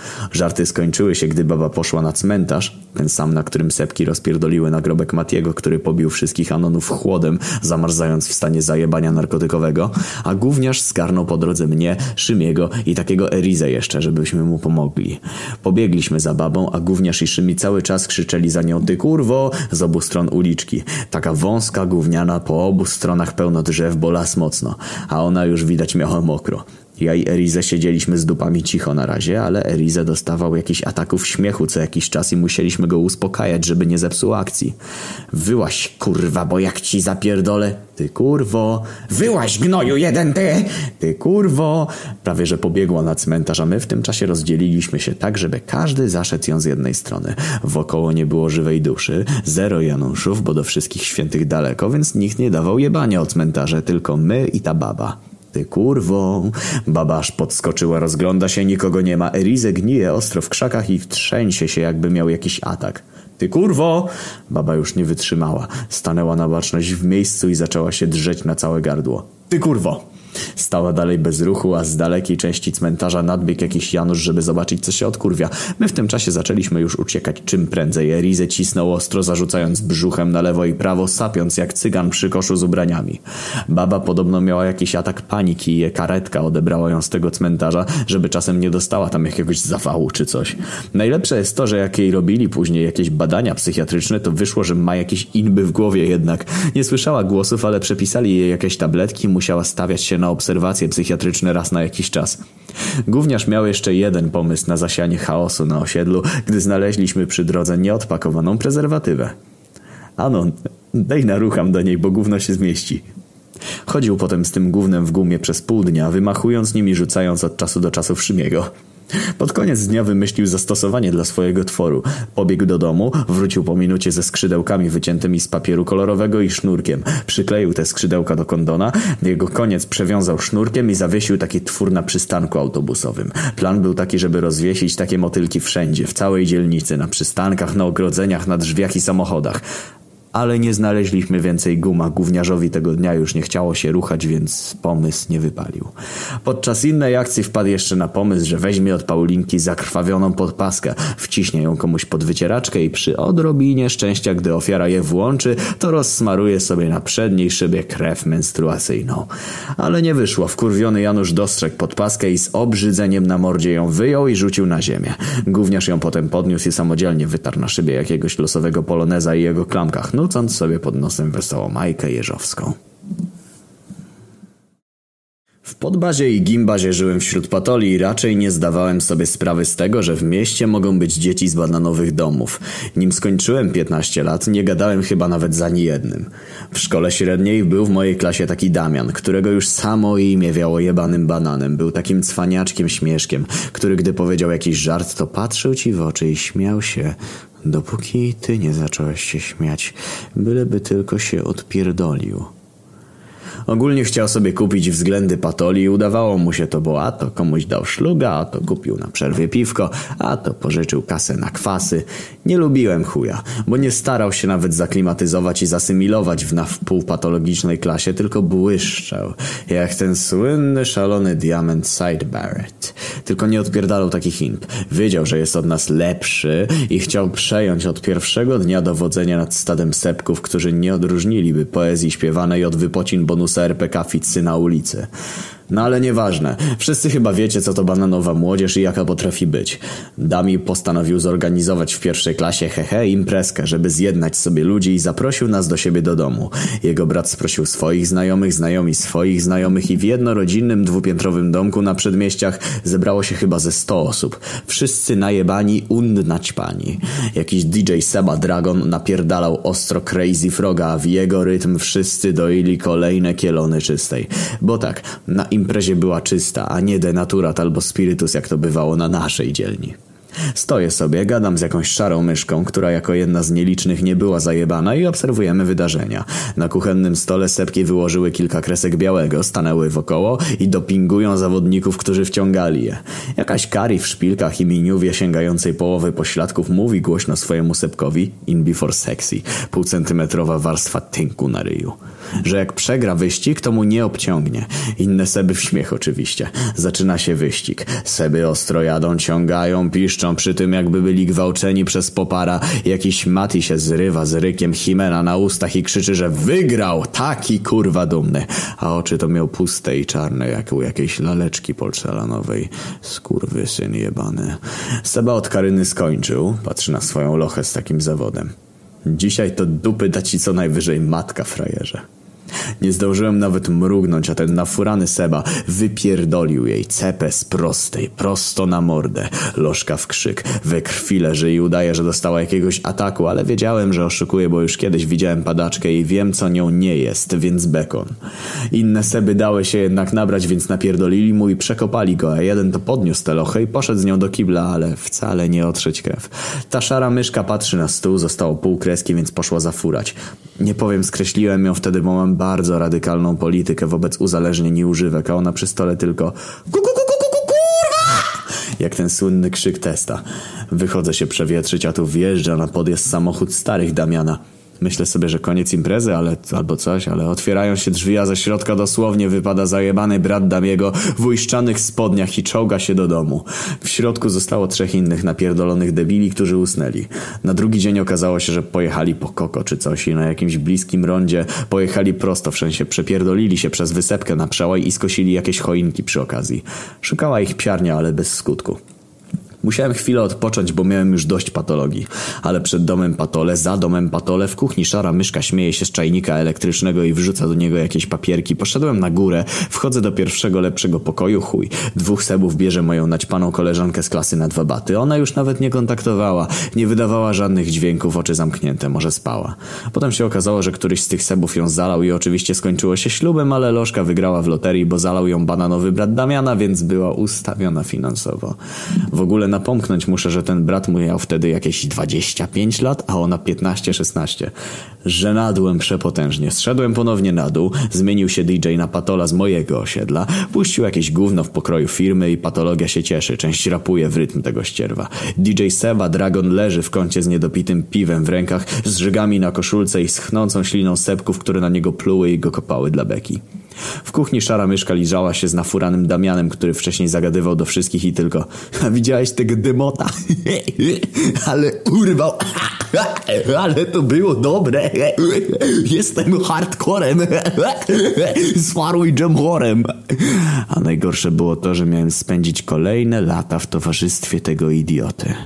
Żarty skończyły się, gdy baba poszła na cmentarz, ten sam, na którym sepki rozpierdoliły nagrobek Matiego, który pobił wszystkich Anonów chłodem, zamarzając w stanie zajebania narkotykowego, a gówniarz zgarnął po drodze mnie, Szymiego i takiego Erizę jeszcze, żebyśmy mu pomogli. Pobiegliśmy za babą, a gówniarz i Szymi cały czas krzyczeli za nią: ty kurwo, z obu stron uliczki. Taka wąska, gówniana, po obu stronach pełno drzew, bo las mocno, a ona już widać miała mokro. Ja i Erizę siedzieliśmy z dupami cicho na razie, ale Erizę dostawał jakichś ataków śmiechu co jakiś czas i musieliśmy go uspokajać, żeby nie zepsuł akcji. Wyłaź, kurwa, bo jak ci zapierdolę. Ty kurwo. Wyłaź, gnoju jeden ty. Ty kurwo. Prawie że pobiegła na cmentarz, a my w tym czasie rozdzieliliśmy się tak, żeby każdy zaszedł ją z jednej strony. Wokoło nie było żywej duszy, zero Januszów, bo do wszystkich świętych daleko, więc nikt nie dawał jebania o cmentarze, tylko my i ta baba. Ty kurwo. Baba aż podskoczyła, rozgląda się, nikogo nie ma. Erizę gnije ostro w krzakach i trzęsie się, jakby miał jakiś atak. Ty kurwo. Baba już nie wytrzymała. Stanęła na baczność w miejscu i zaczęła się drzeć na całe gardło. Ty kurwo. Stała dalej bez ruchu, a z dalekiej części cmentarza nadbiegł jakiś Janusz, żeby zobaczyć, co się odkurwia. My w tym czasie zaczęliśmy już uciekać czym prędzej. Erizę cisnął ostro, zarzucając brzuchem na lewo i prawo, sapiąc jak cygan przy koszu z ubraniami. Baba podobno miała jakiś atak paniki i karetka odebrała ją z tego cmentarza, żeby czasem nie dostała tam jakiegoś zawału czy coś. Najlepsze jest to, że jak jej robili później jakieś badania psychiatryczne, to wyszło, że ma jakieś inby w głowie jednak. Nie słyszała głosów, ale przepisali jej jakieś tabletki, musiała stawiać się na obserwacje psychiatryczne raz na jakiś czas. Gówniarz miał jeszcze jeden pomysł na zasianie chaosu na osiedlu, gdy znaleźliśmy przy drodze nieodpakowaną prezerwatywę. Ano, daj narucham do niej, bo gówno się zmieści. Chodził potem z tym gównem w gumie przez pół dnia, wymachując nim i rzucając od czasu do czasu w Szymiego. Pod koniec dnia wymyślił zastosowanie dla swojego tworu. Pobiegł do domu, wrócił po minucie ze skrzydełkami wyciętymi z papieru kolorowego i sznurkiem. Przykleił te skrzydełka do kondona, jego koniec przewiązał sznurkiem i zawiesił taki twór na przystanku autobusowym. Plan był taki, żeby rozwiesić takie motylki wszędzie, w całej dzielnicy, na przystankach, na ogrodzeniach, na drzwiach i samochodach. Ale nie znaleźliśmy więcej guma. Gówniarzowi tego dnia już nie chciało się ruchać, więc pomysł nie wypalił. Podczas innej akcji wpadł jeszcze na pomysł, że weźmie od Paulinki zakrwawioną podpaskę, wciśnie ją komuś pod wycieraczkę i przy odrobinie szczęścia, gdy ofiara je włączy, to rozsmaruje sobie na przedniej szybie krew menstruacyjną. Ale nie wyszło. Wkurwiony Janusz dostrzegł podpaskę i z obrzydzeniem na mordzie ją wyjął i rzucił na ziemię. Gówniarz ją potem podniósł i samodzielnie wytarł na szybie jakiegoś losowego poloneza i jego klamkach, nucąc sobie pod nosem wesołą Majkę Jeżowską. W Podbazie i Gimbazie żyłem wśród patoli i raczej nie zdawałem sobie sprawy z tego, że w mieście mogą być dzieci z bananowych domów. Nim skończyłem 15 lat, nie gadałem chyba nawet z ani jednym. W szkole średniej był w mojej klasie taki Damian, którego już samo imię wiało jebanym bananem. Był takim cwaniaczkiem śmieszkiem, który gdy powiedział jakiś żart, to patrzył ci w oczy i śmiał się, dopóki ty nie zacząłeś się śmiać, byleby tylko się odpierdolił. Ogólnie chciał sobie kupić względy patoli i udawało mu się to, bo a to komuś dał szluga, a to kupił na przerwie piwko, a to pożyczył kasę na kwasy. Nie lubiłem chuja, bo nie starał się nawet zaklimatyzować i zasymilować w wpół patologicznej klasie, tylko błyszczał, jak ten słynny, szalony diament Side Barrett. Tylko nie odpierdalał takich imp. Wiedział, że jest od nas lepszy i chciał przejąć od pierwszego dnia dowodzenia nad stadem sepków, którzy nie odróżniliby poezji śpiewanej od wypocin bonusa RPK Fitzy na ulicy. No ale nieważne. Wszyscy chyba wiecie, co to bananowa młodzież i jaka potrafi być. Dami postanowił zorganizować w pierwszej klasie imprezkę, żeby zjednać sobie ludzi i zaprosił nas do siebie do domu. Jego brat sprosił swoich znajomych, znajomi swoich znajomych i w jednorodzinnym dwupiętrowym domku na przedmieściach zebrało się chyba ze 100 osób. Wszyscy najebani, naćpani. Jakiś DJ Seba Dragon napierdalał ostro Crazy Froga, a w jego rytm wszyscy doili kolejne kielony czystej. Bo tak, na imprezie była czysta, a nie denaturat albo spirytus, jak to bywało na naszej dzielni. Stoję sobie, gadam z jakąś szarą myszką, która jako jedna z nielicznych nie była zajebana i obserwujemy wydarzenia. Na kuchennym stole sepki wyłożyły kilka kresek białego, stanęły wokoło i dopingują zawodników, którzy wciągali je. Jakaś Kari w szpilkach i miniuwie sięgającej połowy pośladków mówi głośno swojemu sepkowi in before sexy, półcentymetrowa warstwa tynku na ryju. że jak przegra wyścig, to mu nie obciągnie. Inne Seby w śmiech oczywiście. Zaczyna się wyścig. Seby ostro jadą, ciągają, piszczą przy tym, jakby byli gwałceni przez popara. Jakiś Mati się zrywa z rykiem Himena na ustach i krzyczy, że wygrał! Taki kurwa dumny. A oczy to miał puste i czarne, jak u jakiejś laleczki porcelanowej. Skurwysyn jebany. Seba od Karyny skończył. Patrzy na swoją lochę z takim zawodem. Dzisiaj to dupy da ci co najwyżej matka, frajerze. Nie zdążyłem nawet mrugnąć, a ten nafurany Seba wypierdolił jej cepę z prostej, prosto na mordę. Lożka w krzyk, we krwi leży i udaje, że dostała jakiegoś ataku, ale wiedziałem, że oszukuje, bo już kiedyś widziałem padaczkę i wiem, co nią nie jest, więc bekon. Inne Seby dały się jednak nabrać, więc napierdolili mu i przekopali go, a jeden to podniósł tę lochę i poszedł z nią do kibla, ale wcale nie otrzeć krew. Ta szara myszka patrzy na stół, zostało pół kreski, więc poszła zafurać. Nie powiem, skreśliłem ją wtedy, bo mam bardzo radykalną politykę wobec uzależnień i używek, a ona przy stole tylko kurwa! Jak ten słynny krzyk Testa. Wychodzę się przewietrzyć, a tu wjeżdża na podjazd samochód starych Damiana. Myślę sobie, że koniec imprezy, albo coś, ale otwierają się drzwi, a ze środka dosłownie wypada zajebany brat Damiego w ujszczanych spodniach i czołga się do domu. W środku zostało 3 innych napierdolonych debili, którzy usnęli. Na drugi dzień okazało się, że pojechali po koko czy coś i na jakimś bliskim rondzie pojechali prosto, w sensie przepierdolili się przez wysepkę na przełaj i skosili jakieś choinki przy okazji. Szukała ich psiarnia, ale bez skutku. Musiałem chwilę odpocząć, bo miałem już dość patologii. Ale przed domem patole, za domem patole, w kuchni szara myszka śmieje się z czajnika elektrycznego i wrzuca do niego jakieś papierki. Poszedłem na górę, wchodzę do pierwszego lepszego pokoju, chuj. 2 Sebów bierze moją naćpaną koleżankę z klasy na 2 baty. Ona już nawet nie kontaktowała, nie wydawała żadnych dźwięków, oczy zamknięte, może spała. Potem się okazało, że któryś z tych Sebów ją zalał i oczywiście skończyło się ślubem, ale Lożka wygrała w loterii, bo zalał ją bananowy brat Damiana, więc była ustawiona finansowo. W ogóle napomknąć muszę, że ten brat mu miał wtedy jakieś 25 lat, a ona 15-16. Żenadłem przepotężnie. Zszedłem ponownie na dół, zmienił się DJ na patola z mojego osiedla, puścił jakieś gówno w pokroju firmy i patologia się cieszy, część rapuje w rytm tego ścierwa. DJ Seba Dragon leży w kącie z niedopitym piwem w rękach, z żygami na koszulce i schnącą śliną sepków, które na niego pluły i go kopały dla beki. W kuchni szara myszka liżała się z nafuranym Damianem, który wcześniej zagadywał do wszystkich i tylko: a widziałeś tego demota? Ale urwał. Ale to było dobre. Jestem hardcorem. Swaruj dżemhorem. A najgorsze było to, że miałem spędzić kolejne lata w towarzystwie tego idioty.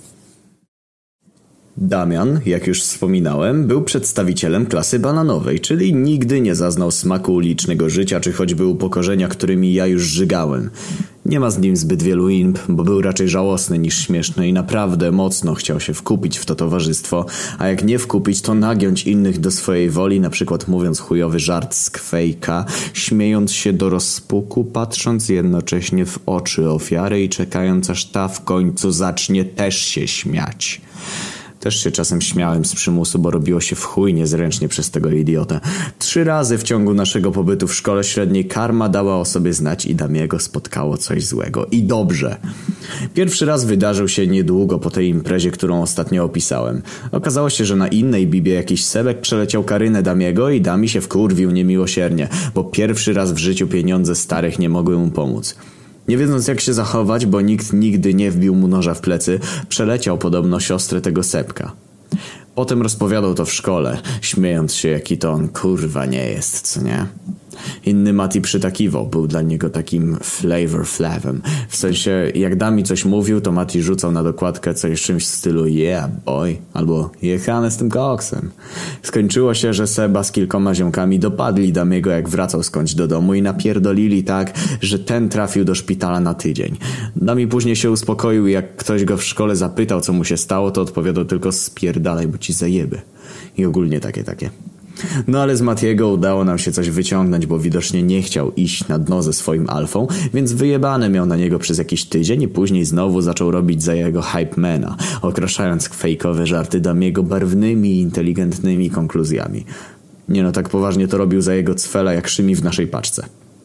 Damian, jak już wspominałem, był przedstawicielem klasy bananowej, czyli nigdy nie zaznał smaku ulicznego życia, czy choćby upokorzenia, którymi ja już żygałem. Nie ma z nim zbyt wielu imp, bo był raczej żałosny niż śmieszny i naprawdę mocno chciał się wkupić w to towarzystwo, a jak nie wkupić, to nagiąć innych do swojej woli, na przykład mówiąc chujowy żart z kwejka, śmiejąc się do rozpuku, patrząc jednocześnie w oczy ofiary i czekając, aż ta w końcu zacznie też się śmiać. Też się czasem śmiałem z przymusu, bo robiło się w chuj niezręcznie przez tego idiotę. 3 razy w ciągu naszego pobytu w szkole średniej karma dała o sobie znać i Damiego spotkało coś złego. I dobrze. Pierwszy raz wydarzył się niedługo po tej imprezie, którą ostatnio opisałem. Okazało się, że na innej bibie jakiś Sebek przeleciał Karynę Damiego i Dami się wkurwił niemiłosiernie, bo pierwszy raz w życiu pieniądze starych nie mogły mu pomóc. Nie wiedząc jak się zachować, bo nikt nigdy nie wbił mu noża w plecy, przeleciał podobno siostrę tego Sepka. Potem rozpowiadał to w szkole, śmiejąc się jaki to on kurwa nie jest, co nie? Inny Mati przytakiwał, był dla niego takim flavor flavem. W sensie, jak Dami coś mówił, to Mati rzucał na dokładkę coś czymś w stylu yeah boy, albo jechane z tym koksem. Skończyło się, że Seba z kilkoma ziomkami dopadli Damiego, jak wracał skądś do domu i napierdolili tak, że ten trafił do szpitala na tydzień. Dami później się uspokoił i jak ktoś go w szkole zapytał, co mu się stało, to odpowiadał tylko spierdalaj, bo ci zajeby. I ogólnie takie. No ale z Matiego udało nam się coś wyciągnąć, bo widocznie nie chciał iść na dno ze swoim alfą, więc wyjebane miał na niego przez jakiś tydzień i później znowu zaczął robić za jego hypemana, okraszając fejkowe żarty Damiego barwnymi i inteligentnymi konkluzjami. Nie no, tak poważnie to robił za jego cfela jak Szymi w naszej paczce.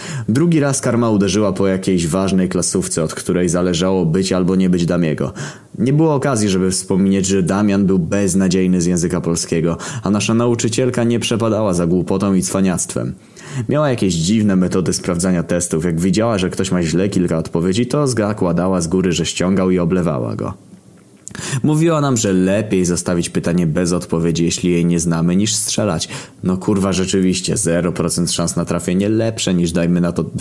Drugi raz karma uderzyła po jakiejś ważnej klasówce, od której zależało być albo nie być Damiego. Nie było okazji, żeby wspomnieć, że Damian był beznadziejny z języka polskiego, a nasza nauczycielka nie przepadała za głupotą i cwaniactwem. Miała jakieś dziwne metody sprawdzania testów. Jak widziała, że ktoś ma źle kilka odpowiedzi, to zakładała z góry, że ściągał i oblewała go. Mówiła nam, że lepiej zostawić pytanie bez odpowiedzi, jeśli jej nie znamy, niż strzelać. No kurwa, rzeczywiście 0% szans na trafienie, lepsze niż dajmy na to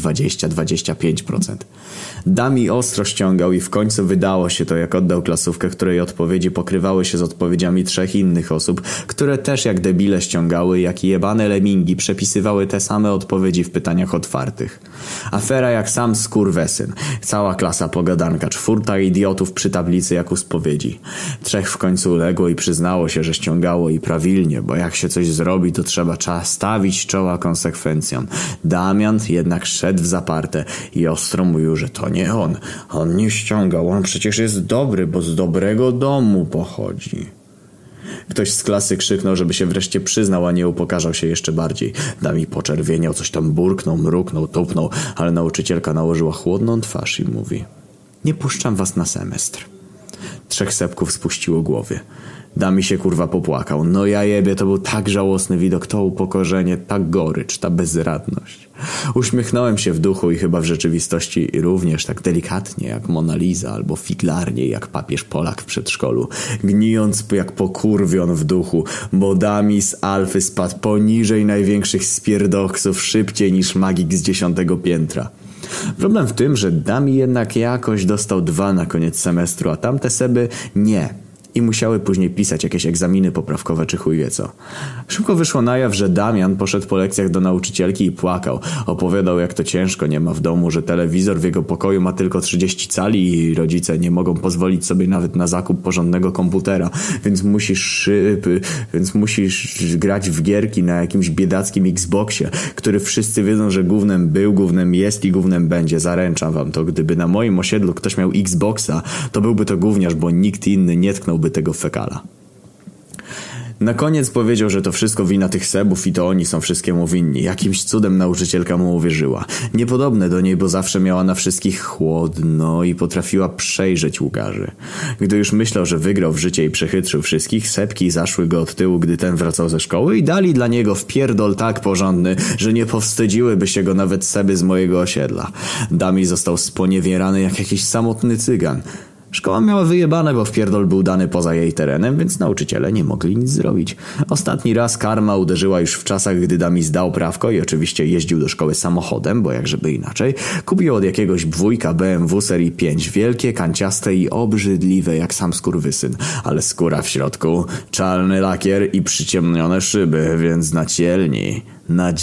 20-25%. Dami ostro ściągał i w końcu wydało się to, jak oddał klasówkę, której odpowiedzi pokrywały się z odpowiedziami 3 innych osób, które też jak debile ściągały, jak jebane lemingi przepisywały te same odpowiedzi w pytaniach otwartych. Afera jak sam skurwesyn. Cała klasa pogadanka, 4 idiotów przy tablicy jak u spowiedzi. 3 w końcu uległo i przyznało się, że ściągało i prawilnie, bo jak się coś zrobi, to trzeba stawić czoła konsekwencjom. Damian jednak szedł w zaparte i ostro mówił, że to nie on. On nie ściągał, on przecież jest dobry, bo z dobrego domu pochodzi. Ktoś z klasy krzyknął, żeby się wreszcie przyznał, a nie upokarzał się jeszcze bardziej. Dami poczerwieniał, coś tam burknął, mruknął, tupnął, ale nauczycielka nałożyła chłodną twarz i mówi: nie puszczam was na semestr. 3 sepków spuściło głowy. Dami się kurwa popłakał. No ja jebie, to był tak żałosny widok, to upokorzenie, ta gorycz, ta bezradność. Uśmiechnąłem się w duchu i chyba w rzeczywistości również tak delikatnie jak Mona Lisa albo figlarnie jak papież Polak w przedszkolu, gnijąc jak pokurwion w duchu, bo Dami z Alfy spadł poniżej największych spierdoksów szybciej niż magik z 10. piętra. Problem w tym, że Dami jednak jakoś dostał 2 na koniec semestru, a tamte seby nie. I musiały później pisać jakieś egzaminy poprawkowe czy chuj wie co. Szybko wyszło na jaw, że Damian poszedł po lekcjach do nauczycielki i płakał. Opowiadał, jak to ciężko nie ma w domu, że telewizor w jego pokoju ma tylko 30 cali i rodzice nie mogą pozwolić sobie nawet na zakup porządnego komputera, więc musisz grać w gierki na jakimś biedackim Xboxie, który wszyscy wiedzą, że gównem był, gównem jest i gównem będzie. Zaręczam wam to. Gdyby na moim osiedlu ktoś miał Xboxa, to byłby to gówniarz, bo nikt inny nie tknął tego fekala. Na koniec powiedział, że to wszystko wina tych sebów i to oni są wszystkiemu winni. Jakimś cudem nauczycielka mu uwierzyła. Niepodobne do niej, bo zawsze miała na wszystkich chłodno i potrafiła przejrzeć Łukarzy. Gdy już myślał, że wygrał w życie i przechytrzył wszystkich, sepki zaszły go od tyłu, gdy ten wracał ze szkoły i dali dla niego wpierdol tak porządny, że nie powstydziłyby się go nawet seby z mojego osiedla. Dami został sponiewierany jak jakiś samotny cygan. Szkoła miała wyjebane, bo wpierdol był dany poza jej terenem, więc nauczyciele nie mogli nic zrobić. Ostatni raz karma uderzyła już w czasach, gdy Dami zdał prawko i oczywiście jeździł do szkoły samochodem, bo jakżeby inaczej. Kupił od jakiegoś wujka BMW serii 5, wielkie, kanciaste i obrzydliwe jak sam skurwysyn, ale skóra w środku, czarny lakier i przyciemnione szyby, więc na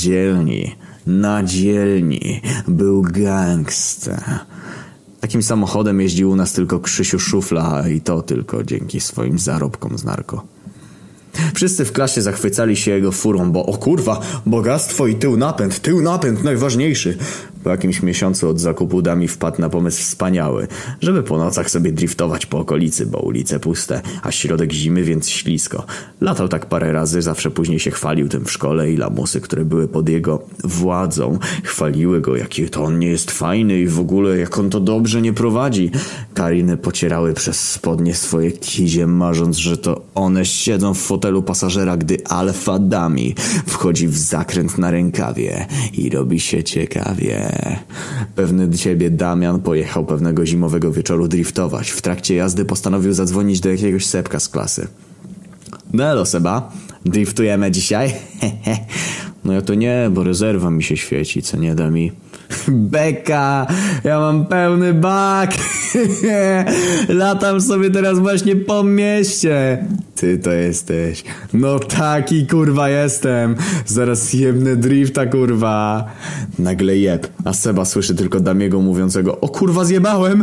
dzielni był gangsta. Takim samochodem jeździł u nas tylko Krzysiu Szufla i to tylko dzięki swoim zarobkom z narko. Wszyscy w klasie zachwycali się jego furą, bo o kurwa, bogactwo i tył napęd, najważniejszy. Po jakimś miesiącu od zakupu Dami wpadł na pomysł wspaniały, żeby po nocach sobie driftować po okolicy, bo ulice puste, a środek zimy, więc ślisko. Latał tak parę razy, zawsze później się chwalił tym w szkole i lamusy, które były pod jego władzą, chwaliły go, jaki to on nie jest fajny i w ogóle jak on to dobrze nie prowadzi. Kariny pocierały przez spodnie swoje kizie, marząc, że to one siedzą w fotelu pasażera, gdy Alfa Dami wchodzi w zakręt na rękawie i robi się ciekawie. Pewny siebie Damian pojechał pewnego zimowego wieczoru driftować. W trakcie jazdy postanowił zadzwonić do jakiegoś sepka z klasy. No elo Seba, driftujemy dzisiaj? No ja to nie, bo rezerwa mi się świeci, co nie da mi. Beka, ja mam pełny bak. Latam sobie teraz właśnie po mieście. Ty to jesteś. No taki kurwa jestem. Zaraz jebnę drifta kurwa. Nagle jeb, a Seba słyszy tylko Damiego mówiącego: o kurwa zjebałem.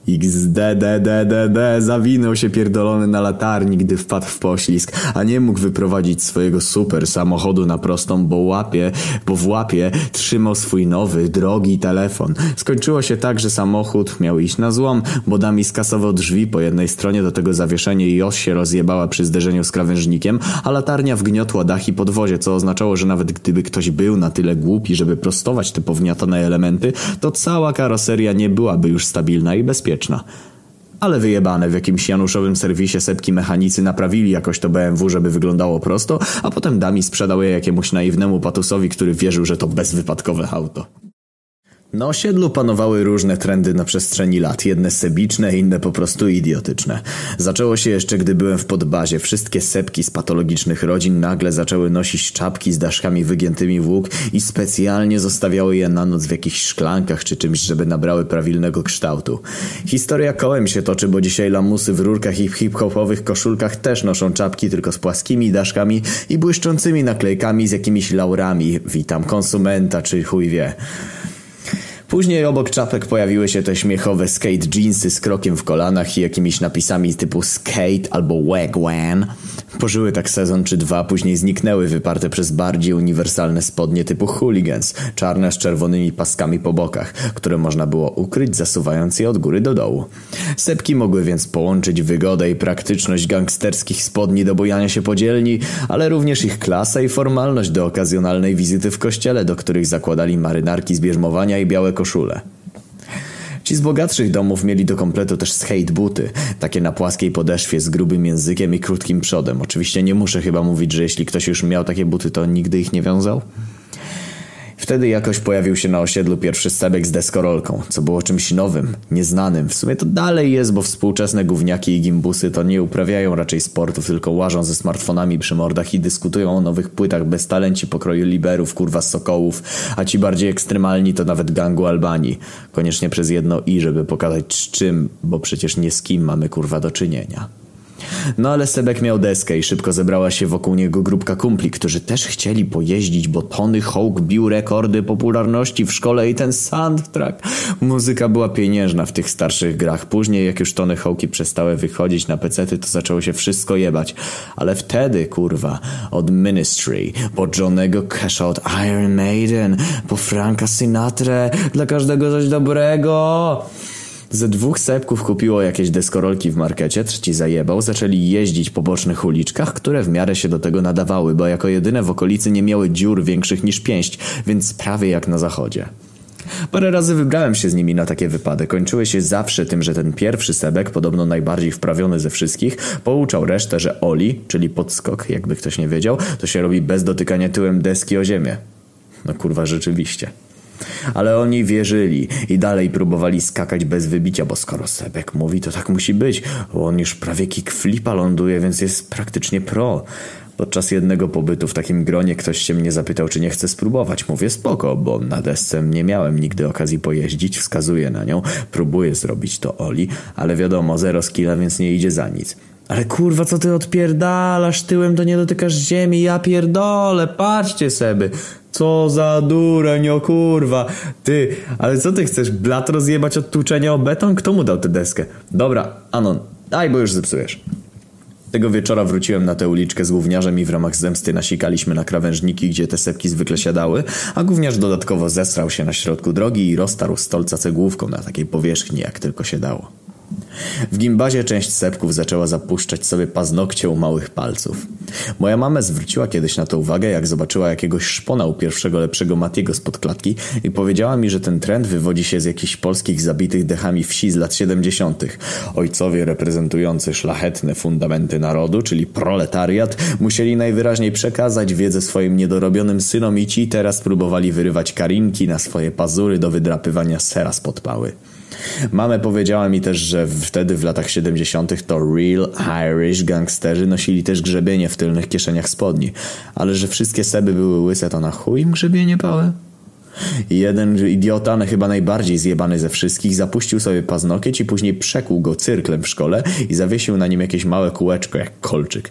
XDDDDD zawinął się pierdolony na latarni, gdy wpadł w poślizg, a nie mógł wyprowadzić swojego super samochodu na prostą, bo w łapie trzymał swój nowy, drogi telefon. Skończyło się tak, że samochód miał iść na złom, bo Dami skasował drzwi po jednej stronie, do tego zawieszenie i os się rozjebała przy zderzeniu z krawężnikiem, a latarnia wgniotła dach i podwozie, co oznaczało, że nawet gdyby ktoś był na tyle głupi, żeby prostować te powgniatane elementy, to cała karoseria nie byłaby już stabilna i bezpieczna. Ale wyjebane, w jakimś januszowym serwisie sepki mechanicy naprawili jakoś to BMW, żeby wyglądało prosto, a potem Dami sprzedał je jakiemuś naiwnemu patusowi, który wierzył, że to bezwypadkowe auto. Na osiedlu panowały różne trendy na przestrzeni lat, jedne sebiczne, inne po prostu idiotyczne. Zaczęło się jeszcze, gdy byłem w Podbazie. Wszystkie sepki z patologicznych rodzin nagle zaczęły nosić czapki z daszkami wygiętymi w łuk i specjalnie zostawiały je na noc w jakichś szklankach czy czymś, żeby nabrały prawilnego kształtu. Historia kołem się toczy, bo dzisiaj lamusy w rurkach i hip-hopowych koszulkach też noszą czapki, tylko z płaskimi daszkami i błyszczącymi naklejkami z jakimiś laurami. Witam konsumenta, czy chuj wie. Później obok czapek pojawiły się te śmiechowe skate jeansy z krokiem w kolanach i jakimiś napisami typu skate albo wagwan. Pożyły tak sezon czy dwa, później zniknęły wyparte przez bardziej uniwersalne spodnie typu hooligans, czarne z czerwonymi paskami po bokach, które można było ukryć zasuwając je od góry do dołu. Sepki mogły więc połączyć wygodę i praktyczność gangsterskich spodni do bujania się po dzielni, ale również ich klasę i formalność do okazjonalnej wizyty w kościele, do których zakładali marynarki z bierzmowania i białe koszule. Ci z bogatszych domów mieli do kompletu też skate buty, takie na płaskiej podeszwie z grubym językiem i krótkim przodem. Oczywiście nie muszę chyba mówić, że jeśli ktoś już miał takie buty, to nigdy ich nie wiązał. Wtedy jakoś pojawił się na osiedlu pierwszy sebek z deskorolką, co było czymś nowym, nieznanym. W sumie to dalej jest, bo współczesne gówniaki i gimbusy to nie uprawiają raczej sportów, tylko łażą ze smartfonami przy mordach i dyskutują o nowych płytach bez talenci pokroju liberów, kurwa sokołów, a ci bardziej ekstremalni to nawet gangu Albanii. Koniecznie przez jedno i, żeby pokazać z czym, bo przecież nie z kim mamy kurwa do czynienia. No ale Sebek miał deskę i szybko zebrała się wokół niego grupka kumpli, którzy też chcieli pojeździć, bo Tony Hawk bił rekordy popularności w szkole i ten soundtrack. Muzyka była pieniężna w tych starszych grach. Później jak już Tony Hawki przestały wychodzić na pecety, to zaczęło się wszystko jebać. Ale wtedy, kurwa, od Ministry, po Johnnego Cashout Iron Maiden, po Franka Sinatrę, dla każdego coś dobrego. Ze dwóch sepków kupiło jakieś deskorolki w markecie, trzeci zajebał, zaczęli jeździć po bocznych uliczkach, które w miarę się do tego nadawały, bo jako jedyne w okolicy nie miały dziur większych niż pięść, więc prawie jak na zachodzie. Parę razy wybrałem się z nimi na takie wypady. Kończyły się zawsze tym, że ten pierwszy sebek, podobno najbardziej wprawiony ze wszystkich, pouczał resztę, że Oli, czyli podskok, jakby ktoś nie wiedział, to się robi bez dotykania tyłem deski o ziemię. No kurwa, rzeczywiście. Ale oni wierzyli i dalej próbowali skakać bez wybicia, bo skoro Sebek mówi, to tak musi być, bo on już prawie kickflipa ląduje, więc jest praktycznie pro. Podczas jednego pobytu w takim gronie ktoś się mnie zapytał, czy nie chcę spróbować. Mówię spoko, bo na desce nie miałem nigdy okazji pojeździć, wskazuję na nią, próbuję zrobić to Oli, ale wiadomo, 0 skilla, więc nie idzie za nic. Ale kurwa, co ty odpierdalasz tyłem, to nie dotykasz ziemi, ja pierdolę, patrzcie Seby. Co za dureń, o kurwa. Ty, ale co ty chcesz, blat rozjebać od tłuczenia o beton? Kto mu dał tę deskę? Dobra, Anon, daj, bo już zepsujesz. Tego wieczora wróciłem na tę uliczkę z gówniarzem i w ramach zemsty nasikaliśmy na krawężniki, gdzie te sepki zwykle siadały, a gówniarz dodatkowo zesrał się na środku drogi i roztarł stolca cegłówką na takiej powierzchni, jak tylko się dało. W gimbazie część sepków zaczęła zapuszczać sobie paznokcie u małych palców. Moja mama zwróciła kiedyś na to uwagę, jak zobaczyła jakiegoś szpona u pierwszego lepszego Matiego spod klatki i powiedziała mi, że ten trend wywodzi się z jakichś polskich zabitych dechami wsi z lat 70. Ojcowie reprezentujący szlachetne fundamenty narodu, czyli proletariat, musieli najwyraźniej przekazać wiedzę swoim niedorobionym synom i ci teraz próbowali wyrywać karinki na swoje pazury do wydrapywania sera spod pały. Mamę powiedziała mi też, że wtedy w latach 70. to real Irish gangsterzy nosili też grzebienie w tylnych kieszeniach spodni, ale że wszystkie Seby były łyse, to na chuj im grzebienie pały? Jeden idiota, chyba najbardziej zjebany ze wszystkich, zapuścił sobie paznokieć i później przekuł go cyrklem w szkole i zawiesił na nim jakieś małe kółeczko jak kolczyk.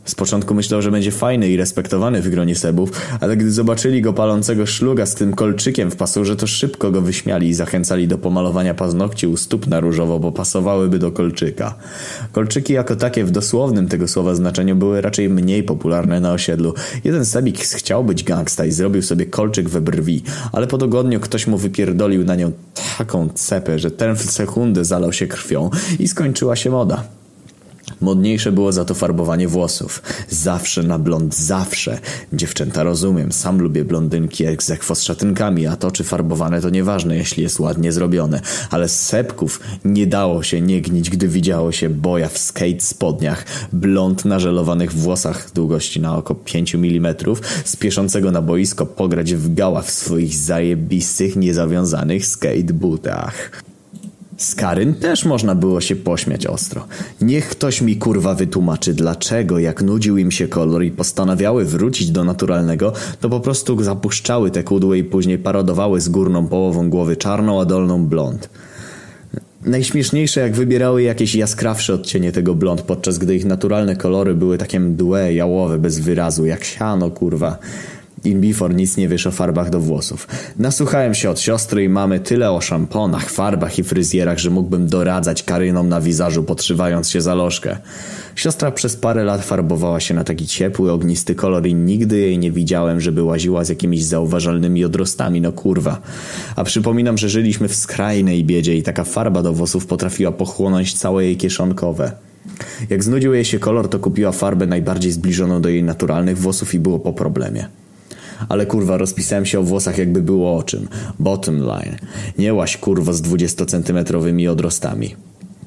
Z początku myślał, że będzie fajny i respektowany w gronie sebów, ale gdy zobaczyli go palącego szluga z tym kolczykiem w pasurze, to szybko go wyśmiali i zachęcali do pomalowania paznokci u stóp na różowo, bo pasowałyby do kolczyka. Kolczyki jako takie w dosłownym tego słowa znaczeniu były raczej mniej popularne na osiedlu. Jeden sebik chciał być gangsta i zrobił sobie kolczyk we brwi, ale po tygodniu ktoś mu wypierdolił na nią taką cepę, że ten w sekundę zalał się krwią i skończyła się moda. Modniejsze było za to farbowanie włosów. Zawsze na blond, zawsze. Dziewczęta rozumiem, sam lubię blondynki jak zekwo z szatynkami, a to czy farbowane to nieważne, jeśli jest ładnie zrobione. Ale z sepków nie dało się nie gnić, gdy widziało się boja w skate spodniach, blond na żelowanych włosach długości na około 5 mm, spieszącego na boisko pograć w gała w swoich zajebistych, niezawiązanych skate butach. Z Karyn też można było się pośmiać ostro. Niech ktoś mi kurwa wytłumaczy, dlaczego jak nudził im się kolor i postanawiały wrócić do naturalnego, to po prostu zapuszczały te kudły i później parodowały z górną połową głowy czarną, a dolną blond. Najśmieszniejsze jak wybierały jakieś jaskrawsze odcienie tego blond, podczas gdy ich naturalne kolory były takie mdłe, jałowe, bez wyrazu, jak siano kurwa. Imbifor nic nie wiesz o farbach do włosów. Nasłuchałem się od siostry i mamy tyle o szamponach, farbach i fryzjerach, że mógłbym doradzać Karynom na wizażu, podszywając się za lożkę. Siostra przez parę lat farbowała się na taki ciepły, ognisty kolor i nigdy jej nie widziałem, żeby łaziła z jakimiś zauważalnymi odrostami, no kurwa. A przypominam, że żyliśmy w skrajnej biedzie i taka farba do włosów potrafiła pochłonąć całe jej kieszonkowe. Jak znudził jej się kolor, to kupiła farbę najbardziej zbliżoną do jej naturalnych włosów i było po problemie. Ale kurwa, rozpisałem się o włosach jakby było o czym. Bottom line. Nie łaź kurwa z 20-centymetrowymi odrostami.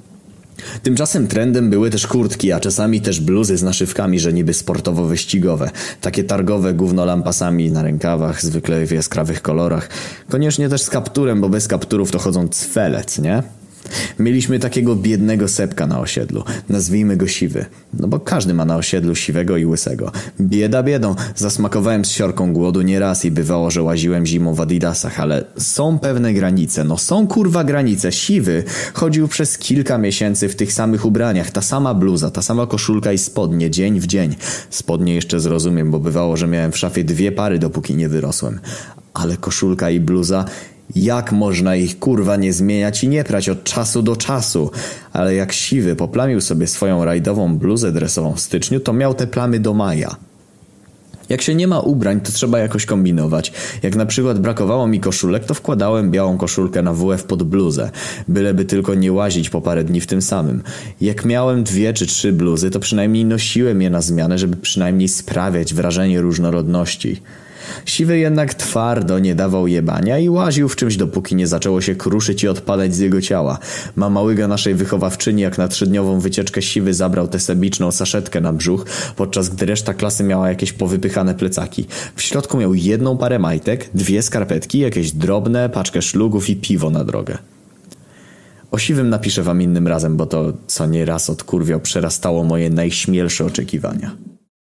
Tymczasem trendem były też kurtki, a czasami też bluzy z naszywkami, że niby sportowo-wyścigowe. Takie targowe gówno lampasami na rękawach, zwykle w jaskrawych kolorach. Koniecznie też z kapturem, bo bez kapturów to chodzą cfelec, nie? Mieliśmy takiego biednego sepka na osiedlu. Nazwijmy go Siwy. No bo każdy ma na osiedlu siwego i łysego. Bieda biedą. Zasmakowałem z siorką głodu nieraz i bywało, że łaziłem zimą w adidasach, ale są pewne granice. No są kurwa granice. Siwy chodził przez kilka miesięcy w tych samych ubraniach. Ta sama bluza, ta sama koszulka i spodnie, dzień w dzień. Spodnie jeszcze zrozumiem, bo bywało, że miałem w szafie 2 pary, dopóki nie wyrosłem. Ale koszulka i bluza... Jak można ich kurwa nie zmieniać i nie prać od czasu do czasu? Ale jak Siwy poplamił sobie swoją rajdową bluzę dresową w styczniu, to miał te plamy do maja. Jak się nie ma ubrań, to trzeba jakoś kombinować. Jak na przykład brakowało mi koszulek, to wkładałem białą koszulkę na WF pod bluzę. Byleby tylko nie łazić po parę dni w tym samym. Jak miałem 2 czy 3 bluzy, to przynajmniej nosiłem je na zmianę, żeby przynajmniej sprawiać wrażenie różnorodności. Siwy jednak twardo nie dawał jebania i łaził w czymś, dopóki nie zaczęło się kruszyć i odpadać z jego ciała. Mama łyga naszej wychowawczyni jak na 3-dniową wycieczkę Siwy zabrał tę sebiczną saszetkę na brzuch, podczas gdy reszta klasy miała jakieś powypychane plecaki. W środku miał 1 parę majtek, 2 skarpetki, jakieś drobne, paczkę szlugów i piwo na drogę. O Siwym napiszę wam innym razem, bo to co nieraz odkurwiał przerastało moje najśmielsze oczekiwania.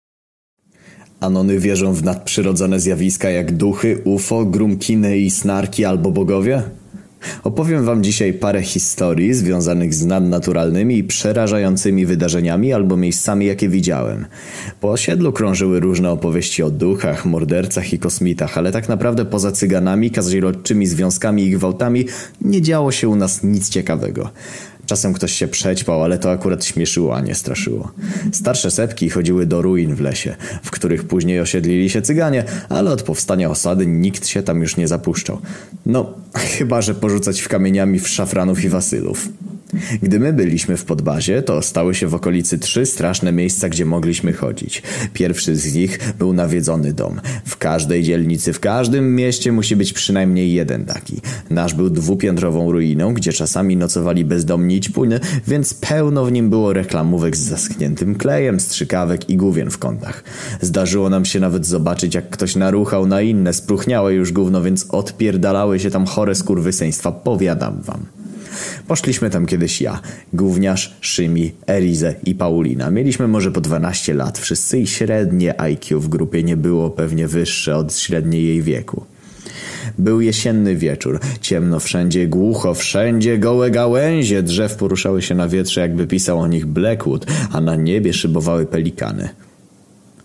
Anony wierzą w nadprzyrodzone zjawiska jak duchy, UFO, grumkiny i snarki albo bogowie? Opowiem wam dzisiaj parę historii związanych z nadnaturalnymi i przerażającymi wydarzeniami albo miejscami, jakie widziałem. Po osiedlu krążyły różne opowieści o duchach, mordercach i kosmitach, ale tak naprawdę poza cyganami, kazirodczymi związkami i gwałtami nie działo się u nas nic ciekawego. Czasem ktoś się przećpał, ale to akurat śmieszyło, a nie straszyło. Starsze sepki chodziły do ruin w lesie, w których później osiedlili się cyganie, ale od powstania osady nikt się tam już nie zapuszczał. No, chyba że porzucać w kamieniami w szafranów i wasylów. Gdy my byliśmy w Podbazie, to stały się w okolicy 3 straszne miejsca, gdzie mogliśmy chodzić. Pierwszy z nich był nawiedzony dom. W każdej dzielnicy, w każdym mieście musi być przynajmniej jeden taki. Nasz był 2-piętrową ruiną, gdzie czasami nocowali bezdomni i ćpuny, więc pełno w nim było reklamówek z zaschniętym klejem, strzykawek i główien w kątach. Zdarzyło nam się nawet zobaczyć, jak ktoś naruchał na inne, spróchniałe już gówno, więc odpierdalały się tam chore skurwyseństwa, powiadam wam. Poszliśmy tam kiedyś ja, gówniarz, Szymi, Elize i Paulina. Mieliśmy może po 12 lat wszyscy i średnie IQ w grupie nie było pewnie wyższe od średniej jej wieku. Był jesienny wieczór, ciemno wszędzie, głucho wszędzie, gołe gałęzie drzew poruszały się na wietrze, jakby pisał o nich Blackwood, a na niebie szybowały pelikany.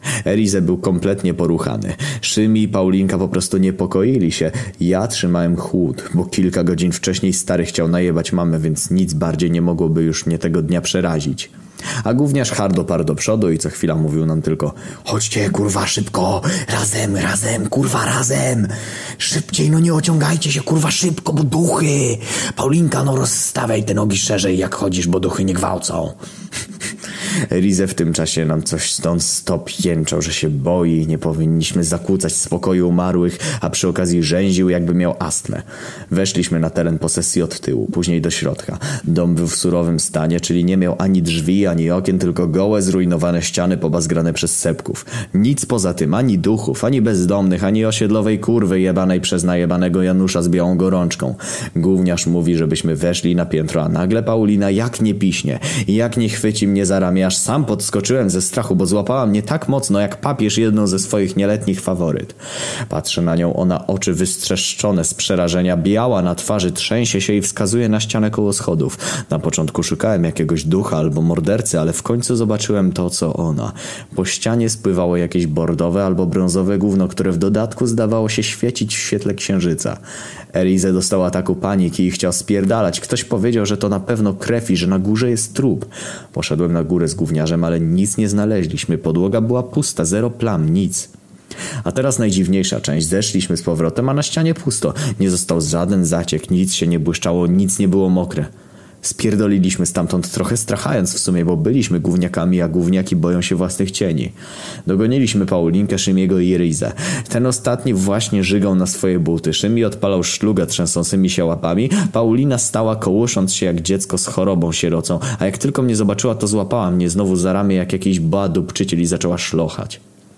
Erize był kompletnie poruchany. Szymi i Paulinka po prostu niepokoili się. Ja trzymałem chłód, bo kilka godzin wcześniej stary chciał najebać mamę, więc nic bardziej nie mogłoby już mnie tego dnia przerazić. A gówniarz hardo parł do przodu i co chwila mówił nam tylko: chodźcie, kurwa, szybko, razem, kurwa, razem. Szybciej, no nie ociągajcie się, kurwa, szybko, bo duchy. Paulinka, no rozstawiaj te nogi szerzej, jak chodzisz, bo duchy nie gwałcą. Rize w tym czasie nam coś stop jęczał, że się boi, nie powinniśmy zakłócać spokoju umarłych, a przy okazji rzęził, jakby miał astmę. Weszliśmy na teren posesji od tyłu, później do środka. Dom był w surowym stanie, czyli nie miał ani drzwi, ani okien, tylko gołe, zrujnowane ściany pobazgrane przez sepków. Nic poza tym, ani duchów, ani bezdomnych, ani osiedlowej kurwy jebanej przez najebanego Janusza z białą gorączką. Gówniarz mówi, żebyśmy weszli na piętro, a nagle Paulina jak nie piśnie i jak nie chwyci mnie za ramię, aż sam podskoczyłem ze strachu, bo złapała mnie tak mocno jak papież jedną ze swoich nieletnich faworyt. Patrzę na nią, ona oczy wystreszczone z przerażenia, biała na twarzy, trzęsie się i wskazuje na ścianę koło schodów. Na początku szukałem jakiegoś ducha albo mordercy, ale w końcu zobaczyłem to, co ona. Po ścianie spływało jakieś bordowe albo brązowe gówno, które w dodatku zdawało się świecić w świetle księżyca. Erize dostał ataku paniki i chciał spierdalać. Ktoś powiedział, że to na pewno krew i że na górze jest trup. Poszedłem na górę z gówniarzem, ale nic nie znaleźliśmy. Podłoga była pusta, 0 plam, nic. A teraz najdziwniejsza część. Zeszliśmy z powrotem, a na ścianie pusto. Nie został żaden zaciek, nic się nie błyszczało, nic nie było mokre. Spierdoliliśmy stamtąd, trochę strachając w sumie, bo byliśmy gówniakami, a gówniaki boją się własnych cieni. Dogoniliśmy Paulinkę, Szymiego i Rizę. Ten ostatni właśnie żygał na swoje buty. Szymi odpalał szlugę trzęsącymi się łapami. Paulina stała kołysząc się jak dziecko z chorobą sierocą, a jak tylko mnie zobaczyła, to złapała mnie znowu za ramię jak jakiś dupczyciel i zaczęła szlochać.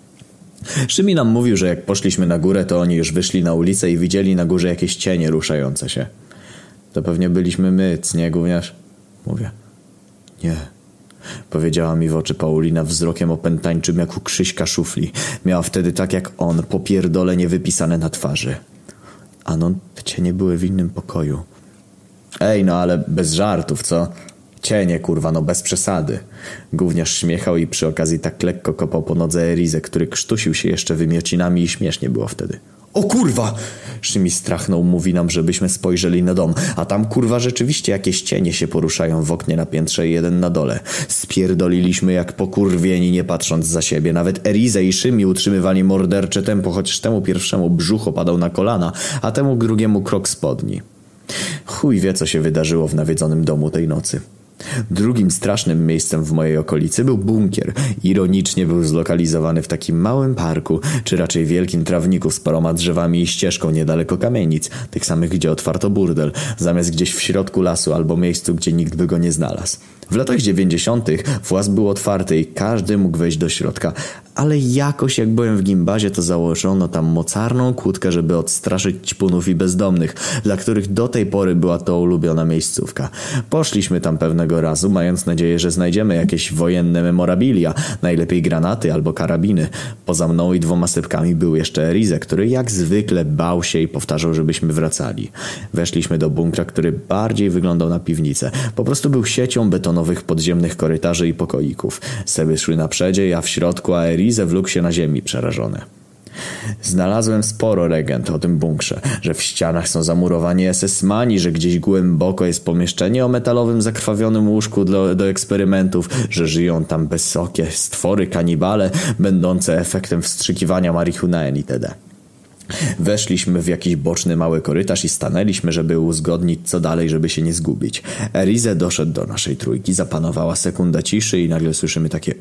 Szymi nam mówił, że jak poszliśmy na górę, to oni już wyszli na ulicę i widzieli na górze jakieś cienie ruszające się. To pewnie byliśmy my, nie, gówniarz? Mówię. Nie. Powiedziała mi w oczy Paulina wzrokiem opętańczym jak u Krzyśka Szufli. Miała wtedy tak jak on, popierdolenie wypisane na twarzy. Ano, te cienie były w innym pokoju. Ej, no ale bez żartów, co? Cienie, kurwa, no bez przesady. Gówniarz śmiechał i przy okazji tak lekko kopał po nodze Erizę, który krztusił się jeszcze wymiocinami i śmiesznie było wtedy. O kurwa! Szymi strachnął, mówi nam, żebyśmy spojrzeli na dom, a tam kurwa rzeczywiście jakieś cienie się poruszają w oknie na piętrze i jeden na dole. Spierdoliliśmy jak pokurwieni, nie patrząc za siebie. Nawet Erizę i Szymi utrzymywali mordercze tempo, chociaż temu pierwszemu brzuch opadał na kolana, a temu drugiemu krok spodni. Chuj wie, co się wydarzyło w nawiedzonym domu tej nocy. Drugim strasznym miejscem w mojej okolicy był bunkier. Ironicznie był zlokalizowany w takim małym parku, czy raczej wielkim trawniku z paroma drzewami i ścieżką niedaleko kamienic, tych samych, gdzie otwarto burdel, zamiast gdzieś w środku lasu albo miejscu, gdzie nikt by go nie znalazł. W latach 90. włas był otwarty i każdy mógł wejść do środka, ale jakoś jak byłem w gimbazie, to założono tam mocarną kłódkę, żeby odstraszyć ćpunów i bezdomnych, dla których do tej pory była to ulubiona miejscówka. Poszliśmy tam pewnego razu, mając nadzieję, że znajdziemy jakieś wojenne memorabilia, najlepiej granaty albo karabiny. Poza mną i 2 sepkami był jeszcze Erize, który jak zwykle bał się i powtarzał, żebyśmy wracali. Weszliśmy do bunkra, który bardziej wyglądał na piwnicę. Po prostu był siecią betonowych podziemnych korytarzy i pokoików. Seby szły na przedzie, ja w środku, a Erize wlókł się na ziemi przerażony. Znalazłem sporo legend o tym bunkrze, że w ścianach są zamurowani SS-mani, że gdzieś głęboko jest pomieszczenie o metalowym zakrwawionym łóżku do eksperymentów, że żyją tam wysokie stwory kanibale, będące efektem wstrzykiwania marihuany itd. Weszliśmy w jakiś boczny mały korytarz i stanęliśmy, żeby uzgodnić co dalej, żeby się nie zgubić. Erize doszedł do naszej trójki, zapanowała sekunda ciszy i nagle słyszymy takie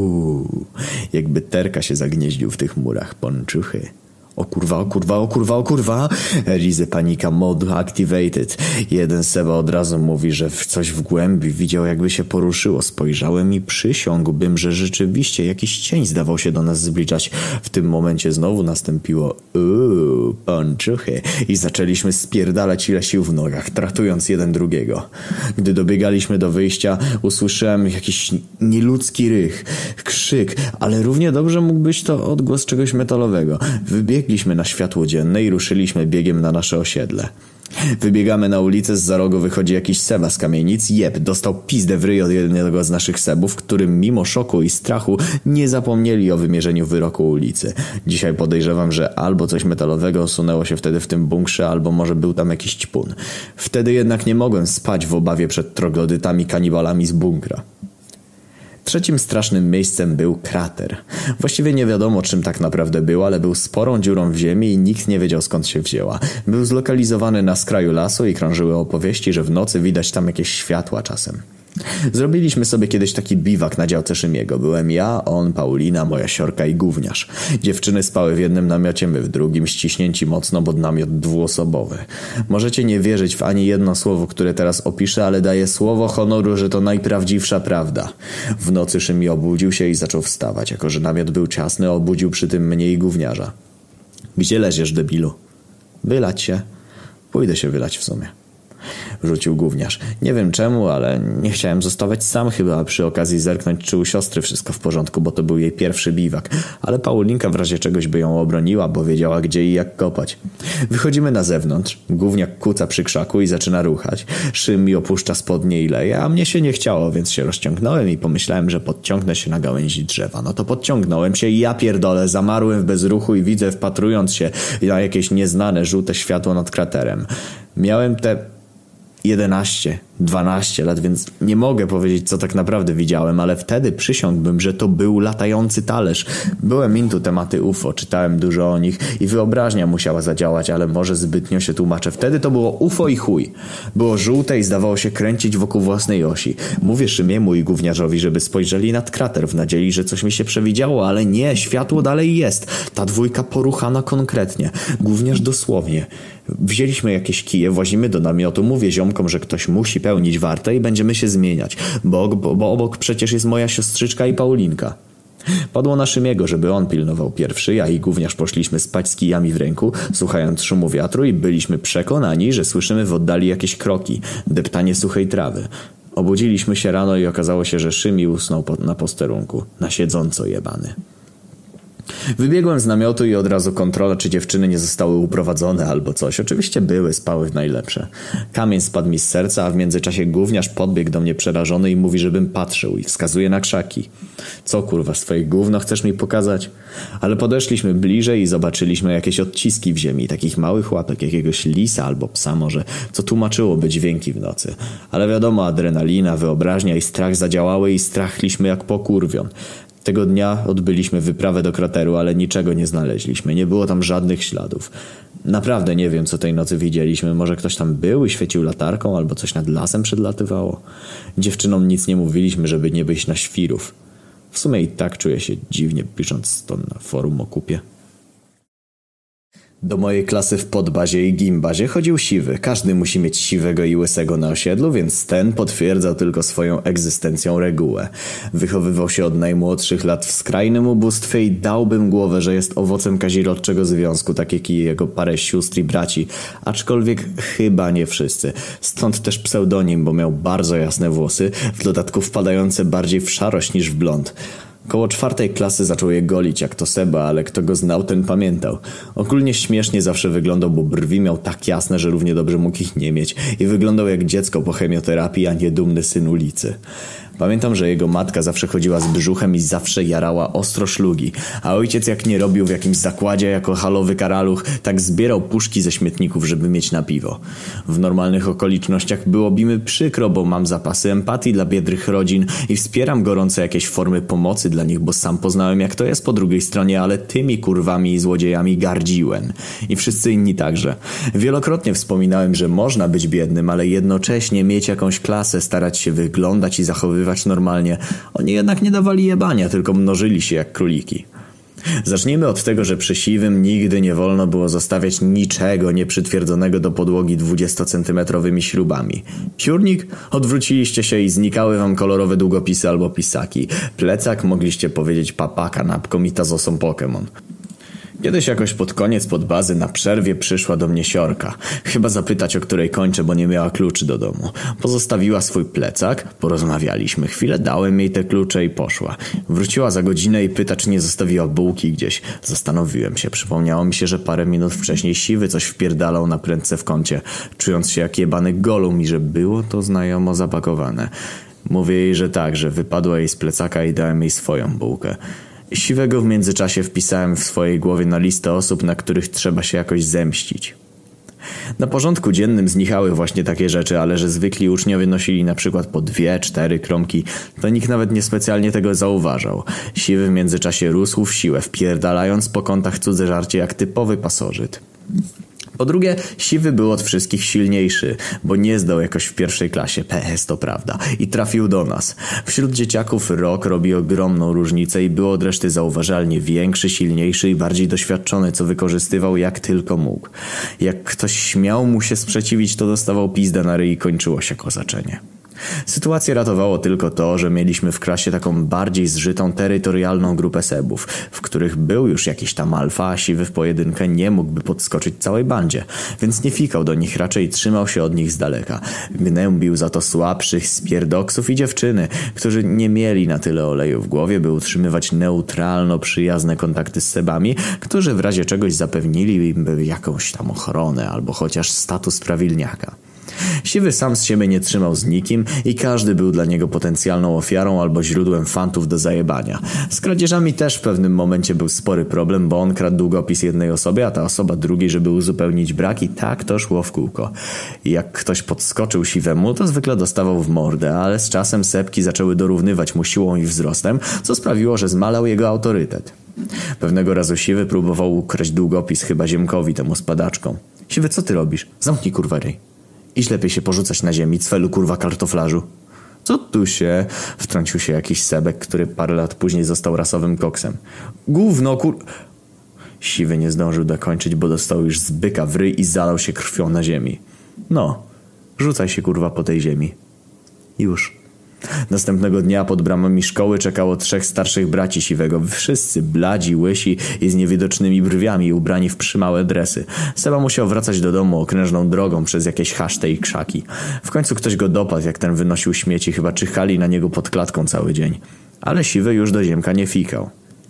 jakby terka się zagnieździł w tych murach, ponczuchy. O kurwa, o kurwa, o kurwa, o kurwa. Erize panika mode activated. Jeden Seba od razu mówi, że coś w głębi widział, jakby się poruszyło. Spojrzałem i przysiągłbym, że rzeczywiście jakiś cień zdawał się do nas zbliżać. W tym momencie znowu nastąpiło ponczuchy i zaczęliśmy spierdalać ile sił w nogach, tratując jeden drugiego. Gdy dobiegaliśmy do wyjścia, usłyszałem jakiś nieludzki rych, krzyk, ale równie dobrze mógł być to odgłos czegoś metalowego. Wybiegłem Wybiegliśmy na światło dzienne i ruszyliśmy biegiem na nasze osiedle. Wybiegamy na ulicę, zza rogu wychodzi jakiś Seba z kamienic. Dostał pizdę w ryj od jednego z naszych Sebów, którym mimo szoku i strachu nie zapomnieli o wymierzeniu wyroku ulicy. Dzisiaj podejrzewam, że albo coś metalowego osunęło się wtedy w tym bunkrze, albo może był tam jakiś ćpun. Wtedy jednak nie mogłem spać w obawie przed troglodytami kanibalami z bunkra. Trzecim strasznym miejscem był krater. Właściwie nie wiadomo, czym tak naprawdę był, ale był sporą dziurą w ziemi i nikt nie wiedział, skąd się wzięła. Był zlokalizowany na skraju lasu i krążyły opowieści, że w nocy widać tam jakieś światła czasem. Zrobiliśmy sobie kiedyś taki biwak na działce Szymiego. Byłem ja, on, Paulina, moja siorka i gówniarz. Dziewczyny spały w jednym namiocie, my w drugim, ściśnięci mocno, bo namiot dwuosobowy. Możecie nie wierzyć w ani jedno słowo, które teraz opiszę, ale daję słowo honoru, że to najprawdziwsza prawda. W nocy Szymi obudził się i zaczął wstawać. Jako że namiot był ciasny, obudził przy tym mnie i gówniarza. Gdzie leziesz, debilu? Wylać się. Pójdę się wylać w sumie. Rzucił gówniarz. Nie wiem czemu, ale nie chciałem zostawać sam chyba, a przy okazji zerknąć, czy u siostry wszystko w porządku, bo to był jej pierwszy biwak. Ale Paulinka w razie czegoś by ją obroniła, bo wiedziała gdzie i jak kopać. Wychodzimy na zewnątrz. Gówniak kuca przy krzaku i zaczyna ruchać. Szymi opuszcza spodnie i leje, a mnie się nie chciało, więc się rozciągnąłem i pomyślałem, że podciągnę się na gałęzi drzewa. No to podciągnąłem się i ja pierdolę, zamarłem w bezruchu i widzę, wpatrując się na jakieś nieznane żółte światło nad kraterem. Miałem te 11, 12 lat, więc nie mogę powiedzieć, co tak naprawdę widziałem, ale wtedy przysiągłbym, że to był latający talerz. Byłem into tematy UFO, czytałem dużo o nich i wyobraźnia musiała zadziałać, ale może zbytnio się tłumaczę. Wtedy to było UFO i chuj. Było żółte i zdawało się kręcić wokół własnej osi. Mówię Szymiemu i gówniarzowi, żeby spojrzeli nad krater w nadziei, że coś mi się przewidziało, ale nie, światło dalej jest. Ta dwójka poruchana konkretnie. Gówniarz dosłownie. Wzięliśmy jakieś kije, włazimy do namiotu, mówię ziomkom, że ktoś musi pełnić wartę i będziemy się zmieniać, bo obok przecież jest moja siostrzyczka i Paulinka. Padło na Szymiego, żeby on pilnował pierwszy, ja i gówniarz poszliśmy spać z kijami w ręku, słuchając szumu wiatru i byliśmy przekonani, że słyszymy w oddali jakieś kroki, deptanie suchej trawy. Obudziliśmy się rano i okazało się, że Szymi usnął na posterunku, na siedząco jebany. Wybiegłem z namiotu i od razu kontrola, czy dziewczyny nie zostały uprowadzone albo coś. Oczywiście były, spały w najlepsze. Kamień spadł mi z serca, a w międzyczasie gówniarz podbiegł do mnie przerażony i mówi, żebym patrzył i wskazuje na krzaki. Co kurwa, swoje gówno chcesz mi pokazać? Ale podeszliśmy bliżej i zobaczyliśmy jakieś odciski w ziemi, takich małych łapek, jakiegoś lisa albo psa może, co tłumaczyłoby dźwięki w nocy. Ale wiadomo, adrenalina, wyobraźnia i strach zadziałały i strachliśmy jak pokurwion. Tego dnia odbyliśmy wyprawę do krateru, ale niczego nie znaleźliśmy. Nie było tam żadnych śladów. Naprawdę nie wiem, co tej nocy widzieliśmy. Może ktoś tam był i świecił latarką, albo coś nad lasem przedlatywało. Dziewczynom nic nie mówiliśmy, żeby nie wyjść na świrów. W sumie i tak czuję się dziwnie, pisząc to na forum o kupie. Do mojej klasy w podbazie i gimbazie chodził siwy. Każdy musi mieć siwego i łysego na osiedlu, więc ten potwierdzał tylko swoją egzystencją regułę. Wychowywał się od najmłodszych lat w skrajnym ubóstwie i dałbym głowę, że jest owocem kazirodczego związku, tak jak i jego parę sióstr i braci, aczkolwiek chyba nie wszyscy. Stąd też pseudonim, bo miał bardzo jasne włosy, w dodatku wpadające bardziej w szarość niż w blond. Koło 4. klasy zaczął je golić jak to Seba, ale kto go znał, ten pamiętał. Ogólnie śmiesznie zawsze wyglądał, bo brwi miał tak jasne, że równie dobrze mógł ich nie mieć i wyglądał jak dziecko po chemioterapii, a nie dumny syn ulicy. Pamiętam, że jego matka zawsze chodziła z brzuchem i zawsze jarała ostro szlugi, a ojciec jak nie robił w jakimś zakładzie jako halowy karaluch, tak zbierał puszki ze śmietników, żeby mieć na piwo. W normalnych okolicznościach byłoby mi przykro, bo mam zapasy empatii dla biednych rodzin i wspieram gorące jakieś formy pomocy dla nich, bo sam poznałem jak to jest po drugiej stronie, ale tymi kurwami i złodziejami gardziłem. I wszyscy inni także. Wielokrotnie wspominałem, że można być biednym, ale jednocześnie mieć jakąś klasę, starać się wyglądać i zachowywać normalnie. Oni jednak nie dawali jebania, tylko mnożyli się jak króliki. Zacznijmy od tego, że przy siwym nigdy nie wolno było zostawiać niczego nieprzytwierdzonego do podłogi 20-centymetrowymi śrubami. Piórnik? Odwróciliście się i znikały wam kolorowe długopisy albo pisaki. Plecak mogliście powiedzieć papa kanapką i tazosą Pokémon. Kiedyś jakoś pod koniec podbazy na przerwie przyszła do mnie siorka. Chyba zapytać, o której kończę, bo nie miała kluczy do domu. Pozostawiła swój plecak, porozmawialiśmy chwilę, dałem jej te klucze i poszła. Wróciła za godzinę i pyta, czy nie zostawiła bułki gdzieś. Zastanowiłem się. Przypomniało mi się, że parę minut wcześniej Siwy coś wpierdalał na prędce w kącie, czując się jak jebany golum i że było to znajomo zapakowane. Mówię jej, że tak, że wypadła jej z plecaka i dałem jej swoją bułkę. Siwego w międzyczasie wpisałem w swojej głowie na listę osób, na których trzeba się jakoś zemścić. Na porządku dziennym znikały właśnie takie rzeczy, ale że zwykli uczniowie nosili na przykład po 2-4 kromki, to nikt nawet niespecjalnie tego zauważał. Siwy w międzyczasie rósł w siłę, wpierdalając po kątach cudze żarcie jak typowy pasożyt. Po drugie, Siwy był od wszystkich silniejszy, bo nie zdał jakoś w pierwszej klasie, PS to prawda, i trafił do nas. Wśród dzieciaków rok robi ogromną różnicę i był od reszty zauważalnie większy, silniejszy i bardziej doświadczony, co wykorzystywał jak tylko mógł. Jak ktoś śmiał mu się sprzeciwić, to dostawał pizdę na ryj i kończyło się kozaczenie. Sytuację ratowało tylko to, że mieliśmy w klasie taką bardziej zżytą terytorialną grupę sebów, w których był już jakiś tam alfa, a Siwy w pojedynkę nie mógłby podskoczyć całej bandzie, więc nie fikał do nich, raczej trzymał się od nich z daleka. Gnębił za to słabszych spierdoksów i dziewczyny, którzy nie mieli na tyle oleju w głowie, by utrzymywać neutralno przyjazne kontakty z sebami, którzy w razie czegoś zapewnili im jakąś tam ochronę albo chociaż status prawilniaka. Siwy sam z siebie nie trzymał z nikim i każdy był dla niego potencjalną ofiarą albo źródłem fantów do zajebania. Z kradzieżami też w pewnym momencie był spory problem, bo on kradł długopis jednej osobie, a ta osoba drugiej, żeby uzupełnić brak, i tak to szło w kółko. I jak ktoś podskoczył Siwemu, to zwykle dostawał w mordę, ale z czasem sepki zaczęły dorównywać mu siłą i wzrostem, co sprawiło, że zmalał jego autorytet. Pewnego razu Siwy próbował ukraść długopis chyba Ziemkowi, temu spadaczkom. Siwy, co ty robisz? Zamknij kurwa ryj. Idź lepiej się porzucać na ziemi, cwelu kurwa kartoflarzu. Co tu się? Wtrącił się jakiś sebek, który parę lat później został rasowym koksem. Gówno Siwy nie zdążył dokończyć, bo dostał już z byka w ryj i zalał się krwią na ziemi. No, rzucaj się kurwa po tej ziemi. Już. Następnego dnia pod bramami szkoły czekało 3 starszych braci Siwego, wszyscy bladzi, łysi i z niewidocznymi brwiami, ubrani w przymałe dresy. Seba musiał wracać do domu okrężną drogą przez jakieś chaszcze i krzaki. W końcu ktoś go dopadł, jak ten wynosił śmieci, chyba czyhali na niego pod klatką cały dzień. Ale Siwy już do ziemka nie fikał.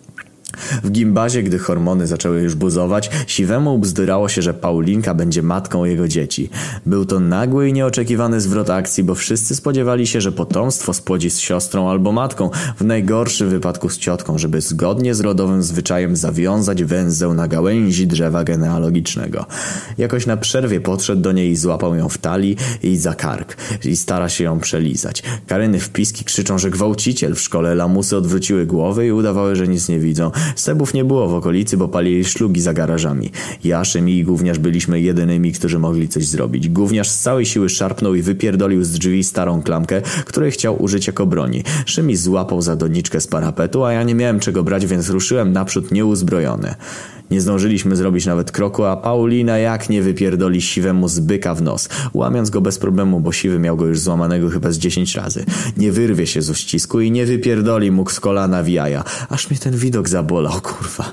W gimbazie, gdy hormony zaczęły już buzować, Siwemu bzdurało się, że Paulinka będzie matką jego dzieci. Był to nagły i nieoczekiwany zwrot akcji, bo wszyscy spodziewali się, że potomstwo spłodzi z siostrą albo matką, w najgorszym wypadku z ciotką, żeby zgodnie z rodowym zwyczajem zawiązać węzeł na gałęzi drzewa genealogicznego. Jakoś na przerwie podszedł do niej i złapał ją w talii i za kark i stara się ją przelizać. Karyny wpiski krzyczą, że gwałciciel w szkole, lamusy odwróciły głowy i udawały, że nic nie widzą. Sebów nie było w okolicy, bo palili szlugi za garażami. Ja, Szymi i Gówniarz byliśmy jedynymi, którzy mogli coś zrobić. Gówniarz z całej siły szarpnął i wypierdolił z drzwi starą klamkę, której chciał użyć jako broni. Szymi złapał za doniczkę z parapetu, a ja nie miałem czego brać, więc ruszyłem naprzód nieuzbrojony. Nie zdążyliśmy zrobić nawet kroku, a Paulina jak nie wypierdoli Siwemu z byka w nos, łamiąc go bez problemu, bo Siwy miał go już złamanego chyba z 10 razy. Nie wyrwie się z uścisku i nie wypierdoli mógł z kolana w jaja. Aż mnie ten widok zabolał, kurwa.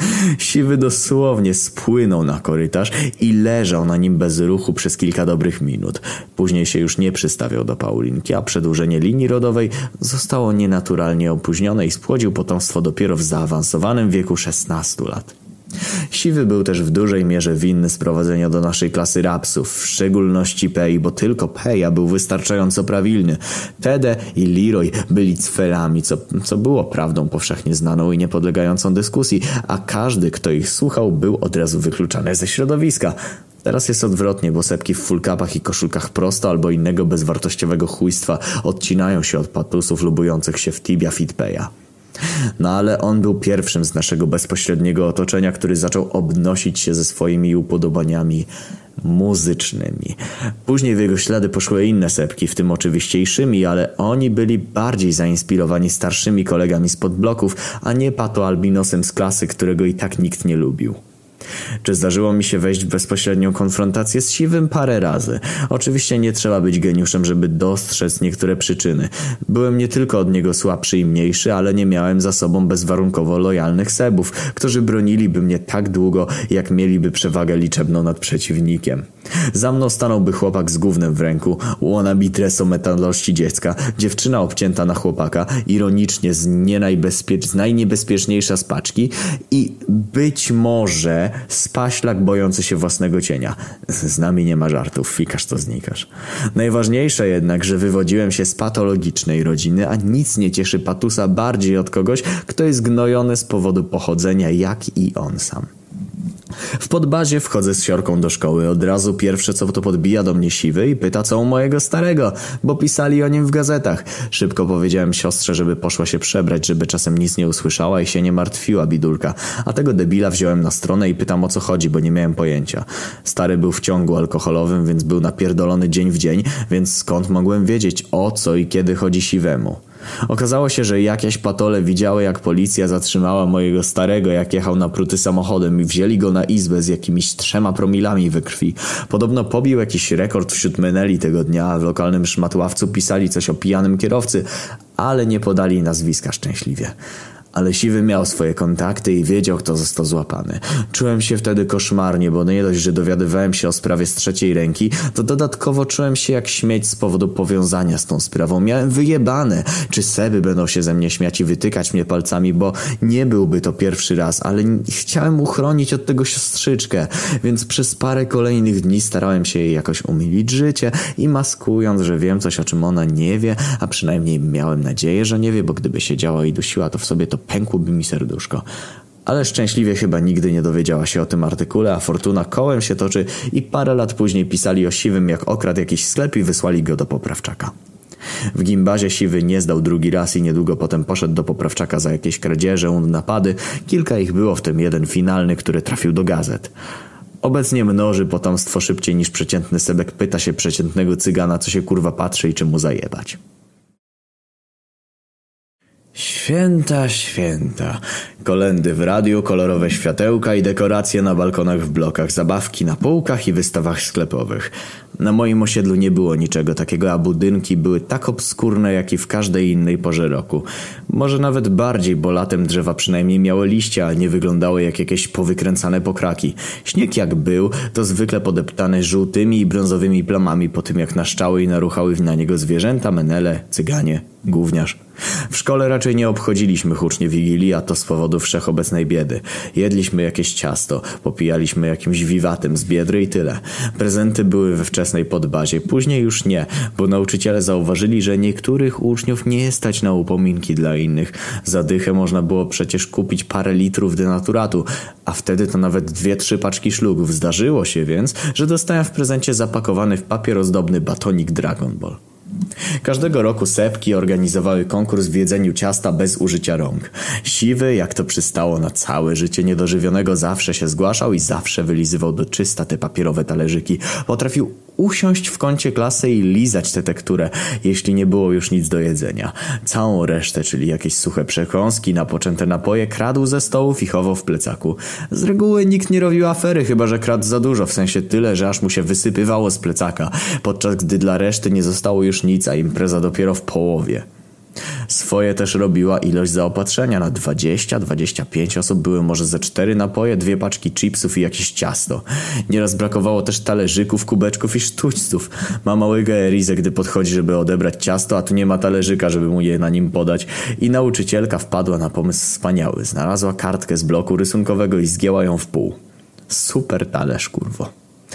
Siwy dosłownie spłynął na korytarz i leżał na nim bez ruchu przez kilka dobrych minut. Później się już nie przystawiał do Paulinki, a przedłużenie linii rodowej zostało nienaturalnie opóźnione i spłodził potomstwo dopiero w zaawansowanym wieku 16 lat. Siwy był też w dużej mierze winny sprowadzenia do naszej klasy rapsów, w szczególności Pei, bo tylko Peja był wystarczająco prawilny. Tede i Leroy byli cfelami, co było prawdą powszechnie znaną i niepodlegającą dyskusji, a każdy, kto ich słuchał, był od razu wykluczany ze środowiska. Teraz jest odwrotnie, bo sepki w fullcapach i koszulkach prosto albo innego bezwartościowego chujstwa odcinają się od patusów lubujących się w tibia fit Peja. No ale on był pierwszym z naszego bezpośredniego otoczenia, który zaczął obnosić się ze swoimi upodobaniami muzycznymi. Później w jego ślady poszły inne sepki, w tym oczywiście i Szymi, ale oni byli bardziej zainspirowani starszymi kolegami spod bloków, a nie Pato Albinosem z klasy, którego i tak nikt nie lubił. Czy zdarzyło mi się wejść w bezpośrednią konfrontację z Siwym? Parę razy. Oczywiście nie trzeba być geniuszem, żeby dostrzec niektóre przyczyny. Byłem nie tylko od niego słabszy i mniejszy, ale nie miałem za sobą bezwarunkowo lojalnych sebów, którzy broniliby mnie tak długo, jak mieliby przewagę liczebną nad przeciwnikiem. Za mną stanąłby chłopak z gównem w ręku, wannabe tresometalości dziecka, dziewczyna obcięta na chłopaka, ironicznie z najniebezpieczniejsza z paczki i być może spaślak bojący się własnego cienia. Z nami nie ma żartów, fikasz to znikasz. Najważniejsze jednak, że wywodziłem się z patologicznej rodziny, a nic nie cieszy patusa bardziej od kogoś, kto jest gnojony z powodu pochodzenia jak i on sam. W Podbazie wchodzę z siorką do szkoły. Od razu pierwsze co to podbija do mnie Siwy i pyta co u mojego starego, bo pisali o nim w gazetach. Szybko powiedziałem siostrze, żeby poszła się przebrać, żeby czasem nic nie usłyszała i się nie martwiła bidulka. A tego debila wziąłem na stronę i pytam o co chodzi, bo nie miałem pojęcia. Stary był w ciągu alkoholowym, więc był napierdolony dzień w dzień, więc skąd mogłem wiedzieć o co i kiedy chodzi Siwemu? Okazało się, że jakieś patole widziały, jak policja zatrzymała mojego starego, jak jechał napruty samochodem i wzięli go na izbę z jakimiś 3 promilami we krwi. Podobno pobił jakiś rekord wśród meneli tego dnia, a w lokalnym szmatławcu pisali coś o pijanym kierowcy, ale nie podali nazwiska szczęśliwie. Ale Siwy miał swoje kontakty i wiedział, kto został złapany. Czułem się wtedy koszmarnie, bo nie dość, że dowiadywałem się o sprawie z trzeciej ręki, to dodatkowo czułem się jak śmieć z powodu powiązania z tą sprawą. Miałem wyjebane, czy seby będą się ze mnie śmiać i wytykać mnie palcami, bo nie byłby to pierwszy raz, ale chciałem uchronić od tego siostrzyczkę, więc przez parę kolejnych dni starałem się jej jakoś umilić życie i maskując, że wiem coś, o czym ona nie wie, a przynajmniej miałem nadzieję, że nie wie, bo gdyby siedziała i dusiła to w sobie, to pękłoby mi serduszko. Ale szczęśliwie chyba nigdy nie dowiedziała się o tym artykule, a fortuna kołem się toczy i parę lat później pisali o Siwym, jak okradł jakiś sklep i wysłali go do poprawczaka. W gimbazie Siwy nie zdał drugi raz i niedługo potem poszedł do poprawczaka za jakieś kradzieże, napady. Kilka ich było, w tym jeden finalny, który trafił do gazet. Obecnie mnoży potomstwo szybciej niż przeciętny sebek pyta się przeciętnego cygana, co się kurwa patrzy i czemu zajebać. Święta, święta. Kolędy w radiu, kolorowe światełka i dekoracje na balkonach w blokach, zabawki na półkach i wystawach sklepowych. Na moim osiedlu nie było niczego takiego, a budynki były tak obskurne, jak i w każdej innej porze roku. Może nawet bardziej, bo latem drzewa przynajmniej miały liście, a nie wyglądały jak jakieś powykręcane pokraki. Śnieg jak był, to zwykle podeptany żółtymi i brązowymi plamami po tym, jak naszczały i naruchały na niego zwierzęta, menele, cyganie, gówniarz. W szkole raczej nie obchodziliśmy hucznie Wigilii, a to z powodu wszechobecnej biedy. Jedliśmy jakieś ciasto, popijaliśmy jakimś wiwatem z Biedry i tyle. Prezenty były we wczesnej Podbazie, później już nie, bo nauczyciele zauważyli, że niektórych uczniów nie stać na upominki dla innych. Za dychę można było przecież kupić parę litrów denaturatu, a wtedy to nawet 2-3 paczki szlugów. Zdarzyło się więc, że dostałem w prezencie zapakowany w papier ozdobny batonik Dragon Ball. Każdego roku sepki organizowały konkurs w jedzeniu ciasta bez użycia rąk. Siwy, jak to przystało na całe życie niedożywionego, zawsze się zgłaszał i zawsze wylizywał do czysta te papierowe talerzyki. Potrafił usiąść w kącie klasy i lizać tę tekturę, jeśli nie było już nic do jedzenia. Całą resztę, czyli jakieś suche przekąski, napoczęte napoje, kradł ze stołów i chował w plecaku. Z reguły nikt nie robił afery, chyba że kradł za dużo, w sensie tyle, że aż mu się wysypywało z plecaka, podczas gdy dla reszty nie zostało już nic, a impreza dopiero w połowie. Swoje też robiła ilość zaopatrzenia. Na 20-25 osób były może ze 4 napoje, 2 paczki chipsów i jakieś ciasto. Nieraz brakowało też talerzyków, kubeczków i sztućców. Mama łyga Erizę, gdy podchodzi, żeby odebrać ciasto, a tu nie ma talerzyka, żeby mu je na nim podać. I nauczycielka wpadła na pomysł wspaniały. Znalazła kartkę z bloku rysunkowego i zgięła ją w pół. Super talerz, kurwo.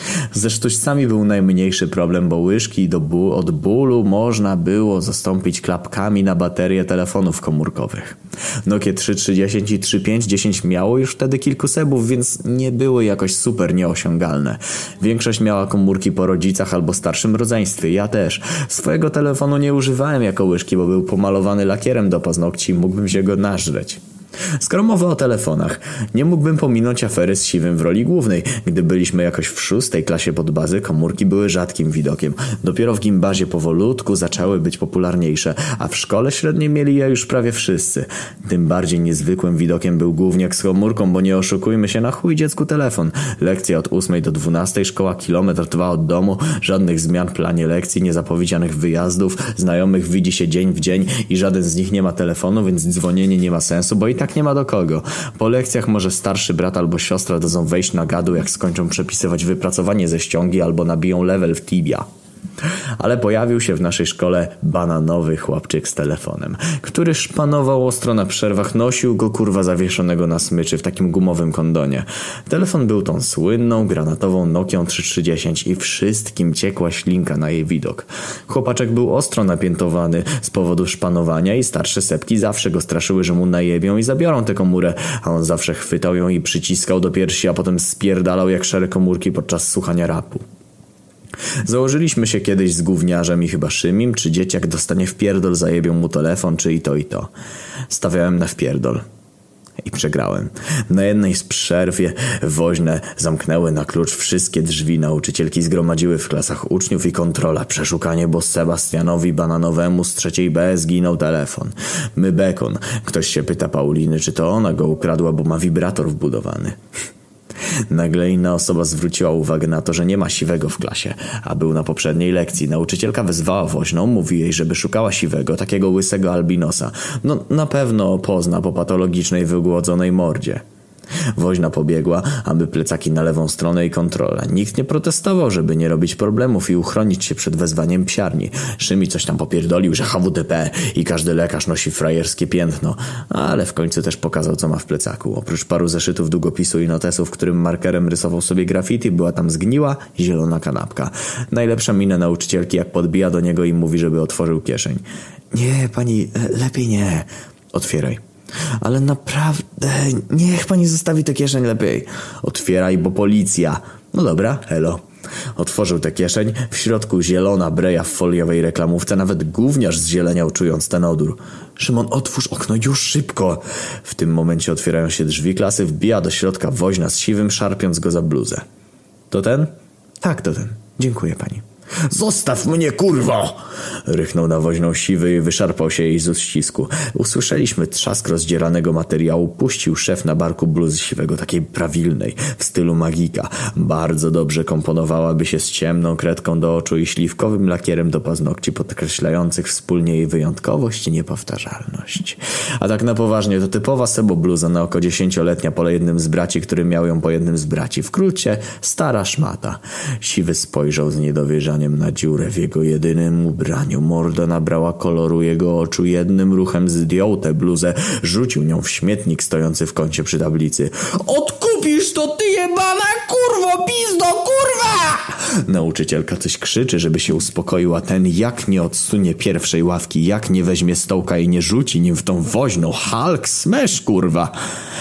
Ze sztućcami był najmniejszy problem, bo łyżki od bólu można było zastąpić klapkami na baterie telefonów komórkowych. Nokia 3310 i 3510 miało już wtedy kilku sebów, więc nie były jakoś super nieosiągalne. Większość miała komórki po rodzicach albo starszym rodzeństwie, ja też. Swojego telefonu nie używałem jako łyżki, bo był pomalowany lakierem do paznokci i mógłbym się go nażreć. Skoro mowa o telefonach, nie mógłbym pominąć afery z Siwym w roli głównej. Gdy byliśmy jakoś w 6. klasie pod bazy, komórki były rzadkim widokiem. Dopiero w gimbazie powolutku zaczęły być popularniejsze, a w szkole średniej mieli je już prawie wszyscy. Tym bardziej niezwykłym widokiem był gówniak z komórką, bo nie oszukujmy się, na chuj dziecku telefon. Lekcja od 8 do 12, szkoła kilometr 2 od domu, żadnych zmian w planie lekcji, niezapowiedzianych wyjazdów, znajomych widzi się dzień w dzień i żaden z nich nie ma telefonu, więc dzwonienie nie ma sensu, bo i tak nie ma do kogo. Po lekcjach może starszy brat albo siostra dadzą wejść na gadu, jak skończą przepisywać wypracowanie ze ściągi albo nabiją level w Tibia. Ale pojawił się w naszej szkole bananowy chłopczyk z telefonem, który szpanował ostro na przerwach, nosił go kurwa zawieszonego na smyczy w takim gumowym kondonie. Telefon był tą słynną granatową Nokią 3310 i wszystkim ciekła ślinka na jej widok. Chłopaczek był ostro napiętowany z powodu szpanowania i starsze sepki zawsze go straszyły, że mu najebią i zabiorą tę komórę, a on zawsze chwytał ją i przyciskał do piersi, a potem spierdalał jak szare komórki podczas słuchania rapu. Założyliśmy się kiedyś z gówniarzem i chyba Szymim, czy dzieciak dostanie wpierdol, zajebią mu telefon, czy i to i to. Stawiałem na wpierdol. I przegrałem. Na jednej z przerwie woźne zamknęły na klucz wszystkie drzwi. Nauczycielki zgromadziły w klasach uczniów i kontrola. Przeszukanie, bo Sebastianowi Bananowemu z 3. B zginął telefon. My bekon. Ktoś się pyta Pauliny, czy to ona go ukradła, bo ma wibrator wbudowany. Nagle inna osoba zwróciła uwagę na to, że nie ma Siwego w klasie, a był na poprzedniej lekcji. Nauczycielka wezwała woźną, mówi jej, żeby szukała Siwego, takiego łysego albinosa. No na pewno pozna po patologicznej, wygłodzonej mordzie. Woźna pobiegła, aby plecaki na lewą stronę i kontrola. Nikt nie protestował, żeby nie robić problemów i uchronić się przed wezwaniem psiarni. Szymi coś tam popierdolił, że HWDP i każdy lekarz nosi frajerskie piętno. Ale w końcu też pokazał, co ma w plecaku. Oprócz paru zeszytów długopisu i notesów, którym markerem rysował sobie graffiti, była tam zgniła, zielona kanapka. Najlepsza mina nauczycielki, jak podbija do niego i mówi, żeby otworzył kieszeń. Nie, pani, lepiej nie. Otwieraj. Ale naprawdę, niech pani zostawi tę kieszeń lepiej. Otwieraj, bo policja. No dobra, elo. Otworzył tę kieszeń, w środku zielona breja w foliowej reklamówce, nawet gówniarz zzieleniał, czując ten odór. Szymon, otwórz okno, już szybko. W tym momencie otwierają się drzwi klasy, wbija do środka woźna z Siwym, szarpiąc go za bluzę. To ten? Tak, to ten. Dziękuję pani. Zostaw mnie, kurwo! Rychnął na woźną Siwy i wyszarpał się jej z uścisku. Usłyszeliśmy trzask rozdzieranego materiału. Puścił szef na barku bluzy Siwego, takiej prawilnej, w stylu magika. Bardzo dobrze komponowałaby się z ciemną kredką do oczu i śliwkowym lakierem do paznokci, podkreślających wspólnie jej wyjątkowość i niepowtarzalność. A tak na poważnie, to typowa Sebo bluza na oko 10-letnia po jednym z braci, który miał ją po jednym z braci. Wkrótce stara szmata. Siwy spojrzał z niedowierzaniem na dziurę w jego jedynym ubraniu. Morda nabrała koloru jego oczu. Jednym ruchem zdjął tę bluzę, rzucił nią w śmietnik stojący w kącie przy tablicy. Odkupisz to, ty jebana kurwo, pizdo, kurwa! Nauczycielka coś krzyczy, żeby się uspokoił, a ten jak nie odsunie pierwszej ławki, jak nie weźmie stołka i nie rzuci nim w tą woźną. Hulk smash, kurwa!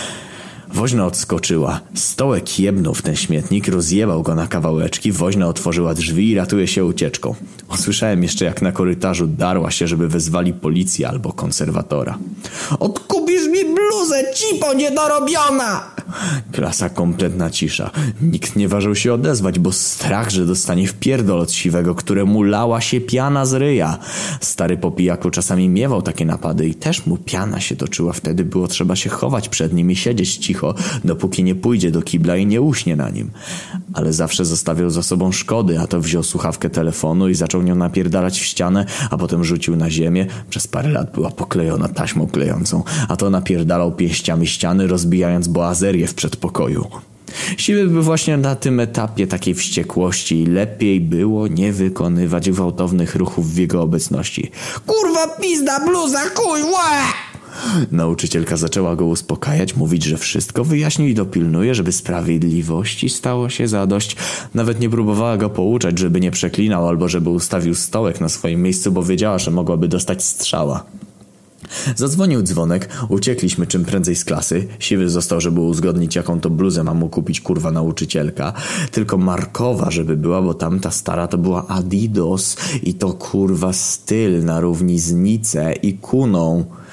Woźna odskoczyła. Stołek jebnął w ten śmietnik, rozjebał go na kawałeczki. Woźna otworzyła drzwi i ratuje się ucieczką. Usłyszałem jeszcze, jak na korytarzu darła się, żeby wezwali policję albo konserwatora. Odkupisz mi bluzę, cipo niedorobiona! Klasa kompletna cisza. Nikt nie ważył się odezwać, bo strach, że dostanie wpierdol od Siwego, któremu lała się piana z ryja. Stary po pijaku czasami miewał takie napady i też mu piana się toczyła. Wtedy było trzeba się chować przed nim i siedzieć cicho, dopóki nie pójdzie do kibla i nie uśnie na nim. Ale zawsze zostawiał za sobą szkody, a to wziął słuchawkę telefonu i zaczął nią napierdalać w ścianę, a potem rzucił na ziemię. Przez parę lat była poklejona taśmą klejącą, a to napierdalał pięściami ściany, rozbijając boazerię w przedpokoju. Siwy był właśnie na tym etapie takiej wściekłości i lepiej było nie wykonywać gwałtownych ruchów w jego obecności. Kurwa, pizda, bluza, chuj, łe! Nauczycielka zaczęła go uspokajać, mówić, że wszystko wyjaśni i dopilnuje, żeby sprawiedliwości stało się zadość. Nawet nie próbowała go pouczać, żeby nie przeklinał albo żeby ustawił stołek na swoim miejscu, bo wiedziała, że mogłaby dostać strzała. Zadzwonił dzwonek, uciekliśmy czym prędzej z klasy. Siwy został, żeby uzgodnić, jaką to bluzę ma mu kupić kurwa nauczycielka. Tylko markowa, żeby była, bo tamta stara to była Adidas i to kurwa styl na równi z Nice i Kuną.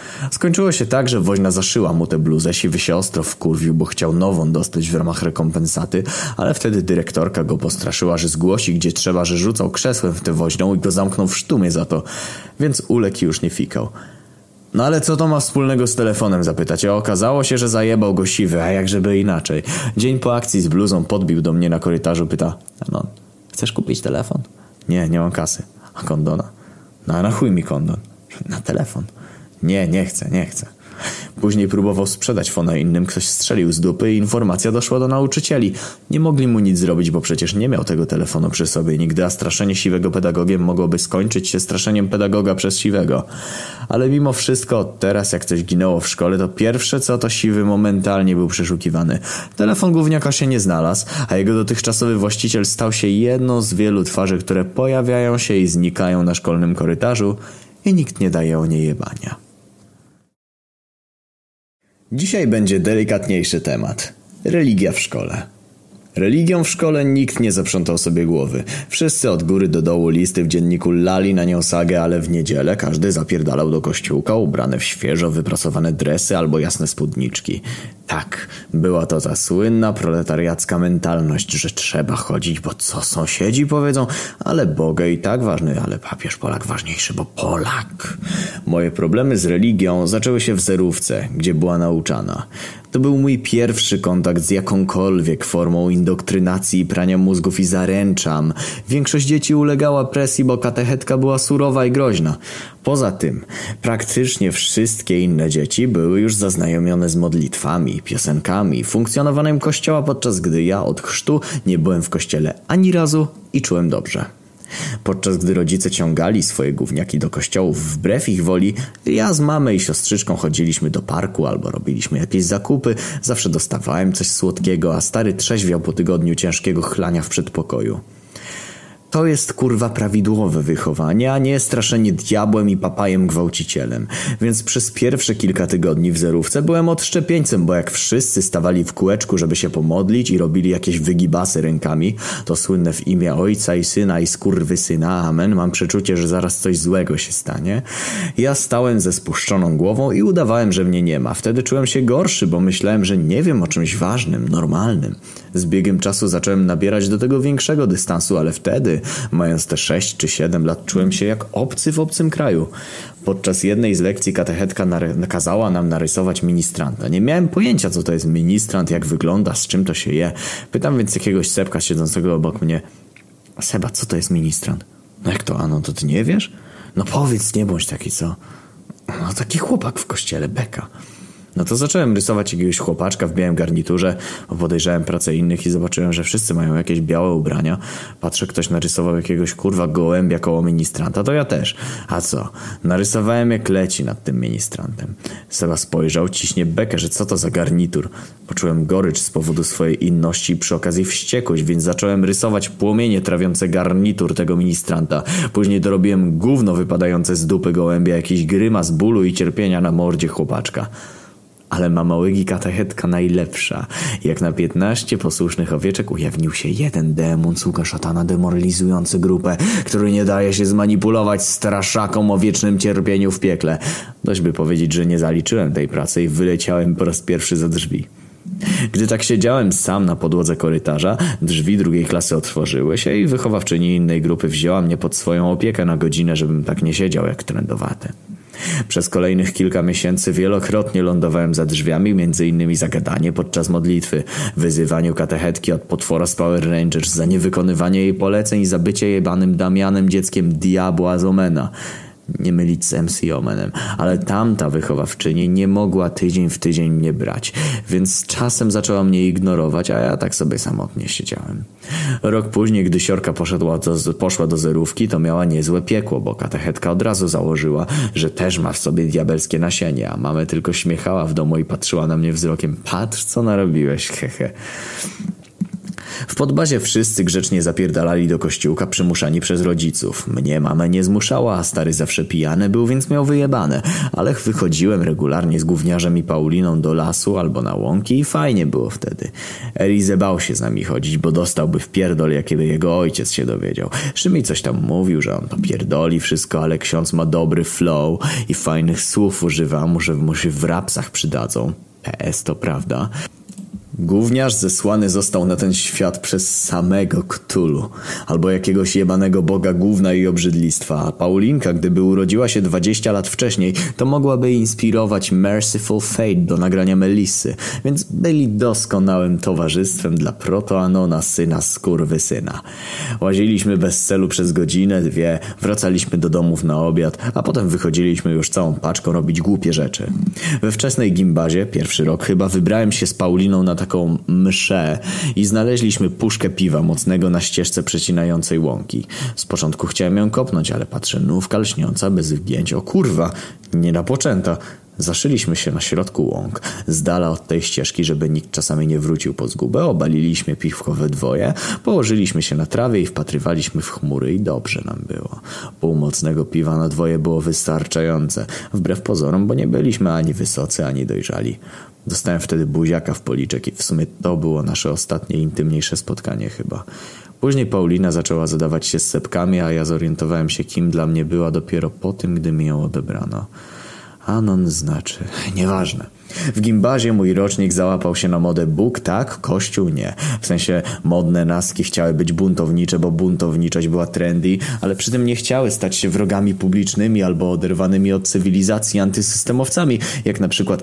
Skończyło się tak, że woźna zaszyła mu tę bluzę, siwy się ostro wkurwił, bo chciał nową dostać w ramach rekompensaty, ale wtedy dyrektorka go postraszyła, że zgłosi gdzie trzeba, że rzucał krzesłem w tę woźną i go zamknął w sztumie za to, więc ulekł i już nie fikał. No ale co to ma wspólnego z telefonem, zapytacie? Okazało się, że zajebał go siwy, a jak żeby inaczej. Dzień po akcji z bluzą podbił do mnie na korytarzu, pyta: no, chcesz kupić telefon? Nie mam kasy. A kondona? No a na chuj mi kondon? Na telefon. Nie chcę. Później próbował sprzedać fona innym, ktoś strzelił z dupy i informacja doszła do nauczycieli. Nie mogli mu nic zrobić, bo przecież nie miał tego telefonu przy sobie nigdy, a straszenie siwego pedagogiem mogłoby skończyć się straszeniem pedagoga przez siwego. Ale mimo wszystko, teraz jak coś ginęło w szkole, to pierwsze co to siwy momentalnie był przeszukiwany. Telefon gówniaka się nie znalazł, a jego dotychczasowy właściciel stał się jedną z wielu twarzy, które pojawiają się i znikają na szkolnym korytarzu i nikt nie daje o nie jebania. Dzisiaj będzie delikatniejszy temat. Religia w szkole. Religią w szkole nikt nie zaprzątał sobie głowy. Wszyscy od góry do dołu listy w dzienniku lali na nią sagę, ale w niedzielę każdy zapierdalał do kościółka ubrany w świeżo wyprasowane dresy albo jasne spódniczki. Tak, była to ta słynna proletariacka mentalność, że trzeba chodzić, bo co sąsiedzi powiedzą, ale Boga i tak ważny, ale papież Polak ważniejszy, bo Polak. Moje problemy z religią zaczęły się w zerówce, gdzie była nauczana. To był mój pierwszy kontakt z jakąkolwiek formą indoktrynacji i prania mózgów i zaręczam. Większość dzieci ulegała presji, bo katechetka była surowa i groźna. Poza tym, praktycznie wszystkie inne dzieci były już zaznajomione z modlitwami, piosenkami, funkcjonowaniem kościoła, podczas gdy ja od chrztu nie byłem w kościele ani razu i czułem dobrze. Podczas gdy rodzice ciągali swoje gówniaki do kościołów wbrew ich woli, ja z mamą i siostryczką chodziliśmy do parku albo robiliśmy jakieś zakupy, zawsze dostawałem coś słodkiego, a stary trzeźwiał po tygodniu ciężkiego chlania w przedpokoju. To jest kurwa prawidłowe wychowanie, a nie straszenie diabłem i papajem gwałcicielem. Więc przez pierwsze kilka tygodni w zerówce byłem odszczepieńcem, bo jak wszyscy stawali w kółeczku, żeby się pomodlić i robili jakieś wygibasy rękami, to słynne w imię Ojca i Syna i skurwysyna, amen, mam przeczucie, że zaraz coś złego się stanie. Ja stałem ze spuszczoną głową i udawałem, że mnie nie ma. Wtedy czułem się gorszy, bo myślałem, że nie wiem o czymś ważnym, normalnym. Z biegiem czasu zacząłem nabierać do tego większego dystansu, ale wtedy, mając te 6 czy 7 lat, czułem się jak obcy w obcym kraju. Podczas jednej z lekcji katechetka nakazała nam narysować ministranta. Nie miałem pojęcia, co to jest ministrant, jak wygląda, z czym to się je. Pytam więc jakiegoś Sebka siedzącego obok mnie: Seba, co to jest ministrant? No jak to, Ano, to ty nie wiesz? No powiedz, nie bądź taki, co? No taki chłopak w kościele, beka. No to zacząłem rysować jakiegoś chłopaczka w białym garniturze, bo podejrzałem pracę innych i zobaczyłem, że wszyscy mają jakieś białe ubrania. Patrzę, ktoś narysował jakiegoś kurwa gołębia koło ministranta, to ja też. A co? Narysowałem jak leci nad tym ministrantem. Seba spojrzał, ciśnie bekę, że co to za garnitur. Poczułem gorycz z powodu swojej inności i przy okazji wściekłość, więc zacząłem rysować płomienie trawiące garnitur tego ministranta. Później dorobiłem gówno wypadające z dupy gołębia, jakiś grymas bólu i cierpienia na mordzie chłopaczka. Ale mama Łygi katechetka najlepsza. Jak na 15 posłusznych owieczek ujawnił się jeden demon, sługa szatana demoralizujący grupę, który nie daje się zmanipulować straszakom o wiecznym cierpieniu w piekle. Dość by powiedzieć, że nie zaliczyłem tej pracy i wyleciałem po raz pierwszy za drzwi. Gdy tak siedziałem sam na podłodze korytarza, drzwi drugiej klasy otworzyły się i wychowawczyni innej grupy wzięła mnie pod swoją opiekę na godzinę, żebym tak nie siedział jak trędowaty. Przez kolejnych kilka miesięcy wielokrotnie lądowałem za drzwiami, między innymi za gadanie podczas modlitwy, wyzywaniu katechetki od potwora z Power Rangers, za niewykonywanie jej poleceń i za bycie jebanym Damianem dzieckiem diabła z Omena. Nie mylić z MC Omenem, ale tamta wychowawczyni nie mogła tydzień w tydzień mnie brać, więc czasem zaczęła mnie ignorować, a ja tak sobie samotnie siedziałem. Rok później, gdy siorka poszła do zerówki, to miała niezłe piekło, bo katechetka od razu założyła, że też ma w sobie diabelskie nasienie, a mamę tylko śmiechała w domu i patrzyła na mnie wzrokiem: patrz, co narobiłeś, hehe. W podbazie wszyscy grzecznie zapierdalali do kościółka przymuszani przez rodziców. Mnie mama nie zmuszała, a stary zawsze pijany był, więc miał wyjebane. Ale wychodziłem regularnie z gówniarzem i Pauliną do lasu albo na łąki i fajnie było wtedy. Elize bał się z nami chodzić, bo dostałby w pierdol, jakiby jego ojciec się dowiedział. Szymi coś tam mówił, że on to pierdoli wszystko, ale ksiądz ma dobry flow i fajnych słów używa, może mu się w rapsach przydadzą. PS to prawda. Gówniarz zesłany został na ten świat przez samego Cthulhu, albo jakiegoś jebanego boga gówna i obrzydlistwa, a Paulinka, gdyby urodziła się 20 lat wcześniej, to mogłaby inspirować Merciful Fate do nagrania Melissy, więc byli doskonałym towarzystwem dla protoanona, syna skurwysyna. Łaziliśmy bez celu przez godzinę, dwie, wracaliśmy do domów na obiad, a potem wychodziliśmy już całą paczką robić głupie rzeczy. We wczesnej gimbazie, pierwszy rok chyba, wybrałem się z Pauliną na taką mszę i znaleźliśmy puszkę piwa mocnego na ścieżce przecinającej łąki. Z początku chciałem ją kopnąć, ale patrzę, nówka lśniąca bez wgięć. O kurwa, nie napoczęta. Zaszyliśmy się na środku łąk, z dala od tej ścieżki, żeby nikt czasami nie wrócił po zgubę. Obaliliśmy piwko we dwoje, położyliśmy się na trawie i wpatrywaliśmy w chmury i dobrze nam było. Pół mocnego piwa na dwoje było wystarczające, wbrew pozorom, bo nie byliśmy ani wysocy, ani dojrzali. Dostałem wtedy buziaka w policzek i w sumie to było nasze ostatnie intymniejsze spotkanie chyba. Później Paulina zaczęła zadawać się z sepkami, a ja zorientowałem się, kim dla mnie była dopiero po tym, gdy mi ją odebrano. Anon znaczy, nieważne. W gimbazie mój rocznik załapał się na modę Bóg tak, Kościół nie. W sensie modne naski chciały być buntownicze, bo buntowniczość była trendy, ale przy tym nie chciały stać się wrogami publicznymi albo oderwanymi od cywilizacji antysystemowcami, jak na przykład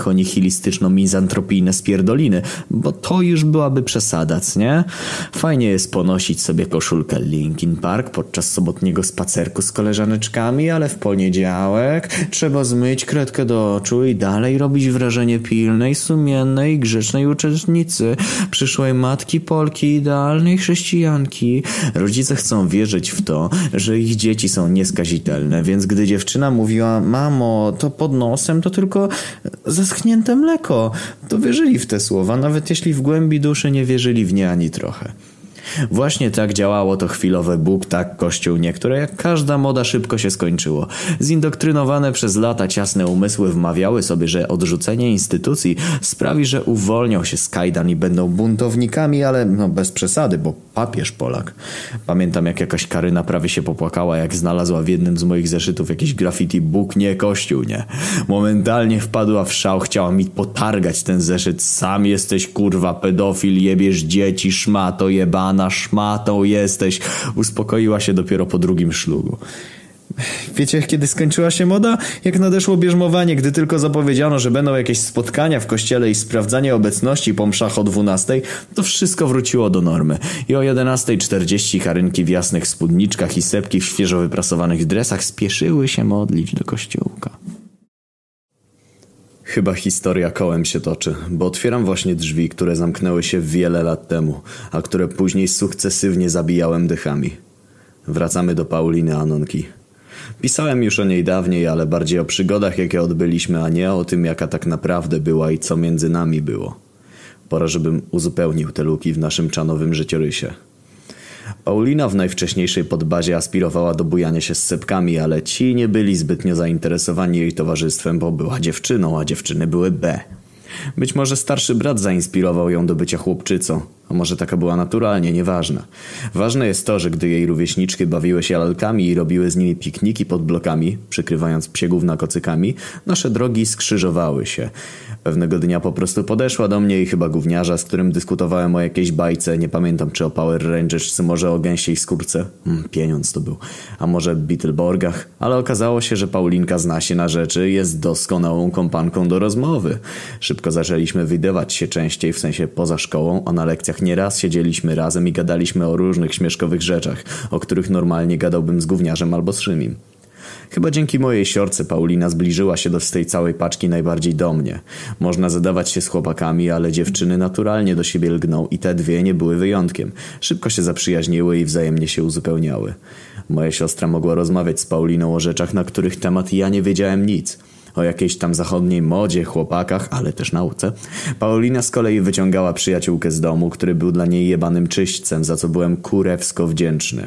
anarcho-nihilistyczno-mizantropijne spierdoliny, bo to już byłaby przesada, nie? Fajnie jest ponosić sobie koszulkę Linkin Park podczas sobotniego spacerku z koleżaneczkami, ale w poniedziałek trzeba zmyć kredkę do oczu i dalej robić wrażenie pilnej, sumiennej, grzecznej uczestnicy, przyszłej matki Polki, idealnej chrześcijanki. Rodzice chcą wierzyć w to, że ich dzieci są nieskazitelne, więc gdy dziewczyna mówiła, mamo, to pod nosem to tylko zaschnięte mleko, to wierzyli w te słowa, nawet jeśli w głębi duszy nie wierzyli w nie ani trochę. Właśnie tak działało to chwilowe Bóg tak, Kościół nie, które jak każda moda szybko się skończyło. Zindoktrynowane przez lata ciasne umysły wmawiały sobie, że odrzucenie instytucji sprawi, że uwolnią się z kajdan i będą buntownikami, ale bez przesady, bo papież Polak. Pamiętam, jak jakaś Karyna prawie się popłakała, jak znalazła w jednym z moich zeszytów jakieś graffiti Bóg nie, Kościół nie. Momentalnie wpadła w szał, chciała mi potargać ten zeszyt. Sam jesteś kurwa pedofil, jebiesz dzieci, szmato jebana, szmatą jesteś. Uspokoiła się dopiero po drugim szlugu. Wiecie, kiedy skończyła się moda? Jak nadeszło bierzmowanie, gdy tylko zapowiedziano, że będą jakieś spotkania w kościele i sprawdzanie obecności po mszach o 12:00, to wszystko wróciło do normy. I o 11:40 Karynki w jasnych spódniczkach i sepki w świeżo wyprasowanych dresach spieszyły się modlić do kościółka. Chyba historia kołem się toczy, bo otwieram właśnie drzwi, które zamknęły się wiele lat temu, a które później sukcesywnie zabijałem dechami. Wracamy do Pauliny Anonki. Pisałem już o niej dawniej, ale bardziej o przygodach, jakie odbyliśmy, a nie o tym, jaka tak naprawdę była i co między nami było. Pora, żebym uzupełnił te luki w naszym czanowym życiorysie. Paulina w najwcześniejszej podbazie aspirowała do bujania się z sepkami, ale ci nie byli zbytnio zainteresowani jej towarzystwem, bo była dziewczyną, a dziewczyny były B. Być może starszy brat zainspirował ją do bycia chłopczycą, a może taka była naturalnie, nieważne. Ważne jest to, że gdy jej rówieśniczki bawiły się lalkami i robiły z nimi pikniki pod blokami, przykrywając psie gówna kocykami, nasze drogi skrzyżowały się. Pewnego dnia po prostu podeszła do mnie i chyba gówniarza, z którym dyskutowałem o jakiejś bajce, nie pamiętam czy o Power Rangers, czy może o gęsiej skórce. Pieniądz to był. A może Beetleborgach. Ale okazało się, że Paulinka zna się na rzeczy i jest doskonałą kompanką do rozmowy. Szybko zaczęliśmy widywać się częściej, w sensie poza szkołą, a na lekcjach nieraz siedzieliśmy razem i gadaliśmy o różnych śmieszkowych rzeczach, o których normalnie gadałbym z gówniarzem albo z Szymim. Chyba dzięki mojej siorce Paulina zbliżyła się z tej całej paczki najbardziej do mnie. Można zadawać się z chłopakami, ale dziewczyny naturalnie do siebie lgną i te dwie nie były wyjątkiem. Szybko się zaprzyjaźniły i wzajemnie się uzupełniały. Moja siostra mogła rozmawiać z Pauliną o rzeczach, na których temat ja nie wiedziałem nic. O jakiejś tam zachodniej modzie, chłopakach, ale też nauce. Paulina z kolei wyciągała przyjaciółkę z domu, który był dla niej jebanym czyśćcem, za co byłem kurewsko wdzięczny.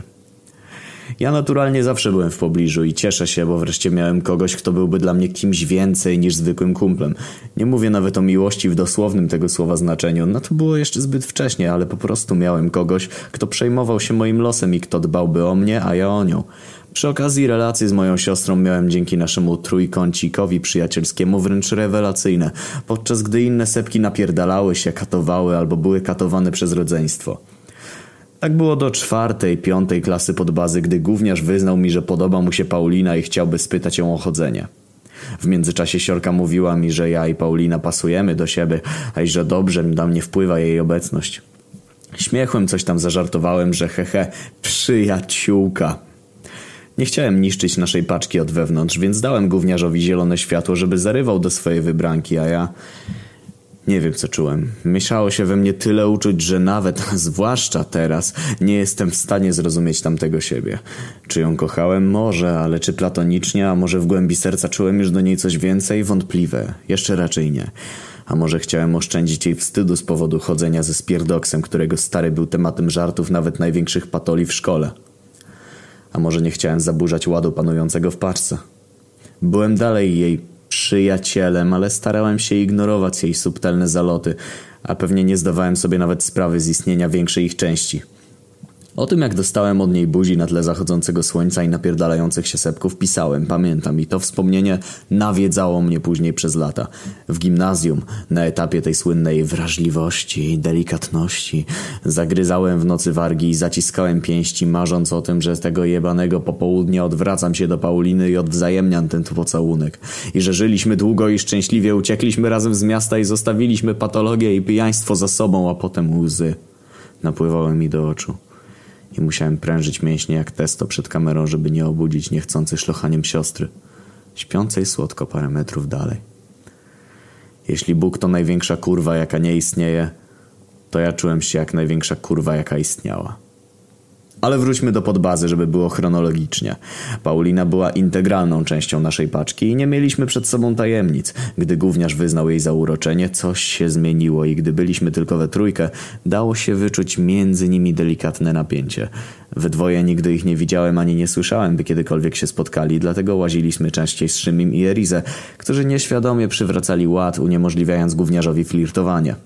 Ja naturalnie zawsze byłem w pobliżu i cieszę się, bo wreszcie miałem kogoś, kto byłby dla mnie kimś więcej niż zwykłym kumplem. Nie mówię nawet o miłości w dosłownym tego słowa znaczeniu, no to było jeszcze zbyt wcześnie, ale po prostu miałem kogoś, kto przejmował się moim losem i kto dbałby o mnie, a ja o nią. Przy okazji relacji z moją siostrą miałem dzięki naszemu trójkącikowi przyjacielskiemu wręcz rewelacyjne, podczas gdy inne sepki napierdalały się, katowały albo były katowane przez rodzeństwo. Tak było do 4., 5. klasy podbazy, gdy gówniarz wyznał mi, że podoba mu się Paulina i chciałby spytać ją o chodzenie. W międzyczasie siorka mówiła mi, że ja i Paulina pasujemy do siebie, a i że dobrze na mnie wpływa jej obecność. Śmiechłem coś tam zażartowałem, że przyjaciółka. Nie chciałem niszczyć naszej paczki od wewnątrz, więc dałem gówniarzowi zielone światło, żeby zarywał do swojej wybranki, a ja... Nie wiem, co czułem. Mieszało się we mnie tyle uczuć, że nawet, zwłaszcza teraz, nie jestem w stanie zrozumieć tamtego siebie. Czy ją kochałem? Może, ale czy platonicznie, a może w głębi serca czułem już do niej coś więcej? Wątpliwe. Jeszcze raczej nie. A może chciałem oszczędzić jej wstydu z powodu chodzenia ze spierdoksem, którego stary był tematem żartów nawet największych patoli w szkole. A może nie chciałem zaburzać ładu panującego w paczce. Byłem dalej jej przyjacielem, ale starałem się ignorować jej subtelne zaloty, a pewnie nie zdawałem sobie nawet sprawy z istnienia większej ich części. O tym, jak dostałem od niej buzi na tle zachodzącego słońca i napierdalających się sepków, pisałem, pamiętam, i to wspomnienie nawiedzało mnie później przez lata. W gimnazjum, na etapie tej słynnej wrażliwości i delikatności, zagryzałem w nocy wargi i zaciskałem pięści, marząc o tym, że z tego jebanego popołudnia odwracam się do Pauliny i odwzajemniam ten tu pocałunek. I że żyliśmy długo i szczęśliwie, uciekliśmy razem z miasta i zostawiliśmy patologię i pijaństwo za sobą, a potem łzy napływały mi do oczu. I musiałem prężyć mięśnie jak testo przed kamerą, żeby nie obudzić niechcący szlochaniem siostry, śpiącej słodko parę metrów dalej. Jeśli Bóg to największa kurwa, jaka nie istnieje, to ja czułem się jak największa kurwa, jaka istniała. Ale wróćmy do podbazy, żeby było chronologicznie. Paulina była integralną częścią naszej paczki i nie mieliśmy przed sobą tajemnic. Gdy gówniarz wyznał jej zauroczenie, coś się zmieniło i gdy byliśmy tylko we trójkę, dało się wyczuć między nimi delikatne napięcie. We dwoje nigdy ich nie widziałem ani nie słyszałem, by kiedykolwiek się spotkali, dlatego łaziliśmy częściej z Szymim i Erizę, którzy nieświadomie przywracali ład, uniemożliwiając gówniarzowi flirtowanie.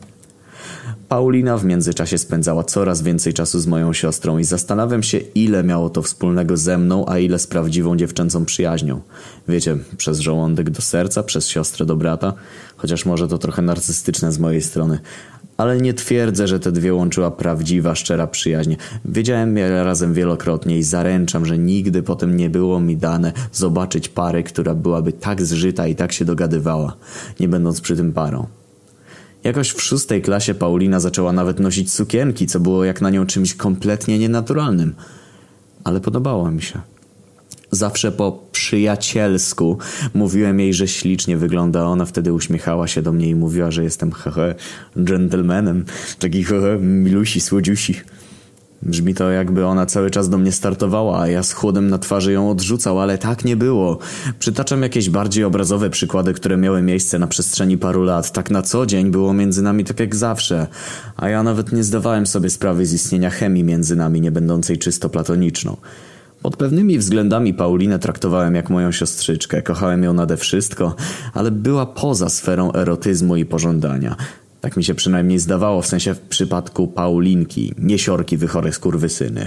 Paulina w międzyczasie spędzała coraz więcej czasu z moją siostrą i zastanawiam się, ile miało to wspólnego ze mną, a ile z prawdziwą dziewczęcą przyjaźnią. Wiecie, przez żołądek do serca, przez siostrę do brata, chociaż może to trochę narcystyczne z mojej strony. Ale nie twierdzę, że te dwie łączyła prawdziwa, szczera przyjaźń. Wiedziałem je razem wielokrotnie i zaręczam, że nigdy potem nie było mi dane zobaczyć pary, która byłaby tak zżyta i tak się dogadywała, nie będąc przy tym parą. Jakoś w 6. klasie Paulina zaczęła nawet nosić sukienki, co było jak na nią czymś kompletnie nienaturalnym. Ale podobało mi się. Zawsze po przyjacielsku mówiłem jej, że ślicznie wygląda, a ona wtedy uśmiechała się do mnie i mówiła, że jestem gentlemanem, taki milusi, słodziusi. Brzmi to, jakby ona cały czas do mnie startowała, a ja z chłodem na twarzy ją odrzucał, ale tak nie było. Przytaczam jakieś bardziej obrazowe przykłady, które miały miejsce na przestrzeni paru lat. Tak na co dzień było między nami tak jak zawsze, a ja nawet nie zdawałem sobie sprawy z istnienia chemii między nami, nie będącej czysto platoniczną. Pod pewnymi względami Paulinę traktowałem jak moją siostrzyczkę, kochałem ją nade wszystko, ale była poza sferą erotyzmu i pożądania. Tak mi się przynajmniej zdawało, w sensie w przypadku Paulinki, nie siorki wychore skurwysyny.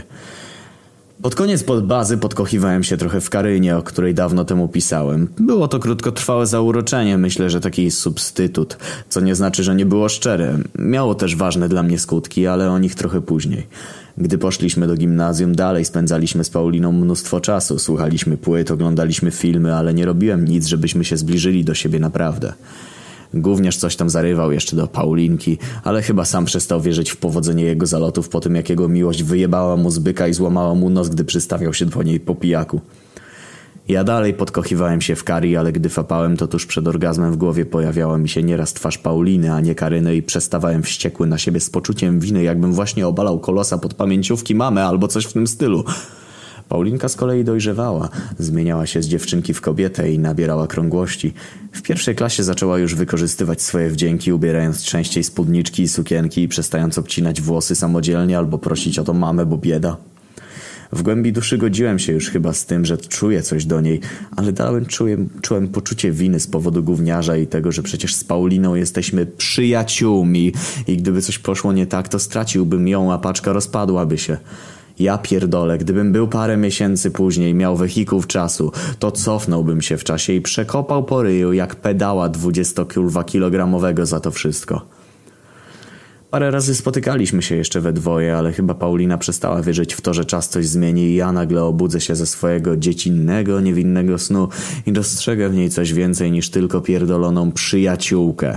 Pod koniec podbazy podkochiwałem się trochę w Karynie, o której dawno temu pisałem. Było to krótkotrwałe zauroczenie, myślę, że taki substytut, co nie znaczy, że nie było szczere. Miało też ważne dla mnie skutki, ale o nich trochę później. Gdy poszliśmy do gimnazjum, dalej spędzaliśmy z Pauliną mnóstwo czasu. Słuchaliśmy płyt, oglądaliśmy filmy, ale nie robiłem nic, żebyśmy się zbliżyli do siebie naprawdę. Gówniarz coś tam zarywał jeszcze do Paulinki, ale chyba sam przestał wierzyć w powodzenie jego zalotów po tym, jak jego miłość wyjebała mu z byka i złamała mu nos, gdy przystawiał się po niej po pijaku. Ja dalej podkochiwałem się w Kari, ale gdy fapałem, to tuż przed orgazmem w głowie pojawiała mi się nieraz twarz Pauliny, a nie Karyny i przestawałem wściekły na siebie z poczuciem winy, jakbym właśnie obalał kolosa pod pamięciówki mamy albo coś w tym stylu. Paulinka z kolei dojrzewała, zmieniała się z dziewczynki w kobietę i nabierała krągłości. W pierwszej klasie zaczęła już wykorzystywać swoje wdzięki, ubierając częściej spódniczki i sukienki i przestając obcinać włosy samodzielnie albo prosić o to mamę, bo bieda. W głębi duszy godziłem się już chyba z tym, że czuję coś do niej, ale dalej czułem poczucie winy z powodu gówniarza i tego, że przecież z Pauliną jesteśmy przyjaciółmi i gdyby coś poszło nie tak, to straciłbym ją, a paczka rozpadłaby się. Ja pierdolę, gdybym był parę miesięcy później, miał wehikuł czasu, to cofnąłbym się w czasie i przekopał po ryju jak pedała 20-kilogramowego za to wszystko. Parę razy spotykaliśmy się jeszcze we dwoje, ale chyba Paulina przestała wierzyć w to, że czas coś zmieni i ja nagle obudzę się ze swojego dziecinnego, niewinnego snu i dostrzegę w niej coś więcej niż tylko pierdoloną przyjaciółkę.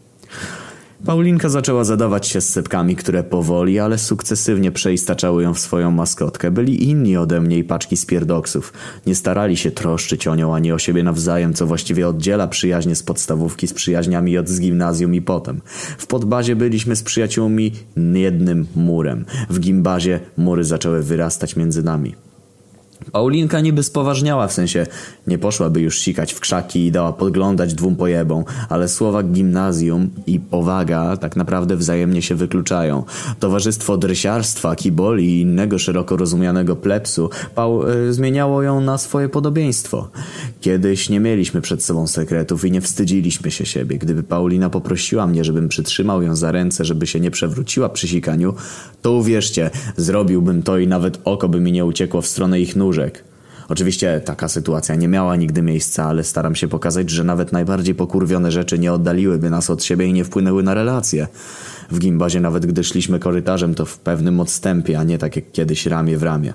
Paulinka zaczęła zadawać się z sepkami, które powoli, ale sukcesywnie przeistaczały ją w swoją maskotkę. Byli inni ode mnie i paczki spierdoksów. Nie starali się troszczyć o nią ani o siebie nawzajem, co właściwie oddziela przyjaźnie z podstawówki z przyjaźniami z gimnazjum i potem. W podbazie byliśmy z przyjaciółmi jednym murem. W gimbazie mury zaczęły wyrastać między nami. Paulinka niby spoważniała, w sensie nie poszłaby już sikać w krzaki i dała podglądać dwóm pojebom, ale słowa gimnazjum i powaga tak naprawdę wzajemnie się wykluczają. Towarzystwo dresiarstwa, kiboli i innego szeroko rozumianego plebsu zmieniało ją na swoje podobieństwo. Kiedyś nie mieliśmy przed sobą sekretów i nie wstydziliśmy się siebie. Gdyby Paulina poprosiła mnie, żebym przytrzymał ją za ręce, żeby się nie przewróciła przy sikaniu, to uwierzcie, zrobiłbym to i nawet oko by mi nie uciekło w stronę ich nóżek. Oczywiście taka sytuacja nie miała nigdy miejsca, ale staram się pokazać, że nawet najbardziej pokurwione rzeczy nie oddaliłyby nas od siebie i nie wpłynęły na relacje. W gimbazie nawet gdy szliśmy korytarzem, to w pewnym odstępie, a nie tak jak kiedyś ramię w ramię.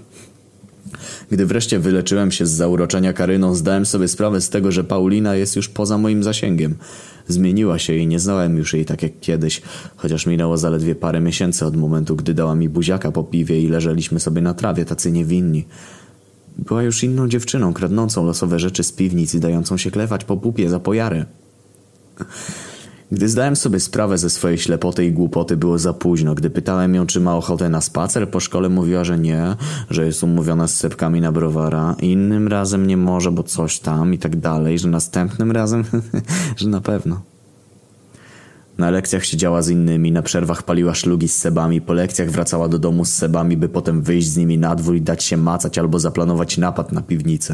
Gdy wreszcie wyleczyłem się z zauroczenia Karyną, zdałem sobie sprawę z tego, że Paulina jest już poza moim zasięgiem. Zmieniła się i nie znałem już jej tak jak kiedyś, chociaż minęło zaledwie parę miesięcy od momentu, gdy dała mi buziaka po piwie i leżeliśmy sobie na trawie tacy niewinni. Była już inną dziewczyną, kradnącą losowe rzeczy z piwnic i dającą się klewać po pupie za pojarę. Gdy zdałem sobie sprawę ze swojej ślepoty i głupoty, było za późno. Gdy pytałem ją, czy ma ochotę na spacer po szkole, mówiła, że nie, że jest umówiona z sepkami na browara. Innym razem nie może, bo coś tam i tak dalej, że następnym razem, że na pewno. Na lekcjach siedziała z innymi, na przerwach paliła szlugi z sebami, po lekcjach wracała do domu z sebami, by potem wyjść z nimi na dwór i dać się macać albo zaplanować napad na piwnicę.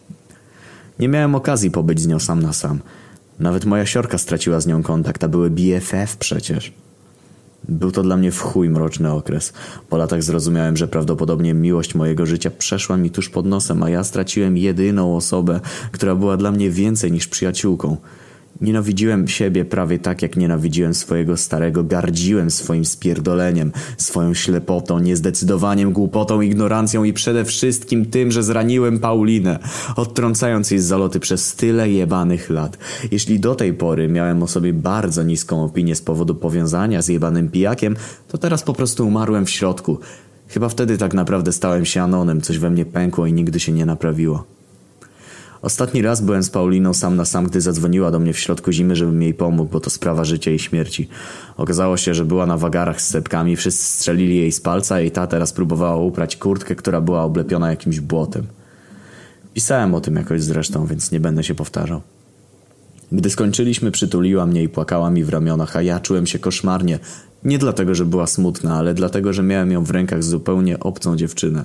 Nie miałem okazji pobyć z nią sam na sam. Nawet moja siorka straciła z nią kontakt, a były BFF przecież. Był to dla mnie w chuj mroczny okres. Po latach zrozumiałem, że prawdopodobnie miłość mojego życia przeszła mi tuż pod nosem, a ja straciłem jedyną osobę, która była dla mnie więcej niż przyjaciółką. Nienawidziłem siebie prawie tak, jak nienawidziłem swojego starego, gardziłem swoim spierdoleniem, swoją ślepotą, niezdecydowaniem, głupotą, ignorancją i przede wszystkim tym, że zraniłem Paulinę, odtrącając jej z zaloty przez tyle jebanych lat. Jeśli do tej pory miałem o sobie bardzo niską opinię z powodu powiązania z jebanym pijakiem, to teraz po prostu umarłem w środku. Chyba wtedy tak naprawdę stałem się anonem, coś we mnie pękło i nigdy się nie naprawiło. Ostatni raz byłem z Pauliną sam na sam, gdy zadzwoniła do mnie w środku zimy, żebym jej pomógł, bo to sprawa życia i śmierci. Okazało się, że była na wagarach z sepkami, wszyscy strzelili jej z palca i ta teraz próbowała uprać kurtkę, która była oblepiona jakimś błotem. Pisałem o tym jakoś zresztą, więc nie będę się powtarzał. Gdy skończyliśmy, przytuliła mnie i płakała mi w ramionach, a ja czułem się koszmarnie. Nie dlatego, że była smutna, ale dlatego, że miałem ją w rękach zupełnie obcą dziewczynę.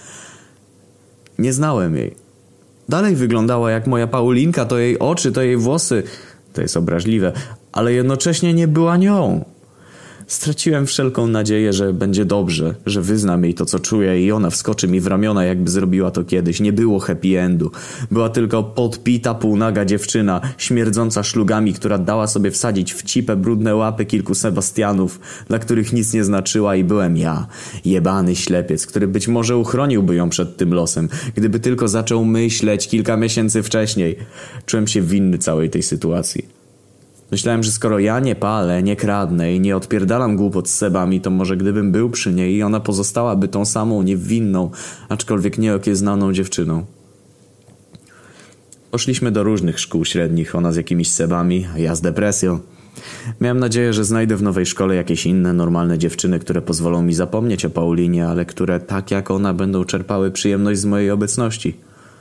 Nie znałem jej. Dalej wyglądała jak moja Paulinka, to jej oczy, to jej włosy. To jest obraźliwe, ale jednocześnie nie była nią. Straciłem wszelką nadzieję, że będzie dobrze, że wyznam jej to, co czuję i ona wskoczy mi w ramiona, jakby zrobiła to kiedyś. Nie było happy endu. Była tylko podpita, półnaga dziewczyna, śmierdząca szlugami, która dała sobie wsadzić w cipę brudne łapy kilku Sebastianów, dla których nic nie znaczyła i byłem ja. Jebany ślepiec, który być może uchroniłby ją przed tym losem, gdyby tylko zaczął myśleć kilka miesięcy wcześniej. Czułem się winny całej tej sytuacji. Myślałem, że skoro ja nie palę, nie kradnę i nie odpierdalam głupot z sebami, to może gdybym był przy niej i ona pozostałaby tą samą niewinną, aczkolwiek nieokieznaną dziewczyną. Poszliśmy do różnych szkół średnich, ona z jakimiś sebami, a ja z depresją. Miałem nadzieję, że znajdę w nowej szkole jakieś inne, normalne dziewczyny, które pozwolą mi zapomnieć o Paulinie, ale które tak jak ona będą czerpały przyjemność z mojej obecności.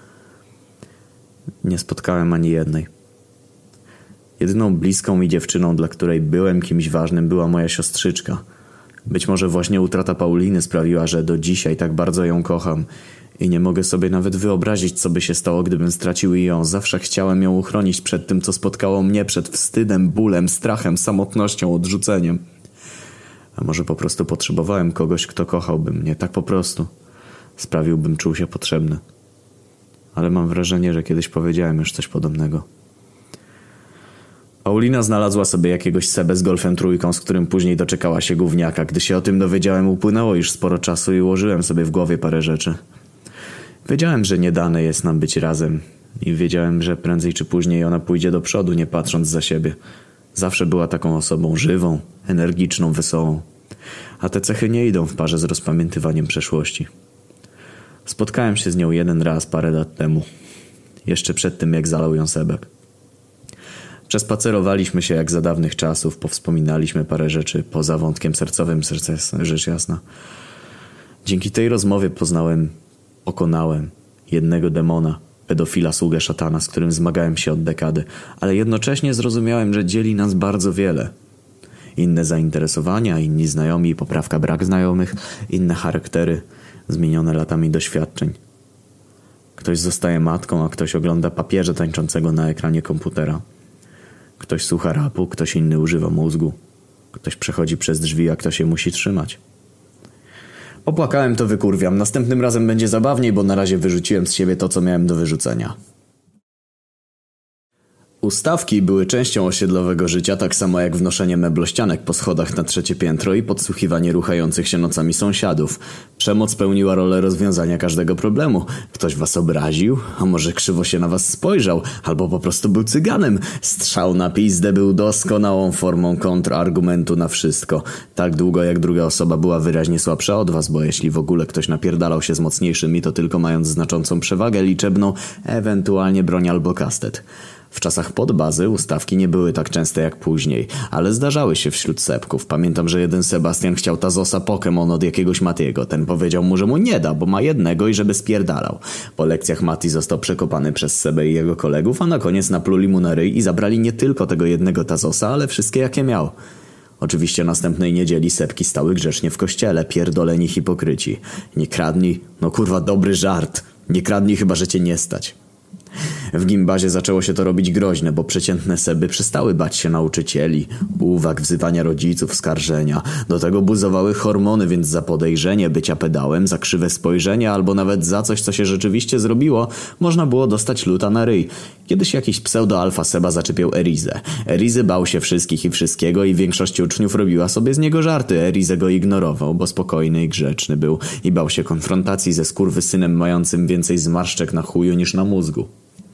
Nie spotkałem ani jednej. Jedyną bliską mi dziewczyną, dla której byłem kimś ważnym, była moja siostrzyczka. Być może właśnie utrata Pauliny sprawiła, że do dzisiaj tak bardzo ją kocham i nie mogę sobie nawet wyobrazić, co by się stało, gdybym stracił ją. Zawsze chciałem ją uchronić przed tym, co spotkało mnie, przed wstydem, bólem, strachem, samotnością, odrzuceniem. A może po prostu potrzebowałem kogoś, kto kochałby mnie, tak po prostu. Sprawiłbym, czuł się potrzebny. Ale mam wrażenie, że kiedyś powiedziałem już coś podobnego. Paulina znalazła sobie jakiegoś Sebę z Golfem trójką, z którym później doczekała się gówniaka. Gdy się o tym dowiedziałem, upłynęło już sporo czasu i ułożyłem sobie w głowie parę rzeczy. Wiedziałem, że nie dane jest nam być razem i wiedziałem, że prędzej czy później ona pójdzie do przodu, nie patrząc za siebie. Zawsze była taką osobą żywą, energiczną, wesołą. A te cechy nie idą w parze z rozpamiętywaniem przeszłości. Spotkałem się z nią jeden raz parę lat temu. Jeszcze przed tym, jak zalał ją Sebek. Przespacerowaliśmy się jak za dawnych czasów, powspominaliśmy parę rzeczy poza wątkiem sercowym, rzecz jasna. Dzięki tej rozmowie pokonałem jednego demona, pedofila, sługę szatana, z którym zmagałem się od dekady, ale jednocześnie zrozumiałem, że dzieli nas bardzo wiele. Inne zainteresowania, inni znajomi, poprawka brak znajomych, inne charaktery, zmienione latami doświadczeń. Ktoś zostaje matką, a ktoś ogląda papieża tańczącego na ekranie komputera. Ktoś słucha rapu, ktoś inny używa mózgu. Ktoś przechodzi przez drzwi, a ktoś je musi trzymać. Opłakałem, to wykurwiam. Następnym razem będzie zabawniej, bo na razie wyrzuciłem z siebie to, co miałem do wyrzucenia. Ustawki były częścią osiedlowego życia, tak samo jak wnoszenie meblościanek po schodach na 3. piętro i podsłuchiwanie ruchających się nocami sąsiadów. Przemoc pełniła rolę rozwiązania każdego problemu. Ktoś was obraził, a może krzywo się na was spojrzał, albo po prostu był cyganem. Strzał na pizdę był doskonałą formą kontrargumentu na wszystko. Tak długo jak druga osoba była wyraźnie słabsza od was, bo jeśli w ogóle ktoś napierdalał się z mocniejszymi, to tylko mając znaczącą przewagę liczebną, ewentualnie broń albo kastet. W czasach podbazy ustawki nie były tak częste jak później, ale zdarzały się wśród sepków. Pamiętam, że jeden Sebastian chciał Tazosa Pokémon od jakiegoś Matiego. Ten powiedział mu, że mu nie da, bo ma jednego i żeby spierdalał. Po lekcjach Mati został przekopany przez Sebę i jego kolegów, a na koniec napluli mu na ryj i zabrali nie tylko tego jednego Tazosa, ale wszystkie jakie miał. Oczywiście następnej niedzieli sepki stały grzecznie w kościele, pierdoleni hipokryci. Nie kradnij, no kurwa dobry żart. Nie kradnij, chyba że cię nie stać. W gimbazie zaczęło się to robić groźne, bo przeciętne Seby przestały bać się nauczycieli, uwag, wzywania rodziców, skarżenia. Do tego buzowały hormony, więc za podejrzenie bycia pedałem, za krzywe spojrzenie albo nawet za coś, co się rzeczywiście zrobiło, można było dostać luta na ryj. Kiedyś jakiś pseudo-alfa Seba zaczepiał Erizę. Erizy bał się wszystkich i wszystkiego i większość uczniów robiła sobie z niego żarty. Erize go ignorował, bo spokojny i grzeczny był i bał się konfrontacji ze skurwysynem mającym więcej zmarszczek na chuju niż na mózgu.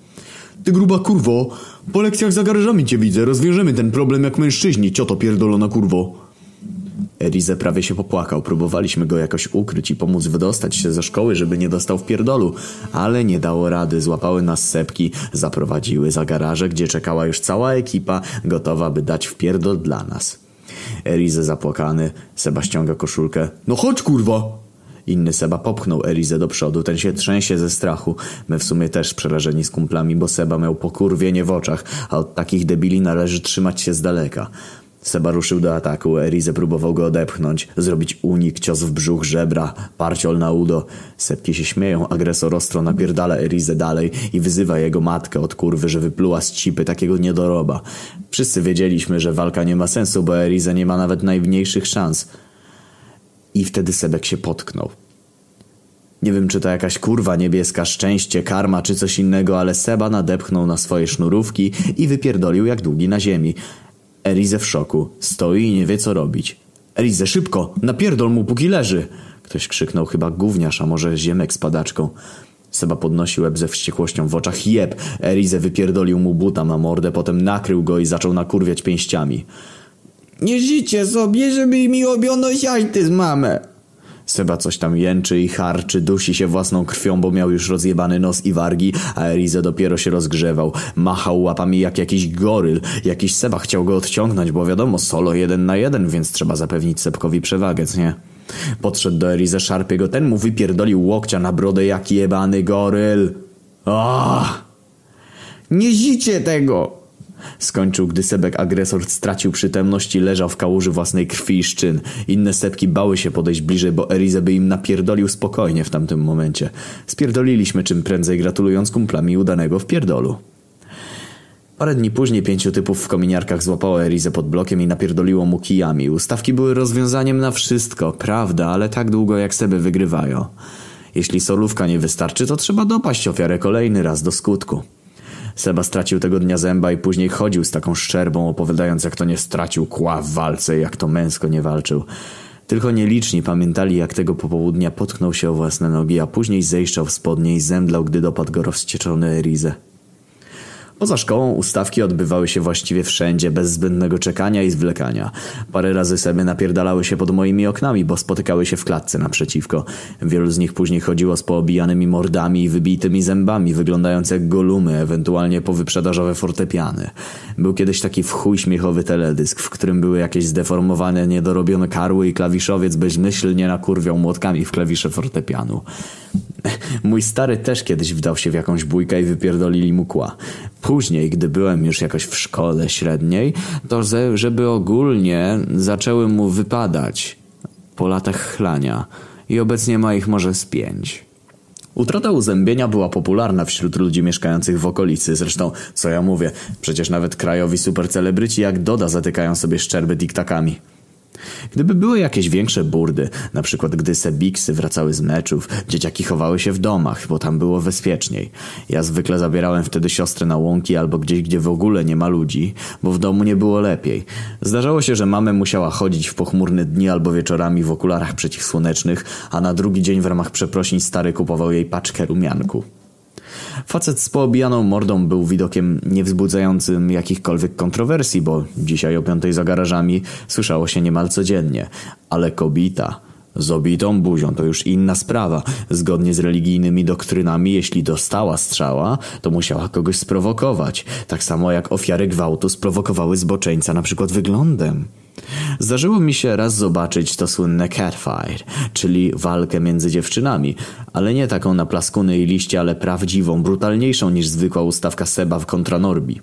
Ty gruba kurwo, po lekcjach za garażami cię widzę, rozwiążemy ten problem jak mężczyźni, cioto pierdolona kurwo. Erize prawie się popłakał, próbowaliśmy go jakoś ukryć i pomóc wydostać się ze szkoły, żeby nie dostał w pierdolu, ale nie dało rady, złapały nas sepki, zaprowadziły za garaże, gdzie czekała już cała ekipa, gotowa by dać w pierdol dla nas. Erize zapłakany, Seba ściąga koszulkę. No chodź kurwa! Inny Seba popchnął Erizę do przodu, ten się trzęsie ze strachu. My w sumie też przerażeni z kumplami, bo Seba miał pokurwienie w oczach, a od takich debili należy trzymać się z daleka. Seba ruszył do ataku, Erizę próbował go odepchnąć, zrobić unik, cios w brzuch, żebra, parciol na udo. Sepki się śmieją, agresor ostro napierdala Erizę dalej i wyzywa jego matkę od kurwy, że wypluła z cipy takiego niedoroba. Wszyscy wiedzieliśmy, że walka nie ma sensu, bo Eriza nie ma nawet najmniejszych szans. I wtedy Sebek się potknął. Nie wiem, czy to jakaś kurwa niebieska, szczęście, karma czy coś innego, ale Seba nadepchnął na swoje sznurówki i wypierdolił jak długi na ziemi. Erize w szoku. Stoi i nie wie co robić. Erize, szybko! Napierdol mu póki leży! Ktoś krzyknął, chyba gówniarz, a może ziemek z padaczką. Seba podnosił łeb ze wściekłością w oczach. Jeb! Erize wypierdolił mu buta na mordę, potem nakrył go i zaczął nakurwiać pięściami. Nie życie sobie, żeby mi robiono siajty z mamę. Seba coś tam jęczy i harczy, dusi się własną krwią, bo miał już rozjebany nos i wargi, a Erize dopiero się rozgrzewał. Machał łapami jak jakiś goryl. Jakiś Seba chciał go odciągnąć, bo wiadomo, solo 1 na 1, więc trzeba zapewnić Sebkowi przewagę, nie? Podszedł do Erize, szarpie go, ten mu wypierdolił łokcia na brodę jak jebany goryl. Nie zicie tego! Skończył, gdy Sebek agresor stracił przytomność i leżał w kałuży własnej krwi i szczyn. Inne Sebki bały się podejść bliżej, bo Erize by im napierdolił spokojnie w tamtym momencie. Spierdoliliśmy czym prędzej, gratulując kumplami udanego wpierdolu. Parę dni później 5 typów w kominiarkach złapało Erizę pod blokiem i napierdoliło mu kijami. Ustawki były rozwiązaniem na wszystko, prawda, ale tak długo jak Seby wygrywają. Jeśli solówka nie wystarczy, to trzeba dopaść ofiarę kolejny raz do skutku. Seba stracił tego dnia zęba i później chodził z taką szczerbą, opowiadając, jak to nie stracił kła w walce, jak to męsko nie walczył. Tylko nieliczni pamiętali, jak tego popołudnia potknął się o własne nogi, a później zejszczał w spodnie i zemdlał, gdy dopadł go rozwścieczony Erizę. Poza szkołą ustawki odbywały się właściwie wszędzie, bez zbędnego czekania i zwlekania. Parę razy Seby napierdalały się pod moimi oknami, bo spotykały się w klatce naprzeciwko. Wielu z nich później chodziło z poobijanymi mordami i wybitymi zębami, wyglądając jak golumy, ewentualnie powyprzedażowe fortepiany. Był kiedyś taki w chuj śmiechowy teledysk, w którym były jakieś zdeformowane, niedorobione karły i klawiszowiec bezmyślnie nakurwiał młotkami w klawisze fortepianu. Mój stary też kiedyś wdał się w jakąś bójkę i wypierdolili mu kła. Później, gdy byłem już jakoś w szkole średniej, to żeby ogólnie zaczęły mu wypadać po latach chlania i obecnie ma ich może z 5. Utrata uzębienia była popularna wśród ludzi mieszkających w okolicy. Zresztą, co ja mówię, przecież nawet krajowi supercelebryci jak Doda zatykają sobie szczerby tiktakami. Gdyby były jakieś większe burdy, na przykład gdy Sebiksy wracały z meczów, dzieciaki chowały się w domach, bo tam było bezpieczniej. Ja zwykle zabierałem wtedy siostrę na łąki albo gdzieś, gdzie w ogóle nie ma ludzi, bo w domu nie było lepiej. Zdarzało się, że mamę musiała chodzić w pochmurne dni albo wieczorami w okularach przeciwsłonecznych, a na drugi dzień w ramach przeprosin stary kupował jej paczkę rumianku. Facet z poobijaną mordą był widokiem niewzbudzającym jakichkolwiek kontrowersji, bo dzisiaj o 5 za garażami słyszało się niemal codziennie. Ale kobieta z obitą buzią to już inna sprawa. Zgodnie z religijnymi doktrynami, jeśli dostała strzała, to musiała kogoś sprowokować. Tak samo jak ofiary gwałtu sprowokowały zboczeńca na przykład wyglądem. Zdarzyło mi się raz zobaczyć to słynne catfight, czyli walkę między dziewczynami, ale nie taką na plaskuny i liście, ale prawdziwą, brutalniejszą niż zwykła ustawka Seba kontra Norbi.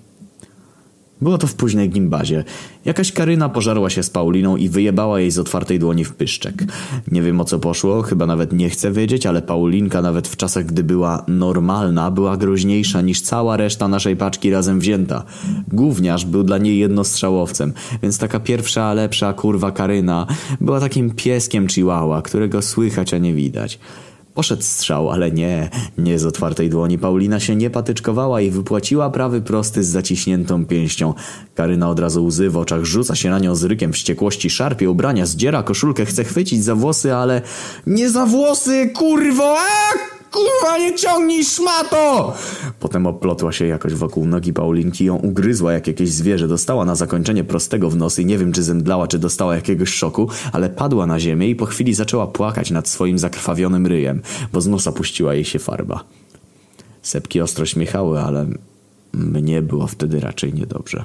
Było to w późnej gimbazie. Jakaś Karyna pożarła się z Pauliną i wyjebała jej z otwartej dłoni w pyszczek. Nie wiem o co poszło, chyba nawet nie chcę wiedzieć, ale Paulinka nawet w czasach, gdy była normalna, była groźniejsza niż cała reszta naszej paczki razem wzięta. Gówniarz był dla niej jednostrzałowcem, więc taka pierwsza, lepsza kurwa Karyna była takim pieskiem chihuahua, którego słychać, a nie widać. Poszedł strzał, ale nie z otwartej dłoni. Paulina się nie patyczkowała i wypłaciła prawy prosty z zaciśniętą pięścią. Karyna od razu łzy w oczach, rzuca się na nią z rykiem wściekłości, szarpie ubrania, zdziera koszulkę, chce chwycić za włosy, ale... Nie za włosy, kurwo! Kurwa, nie ciągnij, szmato! Potem oplotła się jakoś wokół nogi Paulinki i ją ugryzła jak jakieś zwierzę. Dostała na zakończenie prostego w nos i nie wiem, czy zemdlała, czy dostała jakiegoś szoku, ale padła na ziemię i po chwili zaczęła płakać nad swoim zakrwawionym ryjem, bo z nosa puściła jej się farba. Sepki ostro śmiechały, ale mnie było wtedy raczej niedobrze.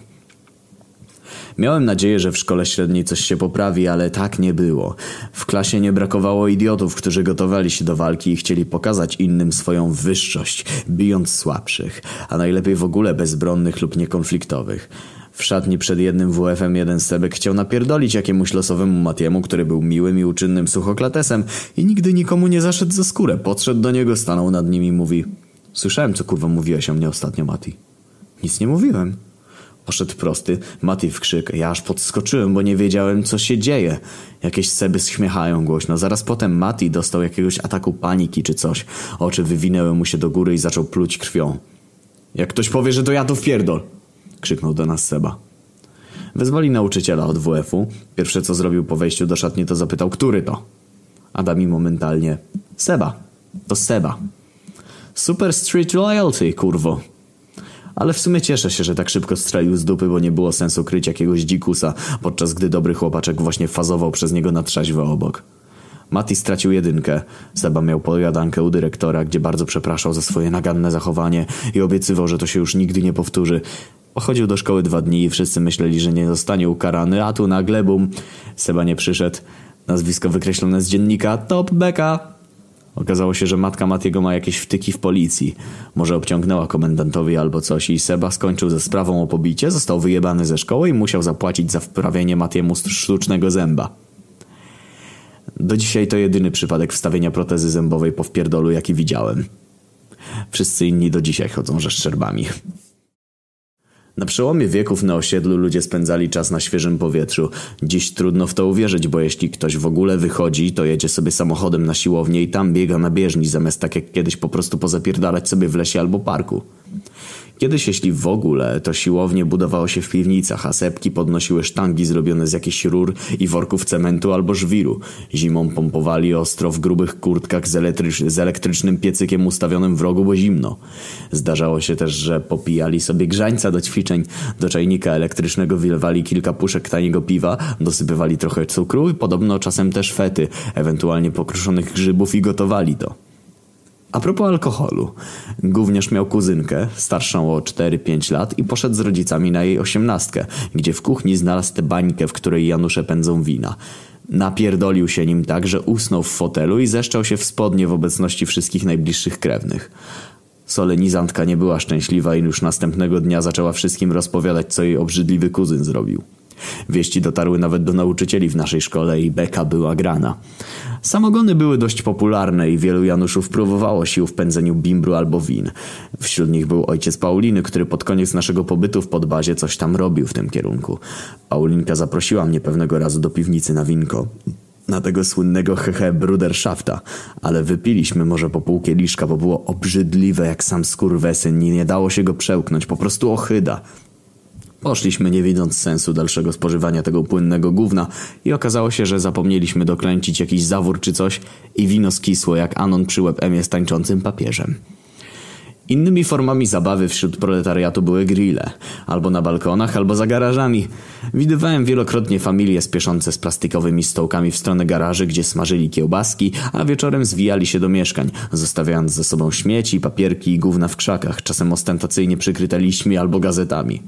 Miałem nadzieję, że w szkole średniej coś się poprawi, ale tak nie było. W klasie nie brakowało idiotów, którzy gotowali się do walki i chcieli pokazać innym swoją wyższość, bijąc słabszych, a najlepiej w ogóle bezbronnych lub niekonfliktowych. W szatni przed jednym WF-em jeden Sebek chciał napierdolić jakiemuś losowemu Matiemu, który był miłym i uczynnym suchoklatesem i nigdy nikomu nie zaszedł za skórę. Podszedł do niego, stanął nad nim i mówi: słyszałem, co kurwa mówiłeś o mnie ostatnio, Mati. Nic nie mówiłem. Poszedł prosty, Mati w krzyk. Ja aż podskoczyłem, bo nie wiedziałem, co się dzieje. Jakieś Seby śmiechają głośno. Zaraz potem Mati dostał jakiegoś ataku paniki czy coś. Oczy wywinęły mu się do góry i zaczął pluć krwią. Jak ktoś powie, że to ja, to wpierdol! Krzyknął do nas Seba. Wezwali nauczyciela od WF-u. Pierwsze co zrobił po wejściu do szatni, to zapytał, który to? Adami momentalnie: Seba. To Seba. Super street loyalty, kurwo. Ale w sumie cieszę się, że tak szybko strzelił z dupy, bo nie było sensu kryć jakiegoś dzikusa, podczas gdy dobry chłopaczek właśnie fazował przez niego na trzeźwo obok. Mati stracił 1. Seba miał pojadankę u dyrektora, gdzie bardzo przepraszał za swoje naganne zachowanie i obiecywał, że to się już nigdy nie powtórzy. Pochodził do szkoły 2 dni i wszyscy myśleli, że nie zostanie ukarany, a tu nagle bum. Seba nie przyszedł. Nazwisko wykreślone z dziennika. Top beka. Okazało się, że matka Matiego ma jakieś wtyki w policji. Może obciągnęła komendantowi albo coś i Seba skończył ze sprawą o pobicie, został wyjebany ze szkoły i musiał zapłacić za wprawienie Matiemu sztucznego zęba. Do dzisiaj to jedyny przypadek wstawienia protezy zębowej po wpierdolu, jaki widziałem. Wszyscy inni do dzisiaj chodzą ze szczerbami. Na przełomie wieków na osiedlu ludzie spędzali czas na świeżym powietrzu. Dziś trudno w to uwierzyć, bo jeśli ktoś w ogóle wychodzi, to jedzie sobie samochodem na siłownię i tam biega na bieżni, zamiast tak jak kiedyś po prostu pozapierdalać sobie w lesie albo parku. Kiedyś, jeśli w ogóle, to siłownie budowało się w piwnicach, a sepki podnosiły sztangi zrobione z jakichś rur i worków cementu albo żwiru. Zimą pompowali ostro w grubych kurtkach z elektrycznym piecykiem ustawionym w rogu, bo zimno. Zdarzało się też, że popijali sobie grzańca do ćwiczeń. Do czajnika elektrycznego wylewali kilka puszek taniego piwa, dosypywali trochę cukru i podobno czasem też fety, ewentualnie pokruszonych grzybów i gotowali to. A propos alkoholu. Gówniarz miał kuzynkę, starszą o 4-5 lat i poszedł z rodzicami na jej 18, gdzie w kuchni znalazł tę bańkę, w której Janusze pędzą wina. Napierdolił się nim tak, że usnął w fotelu i zeszczał się w spodnie w obecności wszystkich najbliższych krewnych. Solenizantka nie była szczęśliwa i już następnego dnia zaczęła wszystkim rozpowiadać, co jej obrzydliwy kuzyn zrobił. Wieści dotarły nawet do nauczycieli w naszej szkole i beka była grana. Samogony były dość popularne i wielu Januszów próbowało sił w pędzeniu bimbru albo win. Wśród nich był ojciec Pauliny, który pod koniec naszego pobytu w Podbazie coś tam robił w tym kierunku. Paulinka zaprosiła mnie pewnego razu do piwnicy na winko. Na tego słynnego Bruderschafta, ale wypiliśmy może po pół kieliszka, bo było obrzydliwe jak sam skurwesyn i nie dało się go przełknąć, po prostu ohyda. Poszliśmy nie widząc sensu dalszego spożywania tego płynnego gówna i okazało się, że zapomnieliśmy dokręcić jakiś zawór czy coś i wino skisło jak Anon przy WebM z tańczącym papieżem. Innymi formami zabawy wśród proletariatu były grille. Albo na balkonach, albo za garażami. Widywałem wielokrotnie familie spieszące z plastikowymi stołkami w stronę garaży, gdzie smażyli kiełbaski, a wieczorem zwijali się do mieszkań, zostawiając ze sobą śmieci, papierki i gówna w krzakach, czasem ostentacyjnie przykryte liśćmi albo gazetami.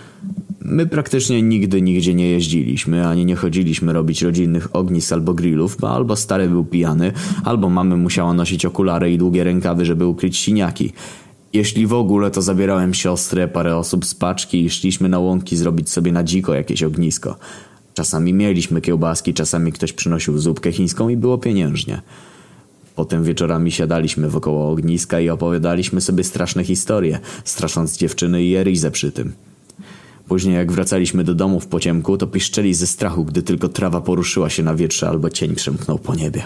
My praktycznie nigdy nigdzie nie jeździliśmy, ani nie chodziliśmy robić rodzinnych ognisk albo grillów, bo albo stary był pijany, albo mamy musiała nosić okulary i długie rękawy, żeby ukryć siniaki. Jeśli w ogóle, to zabierałem siostrę, parę osób z paczki i szliśmy na łąki zrobić sobie na dziko jakieś ognisko. Czasami mieliśmy kiełbaski, czasami ktoś przynosił zupkę chińską i było pieniężnie. Potem wieczorami siadaliśmy wokoło ogniska i opowiadaliśmy sobie straszne historie, strasząc dziewczyny i Erizę przy tym. Później jak wracaliśmy do domu w pociemku, to piszczeli ze strachu, gdy tylko trawa poruszyła się na wietrze albo cień przemknął po niebie.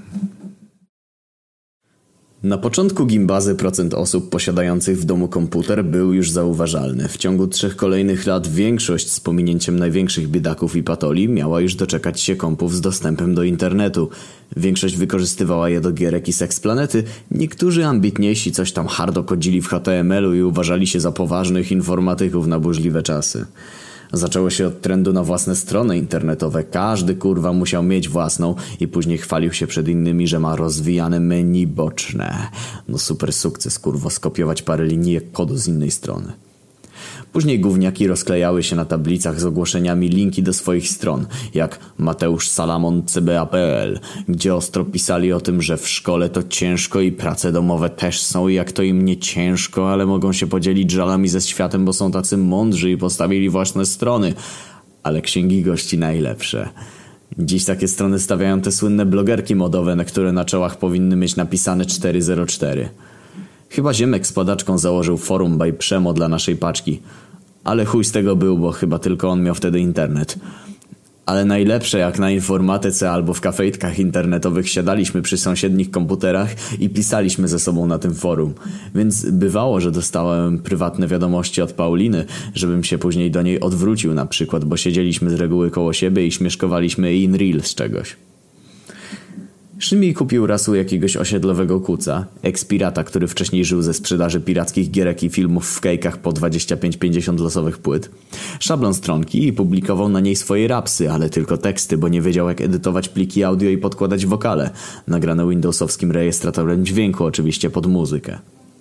Na początku gimbazy procent osób posiadających w domu komputer był już zauważalny. W ciągu 3 kolejnych lat większość, z pominięciem największych biedaków i patoli, miała już doczekać się kompów z dostępem do internetu. Większość wykorzystywała je do gierek i seksplanety. Niektórzy ambitniejsi coś tam hardo kodzili w HTML-u i uważali się za poważnych informatyków na burzliwe czasy. Zaczęło się od trendu na własne strony internetowe. Każdy kurwa musiał mieć własną i później chwalił się przed innymi, że ma rozwijane menu boczne. No super sukces kurwa, skopiować parę linijek kodu z innej strony. Później gówniaki rozklejały się na tablicach z ogłoszeniami linki do swoich stron, jak Mateusz Salamon CBA.pl, gdzie ostro pisali o tym, że w szkole to ciężko i prace domowe też są i jak to im nie ciężko, ale mogą się podzielić żalami ze światem, bo są tacy mądrzy i postawili własne strony. Ale księgi gości najlepsze. Dziś takie strony stawiają te słynne blogerki modowe, na które na czołach powinny mieć napisane 404. Chyba Ziemek z podaczką założył forum by Przemo dla naszej paczki. Ale chuj z tego był, bo chyba tylko on miał wtedy internet. Ale najlepsze, jak na informatyce albo w kafejkach internetowych siadaliśmy przy sąsiednich komputerach i pisaliśmy ze sobą na tym forum. Więc bywało, że dostałem prywatne wiadomości od Pauliny, żebym się później do niej odwrócił na przykład, bo siedzieliśmy z reguły koło siebie i śmieszkowaliśmy in real z czegoś. Szymiej kupił raz u jakiegoś osiedlowego kuca, ekspirata, który wcześniej żył ze sprzedaży pirackich gierek i filmów w kejkach po 25-50 losowych płyt, szablon stronki i publikował na niej swoje rapsy, ale tylko teksty, bo nie wiedział jak edytować pliki audio i podkładać wokale, nagrane windowsowskim rejestratorem dźwięku oczywiście pod muzykę.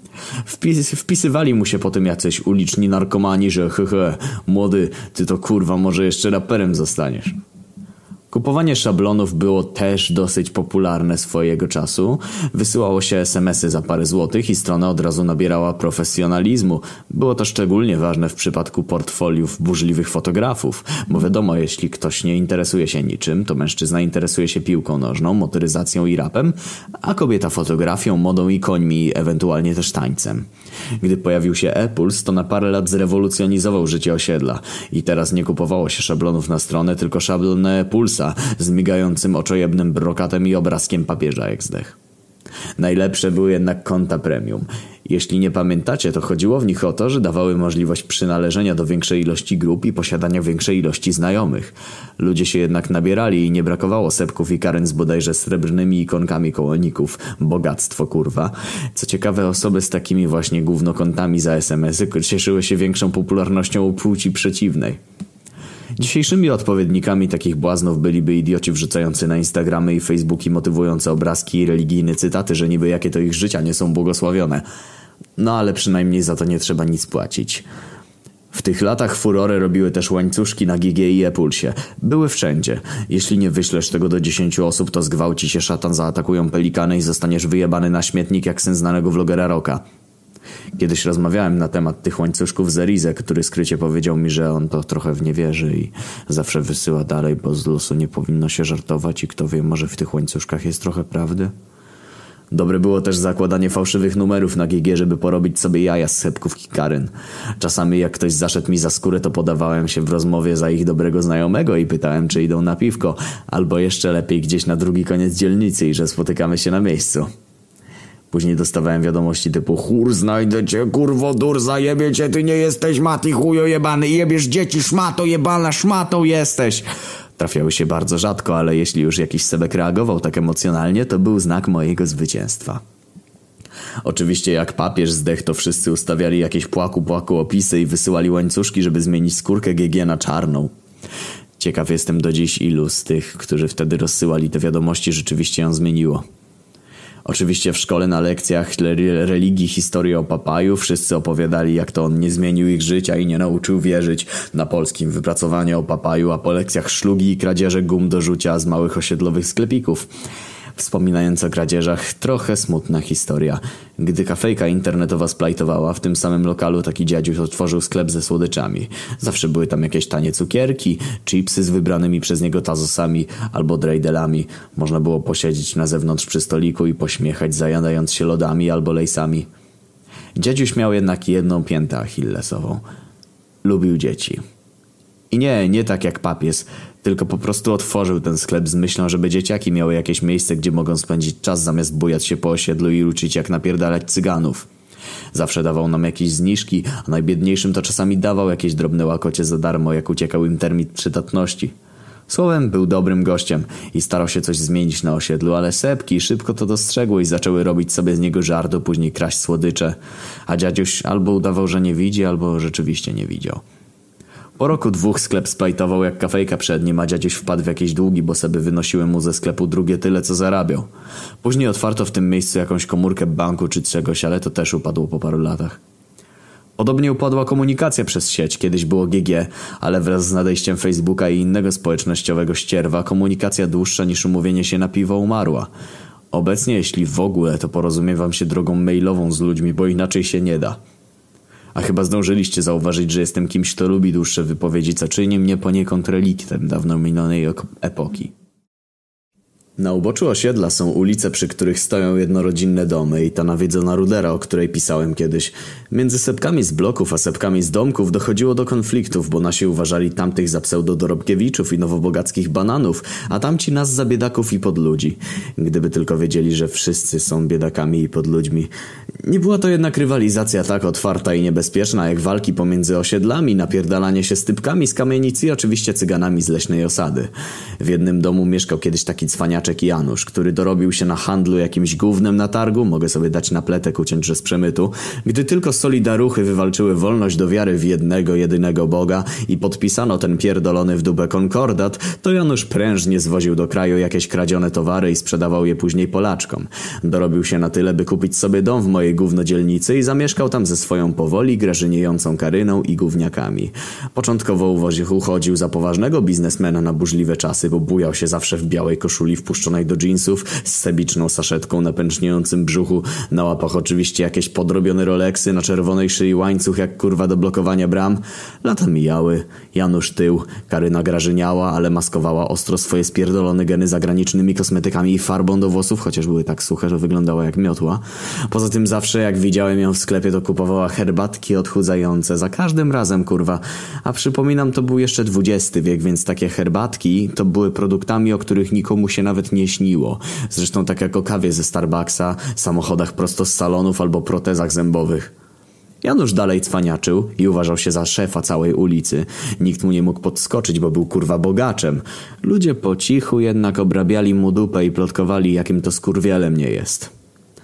Wpisywali mu się potem jacyś uliczni narkomani, że młody, ty to kurwa może jeszcze raperem zostaniesz. Kupowanie szablonów było też dosyć popularne swojego czasu. Wysyłało się SMS-y za parę złotych i strona od razu nabierała profesjonalizmu. Było to szczególnie ważne w przypadku portfoliów burzliwych fotografów, bo wiadomo, jeśli ktoś nie interesuje się niczym, to mężczyzna interesuje się piłką nożną, motoryzacją i rapem, a kobieta fotografią, modą i końmi, ewentualnie też tańcem. Gdy pojawił się e-Puls, to na parę lat zrewolucjonizował życie osiedla i teraz nie kupowało się szablonów na stronę, tylko szablon na e-Pulsa z migającym oczojebnym brokatem i obrazkiem papieża jak zdech. Najlepsze były jednak konta premium. Jeśli nie pamiętacie, to chodziło w nich o to, że dawały możliwość przynależenia do większej ilości grup i posiadania większej ilości znajomych. Ludzie się jednak nabierali i nie brakowało sepków i karen z bodajże srebrnymi ikonkami kołoników. Bogactwo, kurwa. Co ciekawe, osoby z takimi właśnie gównokontami za SMS-y cieszyły się większą popularnością u płci przeciwnej. Dzisiejszymi odpowiednikami takich błaznów byliby idioci wrzucający na Instagramy i Facebooki motywujące obrazki i religijne cytaty, że niby jakie to ich życia nie są błogosławione. No ale przynajmniej za to nie trzeba nic płacić. W tych latach furorę robiły też łańcuszki na GG i e-Pulsie. Były wszędzie. Jeśli nie wyślesz tego do 10 osób, to zgwałci się szatan, zaatakują pelikany i zostaniesz wyjebany na śmietnik jak syn znanego vlogera Rocka. Kiedyś rozmawiałem na temat tych łańcuszków z Erizę, który skrycie powiedział mi, że on to trochę w nie wierzy i zawsze wysyła dalej, bo z losu nie powinno się żartować i kto wie, może w tych łańcuszkach jest trochę prawdy. Dobre było też zakładanie fałszywych numerów na GG, żeby porobić sobie jaja z sepków i karen. Czasami jak ktoś zaszedł mi za skórę, to podawałem się w rozmowie za ich dobrego znajomego i pytałem, czy idą na piwko, albo jeszcze lepiej gdzieś na drugi koniec dzielnicy i że spotykamy się na miejscu. Później dostawałem wiadomości typu: chór znajdę cię, kurwo dur, zajebie cię, ty nie jesteś Mati chujo jebany, jebiesz dzieci, szmato jebana, szmatą jesteś. Trafiały się bardzo rzadko, ale jeśli już jakiś sebek reagował tak emocjonalnie, to był znak mojego zwycięstwa. Oczywiście jak papież zdechł, to wszyscy ustawiali jakieś płaku opisy i wysyłali łańcuszki, żeby zmienić skórkę GG na czarną. Ciekaw jestem do dziś, ilu z tych, którzy wtedy rozsyłali te wiadomości, rzeczywiście ją zmieniło. Oczywiście w szkole na lekcjach religii, historii o papaju wszyscy opowiadali, jak to on nie zmienił ich życia i nie nauczył wierzyć. Na polskim wypracowanie o papaju, a po lekcjach szlugi i kradzieże gum do rzucia z małych osiedlowych sklepików. Wspominając o kradzieżach, trochę smutna historia. Gdy kafejka internetowa splajtowała, w tym samym lokalu taki dziadziuś otworzył sklep ze słodyczami. Zawsze były tam jakieś tanie cukierki, chipsy z wybranymi przez niego tazosami albo drejdelami. Można było posiedzieć na zewnątrz przy stoliku i pośmiechać, zajadając się lodami albo lejsami. Dziadziuś miał jednak jedną piętę achillesową. Lubił dzieci. I nie tak jak papies, tylko po prostu otworzył ten sklep z myślą, żeby dzieciaki miały jakieś miejsce, gdzie mogą spędzić czas, zamiast bujać się po osiedlu i uczyć jak napierdalać cyganów. Zawsze dawał nam jakieś zniżki, a najbiedniejszym to czasami dawał jakieś drobne łakocie za darmo, jak uciekał im termin przydatności. Słowem, był dobrym gościem i starał się coś zmienić na osiedlu, ale sepki szybko to dostrzegły i zaczęły robić sobie z niego żart, później kraść słodycze, a dziadziuś albo udawał, że nie widzi, albo rzeczywiście nie widział. Po roku 2 sklep splajtował jak kafejka przed nim, a dziadziuś wpadł w jakieś długi, bo sobie wynosiły mu ze sklepu drugie tyle, co zarabiał. Później otwarto w tym miejscu jakąś komórkę banku czy czegoś, ale to też upadło po paru latach. Podobnie upadła komunikacja przez sieć. Kiedyś było GG, ale wraz z nadejściem Facebooka i innego społecznościowego ścierwa komunikacja dłuższa niż umówienie się na piwo umarła. Obecnie, jeśli w ogóle, to porozumiewam się drogą mailową z ludźmi, bo inaczej się nie da. A chyba zdążyliście zauważyć, że jestem kimś, kto lubi dłuższe wypowiedzi, co czyni mnie poniekąd reliktem dawno minionej epoki. Na uboczu osiedla są ulice, przy których stoją jednorodzinne domy i ta nawiedzona rudera, o której pisałem kiedyś. Między sepkami z bloków a sepkami z domków dochodziło do konfliktów, bo nasi uważali tamtych za pseudodorobkiewiczów i nowobogackich bananów, a tamci nas za biedaków i podludzi. Gdyby tylko wiedzieli, że wszyscy są biedakami i podludźmi. Nie była to jednak rywalizacja tak otwarta i niebezpieczna, jak walki pomiędzy osiedlami, napierdalanie się z typkami z kamienicy i oczywiście cyganami z leśnej osady. W jednym domu mieszkał kiedyś taki cwaniaczek Boczek i Janusz, który dorobił się na handlu jakimś gównem na targu, mogę sobie dać na pletek, uciąć, że z przemytu. Gdy tylko solidaruchy wywalczyły wolność do wiary w jednego, jedynego Boga i podpisano ten pierdolony w dupę konkordat, to Janusz prężnie zwoził do kraju jakieś kradzione towary i sprzedawał je później Polaczkom. Dorobił się na tyle, by kupić sobie dom w mojej gównodzielnicy i zamieszkał tam ze swoją powoli grażyniejącą Karyną i gówniakami. Początkowo uchodził za poważnego biznesmena na burzliwe czasy, bo bujał się zawsze w białej koszuli wpuszczonej do dżinsów z sebiczną saszetką na pęczniejącym brzuchu, na łapach oczywiście jakieś podrobione Rolexy, na czerwonej szyi łańcuch jak kurwa do blokowania bram. Lata mijały, Janusz tył, Karyna grażyniała, ale maskowała ostro swoje spierdolone geny zagranicznymi kosmetykami i farbą do włosów, chociaż były tak suche, że wyglądała jak miotła. Poza tym zawsze jak widziałem ją w sklepie, to kupowała herbatki odchudzające, za każdym razem kurwa. A przypominam, to był jeszcze XX wiek, więc takie herbatki to były produktami, o których nikomu się nawet nie śniło. Zresztą tak jak o kawie ze Starbucksa, samochodach prosto z salonów albo protezach zębowych. Janusz dalej cwaniaczył i uważał się za szefa całej ulicy. Nikt mu nie mógł podskoczyć, bo był kurwa bogaczem. Ludzie po cichu jednak obrabiali mu dupę i plotkowali, jakim to skurwielem nie jest.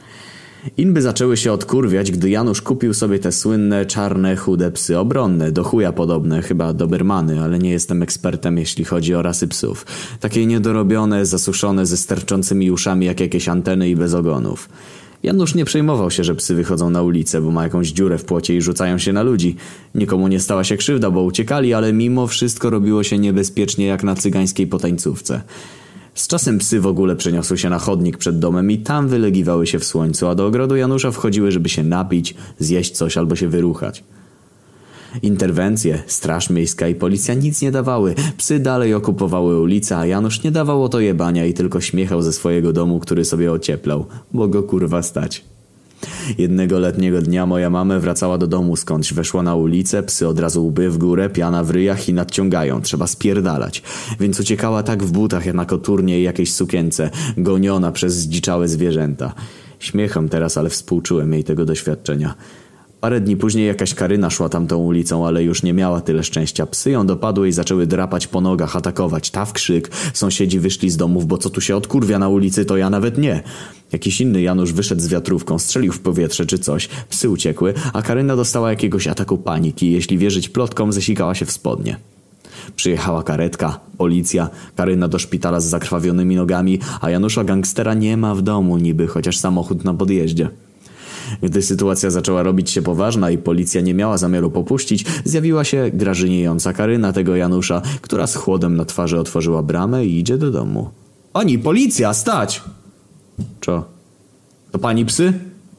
Inby zaczęły się odkurwiać, gdy Janusz kupił sobie te słynne, czarne, chude psy obronne, do chuja podobne, chyba dobermany, ale nie jestem ekspertem, jeśli chodzi o rasy psów. Takie niedorobione, zasuszone, ze sterczącymi uszami jak jakieś anteny i bez ogonów. Janusz nie przejmował się, że psy wychodzą na ulicę, bo ma jakąś dziurę w płocie i rzucają się na ludzi. Nikomu nie stała się krzywda, bo uciekali, ale mimo wszystko robiło się niebezpiecznie jak na cygańskiej potańcówce. Z czasem psy w ogóle przeniosły się na chodnik przed domem i tam wylegiwały się w słońcu, a do ogrodu Janusza wchodziły, żeby się napić, zjeść coś albo się wyruchać. Interwencje, straż miejska i policja nic nie dawały. Psy dalej okupowały ulicę, a Janusz nie dawał o to jebania i tylko śmiechał ze swojego domu, który sobie ocieplał, bo go kurwa stać. Jednego letniego dnia moja mama wracała do domu skądś, weszła na ulicę, psy od razu łby w górę, piana w ryjach i nadciągają, trzeba spierdalać. Więc uciekała tak w butach jak na koturnie i jakiejś sukience, goniona przez zdziczałe zwierzęta. Śmiecham teraz, ale współczułem jej tego doświadczenia. Parę dni później jakaś Karyna szła tamtą ulicą, ale już nie miała tyle szczęścia. Psy ją dopadły i zaczęły drapać po nogach, atakować. Ta w krzyk. Sąsiedzi wyszli z domów, bo co tu się odkurwia na ulicy, to ja nawet nie. Jakiś inny Janusz wyszedł z wiatrówką, strzelił w powietrze czy coś. Psy uciekły, a Karyna dostała jakiegoś ataku paniki. Jeśli wierzyć plotkom, zesikała się w spodnie. Przyjechała karetka, policja, Karyna do szpitala z zakrwawionymi nogami, a Janusza gangstera nie ma w domu niby, chociaż samochód na podjeździe. Gdy sytuacja zaczęła robić się poważna i policja nie miała zamiaru popuścić, zjawiła się grażyniejąca Karyna tego Janusza, która z chłodem na twarzy otworzyła bramę i idzie do domu. Pani, policja, stać! Czo? To pani psy?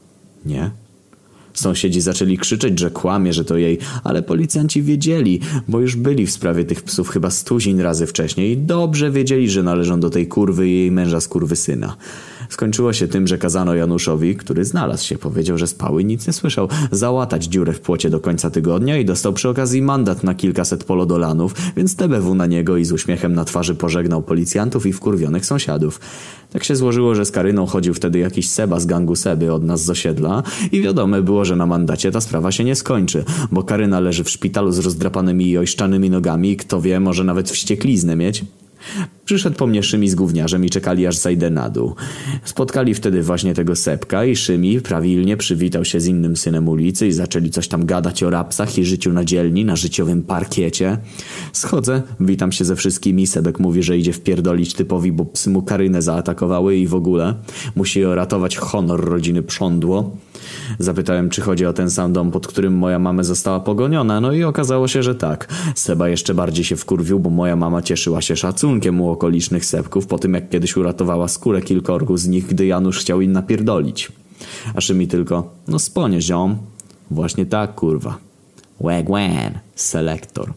Nie. Sąsiedzi zaczęli krzyczeć, że kłamie, że to jej, ale policjanci wiedzieli, bo już byli w sprawie tych psów chyba 100 razy wcześniej i dobrze wiedzieli, że należą do tej kurwy i jej męża skurwysyna. Skończyło się tym, że kazano Januszowi, który znalazł się, powiedział, że spał i nic nie słyszał, załatać dziurę w płocie do końca tygodnia i dostał przy okazji mandat na kilkaset polodolanów, więc TBW na niego i z uśmiechem na twarzy pożegnał policjantów i wkurwionych sąsiadów. Tak się złożyło, że z Karyną chodził wtedy jakiś Seba z gangu Seby od nas z osiedla i wiadome było, że na mandacie ta sprawa się nie skończy, bo Karyna leży w szpitalu z rozdrapanymi i ojszczanymi nogami i kto wie, może nawet wściekliznę mieć. Przyszedł po mnie Szymi z gówniarzem i czekali aż zajdę na dół. Spotkali wtedy właśnie tego Sepka i Szymi prawilnie przywitał się z innym synem ulicy i zaczęli coś tam gadać o rapsach i życiu na dzielni, na życiowym parkiecie. Schodzę, witam się ze wszystkimi, Sebek mówi, że idzie wpierdolić typowi, bo psy mu Karynę zaatakowały i w ogóle musi ratować honor rodziny Prządło. Zapytałem, czy chodzi o ten sam dom, pod którym moja mama została pogoniona, no i okazało się, że tak. Seba jeszcze bardziej się wkurwił, bo moja mama cieszyła się szacunkiem u okolicznych Sebków po tym, jak kiedyś uratowała skórę kilkorgu z nich, gdy Janusz chciał im napierdolić. A Szymi tylko, no sponie ziom. Właśnie tak, kurwa. Wagwan, selektor.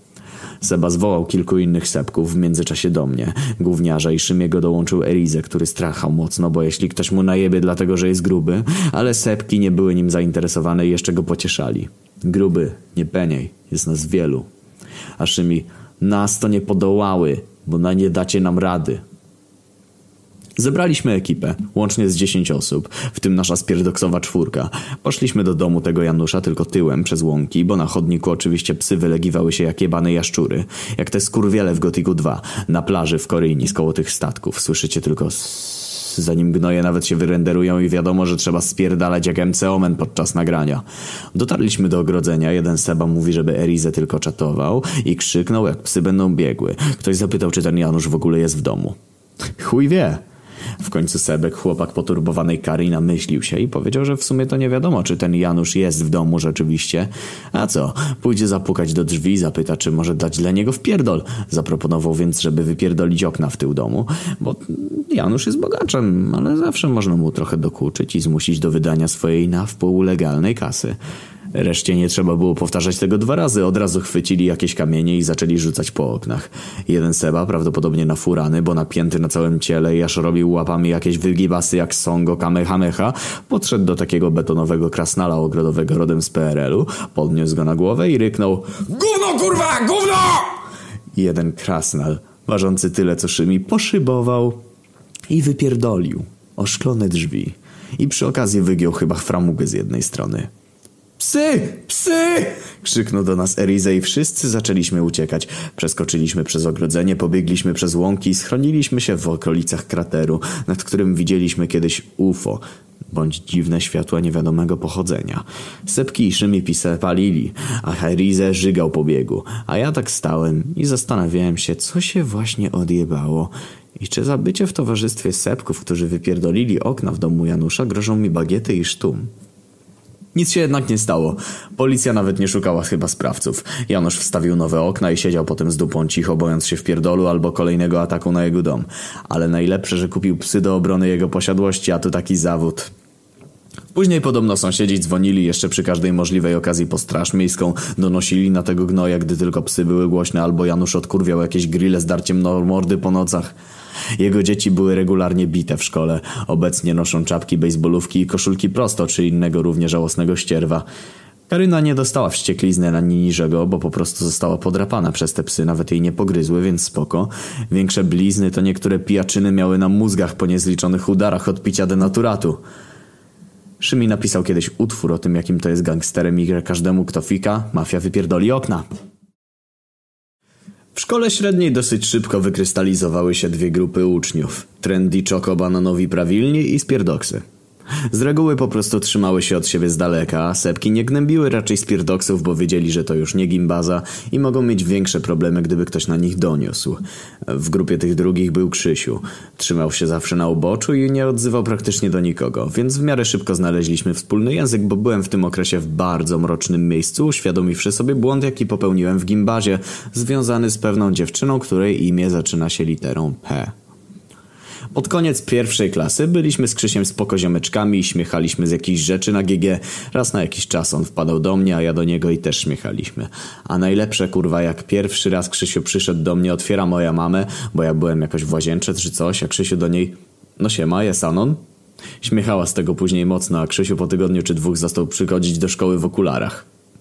Seba zwołał kilku innych Sebków w międzyczasie do mnie. Gówniarza i Szymiego dołączył Erizę, który strachał mocno, bo jeśli ktoś mu najebie dlatego, że jest gruby, ale Sebki nie były nim zainteresowane i jeszcze go pocieszali. Gruby, nie peniej, jest nas wielu. A Szymi, nas to nie podołały, bo nie dacie nam rady. Zebraliśmy ekipę, łącznie z 10 osób, w tym nasza spierdoksowa 4. Poszliśmy do domu tego Janusza tylko tyłem przez łąki, bo na chodniku oczywiście psy wylegiwały się jak jebane jaszczury. Jak te skurwiele w Gothicu 2, na plaży w Koryni koło tych statków. Słyszycie tylko zanim gnoje nawet się wyrenderują i wiadomo, że trzeba spierdalać jak MC Omen podczas nagrania. Dotarliśmy do ogrodzenia, jeden Seba mówi, żeby Erizę tylko czatował i krzyknął, jak psy będą biegły. Ktoś zapytał, czy ten Janusz w ogóle jest w domu. Chuj wie. W końcu Sebek, chłopak poturbowanej Kari, namyślił się i powiedział, że w sumie to nie wiadomo, czy ten Janusz jest w domu rzeczywiście. A co? Pójdzie zapukać do drzwi, zapyta, czy może dać dla niego wpierdol. Zaproponował więc, żeby wypierdolić okna w tył domu, bo Janusz jest bogaczem, ale zawsze można mu trochę dokuczyć i zmusić do wydania swojej na wpół legalnej kasy. Reszcie nie trzeba było powtarzać tego 2 razy. Od razu chwycili jakieś kamienie i zaczęli rzucać po oknach. Jeden Seba, prawdopodobnie nafurany, bo napięty na całym ciele i aż robił łapami jakieś wygibasy jak Songo Kamehameha, podszedł do takiego betonowego krasnala ogrodowego rodem z PRL-u, podniósł go na głowę i ryknął: "Gówno, kurwa, gówno!" Jeden krasnal, ważący tyle co Szymi, poszybował i wypierdolił oszklone drzwi. I przy okazji wygiął chyba framugę z jednej strony. "Psy! Psy!" krzyknął do nas Erize i wszyscy zaczęliśmy uciekać. Przeskoczyliśmy przez ogrodzenie, pobiegliśmy przez łąki i schroniliśmy się w okolicach krateru, nad którym widzieliśmy kiedyś UFO, bądź dziwne światła niewiadomego pochodzenia. Sepki i Szymi pisę palili, a Erizę żygał po biegu. A ja tak stałem i zastanawiałem się, co się właśnie odjebało. I czy za bycie w towarzystwie sepków, którzy wypierdolili okna w domu Janusza, grożą mi bagiety i sztum. Nic się jednak nie stało. Policja nawet nie szukała chyba sprawców. Janusz wstawił nowe okna i siedział potem z dupą cicho, bojąc się wpierdolu albo kolejnego ataku na jego dom. Ale najlepsze, że kupił psy do obrony jego posiadłości, a to taki zawód. Później podobno sąsiedzi dzwonili jeszcze przy każdej możliwej okazji po straż miejską, donosili na tego gnoja, gdy tylko psy były głośne, albo Janusz odkurwiał jakieś grille z darciem mordy po nocach. Jego dzieci były regularnie bite w szkole. Obecnie noszą czapki, bejsbolówki i koszulki prosto, czy innego równie żałosnego ścierwa. Karyna nie dostała wścieklizny ani niczego, bo po prostu została podrapana przez te psy, nawet jej nie pogryzły, więc spoko. Większe blizny to niektóre pijaczyny miały na mózgach po niezliczonych udarach od picia denaturatu. Szymi napisał kiedyś utwór o tym, jakim to jest gangsterem i że każdemu, kto fika, mafia wypierdoli okna. W szkole średniej dosyć szybko wykrystalizowały się 2 grupy uczniów. Trendy czoko-bananowi prawilni i spierdoksy. Z reguły po prostu trzymały się od siebie z daleka, a sepki nie gnębiły raczej spierdoksów, bo wiedzieli, że to już nie gimbaza i mogą mieć większe problemy, gdyby ktoś na nich doniósł. W grupie tych drugich był Krzysiu. Trzymał się zawsze na uboczu i nie odzywał praktycznie do nikogo, więc w miarę szybko znaleźliśmy wspólny język, bo byłem w tym okresie w bardzo mrocznym miejscu, uświadomiwszy sobie błąd, jaki popełniłem w gimbazie, związany z pewną dziewczyną, której imię zaczyna się literą P. Pod koniec 1. klasy byliśmy z Krzysiem spokoziomeczkami i śmiechaliśmy z jakichś rzeczy na GG. Raz na jakiś czas on wpadał do mnie, a ja do niego i też śmiechaliśmy. A najlepsze, kurwa, jak pierwszy raz Krzysiu przyszedł do mnie, otwiera moja mamę, bo ja byłem jakoś w łazience czy coś, a Krzysiu do niej: "No siema, jest Anon?" Śmiechała z tego później mocno, a Krzysiu po tygodniu czy 2 został przychodzić do szkoły w okularach.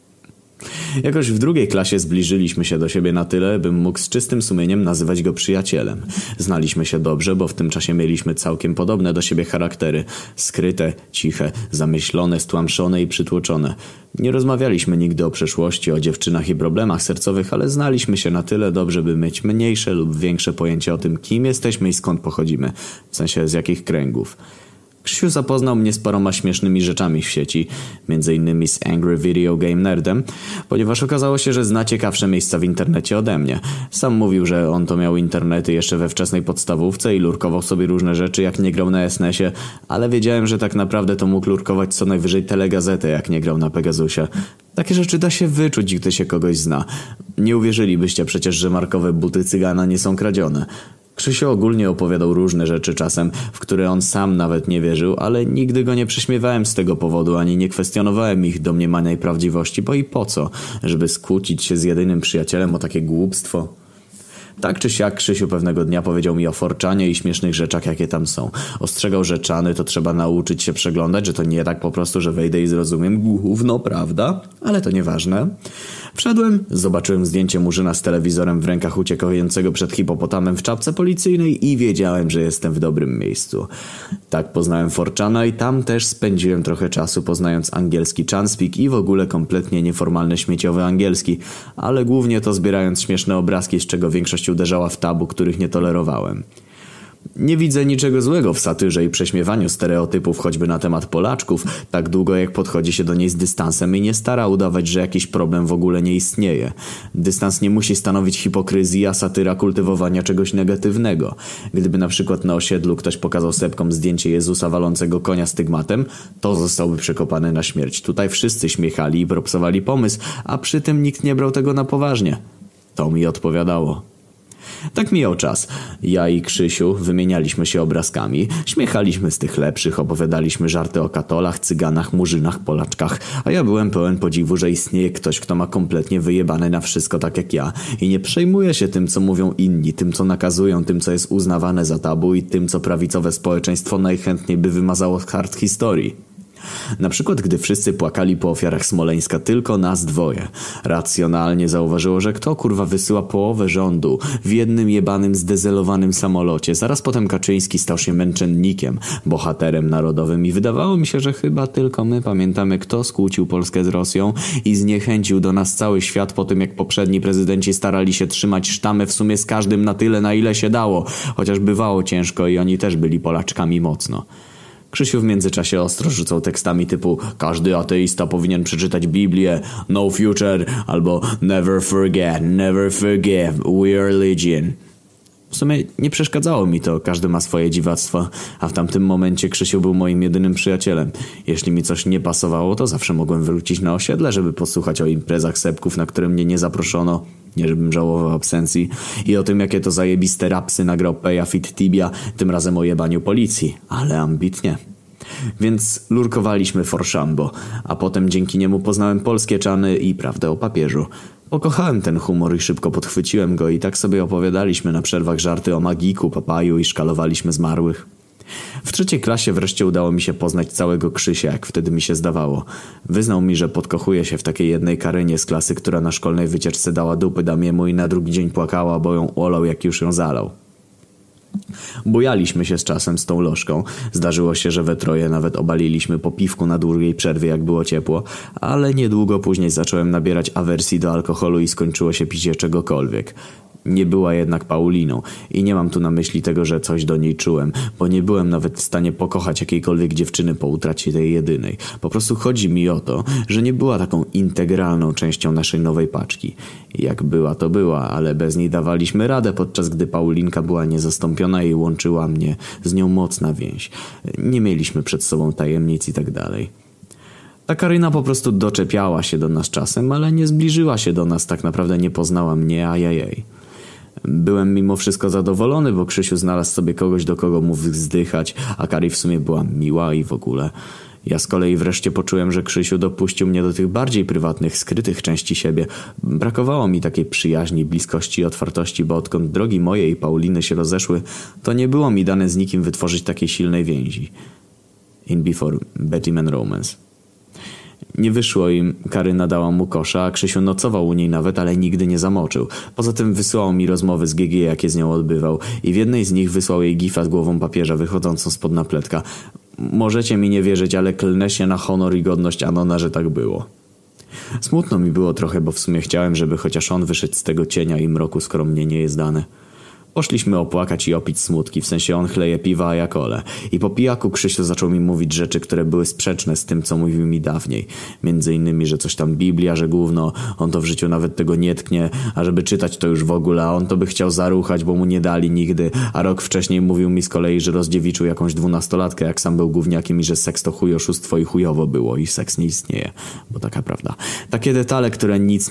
Jakoś w 2. klasie zbliżyliśmy się do siebie na tyle, bym mógł z czystym sumieniem nazywać go przyjacielem. Znaliśmy się dobrze, bo w tym czasie mieliśmy całkiem podobne do siebie charaktery. Skryte, ciche, zamyślone, stłamszone i przytłoczone. Nie rozmawialiśmy nigdy o przeszłości, o dziewczynach i problemach sercowych, ale znaliśmy się na tyle dobrze, by mieć mniejsze lub większe pojęcie o tym, kim jesteśmy i skąd pochodzimy. W sensie z jakich kręgów. Krzysiu zapoznał mnie z paroma śmiesznymi rzeczami w sieci, m.in. z Angry Video Game Nerdem, ponieważ okazało się, że zna ciekawsze miejsca w internecie ode mnie. Sam mówił, że on to miał internety jeszcze we wczesnej podstawówce i lurkował sobie różne rzeczy, jak nie grał na SNES-ie, ale wiedziałem, że tak naprawdę to mógł lurkować co najwyżej telegazetę, jak nie grał na Pegasusie. Takie rzeczy da się wyczuć, gdy się kogoś zna. Nie uwierzylibyście przecież, że markowe buty cygana nie są kradzione. Krzysiu ogólnie opowiadał różne rzeczy czasem, w które on sam nawet nie wierzył, ale nigdy go nie prześmiewałem z tego powodu, ani nie kwestionowałem ich domniemanej prawdziwości, bo i po co, żeby skłócić się z jedynym przyjacielem o takie głupstwo? Tak czy siak Krzysiu pewnego dnia powiedział mi o forczanie i śmiesznych rzeczach, jakie tam są. Ostrzegał, że czany to trzeba nauczyć się przeglądać, że to nie tak po prostu, że wejdę i zrozumiem gówno, prawda? Ale to nieważne. Wszedłem, zobaczyłem zdjęcie Murzyna z telewizorem w rękach uciekającego przed hipopotamem w czapce policyjnej i wiedziałem, że jestem w dobrym miejscu. Tak poznałem 4chana i tam też spędziłem trochę czasu poznając angielski Chanspeak i w ogóle kompletnie nieformalny śmieciowy angielski, ale głównie to zbierając śmieszne obrazki, z czego większość uderzała w tabu, których nie tolerowałem. Nie widzę niczego złego w satyrze i prześmiewaniu stereotypów choćby na temat Polaczków, tak długo jak podchodzi się do niej z dystansem i nie stara udawać, że jakiś problem w ogóle nie istnieje. Dystans nie musi stanowić hipokryzji, a satyra kultywowania czegoś negatywnego. Gdyby na przykład na osiedlu ktoś pokazał sepkom zdjęcie Jezusa walącego konia stygmatem, to zostałby przekopany na śmierć. Tutaj wszyscy śmiechali i propsowali pomysł, a przy tym nikt nie brał tego na poważnie. To mi odpowiadało. Tak mijał czas. Ja i Krzysiu wymienialiśmy się obrazkami, śmiechaliśmy z tych lepszych, opowiadaliśmy żarty o katolach, cyganach, murzynach, Polaczkach, a ja byłem pełen podziwu, że istnieje ktoś, kto ma kompletnie wyjebane na wszystko tak jak ja i nie przejmuje się tym, co mówią inni, tym, co nakazują, tym, co jest uznawane za tabu i tym, co prawicowe społeczeństwo najchętniej by wymazało z kart historii. Na przykład, gdy wszyscy płakali po ofiarach Smoleńska, tylko nas dwoje. Racjonalnie zauważyło, że kto kurwa wysyła połowę rządu w jednym jebanym zdezelowanym samolocie. Zaraz potem Kaczyński stał się męczennikiem, bohaterem narodowym i wydawało mi się, że chyba tylko my pamiętamy, kto skłócił Polskę z Rosją i zniechęcił do nas cały świat po tym, jak poprzedni prezydenci starali się trzymać sztamę w sumie z każdym na tyle, na ile się dało, chociaż bywało ciężko i oni też byli Polaczkami mocno. Krzysiu w międzyczasie ostro rzucał tekstami typu każdy ateista powinien przeczytać Biblię, no future, albo never forget, never forgive, we are legion. W sumie nie przeszkadzało mi to, każdy ma swoje dziwactwo, a w tamtym momencie Krzysiu był moim jedynym przyjacielem. Jeśli mi coś nie pasowało, to zawsze mogłem wrócić na osiedle, żeby posłuchać o imprezach sepków, na które mnie nie zaproszono, nie żebym żałował absencji, i o tym, jakie to zajebiste rapsy nagrał Peja Fit Tibia, tym razem o jebaniu policji, ale ambitnie. Więc lurkowaliśmy for Shambo, a potem dzięki niemu poznałem polskie czany i prawdę o papieżu. Pokochałem ten humor i szybko podchwyciłem go i tak sobie opowiadaliśmy na przerwach żarty o magiku, papaju i szkalowaliśmy zmarłych. W 3. klasie wreszcie udało mi się poznać całego Krzysia, jak wtedy mi się zdawało. Wyznał mi, że podkochuje się w takiej jednej Karynie z klasy, która na szkolnej wycieczce dała dupy Damiemu i na drugi dzień płakała, bo ją olał, jak już ją zalał. Bujaliśmy się z czasem z tą lożką. Zdarzyło się, że we troje nawet obaliliśmy po piwku na długiej przerwie, jak było ciepło, ale niedługo później zacząłem nabierać awersji do alkoholu i skończyło się picie czegokolwiek. Nie była jednak Pauliną i nie mam tu na myśli tego, że coś do niej czułem, bo nie byłem nawet w stanie pokochać jakiejkolwiek dziewczyny po utracie tej jedynej. Po prostu chodzi mi o to, że nie była taką integralną częścią naszej nowej paczki. Jak była, to była, ale bez niej dawaliśmy radę, podczas gdy Paulinka była niezastąpiona i łączyła mnie z nią mocna więź. Nie mieliśmy przed sobą tajemnic i tak dalej. Ta Karyna po prostu doczepiała się do nas czasem, ale nie zbliżyła się do nas, tak naprawdę nie poznała mnie, a ja jej. Byłem mimo wszystko zadowolony, bo Krzysiu znalazł sobie kogoś, do kogo mógł wzdychać, a Kari w sumie była miła i w ogóle. Ja z kolei wreszcie poczułem, że Krzysiu dopuścił mnie do tych bardziej prywatnych, skrytych części siebie. Brakowało mi takiej przyjaźni, bliskości i otwartości, bo odkąd drogi moje i Pauliny się rozeszły, to nie było mi dane z nikim wytworzyć takiej silnej więzi. In before Betty Man Romance. Nie wyszło im, Karyna dała mu kosza, a Krzysiu nocował u niej nawet, ale nigdy nie zamoczył. Poza tym wysłał mi rozmowy z GG, jakie z nią odbywał, i w jednej z nich wysłał jej gifa z głową papieża wychodzącą spod napletka. Możecie mi nie wierzyć, ale klnę się na honor i godność Anona, że tak było. Smutno mi było trochę, bo w sumie chciałem, żeby chociaż on wyszedł z tego cienia i mroku, skoro mnie nie jest dane. Poszliśmy opłakać i opić smutki, w sensie on chleje piwa, a ja kole. I po pijaku Krzysiu zaczął mi mówić rzeczy, które były sprzeczne z tym, co mówił mi dawniej. Między innymi, że coś tam Biblia, że gówno, on to w życiu nawet tego nie tknie, a żeby czytać to już w ogóle, a on to by chciał zaruchać, bo mu nie dali nigdy, a rok wcześniej mówił mi z kolei, że rozdziewiczył jakąś 12-latkę, jak sam był gówniakiem i że seks to chuj, oszustwo i chujowo było i seks nie istnieje, bo taka prawda. Takie detale, które nic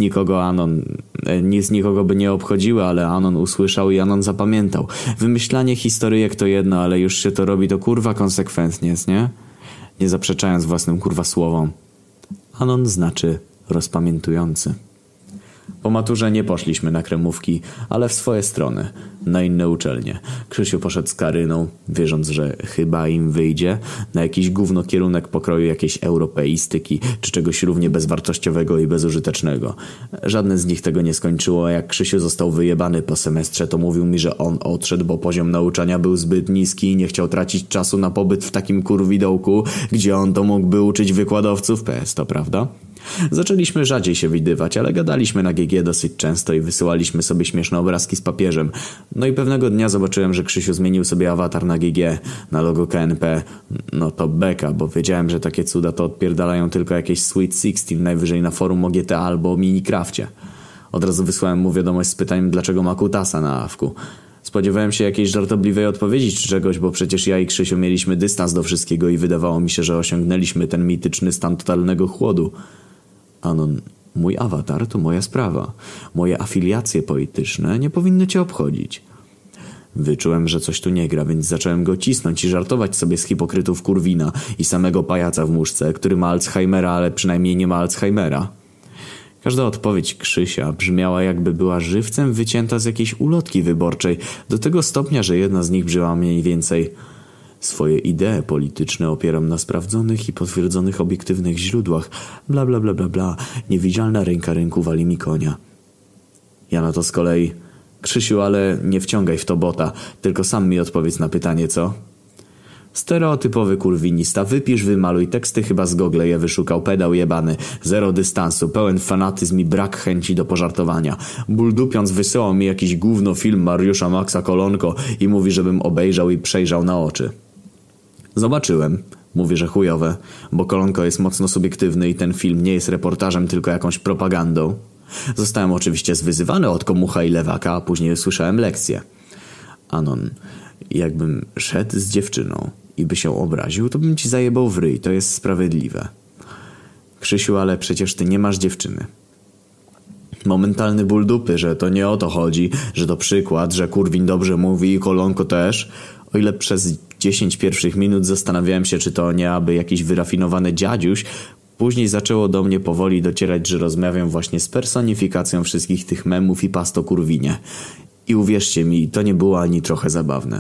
nikogo by nie obchodziły, ale Anon usłyszał i Anon zapamiętał. Wymyślanie historyjek to jedno, ale już się to robi to kurwa konsekwentnie, nie? Nie zaprzeczając własnym kurwa słowom. Anon znaczy rozpamiętujący. Po maturze nie poszliśmy na kremówki, ale w swoje strony, na inne uczelnie. Krzysiu poszedł z Karyną, wierząc, że chyba im wyjdzie, na jakiś gówno kierunek pokroju jakiejś europeistyki, czy czegoś równie bezwartościowego i bezużytecznego. Żadne z nich tego nie skończyło, a jak Krzysiu został wyjebany po semestrze, to mówił mi, że on odszedł, bo poziom nauczania był zbyt niski i nie chciał tracić czasu na pobyt w takim kurwidołku, gdzie on to mógłby uczyć wykładowców PS, to prawda? Zaczęliśmy rzadziej się widywać, ale gadaliśmy na GG dosyć często i wysyłaliśmy sobie śmieszne obrazki z papieżem. No i pewnego dnia zobaczyłem, że Krzysiu zmienił sobie awatar na GG, na logo KNP. No to beka, bo wiedziałem, że takie cuda to odpierdalają tylko jakieś Sweet 16, najwyżej na forum o GTA albo o Minecrafcie. Od razu wysłałem mu wiadomość z pytaniem, dlaczego ma kutasa na awku. Spodziewałem się jakiejś żartobliwej odpowiedzi czy czegoś, bo przecież ja i Krzysiu mieliśmy dystans do wszystkiego i wydawało mi się, że osiągnęliśmy ten mityczny stan totalnego chłodu. Anon, mój awatar to moja sprawa. Moje afiliacje polityczne nie powinny cię obchodzić. Wyczułem, że coś tu nie gra, więc zacząłem go cisnąć i żartować sobie z hipokrytów Kurwina i samego pajaca w muszce, który ma Alzheimera, ale przynajmniej nie ma Alzheimera. Każda odpowiedź Krzysia brzmiała, jakby była żywcem wycięta z jakiejś ulotki wyborczej, do tego stopnia, że jedna z nich brzmiała mniej więcej: swoje idee polityczne opieram na sprawdzonych i potwierdzonych obiektywnych źródłach. Bla bla bla bla bla. Niewidzialna ręka ręku wali mi konia. Ja na to z kolei: Krzysiu, ale nie wciągaj w to bota, tylko sam mi odpowiedz na pytanie, co? Stereotypowy kurwinista, wypisz, wymaluj teksty, chyba z Google je wyszukał, pedał jebany, zero dystansu, pełen fanatyzm i brak chęci do pożartowania. Buldupiąc wysyłał mi jakiś gówno film Mariusza Maxa Kolonko i mówi, żebym obejrzał i przejrzał na oczy. Zobaczyłem. Mówi, że chujowe, bo Kolonko jest mocno subiektywny i ten film nie jest reportażem, tylko jakąś propagandą. Zostałem oczywiście zwyzywany od komucha i lewaka, a później usłyszałem lekcję. Anon, jakbym szedł z dziewczyną i by się obraził, to bym ci zajebał w ryj, to jest sprawiedliwe. Krzysiu, ale przecież ty nie masz dziewczyny. Momentalny ból dupy, że to nie o to chodzi, że to przykład, że Kurwin dobrze mówi i Kolonko też. O ile przez 10 pierwszych minut zastanawiałem się, czy to nie aby jakiś wyrafinowany dziadziuś, później zaczęło do mnie powoli docierać, że rozmawiam właśnie z personifikacją wszystkich tych memów i pasto Kurwinie. I uwierzcie mi, to nie było ani trochę zabawne.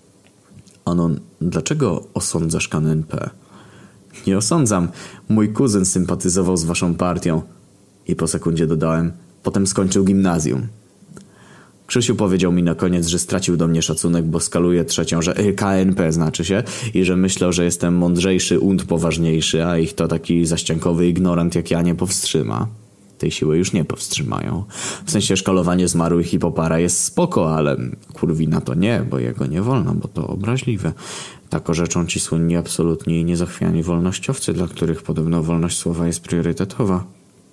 Anon, dlaczego osądzasz KNP? Nie osądzam. Mój kuzyn sympatyzował z waszą partią. I po sekundzie dodałem: potem skończył gimnazjum. Krzysiu powiedział mi na koniec, że stracił do mnie szacunek, bo skaluje trzecią, że KNP znaczy się, i że myślał, że jestem mądrzejszy und poważniejszy, a ich to taki zaściankowy ignorant jak ja nie powstrzyma. Tej siły już nie powstrzymają. W sensie szkalowanie zmarłych i popara jest spoko, ale Kurwina to nie, bo jego nie wolno, bo to obraźliwe. Taką rzeczą ci słynni absolutni i niezachwiani wolnościowcy, dla których podobno wolność słowa jest priorytetowa.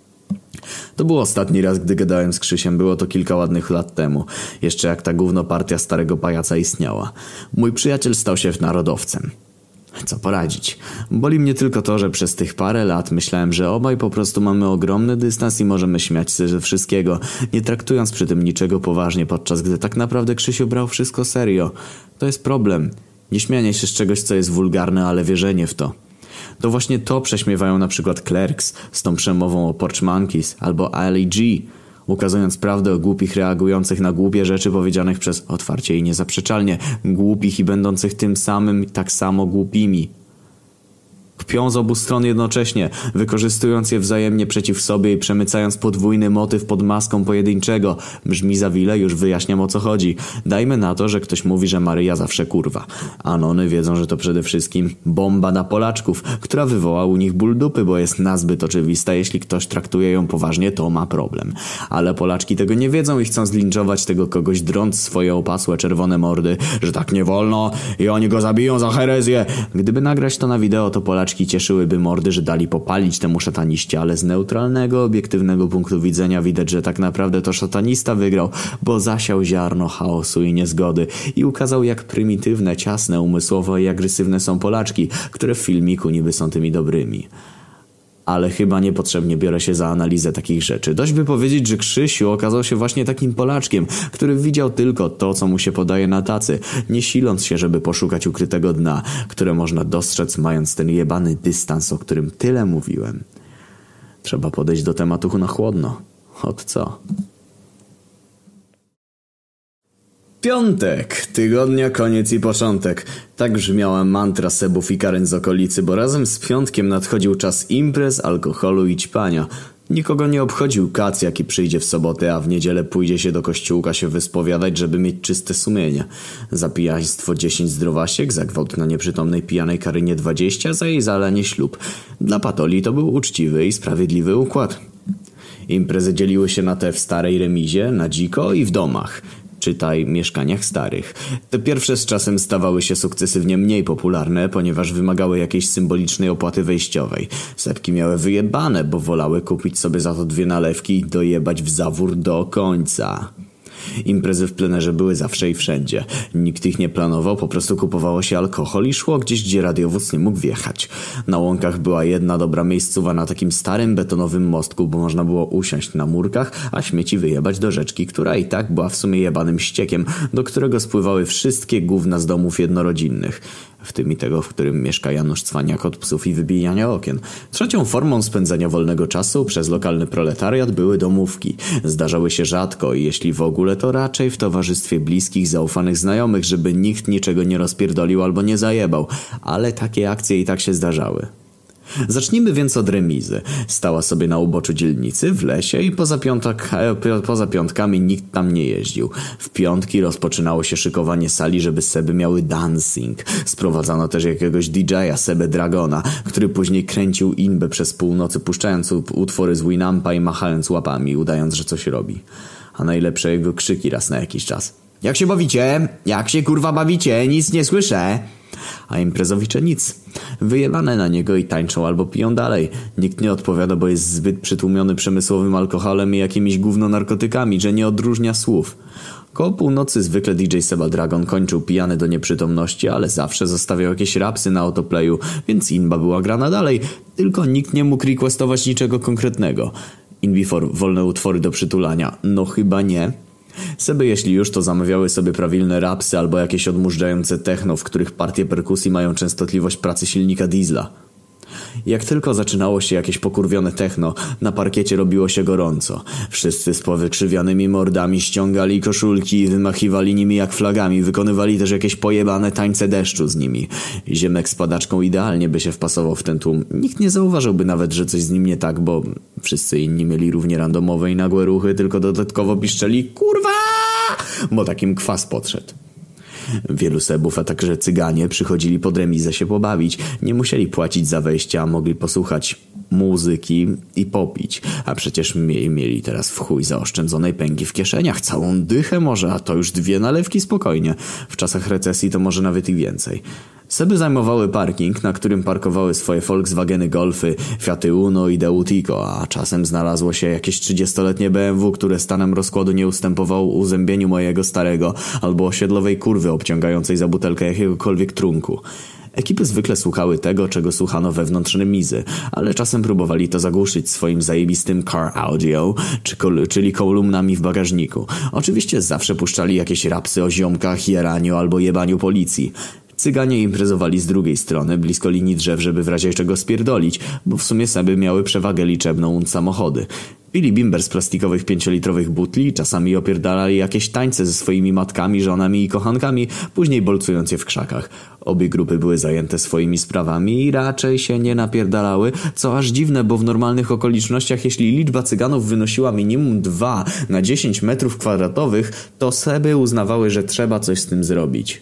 To był ostatni raz, gdy gadałem z Krzysiem. Było to kilka ładnych lat temu. Jeszcze jak ta gównopartia starego pajaca istniała. Mój przyjaciel stał się narodowcem. Co poradzić? Boli mnie tylko to, że przez tych parę lat myślałem, że obaj po prostu mamy ogromny dystans i możemy śmiać się ze wszystkiego, nie traktując przy tym niczego poważnie, podczas gdy tak naprawdę Krzysiu brał wszystko serio. To jest problem. Nie śmianie się z czegoś, co jest wulgarne, ale wierzenie w to. To właśnie to prześmiewają na przykład Clerks z tą przemową o Porch Monkeys albo Ali G, ukazując prawdę o głupich reagujących na głupie rzeczy powiedzianych przez otwarcie i niezaprzeczalnie głupich i będących tym samym tak samo głupimi. Kpią z obu stron jednocześnie, wykorzystując je wzajemnie przeciw sobie i przemycając podwójny motyw pod maską pojedynczego. Brzmi zawile, już wyjaśniam, o co chodzi. Dajmy na to, że ktoś mówi, że Maryja zawsze kurwa. Anony wiedzą, że to przede wszystkim bomba na Polaczków, która wywoła u nich ból dupy, bo jest nazbyt oczywista. Jeśli ktoś traktuje ją poważnie, to ma problem. Ale Polaczki tego nie wiedzą i chcą zlinczować tego kogoś, drąc swoje opasłe czerwone mordy, że tak nie wolno i oni go zabiją za herezję. Gdyby nagrać to na wideo, to Polaczki cieszyłyby mordy, że dali popalić temu szataniście, ale z neutralnego, obiektywnego punktu widzenia widać, że tak naprawdę to szatanista wygrał, bo zasiał ziarno chaosu i niezgody i ukazał, jak prymitywne, ciasne, umysłowo i agresywne są Polaczki, które w filmiku niby są tymi dobrymi. Ale chyba niepotrzebnie biorę się za analizę takich rzeczy. Dość by powiedzieć, że Krzysiu okazał się właśnie takim Polaczkiem, który widział tylko to, co mu się podaje na tacy, nie siląc się, żeby poszukać ukrytego dna, które można dostrzec, mając ten jebany dystans, o którym tyle mówiłem. Trzeba podejść do tematu na chłodno. Od co? Piątek, tygodnia koniec i początek. Tak brzmiała mantra Sebów i Karen z okolicy, bo razem z piątkiem nadchodził czas imprez, alkoholu i ćpania. Nikogo nie obchodził kac, jaki przyjdzie w sobotę, a w niedzielę pójdzie się do kościółka się wyspowiadać, żeby mieć czyste sumienie. Za pijaństwo 10 zdrowasiek, za gwałt na nieprzytomnej pijanej Karynie 20, za jej zalanie ślub. Dla Patoli to był uczciwy i sprawiedliwy układ. Imprezy dzieliły się na te w starej remizie, na dziko i w domach. Czytaj, mieszkaniach starych. Te pierwsze z czasem stawały się sukcesywnie mniej popularne, ponieważ wymagały jakiejś symbolicznej opłaty wejściowej. Sepki miały wyjebane, bo wolały kupić sobie za to 2 nalewki i dojebać w zawór do końca. Imprezy w plenerze były zawsze i wszędzie. Nikt ich nie planował, po prostu kupowało się alkohol i szło gdzieś, gdzie radiowóz nie mógł wjechać. Na łąkach była jedna dobra miejscowa na takim starym betonowym mostku, bo można było usiąść na murkach, a śmieci wyjebać do rzeczki, która i tak była w sumie jebanym ściekiem, do którego spływały wszystkie gówna z domów jednorodzinnych. W tym i tego, w którym mieszka Janusz Cwaniak od psów i wybijania okien. Trzecią formą spędzania wolnego czasu przez lokalny proletariat były domówki. Zdarzały się rzadko i jeśli w ogóle, to raczej w towarzystwie bliskich, zaufanych znajomych, żeby nikt niczego nie rozpierdolił albo nie zajebał. Ale takie akcje i tak się zdarzały. Zacznijmy więc od remizy. Stała sobie na uboczu dzielnicy, w lesie i poza piątkami nikt tam nie jeździł. W piątki rozpoczynało się szykowanie sali, żeby Seby miały dancing. Sprowadzano też jakiegoś DJ-a, Sebę Dragona, który później kręcił inbę przez północy, puszczając utwory z Winampa i machając łapami, udając, że coś robi. A najlepsze jego krzyki raz na jakiś czas. Jak się bawicie? Jak się kurwa bawicie? Nic nie słyszę. A imprezowicze nic. Wyjebane na niego i tańczą albo piją dalej. Nikt nie odpowiada, bo jest zbyt przytłumiony przemysłowym alkoholem i jakimiś gówno narkotykami, że nie odróżnia słów. Koło północy zwykle DJ Seba Dragon kończył pijany do nieprzytomności, ale zawsze zostawiał jakieś rapsy na autoplayu, więc inba była grana dalej, tylko nikt nie mógł requestować niczego konkretnego. Inbifor, wolne utwory do przytulania. No chyba nie. Seby jeśli już, to zamawiały sobie prawilne rapsy albo jakieś odmurzające techno, w których partie perkusji mają częstotliwość pracy silnika diesla. Jak tylko zaczynało się jakieś pokurwione techno, na parkiecie robiło się gorąco. Wszyscy z powykrzywianymi mordami ściągali koszulki i wymachiwali nimi jak flagami, wykonywali też jakieś pojebane tańce deszczu z nimi. Ziemek z padaczką idealnie by się wpasował w ten tłum. Nikt nie zauważyłby nawet, że coś z nim nie tak, bo wszyscy inni mieli równie randomowe i nagłe ruchy, tylko dodatkowo piszczeli kurwa, bo takim kwas podszedł. Wielu Sebów, a także cyganie przychodzili pod remizę się pobawić. Nie musieli płacić za wejście, a mogli posłuchać muzyki i popić. A przecież mieli teraz w chuj zaoszczędzonej pęgi w kieszeniach. Całą dychę może, a to już 2 nalewki spokojnie. W czasach recesji to może nawet i więcej. Seby zajmowały parking, na którym parkowały swoje Volkswageny Golfy, Fiaty Uno i Deutico, a czasem znalazło się jakieś 30-letnie BMW, które stanem rozkładu nie ustępowało uzębieniu mojego starego albo osiedlowej kurwy obciągającej za butelkę jakiegokolwiek trunku. Ekipy zwykle słuchały tego, czego słuchano wewnątrz remizy, ale czasem próbowali to zagłuszyć swoim zajebistym car audio, czyli kolumnami w bagażniku. Oczywiście zawsze puszczali jakieś rapsy o ziomkach, jaraniu albo jebaniu policji. Cyganie imprezowali z drugiej strony, blisko linii drzew, żeby w razie czego spierdolić, bo w sumie Seby miały przewagę liczebną samochody. Pili bimber z plastikowych 5-litrowych butli, czasami opierdalali jakieś tańce ze swoimi matkami, żonami i kochankami, później bolcując je w krzakach. Obie grupy były zajęte swoimi sprawami i raczej się nie napierdalały, co aż dziwne, bo w normalnych okolicznościach, jeśli liczba cyganów wynosiła minimum 2 na 10 metrów kwadratowych, to Seby uznawały, że trzeba coś z tym zrobić.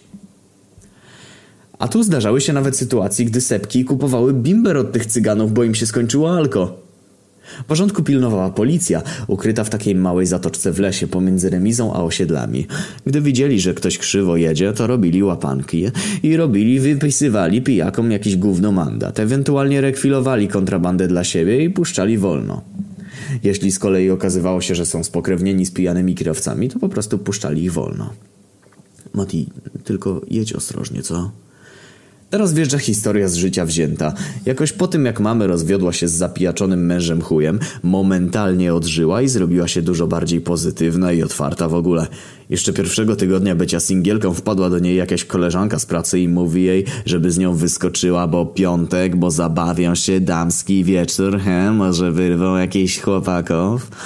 A tu zdarzały się nawet sytuacje, gdy Sepki kupowały bimber od tych cyganów, bo im się skończyło alko. Porządku pilnowała policja, ukryta w takiej małej zatoczce w lesie pomiędzy remizą a osiedlami. Gdy widzieli, że ktoś krzywo jedzie, to robili łapanki i wypisywali pijakom jakiś gówno mandat, ewentualnie rekwilowali kontrabandę dla siebie i puszczali wolno. Jeśli z kolei okazywało się, że są spokrewnieni z pijanymi kierowcami, to po prostu puszczali ich wolno. Mati, tylko jedź ostrożnie, co? Teraz wjeżdża historia z życia wzięta. Jakoś po tym, jak mama rozwiodła się z zapijaczonym mężem chujem, momentalnie odżyła i zrobiła się dużo bardziej pozytywna i otwarta w ogóle. Jeszcze pierwszego tygodnia bycia singielką wpadła do niej jakaś koleżanka z pracy i mówi jej, żeby z nią wyskoczyła, bo piątek, bo zabawią się, damski wieczór, może wyrwą jakichś chłopaków.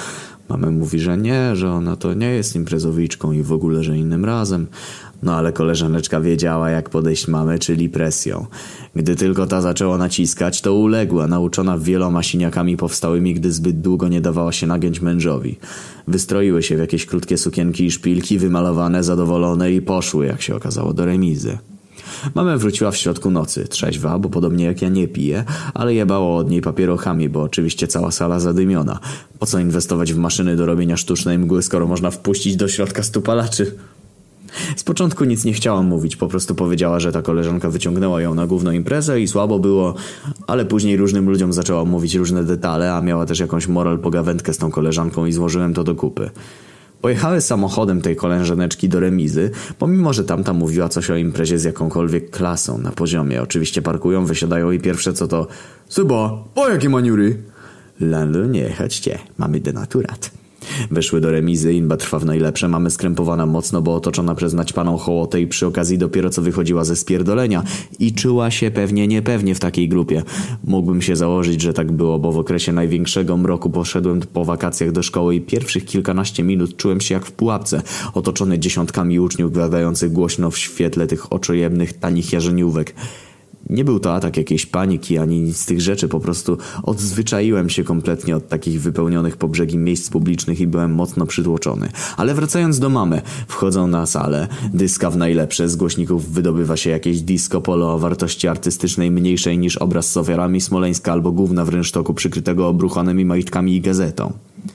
Mama mówi, że nie, że ona to nie jest imprezowiczką i w ogóle, że innym razem. No ale koleżaneczka wiedziała, jak podejść mamę, czyli presją. Gdy tylko ta zaczęła naciskać, to uległa, nauczona wieloma siniakami powstałymi, gdy zbyt długo nie dawała się nagiąć mężowi. Wystroiły się w jakieś krótkie sukienki i szpilki, wymalowane, zadowolone i poszły, jak się okazało, do remizy. Mama wróciła w środku nocy, trzeźwa, bo podobnie jak ja nie piję, ale jebało od niej papierochami, bo oczywiście cała sala zadymiona. Po co inwestować w maszyny do robienia sztucznej mgły, skoro można wpuścić do środka stupalaczy? Z początku nic nie chciałam mówić, po prostu powiedziała, że ta koleżanka wyciągnęła ją na główną imprezę i słabo było, ale później różnym ludziom zaczęła mówić różne detale, a miała też jakąś moral pogawędkę z tą koleżanką i złożyłem to do kupy. Pojechały samochodem tej koleżaneczki do remizy, pomimo że tamta mówiła coś o imprezie z jakąkolwiek klasą na poziomie. Oczywiście parkują, wysiadają i pierwsze co to: Syba, po jakie maniury? Lanlu, nie, chodźcie, mamy denaturat. Weszły do remizy, inba trwa w najlepsze, mamy skrępowana mocno, bo otoczona przez naćpaną hołotę i przy okazji dopiero co wychodziła ze spierdolenia i czuła się pewnie niepewnie w takiej grupie. Mógłbym się założyć, że tak było, bo w okresie największego mroku poszedłem po wakacjach do szkoły i pierwszych kilkanaście minut czułem się jak w pułapce, otoczony dziesiątkami uczniów gadających głośno w świetle tych oczojebnych, tanich jarzeniówek. Nie był to atak jakiejś paniki, ani nic z tych rzeczy, po prostu odzwyczaiłem się kompletnie od takich wypełnionych po brzegi miejsc publicznych i byłem mocno przytłoczony. Ale wracając do mamy, wchodzą na salę, dyska w najlepsze, z głośników wydobywa się jakieś disco polo o wartości artystycznej mniejszej niż obraz z ofiarami Smoleńska albo gówna w rynsztoku przykrytego obruchanymi majtkami i gazetą.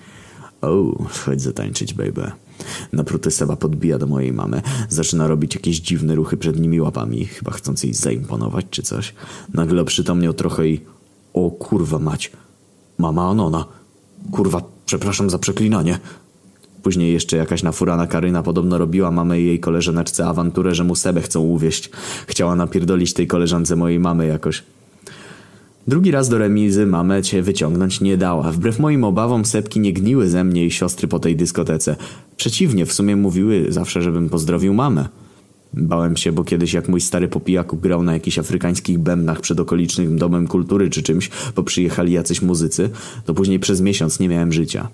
Chodź zatańczyć, baby. Napruty Seba podbija do mojej mamy. Zaczyna robić jakieś dziwne ruchy przed nimi łapami, chyba chcąc jej zaimponować czy coś. Nagle oprzytomniał trochę i... O kurwa mać. Mama Anona. Kurwa, przepraszam za przeklinanie. Później jeszcze jakaś nafurana Karyna podobno robiła mamę i jej koleżaneczce awanturę, że mu Sebę chcą uwieść. Chciała napierdolić tej koleżance mojej mamy jakoś. Drugi raz do remizy mamę cię wyciągnąć nie dała. Wbrew moim obawom Sebki nie gniły ze mnie i siostry po tej dyskotece. Przeciwnie, w sumie mówiły zawsze, żebym pozdrowił mamę. Bałem się, bo kiedyś jak mój stary po pijaku grał na jakichś afrykańskich bębnach przed okolicznym domem kultury czy czymś, bo przyjechali jacyś muzycy, to później przez miesiąc nie miałem życia.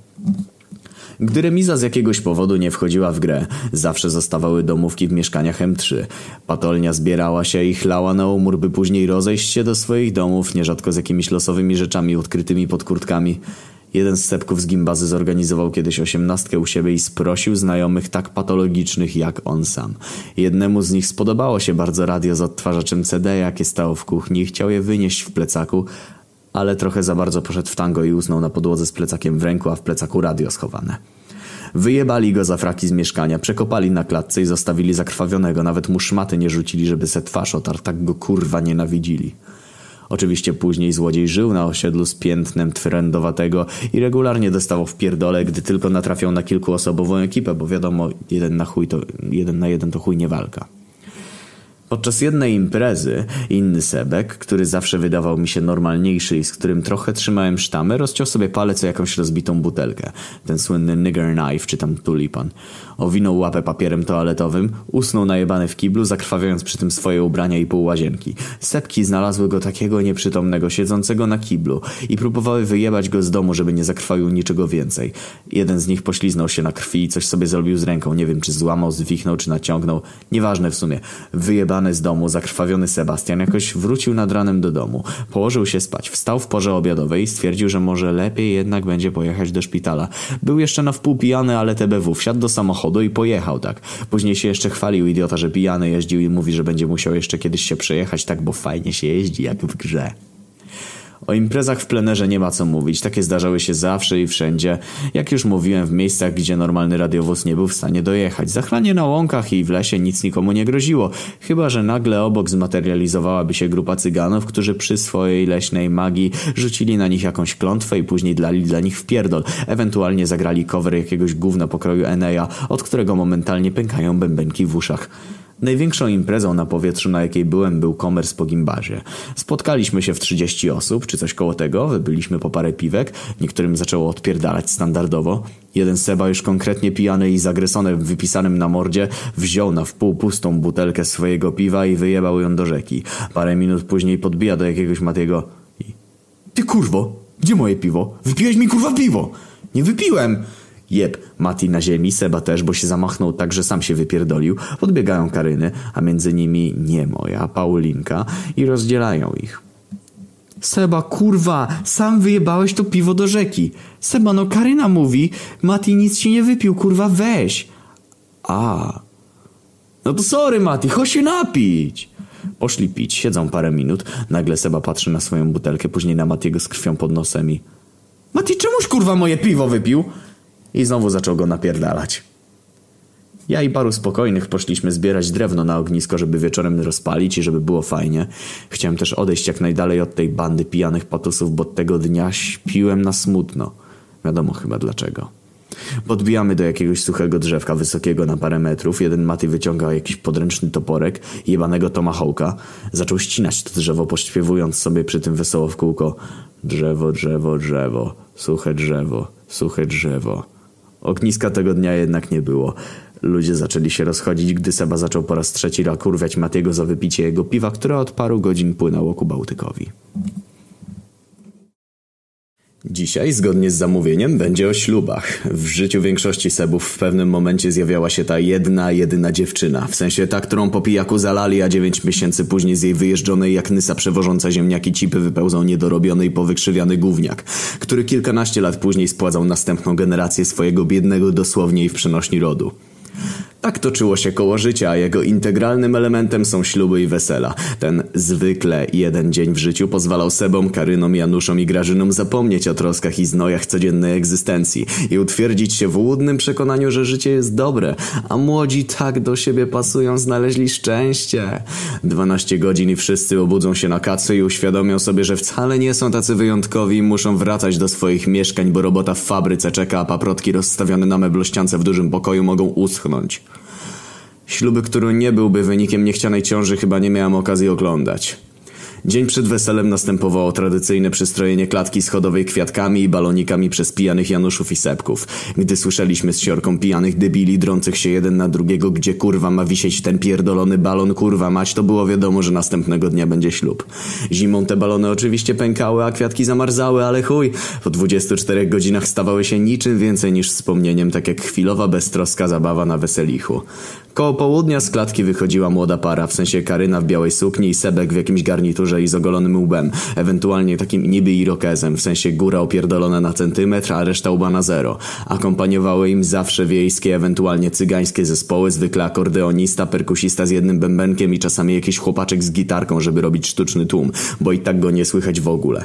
Gdy remiza z jakiegoś powodu nie wchodziła w grę, zawsze zostawały domówki w mieszkaniach M3. Patolnia zbierała się i chlała na umór, by później rozejść się do swoich domów, nierzadko z jakimiś losowymi rzeczami odkrytymi pod kurtkami. Jeden z sepków z gimbazy zorganizował kiedyś 18 u siebie i sprosił znajomych tak patologicznych jak on sam. Jednemu z nich spodobało się bardzo radio z odtwarzaczem CD, jakie stało w kuchni i chciał je wynieść w plecaku, ale trochę za bardzo poszedł w tango i usnął na podłodze z plecakiem w ręku, a w plecaku radio schowane. Wyjebali go za fraki z mieszkania, przekopali na klatce i zostawili zakrwawionego, nawet mu szmaty nie rzucili, żeby se twarz otarł, tak go kurwa nienawidzili. Oczywiście później złodziej żył na osiedlu z piętnem trendowatego i regularnie dostawał w pierdole, gdy tylko natrafiał na kilkuosobową ekipę, bo wiadomo, jeden na jeden to chuj nie walka. Podczas jednej imprezy inny Sebek, który zawsze wydawał mi się normalniejszy i z którym trochę trzymałem sztamę, rozciął sobie palec o jakąś rozbitą butelkę. Ten słynny nigger knife, czy tam tulipan. Owinął łapę papierem toaletowym, usnął najebany w kiblu, zakrwawiając przy tym swoje ubrania i pół łazienki. Sebki znalazły go takiego nieprzytomnego, siedzącego na kiblu i próbowały wyjebać go z domu, żeby nie zakrwawił niczego więcej. Jeden z nich pośliznął się na krwi i coś sobie zrobił z ręką. Nie wiem, czy złamał, zwichnął, czy naciągnął. Nieważne w sumie. Wyjebany z domu, zakrwawiony Sebastian jakoś wrócił nad ranem do domu. Położył się spać, wstał w porze obiadowej i stwierdził, że może lepiej jednak będzie pojechać do szpitala. Był jeszcze na wpół pijany, ale TBW. Wsiadł do samochodu i pojechał, tak. Później się jeszcze chwalił idiota, że pijany jeździł i mówi, że będzie musiał jeszcze kiedyś się przejechać, tak, bo fajnie się jeździ jak w grze. O imprezach w plenerze nie ma co mówić, takie zdarzały się zawsze i wszędzie. Jak już mówiłem, w miejscach, gdzie normalny radiowóz nie był w stanie dojechać. Zachlanie na łąkach i w lesie nic nikomu nie groziło, chyba że nagle obok zmaterializowałaby się grupa cyganów, którzy przy swojej leśnej magii rzucili na nich jakąś klątwę i później dali dla nich wpierdol. Ewentualnie zagrali cover jakiegoś gówna pokroju Enea, od którego momentalnie pękają bębenki w uszach. Największą imprezą na powietrzu, na jakiej byłem, był komers po gimbazie. Spotkaliśmy się w 30 osób, czy coś koło tego, wybyliśmy po parę piwek, niektórym zaczęło odpierdalać standardowo. Jeden Seba już konkretnie pijany i zagresonem wypisanym na mordzie wziął na wpół pustą butelkę swojego piwa i wyjebał ją do rzeki. Parę minut później podbija do jakiegoś Matiego i... Ty kurwo, gdzie moje piwo? Wypiłeś mi kurwa piwo! Nie wypiłem! Jeb, Mati na ziemi, Seba też, bo się zamachnął tak, że sam się wypierdolił. Podbiegają Karyny, a między nimi nie moja, Paulinka i rozdzielają ich. Seba, kurwa, sam wyjebałeś to piwo do rzeki. Seba, no Karyna mówi, Mati nic ci nie wypił, kurwa, weź. No to sorry, Mati, chodź się napić. Poszli pić, siedzą parę minut. Nagle Seba patrzy na swoją butelkę, później na Matiego z krwią pod nosem i... Mati, czemuś kurwa moje piwo wypił? I znowu zaczął go napierdalać. Ja i paru spokojnych poszliśmy zbierać drewno na ognisko, żeby wieczorem rozpalić i żeby było fajnie. Chciałem też odejść jak najdalej od tej bandy pijanych patusów, bo tego dnia śpiłem na smutno. Wiadomo chyba dlaczego. Podbijamy do jakiegoś suchego drzewka wysokiego na parę metrów. Jeden Mati wyciągał jakiś podręczny toporek, jebanego tomahawka. Zaczął ścinać to drzewo, pośpiewując sobie przy tym wesoło w kółko. Drzewo, drzewo, drzewo, suche drzewo, suche drzewo. Ogniska tego dnia jednak nie było. Ludzie zaczęli się rozchodzić, gdy Seba zaczął po raz trzeci rakurwiać Matiego za wypicie jego piwa, które od paru godzin płynęło ku Bałtykowi. Dzisiaj, zgodnie z zamówieniem, będzie o ślubach. W życiu większości Sebów w pewnym momencie zjawiała się ta jedyna dziewczyna. W sensie ta, którą po pijaku zalali, a 9 miesięcy później z jej wyjeżdżonej jak nysa przewożąca ziemniaki cipy wypełzał niedorobiony i powykrzywiany gówniak, który kilkanaście lat później spładzał następną generację swojego biednego dosłownie i w przenośni rodu. Tak toczyło się koło życia, a jego integralnym elementem są śluby i wesela. Ten zwykle jeden dzień w życiu pozwalał Sebom, Karynom, Januszom i Grażynom zapomnieć o troskach i znojach codziennej egzystencji i utwierdzić się w łudnym przekonaniu, że życie jest dobre, a młodzi tak do siebie pasują, znaleźli szczęście. 12 godzin i wszyscy obudzą się na kacu i uświadomią sobie, że wcale nie są tacy wyjątkowi i muszą wracać do swoich mieszkań, bo robota w fabryce czeka, a paprotki rozstawione na meblościance w dużym pokoju mogą uschnąć. Śluby, który nie byłby wynikiem niechcianej ciąży, chyba nie miałem okazji oglądać. Dzień przed weselem następowało tradycyjne przystrojenie klatki schodowej kwiatkami i balonikami przez pijanych Januszów i Sebków. Gdy słyszeliśmy z siorką pijanych debili drących się jeden na drugiego, gdzie kurwa ma wisieć ten pierdolony balon, kurwa mać, to było wiadomo, że następnego dnia będzie ślub. Zimą te balony oczywiście pękały, a kwiatki zamarzały, ale chuj, po 24 godzinach stawały się niczym więcej niż wspomnieniem, tak jak chwilowa beztroska zabawa na weselichu. Koło południa z klatki wychodziła młoda para, w sensie Karyna w białej sukni i Sebek w jakimś garniturze i z ogolonym łbem, ewentualnie takim niby irokezem, w sensie góra opierdolona na centymetr, a reszta łba na zero. Akompaniowały im zawsze wiejskie, ewentualnie cygańskie zespoły, zwykle akordeonista, perkusista z jednym bębenkiem i czasami jakiś chłopaczek z gitarką, żeby robić sztuczny tłum, bo i tak go nie słychać w ogóle.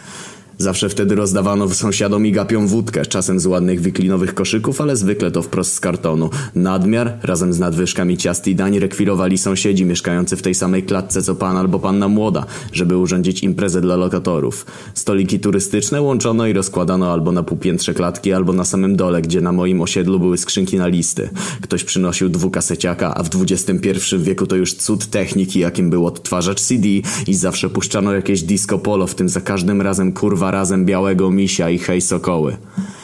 Zawsze wtedy rozdawano sąsiadom i gapiom wódkę, czasem z ładnych wiklinowych koszyków, ale zwykle to wprost z kartonu. Nadmiar, razem z nadwyżkami ciast i dań rekwirowali sąsiedzi mieszkający w tej samej klatce co pan albo panna młoda, żeby urządzić imprezę dla lokatorów. Stoliki turystyczne łączono i rozkładano albo na półpiętrze klatki, albo na samym dole, gdzie na moim osiedlu były skrzynki na listy. Ktoś przynosił 2-kaseciaka, a w XXI wieku to już cud techniki, jakim był odtwarzacz CD i zawsze puszczano jakieś disco polo, w tym za każdym razem kurwa razem Białego Misia i Hej Sokoły.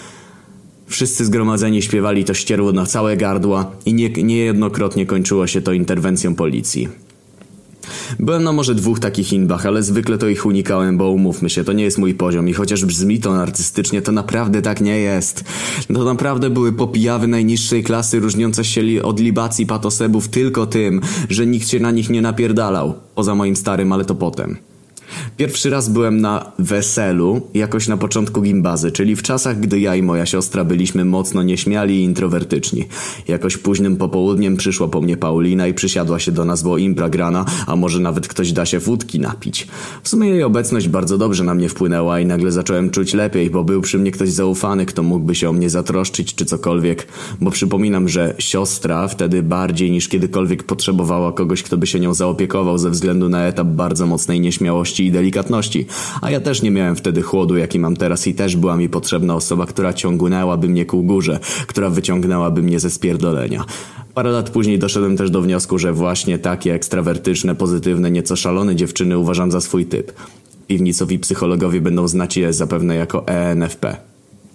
Wszyscy zgromadzeni śpiewali to ścierło na całe gardła i niejednokrotnie kończyło się to interwencją policji. Byłem na może 2 takich inbach, ale zwykle to ich unikałem, bo umówmy się, to nie jest mój poziom i chociaż brzmi to narcystycznie, to naprawdę tak nie jest. To naprawdę były popijawy najniższej klasy, różniące się od libacji patosebów tylko tym, że nikt się na nich nie napierdalał. Poza moim starym, ale to potem. Pierwszy raz byłem na weselu jakoś na początku gimbazy, czyli w czasach, gdy ja i moja siostra byliśmy mocno nieśmiali i introwertyczni. Jakoś późnym popołudniem przyszła po mnie Paulina i przysiadła się do nas, bo impra grana, a może nawet ktoś da się wódki napić. W sumie jej obecność bardzo dobrze na mnie wpłynęła i nagle zacząłem czuć lepiej, bo był przy mnie ktoś zaufany, kto mógłby się o mnie zatroszczyć czy cokolwiek, bo przypominam, że siostra wtedy bardziej niż kiedykolwiek potrzebowała kogoś, kto by się nią zaopiekował ze względu na etap bardzo mocnej nieśmiałości i delikatności, a ja też nie miałem wtedy chłodu, jaki mam teraz i też była mi potrzebna osoba, która ciągnęłaby mnie ku górze, która wyciągnęłaby mnie ze spierdolenia. Parę lat później doszedłem też do wniosku, że właśnie takie ekstrawertyczne, pozytywne, nieco szalone dziewczyny uważam za swój typ. Piwnicowi psychologowie będą znać je zapewne jako ENFP.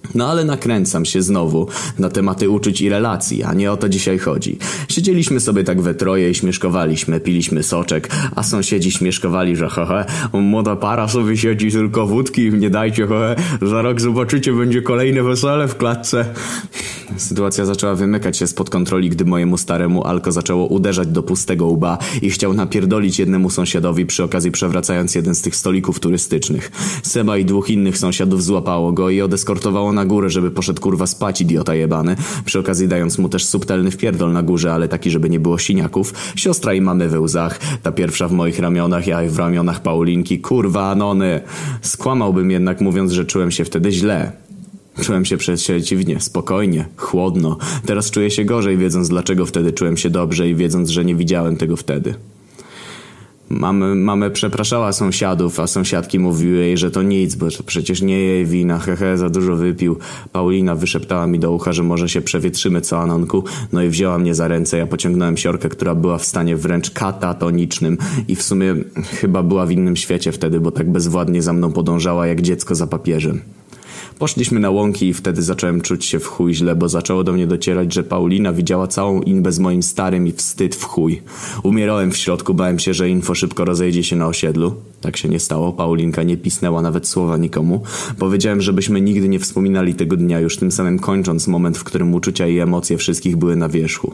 No ale nakręcam się znowu na tematy uczuć i relacji, a nie o to dzisiaj chodzi. Siedzieliśmy sobie tak we troje i śmieszkowaliśmy, piliśmy soczek, a sąsiedzi śmieszkowali, że młoda para sobie siedzi, tylko wódki nie dajcie, za rok zobaczycie, będzie kolejne wesele w klatce. Sytuacja zaczęła wymykać się spod kontroli, gdy mojemu staremu Alko zaczęło uderzać do pustego łba i chciał napierdolić jednemu sąsiadowi, przy okazji przewracając jeden z tych stolików turystycznych. Seba i 2 innych sąsiadów złapało go i odeskortowało na górę, żeby poszedł kurwa spać, idiota jebany, przy okazji dając mu też subtelny wpierdol na górze, ale taki, żeby nie było siniaków. Siostra i mamy we łzach, ta pierwsza w moich ramionach, ja w ramionach Paulinki. Kurwa, Anony! Skłamałbym jednak, mówiąc, że czułem się wtedy źle. Czułem się przeciwnie, spokojnie, chłodno. Teraz czuję się gorzej, wiedząc dlaczego wtedy czułem się dobrze i wiedząc, że nie widziałem tego wtedy. Mamy przepraszała sąsiadów, a sąsiadki mówiły jej, że to nic, bo to przecież nie jej wina, za dużo wypił. Paulina wyszeptała mi do ucha, że może się przewietrzymy, co Anonku? No i wzięła mnie za ręce, ja pociągnąłem siorkę, która była w stanie wręcz katatonicznym i w sumie chyba była w innym świecie wtedy, bo tak bezwładnie za mną podążała jak dziecko za papieżem. Poszliśmy na łąki i wtedy zacząłem czuć się w chuj źle, bo zaczęło do mnie docierać, że Paulina widziała całą inbę z moim starym i wstyd w chuj. Umierałem w środku, bałem się, że info szybko rozejdzie się na osiedlu. Tak się nie stało, Paulinka nie pisnęła nawet słowa nikomu. Powiedziałem, żebyśmy nigdy nie wspominali tego dnia, już tym samym kończąc moment, w którym uczucia i emocje wszystkich były na wierzchu.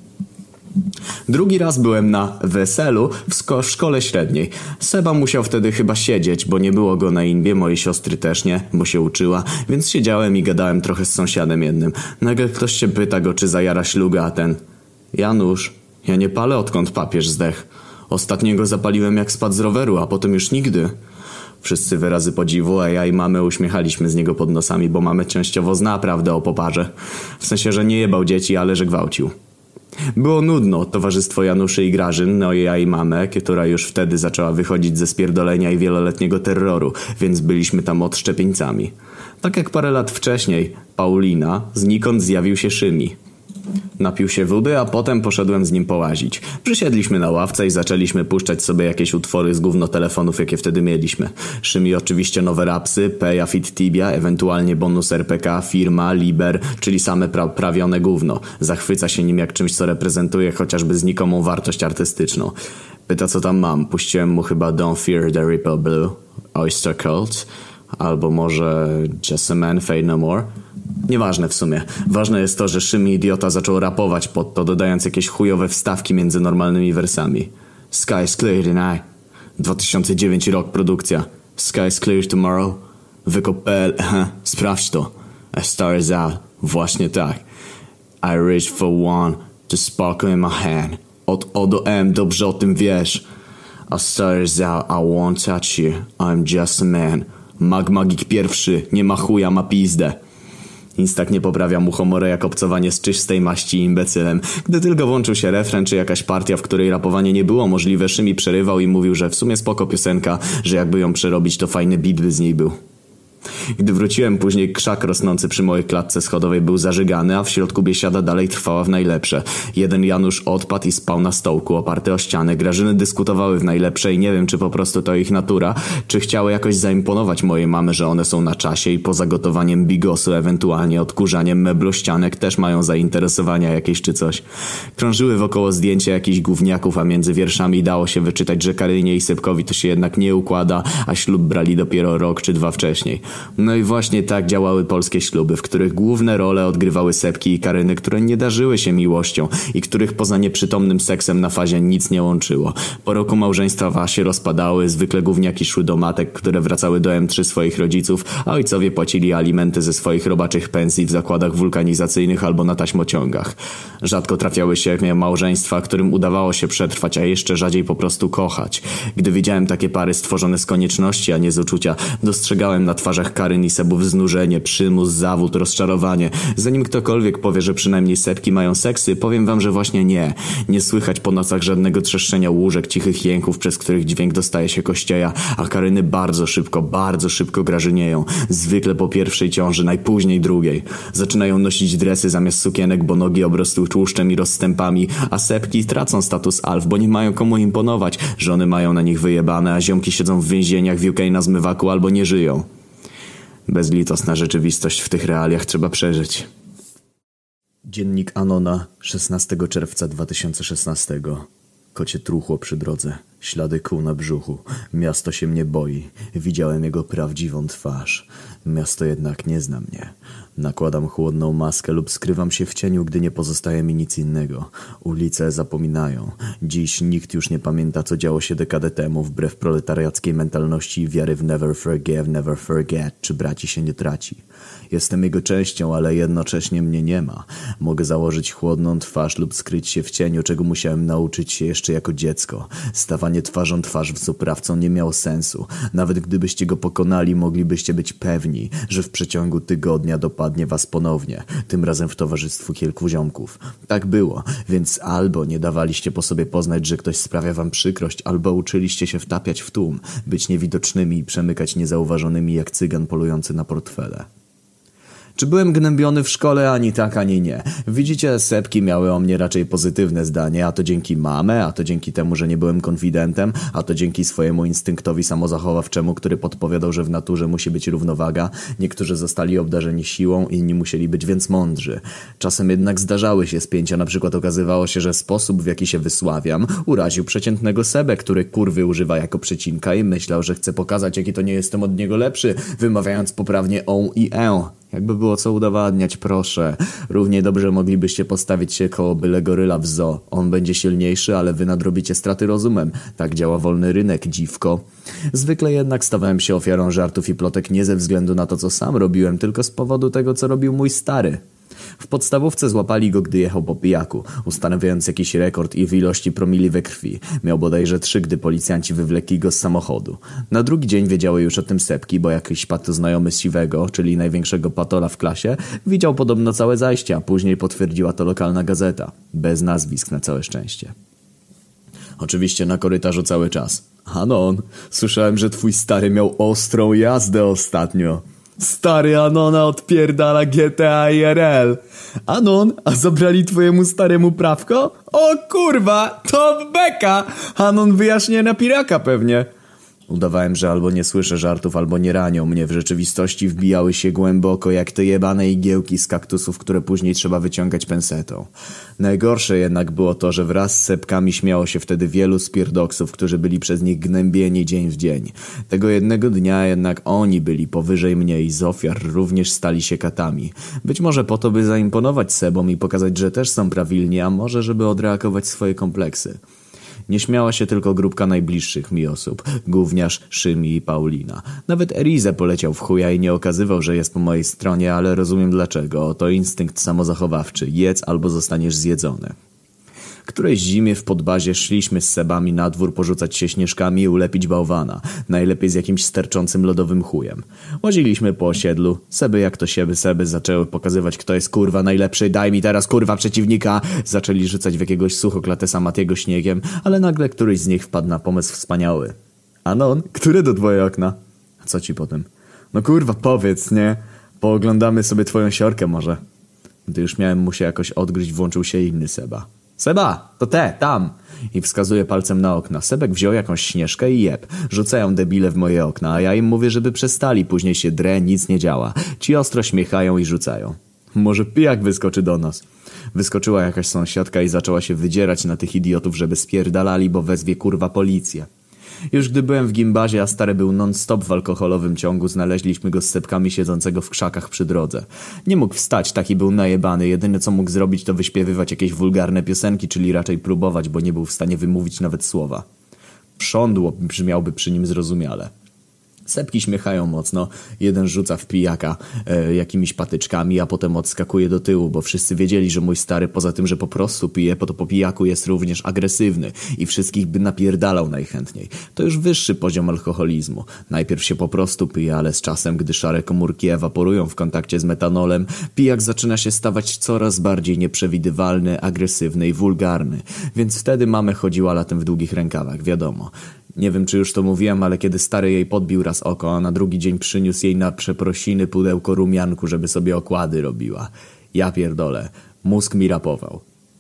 Drugi raz byłem na weselu w szkole średniej. Seba musiał wtedy chyba siedzieć, bo nie było go na inbie, mojej siostry też nie, bo się uczyła, więc siedziałem i gadałem trochę z sąsiadem jednym. Nagle ktoś się pyta go, czy zajara śluga, a ten: Janusz, ja nie palę, odkąd papież zdechł. Ostatniego zapaliłem jak spadł z roweru, a potem już nigdy. Wszyscy wyrazy podziwu, a ja i mamy uśmiechaliśmy z niego pod nosami, bo mamy częściowo zna prawdę o poparze. W sensie, że nie jebał dzieci, ale że gwałcił. Było nudno, towarzystwo Januszy i Grażyn, no i ja i mamę, która już wtedy zaczęła wychodzić ze spierdolenia i wieloletniego terroru, więc byliśmy tam odszczepieńcami. Tak jak parę lat wcześniej, Paulina, znikąd zjawił się Szymi. Napił się wody, a potem poszedłem z nim połazić. Przysiedliśmy na ławce i zaczęliśmy puszczać sobie jakieś utwory z gównotelefonów, jakie wtedy mieliśmy. Szymi oczywiście nowe rapsy, Peja Fit Tibia, ewentualnie bonus RPK, firma, Liber, czyli same prawione gówno. Zachwyca się nim jak czymś, co reprezentuje chociażby znikomą wartość artystyczną. Pyta, co tam mam. Puściłem mu chyba Don't Fear the Ripple Blue, Oyster Cult, albo może Just a Man, Fade No More. Nieważne w sumie. Ważne jest to, że Szymi idiota zaczął rapować pod to, dodając jakieś chujowe wstawki między normalnymi wersami. Sky is clear tonight. 2009 rok produkcja. Sky is clear tomorrow. Wykop.pl. Sprawdź to. A star is out. Właśnie tak. I reach for one. The sparkle in my hand. Od O do M, dobrze o tym wiesz. A star is out. I won't touch you. I'm just a man. Magik pierwszy. Nie ma chuja, ma pizdę. Nic tak nie poprawia mu humoru jak obcowanie z czystej maści imbecylem. Gdy tylko włączył się refren czy jakaś partia, w której rapowanie nie było możliwe, Szymi przerywał i mówił, że w sumie spoko piosenka, że jakby ją przerobić, to fajny beat by z niej był. Gdy wróciłem później, krzak rosnący przy mojej klatce schodowej był zażygany, a w środku biesiada dalej trwała w najlepsze. Jeden Janusz odpadł i spał na stołku, oparty o ścianę. Grażyny dyskutowały w najlepsze i nie wiem, czy po prostu to ich natura, czy chciały jakoś zaimponować mojej mamy, że one są na czasie i poza gotowaniem bigosu, ewentualnie odkurzaniem meblościanek też mają zainteresowania jakieś czy coś. Krążyły wokoło zdjęcia jakichś gówniaków, a między wierszami dało się wyczytać, że Karynie i Sepkowi to się jednak nie układa, a ślub brali dopiero rok czy 2 wcześniej. No i właśnie tak działały polskie śluby, w których główne role odgrywały Sepki i Karyny, które nie darzyły się miłością i których poza nieprzytomnym seksem na fazie nic nie łączyło. Po roku małżeństwa się rozpadały, zwykle gówniaki szły do matek, które wracały do M3 swoich rodziców, a ojcowie płacili alimenty ze swoich robaczych pensji w zakładach wulkanizacyjnych albo na taśmociągach. Rzadko trafiały się małżeństwa, którym udawało się przetrwać, a jeszcze rzadziej po prostu kochać. Gdy widziałem takie pary stworzone z konieczności, a nie z uczucia, dostrzegałem na twarzach Karyn i Sebów znużenie, przymus, zawód, rozczarowanie. Zanim ktokolwiek powie, że przynajmniej Sepki mają seksy, powiem wam, że właśnie nie. Nie słychać po nocach żadnego trzeszczenia łóżek, cichych jęków, przez których dźwięk dostaje się kościeja, a Karyny bardzo szybko grażynieją. Zwykle po pierwszej ciąży, najpóźniej drugiej. Zaczynają nosić dresy zamiast sukienek, bo nogi obrosły tłuszczem i rozstępami, a Sepki tracą status alf, bo nie mają komu imponować. Żony mają na nich wyjebane, a ziomki siedzą w więzieniach w UK na zmywaku albo nie żyją. Bezlitosna rzeczywistość w tych realiach trzeba przeżyć. Dziennik Anona, 16 czerwca 2016. Kocie truchło przy drodze, ślady kół na brzuchu. Miasto się mnie boi. Widziałem jego prawdziwą twarz. Miasto jednak nie zna mnie. Nakładam chłodną maskę lub skrywam się w cieniu, gdy nie pozostaje mi nic innego. Ulice zapominają. Dziś nikt już nie pamięta, co działo się dekadę temu, wbrew proletariackiej mentalności i wiary w never forgive, never forget, czy braci się nie traci. Jestem jego częścią, ale jednocześnie mnie nie ma. Mogę założyć chłodną twarz lub skryć się w cieniu, czego musiałem nauczyć się jeszcze jako dziecko. Stawanie twarzą twarz z oprawcą nie miało sensu. Nawet gdybyście go pokonali, moglibyście być pewni, że w przeciągu tygodnia dopadnie was ponownie. Tym razem w towarzystwu kilku ziomków. Tak było, więc albo nie dawaliście po sobie poznać, że ktoś sprawia wam przykrość, albo uczyliście się wtapiać w tłum, być niewidocznymi i przemykać niezauważonymi jak cygan polujący na portfele. Czy byłem gnębiony w szkole? Ani tak, ani nie. Widzicie, sepki miały o mnie raczej pozytywne zdanie, a to dzięki mamie, a to dzięki temu, że nie byłem konfidentem, a to dzięki swojemu instynktowi samozachowawczemu, który podpowiadał, że w naturze musi być równowaga. Niektórzy zostali obdarzeni siłą, inni musieli być więc mądrzy. Czasem jednak zdarzały się spięcia, na przykład okazywało się, że sposób, w jaki się wysławiam, uraził przeciętnego Sebę, który kurwy używa jako przecinka i myślał, że chce pokazać, jaki to nie jestem od niego lepszy, wymawiając poprawnie on i Jakby było co udowadniać, proszę. Równie dobrze moglibyście postawić się koło byle goryla w zoo. On będzie silniejszy, ale wy nadrobicie straty rozumem. Tak działa wolny rynek, dziwko. Zwykle jednak stawałem się ofiarą żartów i plotek nie ze względu na to, co sam robiłem, tylko z powodu tego, co robił mój stary. W podstawówce złapali go, gdy jechał po pijaku, ustanawiając jakiś rekord i w ilości promili we krwi. Miał bodajże 3, gdy policjanci wywlekli go z samochodu. Na drugi dzień wiedziały już o tym sepki, bo jakiś znajomy z Siwego, czyli największego patola w klasie, widział podobno całe zajście, a później potwierdziła to lokalna gazeta. Bez nazwisk na całe szczęście. Oczywiście na korytarzu cały czas. Anon, słyszałem, że twój stary miał ostrą jazdę ostatnio. Stary Anona odpierdala GTA IRL. Anon, a zabrali twojemu staremu prawko? O kurwa, to beka! Anon wyjaśnia na piraka pewnie. Udawałem, że albo nie słyszę żartów, albo nie ranią mnie. W rzeczywistości wbijały się głęboko, jak te jebane igiełki z kaktusów, które później trzeba wyciągać pensetą. Najgorsze jednak było to, że wraz z sepkami śmiało się wtedy wielu spierdoksów, którzy byli przez nich gnębieni dzień w dzień. Tego jednego dnia jednak oni byli powyżej mnie i z ofiar również stali się katami. Być może po to, by zaimponować sebom i pokazać, że też są prawilni, a może żeby odreagować swoje kompleksy. Nie śmiała się tylko grupka najbliższych mi osób. Gówniarz, Szymi i Paulina. Nawet Erize poleciał w chuja i nie okazywał, że jest po mojej stronie, ale rozumiem dlaczego. To instynkt samozachowawczy. Jedz albo zostaniesz zjedzony. Którejś zimie w podbazie szliśmy z sebami na dwór porzucać się śnieżkami i ulepić bałwana. Najlepiej z jakimś sterczącym lodowym chujem. Łaziliśmy po osiedlu. Seby jak to seby zaczęły pokazywać, kto jest kurwa najlepszy. Daj mi teraz kurwa przeciwnika. Zaczęli rzucać w jakiegoś suchoklatesa Matiego śniegiem, ale nagle któryś z nich wpadł na pomysł wspaniały. Anon, które to twoje okna? A co ci potem? No kurwa powiedz, nie? Pooglądamy sobie twoją siorkę może. Gdy już miałem mu się jakoś odgryźć, włączył się inny Seba. Seba, to te, tam! I wskazuje palcem na okna. Sebek wziął jakąś śnieżkę i jeb. Rzucają debile w moje okna, a ja im mówię, żeby przestali. Później się drę, nic nie działa. Ci ostro śmiechają i rzucają. Może pijak wyskoczy do nas. Wyskoczyła jakaś sąsiadka i zaczęła się wydzierać na tych idiotów, żeby spierdalali, bo wezwie kurwa policję. Już gdy byłem w gimbazie, a stary był non-stop w alkoholowym ciągu, znaleźliśmy go z sepkami siedzącego w krzakach przy drodze. Nie mógł wstać, taki był najebany. Jedyne co mógł zrobić, to wyśpiewywać jakieś wulgarne piosenki, czyli raczej próbować, bo nie był w stanie wymówić nawet słowa. Prządło brzmiałby przy nim zrozumiale. Sepki śmiechają mocno, jeden rzuca w pijaka jakimiś patyczkami, a potem odskakuje do tyłu, bo wszyscy wiedzieli, że mój stary poza tym, że po prostu pije, to po pijaku jest również agresywny i wszystkich by napierdalał najchętniej. To już wyższy poziom alkoholizmu. Najpierw się po prostu pije, ale z czasem, gdy szare komórki ewaporują w kontakcie z metanolem, pijak zaczyna się stawać coraz bardziej nieprzewidywalny, agresywny i wulgarny. Więc wtedy mamę chodziła latem w długich rękawach, wiadomo. Nie wiem, czy już to mówiłem, ale kiedy stary jej podbił raz oko, a na drugi dzień przyniósł jej na przeprosiny pudełko rumianku, żeby sobie okłady robiła. Ja pierdolę. Mózg mi rapował.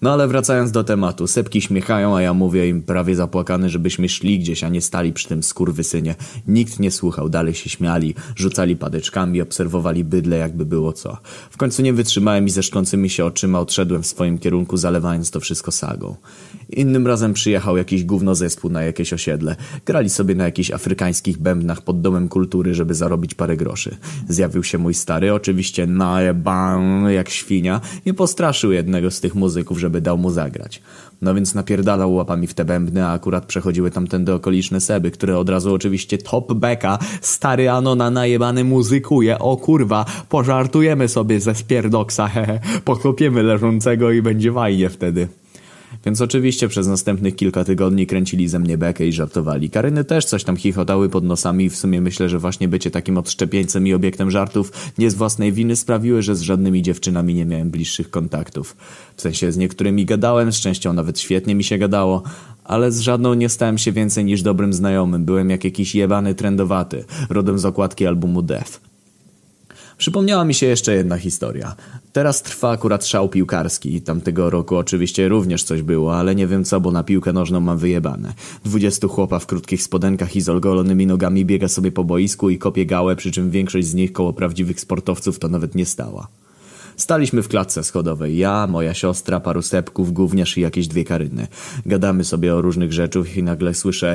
No ale wracając do tematu, sepki śmiechają, a ja mówię im prawie zapłakany, żebyśmy szli gdzieś, a nie stali przy tym skurwysynie. Nikt nie słuchał, dalej się śmiali, rzucali padeczkami, obserwowali bydle jakby było co. W końcu nie wytrzymałem i ze szklącymi się oczyma odszedłem w swoim kierunku, zalewając to wszystko sagą. Innym razem przyjechał jakiś gównozespół na jakieś osiedle. Grali sobie na jakichś afrykańskich bębnach pod domem kultury, żeby zarobić parę groszy. Zjawił się mój stary, oczywiście najebam jak świnia i postraszył jednego z tych muzyków, żeby dał mu zagrać. No więc napierdalał łapami w te bębny, a akurat przechodziły tamtędy okoliczne seby, które od razu oczywiście top beka, stary Anona najebany muzykuje, o kurwa, pożartujemy sobie ze spierdoksa, hehe, poklopiemy leżącego i będzie fajnie wtedy. Więc oczywiście przez następnych kilka tygodni kręcili ze mnie bekę i żartowali. Karyny też coś tam chichotały pod nosami i w sumie myślę, że właśnie bycie takim odszczepieńcem i obiektem żartów nie z własnej winy sprawiły, że z żadnymi dziewczynami nie miałem bliższych kontaktów. W sensie z niektórymi gadałem, z częścią nawet świetnie mi się gadało, ale z żadną nie stałem się więcej niż dobrym znajomym. Byłem jak jakiś jebany trendowaty, rodem z okładki albumu Death. Przypomniała mi się jeszcze jedna historia. Teraz trwa akurat szał piłkarski. Tamtego roku oczywiście również coś było, ale nie wiem co, bo na piłkę nożną mam wyjebane. 20 chłopa w krótkich spodenkach i z ogolonymi nogami biega sobie po boisku i kopie gałę, przy czym większość z nich koło prawdziwych sportowców to nawet nie stała. Staliśmy w klatce schodowej. Ja, moja siostra, paru sepków, gówniarz i jakieś 2 Karyny. Gadamy sobie o różnych rzeczach i nagle słyszę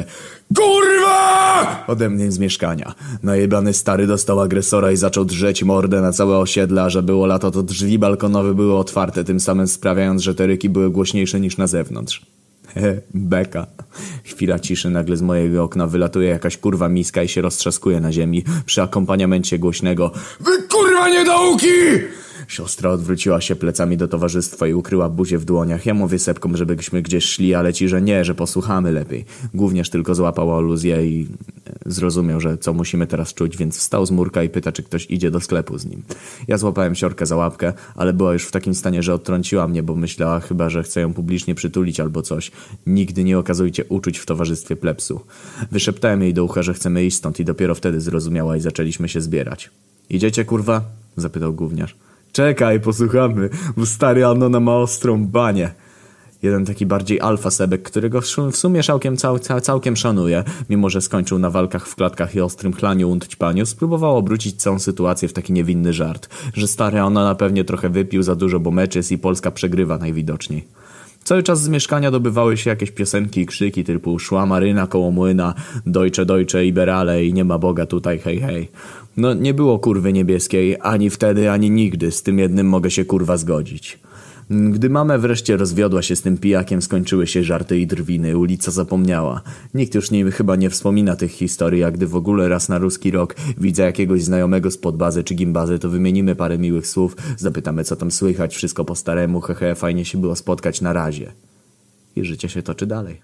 KURWA! Ode mnie z mieszkania. Najebany stary dostał agresora i zaczął drzeć mordę na całe osiedle, a że było lato, to drzwi balkonowe były otwarte, tym samym sprawiając, że te ryki były głośniejsze niż na zewnątrz. Beka. Chwila ciszy, nagle z mojego okna wylatuje jakaś kurwa miska i się roztrzaskuje na ziemi przy akompaniamencie głośnego Wy kurwa niedouki! Siostra odwróciła się plecami do towarzystwa i ukryła buzię w dłoniach. Ja mówię sepkom, żebyśmy gdzieś szli, ale ci, że nie, że posłuchamy lepiej. Gówniarz tylko złapał aluzję i zrozumiał, że co musimy teraz czuć, więc wstał z murka i pyta, czy ktoś idzie do sklepu z nim. Ja złapałem siorkę za łapkę, ale była już w takim stanie, że odtrąciła mnie, bo myślała chyba, że chce ją publicznie przytulić albo coś. Nigdy nie okazujcie uczuć w towarzystwie plebsu. Wyszeptałem jej do ucha, że chcemy iść stąd i dopiero wtedy zrozumiała i zaczęliśmy się zbierać. Idziecie, kurwa? Zapytał gówniarz. Czekaj, posłuchamy, bo stary Anona ma ostrą banię. Jeden taki bardziej alfa sebek, którego w sumie całkiem szanuję, mimo że skończył na walkach w klatkach i ostrym chlaniu und ćpaniu, spróbował obrócić całą sytuację w taki niewinny żart, że stary Anona pewnie trochę wypił za dużo, bo mecz jest i Polska przegrywa najwidoczniej. Cały czas z mieszkania dobywały się jakieś piosenki i krzyki typu szła Maryna koło młyna, Deutsche, Deutsche, Iberale i nie ma Boga tutaj, hej, hej. No nie było kurwy niebieskiej, ani wtedy, ani nigdy, z tym jednym mogę się kurwa zgodzić. Gdy mama wreszcie rozwiodła się z tym pijakiem, skończyły się żarty i drwiny, ulica zapomniała. Nikt już chyba nie wspomina tych historii, a gdy w ogóle raz na ruski rok widzę jakiegoś znajomego spod bazy czy gimbazy, to wymienimy parę miłych słów, zapytamy co tam słychać, wszystko po staremu, hehe, fajnie się było spotkać, na razie. I życie się toczy dalej.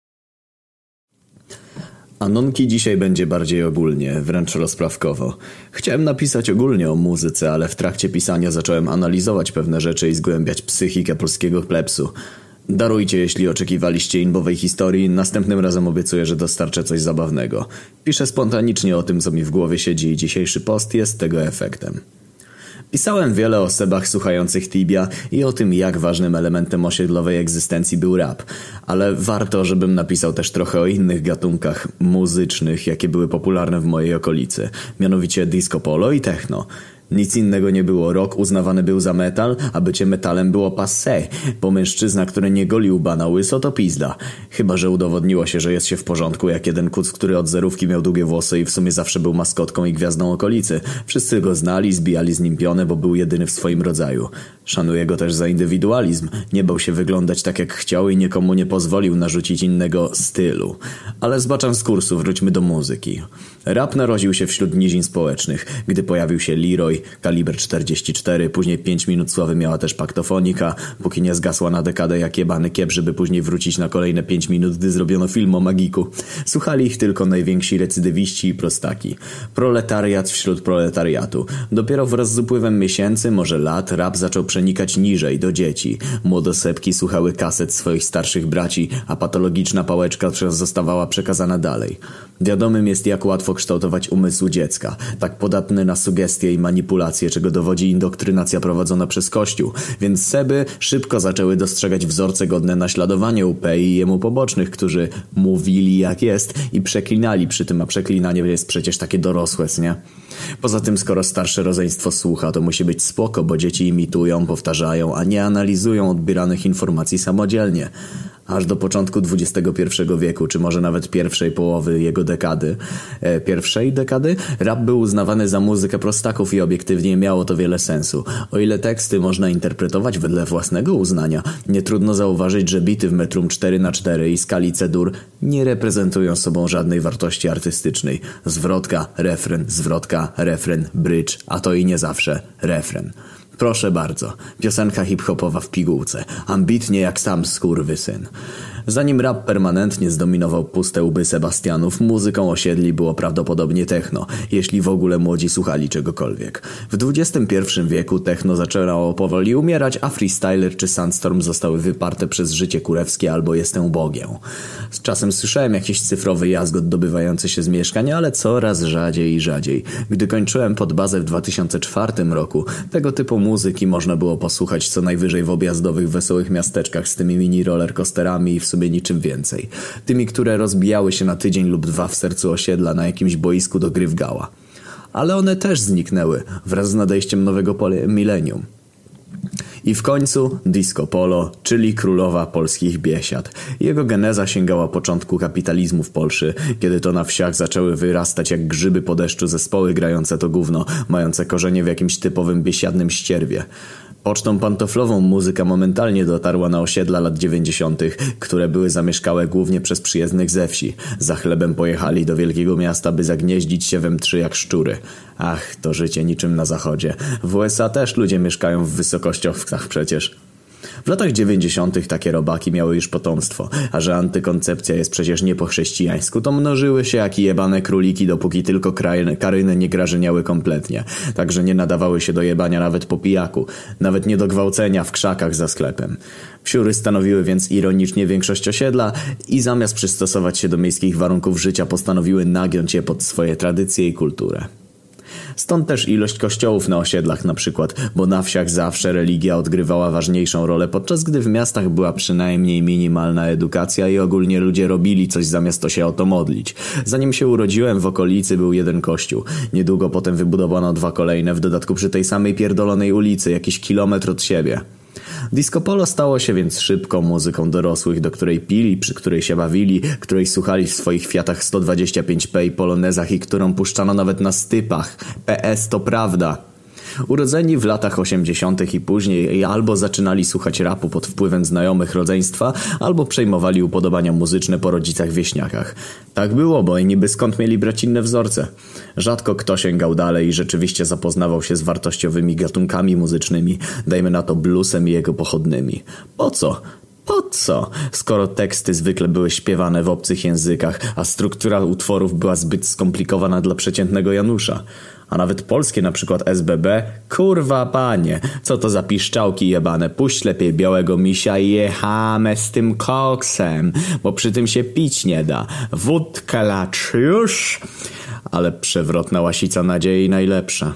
Anonki dzisiaj będzie bardziej ogólnie, wręcz rozprawkowo. Chciałem napisać ogólnie o muzyce, ale w trakcie pisania zacząłem analizować pewne rzeczy i zgłębiać psychikę polskiego plebsu. Darujcie, jeśli oczekiwaliście inbowej historii, następnym razem obiecuję, że dostarczę coś zabawnego. Piszę spontanicznie o tym, co mi w głowie siedzi i dzisiejszy post jest tego efektem. Pisałem wiele o sebach słuchających Tibia i o tym, jak ważnym elementem osiedlowej egzystencji był rap, ale warto, żebym napisał też trochę o innych gatunkach muzycznych, jakie były popularne w mojej okolicy, mianowicie disco polo i techno. Nic innego nie było, rock uznawany był za metal, a bycie metalem było passé, bo mężczyzna, który nie goli łba na łyso, to pizda. Chyba że udowodniło się, że jest się w porządku, jak jeden kuc, który od zerówki miał długie włosy i w sumie zawsze był maskotką i gwiazdą okolicy. Wszyscy go znali, zbijali z nim pionę, bo był jedyny w swoim rodzaju. Szanuję go też za indywidualizm. Nie bał się wyglądać tak jak chciał i nikomu nie pozwolił narzucić innego stylu. Ale zbaczam z kursu, wróćmy do muzyki. Rap narodził się wśród nizin społecznych, gdy pojawił się Leroy, Kaliber 44, później 5 minut sławy miała też Paktofonika, póki nie zgasła na dekadę jak jebany kiep, żeby później wrócić na kolejne 5 minut, gdy zrobiono film o Magiku. Słuchali ich tylko najwięksi recydywiści i prostaki. Proletariat wśród proletariatu. Dopiero wraz z upływem miesięcy, może lat, rap zaczął przenikać niżej, do dzieci. Młodosepki słuchały kaset swoich starszych braci, a patologiczna pałeczka zostawała przekazana dalej. Wiadomym jest, jak łatwo kształtować umysł dziecka, tak podatny na sugestie i manipulacje manipulacje, czego dowodzi indoktrynacja prowadzona przez Kościół, więc Seby szybko zaczęły dostrzegać wzorce godne naśladowania UP i jemu pobocznych, którzy mówili jak jest i przeklinali przy tym, a przeklinanie jest przecież takie dorosłe, nie? Poza tym, skoro starsze rodzeństwo słucha, to musi być spoko, bo dzieci imitują, powtarzają, a nie analizują odbieranych informacji samodzielnie. Aż do początku XXI wieku, czy może nawet pierwszej połowy jego dekady. Pierwszej dekady? Rap był uznawany za muzykę prostaków i obiektywnie miało to wiele sensu. O ile teksty można interpretować wedle własnego uznania, nie trudno zauważyć, że bity w metrum 4x4 i skali C-dur nie reprezentują sobą żadnej wartości artystycznej. Zwrotka, refren, bridge, a to i nie zawsze refren. Proszę bardzo, piosenka hip-hopowa w pigułce, ambitnie jak sam skurwysyn. Zanim rap permanentnie zdominował puste łby Sebastianów, muzyką osiedli było prawdopodobnie techno, jeśli w ogóle młodzi słuchali czegokolwiek. W XXI wieku techno zaczęło powoli umierać, a freestyler czy sandstorm zostały wyparte przez życie kurewskie albo jestem Bogiem. Z czasem słyszałem jakiś cyfrowy jazgot dobywający się z mieszkania, ale coraz rzadziej i rzadziej. Gdy kończyłem podbazę w 2004 roku, tego typu muzyki można było posłuchać co najwyżej w objazdowych wesołych miasteczkach z tymi mini rollercoasterami i w sobie niczym więcej. Tymi, które rozbijały się na tydzień lub dwa w sercu osiedla na jakimś boisku do gry w gała. Ale one też zniknęły wraz z nadejściem nowego milenium. I w końcu disco polo, czyli królowa polskich biesiad. Jego geneza sięgała początku kapitalizmu w Polsce, kiedy to na wsiach zaczęły wyrastać jak grzyby po deszczu zespoły grające to gówno, mające korzenie w jakimś typowym biesiadnym ścierwie. Pocztą pantoflową muzyka momentalnie dotarła na osiedla lat 90., które były zamieszkałe głównie przez przyjezdnych ze wsi. Za chlebem pojechali do wielkiego miasta, by zagnieździć się we M3 jak szczury. Ach, to życie niczym na zachodzie. W USA też ludzie mieszkają w wysokościach przecież. W latach 90. takie robaki miały już potomstwo, a że antykoncepcja jest przecież nie po chrześcijańsku, to mnożyły się jak jebane króliki, dopóki tylko karyny nie grażyniały kompletnie. Także nie nadawały się do jebania nawet po pijaku, nawet nie do gwałcenia w krzakach za sklepem. Wsiury stanowiły więc ironicznie większość osiedla i zamiast przystosować się do miejskich warunków życia, postanowiły nagiąć je pod swoje tradycje i kulturę. Stąd też ilość kościołów na osiedlach na przykład, bo na wsiach zawsze religia odgrywała ważniejszą rolę, podczas gdy w miastach była przynajmniej minimalna edukacja i ogólnie ludzie robili coś zamiast to się o to modlić. Zanim się urodziłem, w okolicy był jeden kościół. Niedługo potem wybudowano dwa kolejne, w dodatku przy tej samej pierdolonej ulicy, jakiś kilometr od siebie. Disco polo stało się więc szybką muzyką dorosłych, do której pili, przy której się bawili, której słuchali w swoich Fiatach 125p i polonezach i którą puszczano nawet na stypach. PS to prawda. Urodzeni w latach 80. i później albo zaczynali słuchać rapu pod wpływem znajomych rodzeństwa, albo przejmowali upodobania muzyczne po rodzicach wieśniakach. Tak było, bo i niby skąd mieli brać inne wzorce. Rzadko kto sięgał dalej i rzeczywiście zapoznawał się z wartościowymi gatunkami muzycznymi, dajmy na to bluesem i jego pochodnymi. Po co? Po co? Skoro teksty zwykle były śpiewane w obcych językach, a struktura utworów była zbyt skomplikowana dla przeciętnego Janusza. A nawet polskie, na przykład SBB, kurwa panie, co to za piszczałki jebane, puść lepiej białego misia i jechamy z tym koksem, bo przy tym się pić nie da. Wódka lacz już, ale przewrotna łasica nadziei najlepsza.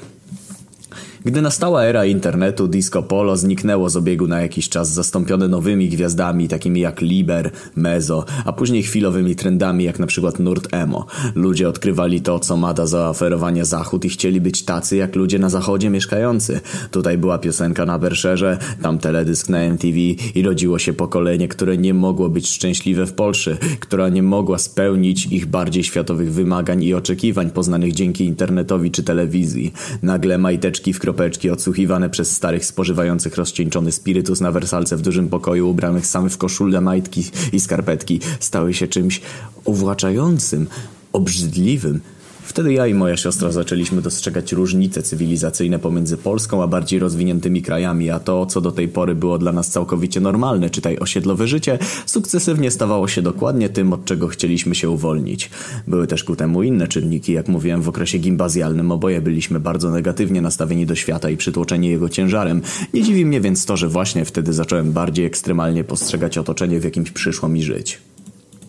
Gdy nastała era internetu, disco polo zniknęło z obiegu na jakiś czas, zastąpione nowymi gwiazdami takimi jak Liber, Mezo, a później chwilowymi trendami jak na przykład nurt emo. Ludzie odkrywali to, co ma do zaoferowania Zachód i chcieli być tacy jak ludzie na Zachodzie mieszkający. Tutaj była piosenka na Berszerze, tam teledysk na MTV i rodziło się pokolenie, które nie mogło być szczęśliwe w Polsce, która nie mogła spełnić ich bardziej światowych wymagań i oczekiwań poznanych dzięki internetowi czy telewizji. Nagle majteczki w kropeczki odsłuchiwane przez starych spożywających rozcieńczony spirytus na wersalce w dużym pokoju ubranych samych w koszule, majtki i skarpetki stały się czymś uwłaczającym, obrzydliwym. Wtedy ja i moja siostra zaczęliśmy dostrzegać różnice cywilizacyjne pomiędzy Polską a bardziej rozwiniętymi krajami, a to, co do tej pory było dla nas całkowicie normalne, czytaj osiedlowe życie, sukcesywnie stawało się dokładnie tym, od czego chcieliśmy się uwolnić. Były też ku temu inne czynniki, jak mówiłem w okresie gimbazjalnym, oboje byliśmy bardzo negatywnie nastawieni do świata i przytłoczeni jego ciężarem. Nie dziwi mnie więc to, że właśnie wtedy zacząłem bardziej ekstremalnie postrzegać otoczenie, w jakim przyszło mi żyć.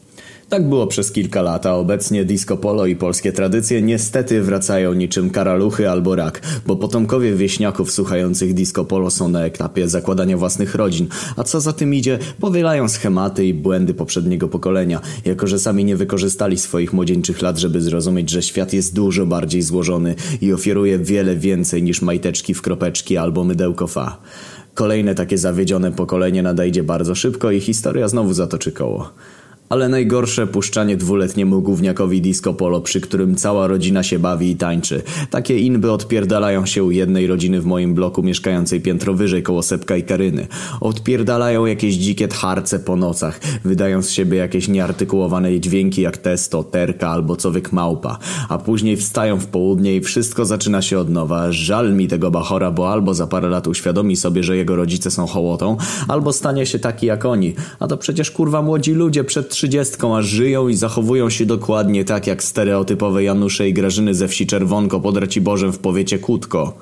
Tak było przez kilka lat, a obecnie disco polo i polskie tradycje niestety wracają niczym karaluchy albo rak, bo potomkowie wieśniaków słuchających disco polo są na etapie zakładania własnych rodzin, a co za tym idzie, powielają schematy i błędy poprzedniego pokolenia, jako że sami nie wykorzystali swoich młodzieńczych lat, żeby zrozumieć, że świat jest dużo bardziej złożony i oferuje wiele więcej niż majteczki w kropeczki albo mydełko fa. Kolejne takie zawiedzione pokolenie nadejdzie bardzo szybko i historia znowu zatoczy koło. Ale najgorsze puszczanie 2-letniemu gówniakowi disco polo, przy którym cała rodzina się bawi i tańczy. Takie inby odpierdalają się u jednej rodziny w moim bloku mieszkającej piętro wyżej koło Sepka i Karyny. Odpierdalają jakieś dzikie tcharce po nocach, wydają z siebie jakieś nieartykułowane dźwięki jak testo, terka albo cowyk małpa. A później wstają w południe i wszystko zaczyna się od nowa. Żal mi tego bachora, bo albo za parę lat uświadomi sobie, że jego rodzice są hołotą, albo stanie się taki jak oni. A to przecież kurwa młodzi ludzie przed 30, a żyją i zachowują się dokładnie tak jak stereotypowe Janusze i Grażyny ze wsi Czerwonko pod Raciborzem w powiecie Kutko.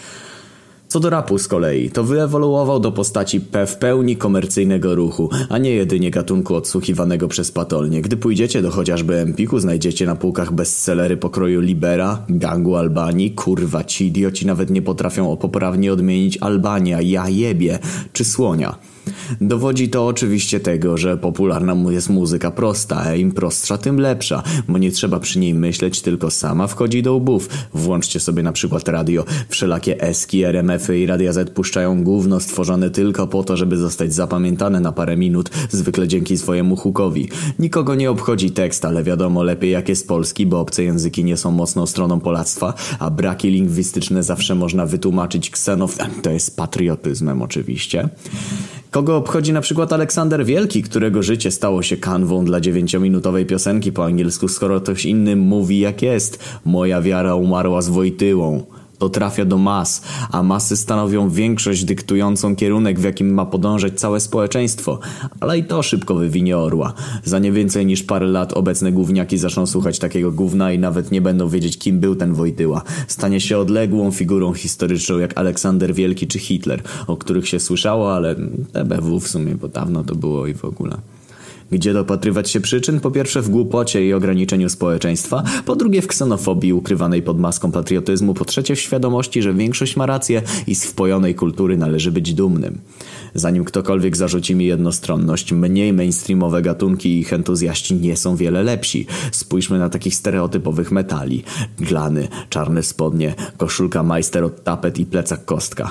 Co do rapu z kolei, to wyewoluował do postaci w pełni komercyjnego ruchu, a nie jedynie gatunku odsłuchiwanego przez patolnie. Gdy pójdziecie do chociażby Empiku, znajdziecie na półkach bestsellery pokroju Libera, Gangu Albanii, kurwa ci idioci nawet nie potrafią poprawnie odmienić Albania, ja jebie, czy Słonia. Dowodzi to oczywiście tego, że popularna jest muzyka prosta, a im prostsza, tym lepsza, bo nie trzeba przy niej myśleć, tylko sama wchodzi do łbów. Włączcie sobie na przykład radio. Wszelakie Eski, RMF-y i Radia Z puszczają gówno stworzone tylko po to, żeby zostać zapamiętane na parę minut, zwykle dzięki swojemu hookowi. Nikogo nie obchodzi tekst, ale wiadomo lepiej jak jest polski, bo obce języki nie są mocną stroną polactwa, a braki lingwistyczne zawsze można wytłumaczyć to jest patriotyzmem oczywiście. Kogo obchodzi na przykład Aleksander Wielki, którego życie stało się kanwą dla 9-minutowej piosenki po angielsku, skoro ktoś inny mówi jak jest. Moja wiara umarła z Wojtyłą. To trafia do mas, a masy stanowią większość dyktującą kierunek, w jakim ma podążać całe społeczeństwo. Ale i to szybko wywinie orła. Za nie więcej niż parę lat obecne gówniaki zaczną słuchać takiego gówna i nawet nie będą wiedzieć, kim był ten Wojtyła. Stanie się odległą figurą historyczną jak Aleksander Wielki czy Hitler, o których się słyszało, ale TBW w sumie, bo dawno to było i w ogóle. Gdzie dopatrywać się przyczyn? Po pierwsze w głupocie i ograniczeniu społeczeństwa, po drugie w ksenofobii ukrywanej pod maską patriotyzmu, po trzecie w świadomości, że większość ma rację i z wpojonej kultury należy być dumnym. Zanim ktokolwiek zarzuci mi jednostronność, mniej mainstreamowe gatunki i ich entuzjaści nie są wiele lepsi. Spójrzmy na takich stereotypowych metali. Glany, czarne spodnie, koszulka majster od tapet i plecak kostka.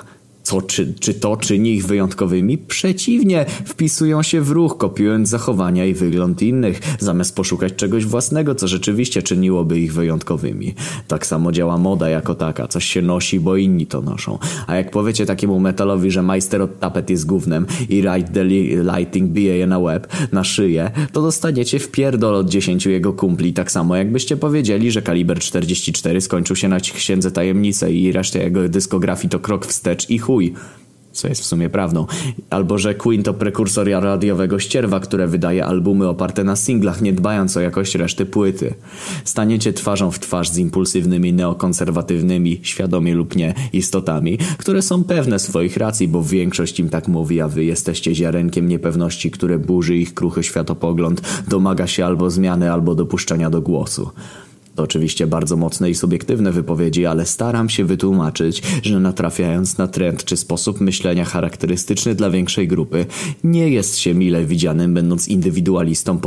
Czy to czyni ich wyjątkowymi? Przeciwnie, wpisują się w ruch, kopiując zachowania i wygląd innych, zamiast poszukać czegoś własnego, co rzeczywiście czyniłoby ich wyjątkowymi. Tak samo działa moda jako taka, coś się nosi, bo inni to noszą. A jak powiecie takiemu metalowi, że majster od tapet jest gównem i Ride the Lighting bije je na łeb, na szyję, to dostaniecie wpierdol od 10 jego kumpli, tak samo jakbyście powiedzieli, że Kaliber 44 skończył się na Księdze Tajemnicy i reszta jego dyskografii to krok wstecz i chuj. Co jest w sumie prawdą. Albo że Queen to prekursor radiowego ścierwa, które wydaje albumy oparte na singlach, nie dbając o jakość reszty płyty. Staniecie twarzą w twarz z impulsywnymi, neokonserwatywnymi, świadomie lub nie, istotami, które są pewne swoich racji, bo większość im tak mówi, a wy jesteście ziarenkiem niepewności, które burzy ich kruchy światopogląd, domaga się albo zmiany, albo dopuszczenia do głosu. To oczywiście bardzo mocne i subiektywne wypowiedzi, ale staram się wytłumaczyć, że natrafiając na trend czy sposób myślenia charakterystyczny dla większej grupy, nie jest się mile widzianym, będąc indywidualistą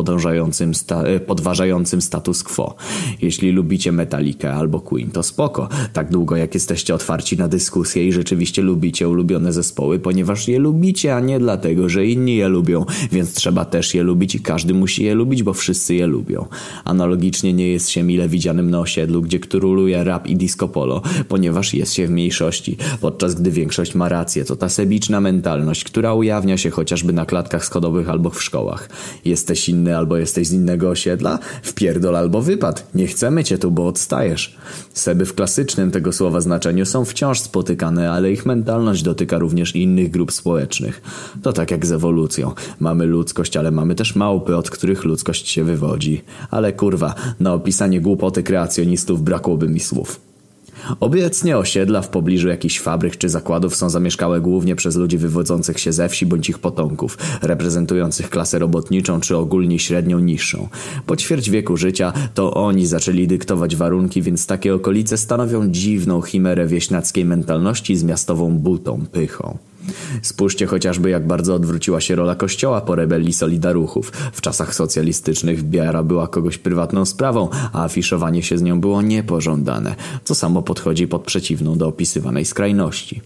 podważającym status quo. Jeśli lubicie Metallicę albo Queen, to spoko. Tak długo jak jesteście otwarci na dyskusję i rzeczywiście lubicie ulubione zespoły, ponieważ je lubicie, a nie dlatego, że inni je lubią, więc trzeba też je lubić i każdy musi je lubić, bo wszyscy je lubią. Analogicznie nie jest się mile widzianym na osiedlu, gdzie króluje rap i disco polo, ponieważ jest się w mniejszości, podczas gdy większość ma rację. To ta sebiczna mentalność, która ujawnia się chociażby na klatkach schodowych albo w szkołach. Jesteś inny albo jesteś z innego osiedla? Wpierdol albo wypad. Nie chcemy cię tu, bo odstajesz. Seby w klasycznym tego słowa znaczeniu są wciąż spotykane, ale ich mentalność dotyka również innych grup społecznych. To tak jak z ewolucją. Mamy ludzkość, ale mamy też małpy, od których ludzkość się wywodzi. Ale kurwa, na opisanie głupoty kreacjonistów brakłoby mi słów. Obecnie osiedla w pobliżu jakichś fabryk czy zakładów są zamieszkałe głównie przez ludzi wywodzących się ze wsi bądź ich potomków, reprezentujących klasę robotniczą czy ogólnie średnią niższą. Po ćwierć wieku życia to oni zaczęli dyktować warunki, więc takie okolice stanowią dziwną chimerę wieśniackiej mentalności z miastową butą, pychą. Spójrzcie chociażby, jak bardzo odwróciła się rola kościoła po rebelii Solidaruchów. W czasach socjalistycznych wiara była kogoś prywatną sprawą, a afiszowanie się z nią było niepożądane, co samo podchodzi pod przeciwną do opisywanej skrajności.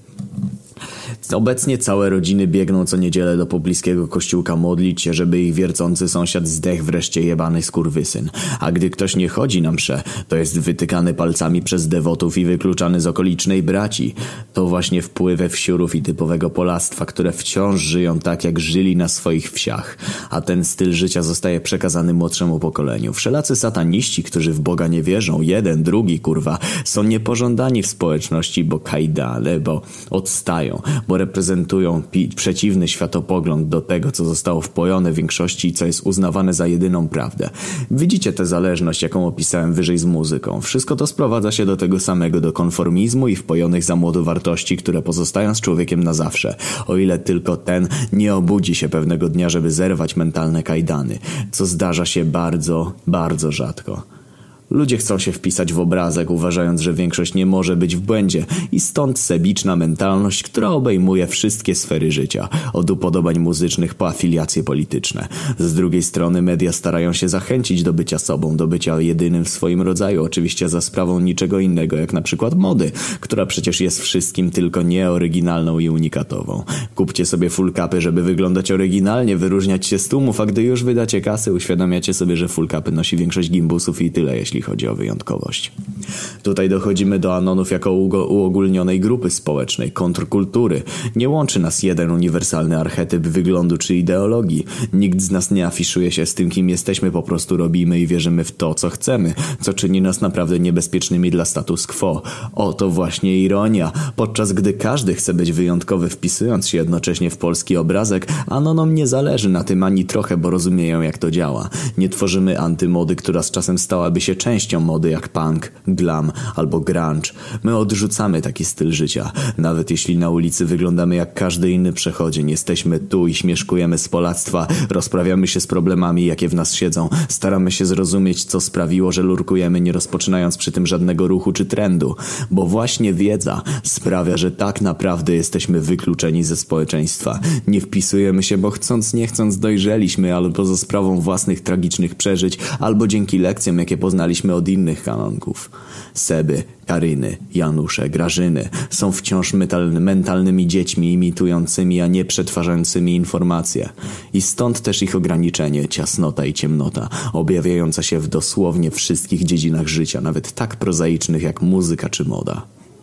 Obecnie całe rodziny biegną co niedzielę do pobliskiego kościółka modlić się, żeby ich wiercący sąsiad zdechł wreszcie jebany skurwysyn. A gdy ktoś nie chodzi na mszę, to jest wytykany palcami przez dewotów i wykluczany z okolicznej braci. To właśnie wpływy wsiurów i typowego polactwa, które wciąż żyją tak, jak żyli na swoich wsiach. A ten styl życia zostaje przekazany młodszemu pokoleniu. Wszelacy sataniści, którzy w Boga nie wierzą, jeden, drugi, kurwa, są niepożądani w społeczności, bo kajdane, bo odstają, bo reprezentują przeciwny światopogląd do tego, co zostało wpojone w większości i co jest uznawane za jedyną prawdę. Widzicie tę zależność, jaką opisałem wyżej z muzyką. Wszystko to sprowadza się do tego samego, do konformizmu i wpojonych za młodu wartości, które pozostają z człowiekiem na zawsze, o ile tylko ten nie obudzi się pewnego dnia, żeby zerwać mentalne kajdany, co zdarza się bardzo, bardzo rzadko. Ludzie chcą się wpisać w obrazek, uważając, że większość nie może być w błędzie i stąd sebiczna mentalność, która obejmuje wszystkie sfery życia, od upodobań muzycznych po afiliacje polityczne. Z drugiej strony media starają się zachęcić do bycia sobą, do bycia jedynym w swoim rodzaju, oczywiście za sprawą niczego innego, jak na przykład mody, która przecież jest wszystkim tylko nieoryginalną i unikatową. Kupcie sobie full capy, żeby wyglądać oryginalnie, wyróżniać się z tłumów, a gdy już wydacie kasy, uświadamiacie sobie, że full capy nosi większość gimbusów i tyle, jeśli chodzi o wyjątkowość. Tutaj dochodzimy do Anonów jako uogólnionej grupy społecznej, kontrkultury. Nie łączy nas jeden uniwersalny archetyp wyglądu czy ideologii. Nikt z nas nie afiszuje się z tym, kim jesteśmy, po prostu robimy i wierzymy w to, co chcemy, co czyni nas naprawdę niebezpiecznymi dla status quo. Oto właśnie ironia. Podczas gdy każdy chce być wyjątkowy, wpisując się jednocześnie w polski obrazek, Anonom nie zależy na tym ani trochę, bo rozumieją, jak to działa. Nie tworzymy antymody, która z czasem stałaby się częścią mody jak punk, glam albo grunge. My odrzucamy taki styl życia. Nawet jeśli na ulicy wyglądamy jak każdy inny przechodzień, jesteśmy tu i śmieszkujemy z polactwa, rozprawiamy się z problemami, jakie w nas siedzą, staramy się zrozumieć, co sprawiło, że lurkujemy, nie rozpoczynając przy tym żadnego ruchu czy trendu. Bo właśnie wiedza sprawia, że tak naprawdę jesteśmy wykluczeni ze społeczeństwa. Nie wpisujemy się, bo chcąc nie chcąc dojrzeliśmy, albo za sprawą własnych tragicznych przeżyć, albo dzięki lekcjom, jakie poznaliśmy od innych kanonków. Seby, Karyny, Janusze, Grażyny są wciąż mentalnymi dziećmi imitującymi, a nie przetwarzającymi informacje. I stąd też ich ograniczenie, ciasnota i ciemnota, objawiająca się w dosłownie wszystkich dziedzinach życia, nawet tak prozaicznych jak muzyka czy moda.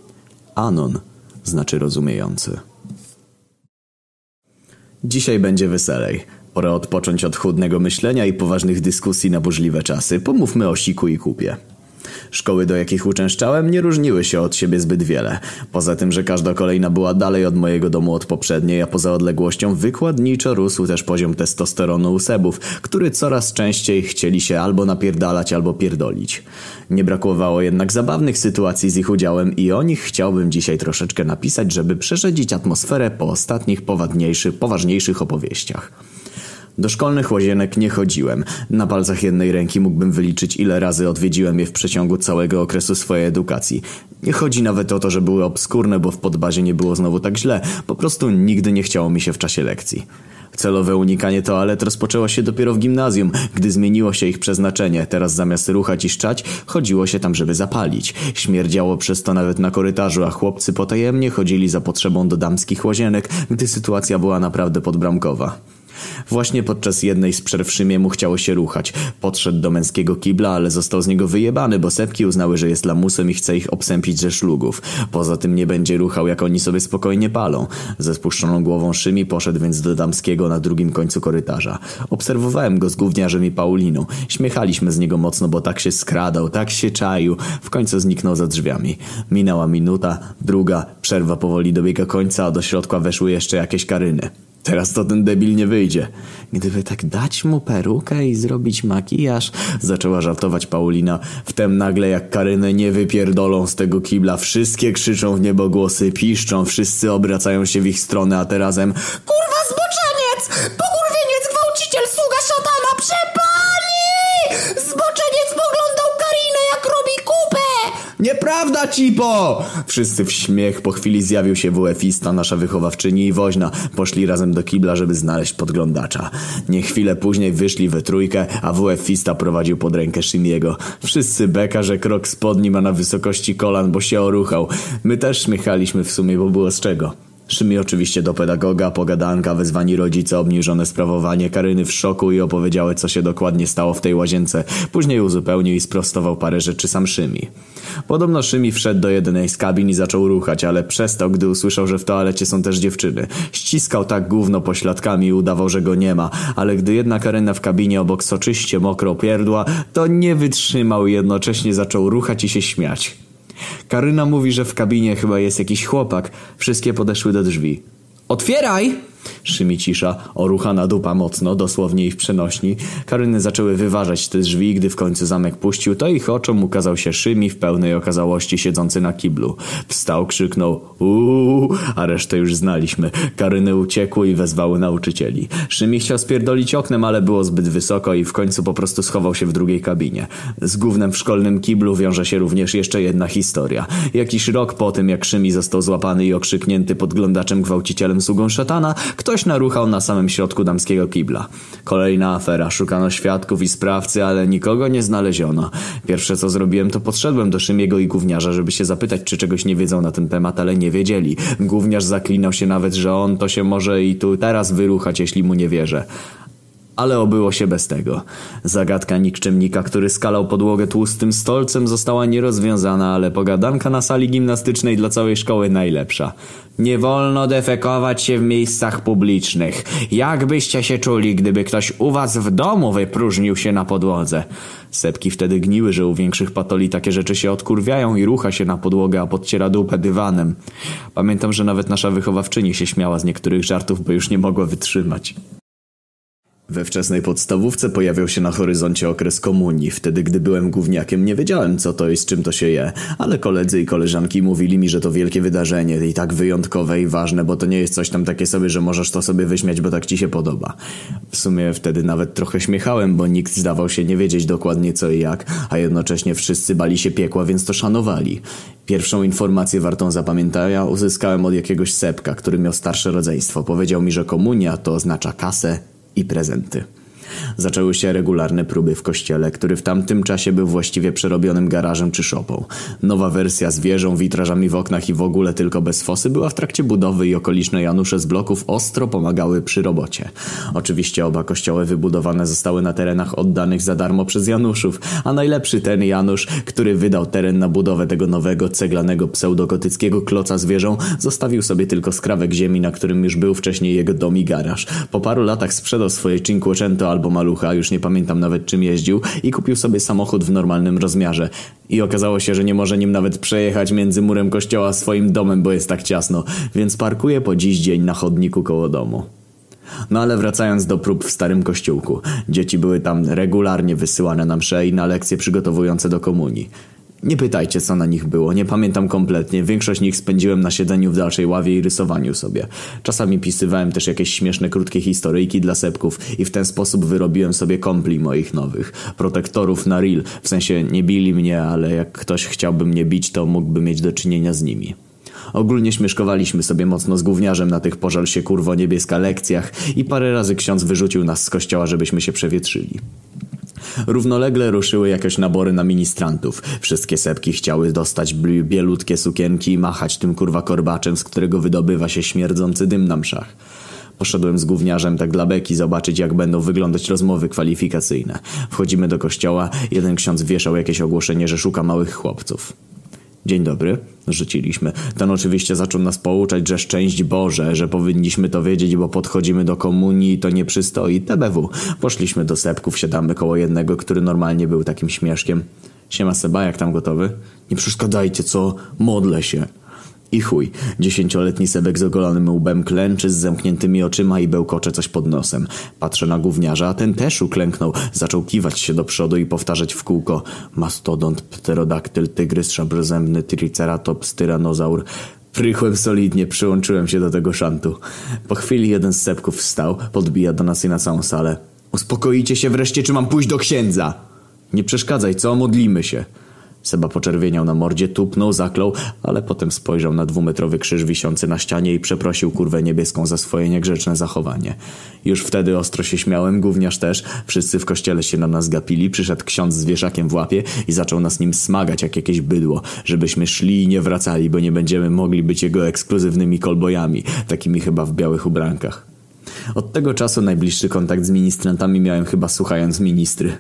Anon znaczy rozumiejący. Dzisiaj będzie weselej. Pora odpocząć od chłodnego myślenia i poważnych dyskusji na burzliwe czasy. Pomówmy o siku i kupie. Szkoły, do jakich uczęszczałem, nie różniły się od siebie zbyt wiele. Poza tym, że każda kolejna była dalej od mojego domu od poprzedniej, a poza odległością wykładniczo rósł też poziom testosteronu u sebów, który coraz częściej chcieli się albo napierdalać, albo pierdolić. Nie brakowało jednak zabawnych sytuacji z ich udziałem i o nich chciałbym dzisiaj troszeczkę napisać, żeby przeszedzić atmosferę po ostatnich poważniejszych opowieściach. Do szkolnych łazienek nie chodziłem. Na palcach jednej ręki mógłbym wyliczyć, ile razy odwiedziłem je w przeciągu całego okresu swojej edukacji. Nie chodzi nawet o to, że były obskurne, bo w podbazie nie było znowu tak źle. Po prostu nigdy nie chciało mi się w czasie lekcji. Celowe unikanie toalet rozpoczęło się dopiero w gimnazjum, gdy zmieniło się ich przeznaczenie. Teraz zamiast ruchać i szczać, chodziło się tam, żeby zapalić. Śmierdziało przez to nawet na korytarzu, a chłopcy potajemnie chodzili za potrzebą do damskich łazienek, gdy sytuacja była naprawdę podbramkowa. Właśnie podczas jednej z przerw Szymiemu chciało się ruchać. Podszedł do męskiego kibla, ale został z niego wyjebany, bo sepki uznały, że jest lamusem i chce ich obsępić ze szlugów. Poza tym nie będzie ruchał, jak oni sobie spokojnie palą. Ze spuszczoną głową Szymi poszedł więc do damskiego na drugim końcu korytarza. Obserwowałem go z gówniarzem i Pauliną. Śmiechaliśmy z niego mocno, bo tak się skradał, tak się czaił. W końcu zniknął za drzwiami. Minęła minuta, druga, przerwa powoli dobiega końca, a do środka weszły jeszcze jakieś Karyny. Teraz to ten debil nie wyjdzie. Gdyby tak dać mu perukę i zrobić makijaż, zaczęła żartować Paulina. Wtem nagle jak Karynę nie wypierdolą z tego kibla, wszystkie krzyczą w niebogłosy, piszczą, wszyscy obracają się w ich stronę, a teraz Kurwa, zboczeniec! Pokurwieniec, gwałciciel, sługa szatana, przepali! Zboczeniec poglądał Karinę, jak robi kupę! Nieprawda, cipo! Wszyscy w śmiech. Po chwili zjawił się WF-ista, nasza wychowawczyni i woźna. Poszli razem do kibla, żeby znaleźć podglądacza. Nie chwilę później wyszli we trójkę, a WF-ista prowadził pod rękę Szymiego. Wszyscy beka, że krok spodni ma na wysokości kolan, bo się oruchał. My też śmiechaliśmy w sumie, bo było z czego. Szymi oczywiście do pedagoga, pogadanka, wezwani rodzice, obniżone sprawowanie, Karyny w szoku i opowiedziały, co się dokładnie stało w tej łazience. Później uzupełnił i sprostował parę rzeczy sam Szymi. Podobno Szymi wszedł do jednej z kabin i zaczął ruchać, ale przestał, gdy usłyszał, że w toalecie są też dziewczyny. Ściskał tak gówno pośladkami i udawał, że go nie ma, ale gdy jedna Karyna w kabinie obok soczyście mokro pierdła, to nie wytrzymał i jednocześnie zaczął ruchać i się śmiać. Karyna mówi, że w kabinie chyba jest jakiś chłopak. Wszystkie podeszły do drzwi. Otwieraj! Szymi cisza, oruchana dupa mocno, dosłownie i w przenośni. Karyny zaczęły wyważać te drzwi, gdy w końcu zamek puścił, to ich oczom ukazał się Szymi w pełnej okazałości siedzący na kiblu. Wstał, krzyknął a resztę już znaliśmy. Karyny uciekły i wezwały nauczycieli. Szymi chciał spierdolić oknem, ale było zbyt wysoko i w końcu po prostu schował się w drugiej kabinie. Z gównem w szkolnym kiblu wiąże się również jeszcze jedna historia. Jakiś rok po tym, jak Szymi został złapany i okrzyknięty podglądaczem, gwałcicielem, sługą szatana, ktoś naruchał na samym środku damskiego kibla. Kolejna afera. Szukano świadków i sprawcy, ale nikogo nie znaleziono. Pierwsze co zrobiłem, to podszedłem do Szymiego i gówniarza, żeby się zapytać, czy czegoś nie wiedzą na ten temat, ale nie wiedzieli. Gówniarz zaklinał się nawet, że on to się może i tu teraz wyruchać, jeśli mu nie wierzę. Ale obyło się bez tego. Zagadka nikczemnika, który skalał podłogę tłustym stolcem, została nierozwiązana, ale pogadanka na sali gimnastycznej dla całej szkoły najlepsza. Nie wolno defekować się w miejscach publicznych. Jak byście się czuli, gdyby ktoś u was w domu wypróżnił się na podłodze? Sepki wtedy gniły, że u większych patoli takie rzeczy się odkurwiają i rucha się na podłogę, a podciera dupę dywanem. Pamiętam, że nawet nasza wychowawczyni się śmiała z niektórych żartów, bo już nie mogła wytrzymać. We wczesnej podstawówce pojawiał się na horyzoncie okres komunii. Wtedy, gdy byłem gówniakiem, nie wiedziałem, co to i z czym to się je. Ale koledzy i koleżanki mówili mi, że to wielkie wydarzenie i tak wyjątkowe i ważne, bo to nie jest coś tam takie sobie, że możesz to sobie wyśmiać, bo tak ci się podoba. W sumie wtedy nawet trochę śmiechałem, bo nikt zdawał się nie wiedzieć dokładnie co i jak, a jednocześnie wszyscy bali się piekła, więc to szanowali. Pierwszą informację wartą zapamiętania uzyskałem od jakiegoś Sepka, który miał starsze rodzeństwo. Powiedział mi, że komunia to oznacza kasę i prezenty. Zaczęły się regularne próby w kościele, który w tamtym czasie był właściwie przerobionym garażem czy szopą. Nowa wersja z wieżą, witrażami w oknach i w ogóle tylko bez fosy była w trakcie budowy i okoliczne Janusze z bloków ostro pomagały przy robocie. Oczywiście oba kościoły wybudowane zostały na terenach oddanych za darmo przez Januszów, a najlepszy ten Janusz, który wydał teren na budowę tego nowego, ceglanego, pseudogotyckiego kloca z wieżą, zostawił sobie tylko skrawek ziemi, na którym już był wcześniej jego dom i garaż. Po paru latach sprzedał swoje Cinquecento albo malucha, już nie pamiętam nawet czym jeździł, i kupił sobie samochód w normalnym rozmiarze. I okazało się, że nie może nim nawet przejechać między murem kościoła a swoim domem, bo jest tak ciasno, więc parkuje po dziś dzień na chodniku koło domu. No ale wracając do prób w starym kościółku. Dzieci były tam regularnie wysyłane na msze i na lekcje przygotowujące do komunii. Nie pytajcie, co na nich było, nie pamiętam kompletnie. Większość nich spędziłem na siedzeniu w dalszej ławie i rysowaniu sobie. Czasami pisywałem też jakieś śmieszne, krótkie historyjki dla sepków i w ten sposób wyrobiłem sobie kompli moich nowych. Protektorów na real, w sensie nie bili mnie, ale jak ktoś chciałby mnie bić, to mógłby mieć do czynienia z nimi. Ogólnie śmieszkowaliśmy sobie mocno z gówniarzem na tych pożal się kurwo niebieska lekcjach i parę razy ksiądz wyrzucił nas z kościoła, żebyśmy się przewietrzyli. Równolegle ruszyły jakieś nabory na ministrantów. Wszystkie sepki chciały dostać bielutkie sukienki i machać tym kurwa korbaczem, z którego wydobywa się śmierdzący dym na mszach. Poszedłem z gówniarzem tak dla beki zobaczyć, jak będą wyglądać rozmowy kwalifikacyjne. Wchodzimy do kościoła, jeden ksiądz wieszał jakieś ogłoszenie, że szuka małych chłopców. Dzień dobry, rzuciliśmy. Ten oczywiście zaczął nas pouczać, że szczęść Boże, że powinniśmy to wiedzieć, bo podchodzimy do komunii i to nie przystoi. TBW. Poszliśmy do sepków, siadamy koło jednego, który normalnie był takim śmieszkiem. Siema Seba, jak tam gotowy? Nie przeszkadzajcie, co? Modlę się. I chuj, 10-letni Sebek z ogolonym łbem klęczy z zamkniętymi oczyma i bełkocze coś pod nosem. Patrzę na gówniarza, a ten też uklęknął. Zaczął kiwać się do przodu i powtarzać w kółko: mastodont, pterodaktyl, tygrys, szabrozębny, triceratops, tyranozaur. Prychłem solidnie, przyłączyłem się do tego szantu. Po chwili jeden z Sebków wstał, podbija do nas i na całą salę: uspokoicie się wreszcie, czy mam pójść do księdza? Nie przeszkadzaj, co? Modlimy się. Seba poczerwieniał na mordzie, tupnął, zaklął, ale potem spojrzał na 2-metrowy krzyż wiszący na ścianie i przeprosił kurwę niebieską za swoje niegrzeczne zachowanie. Już wtedy ostro się śmiałem, gówniarz też, wszyscy w kościele się na nas gapili, przyszedł ksiądz z wieszakiem w łapie i zaczął nas nim smagać jak jakieś bydło, żebyśmy szli i nie wracali, bo nie będziemy mogli być jego ekskluzywnymi kolbojami, takimi chyba w białych ubrankach. Od tego czasu najbliższy kontakt z ministrantami miałem chyba słuchając ministry.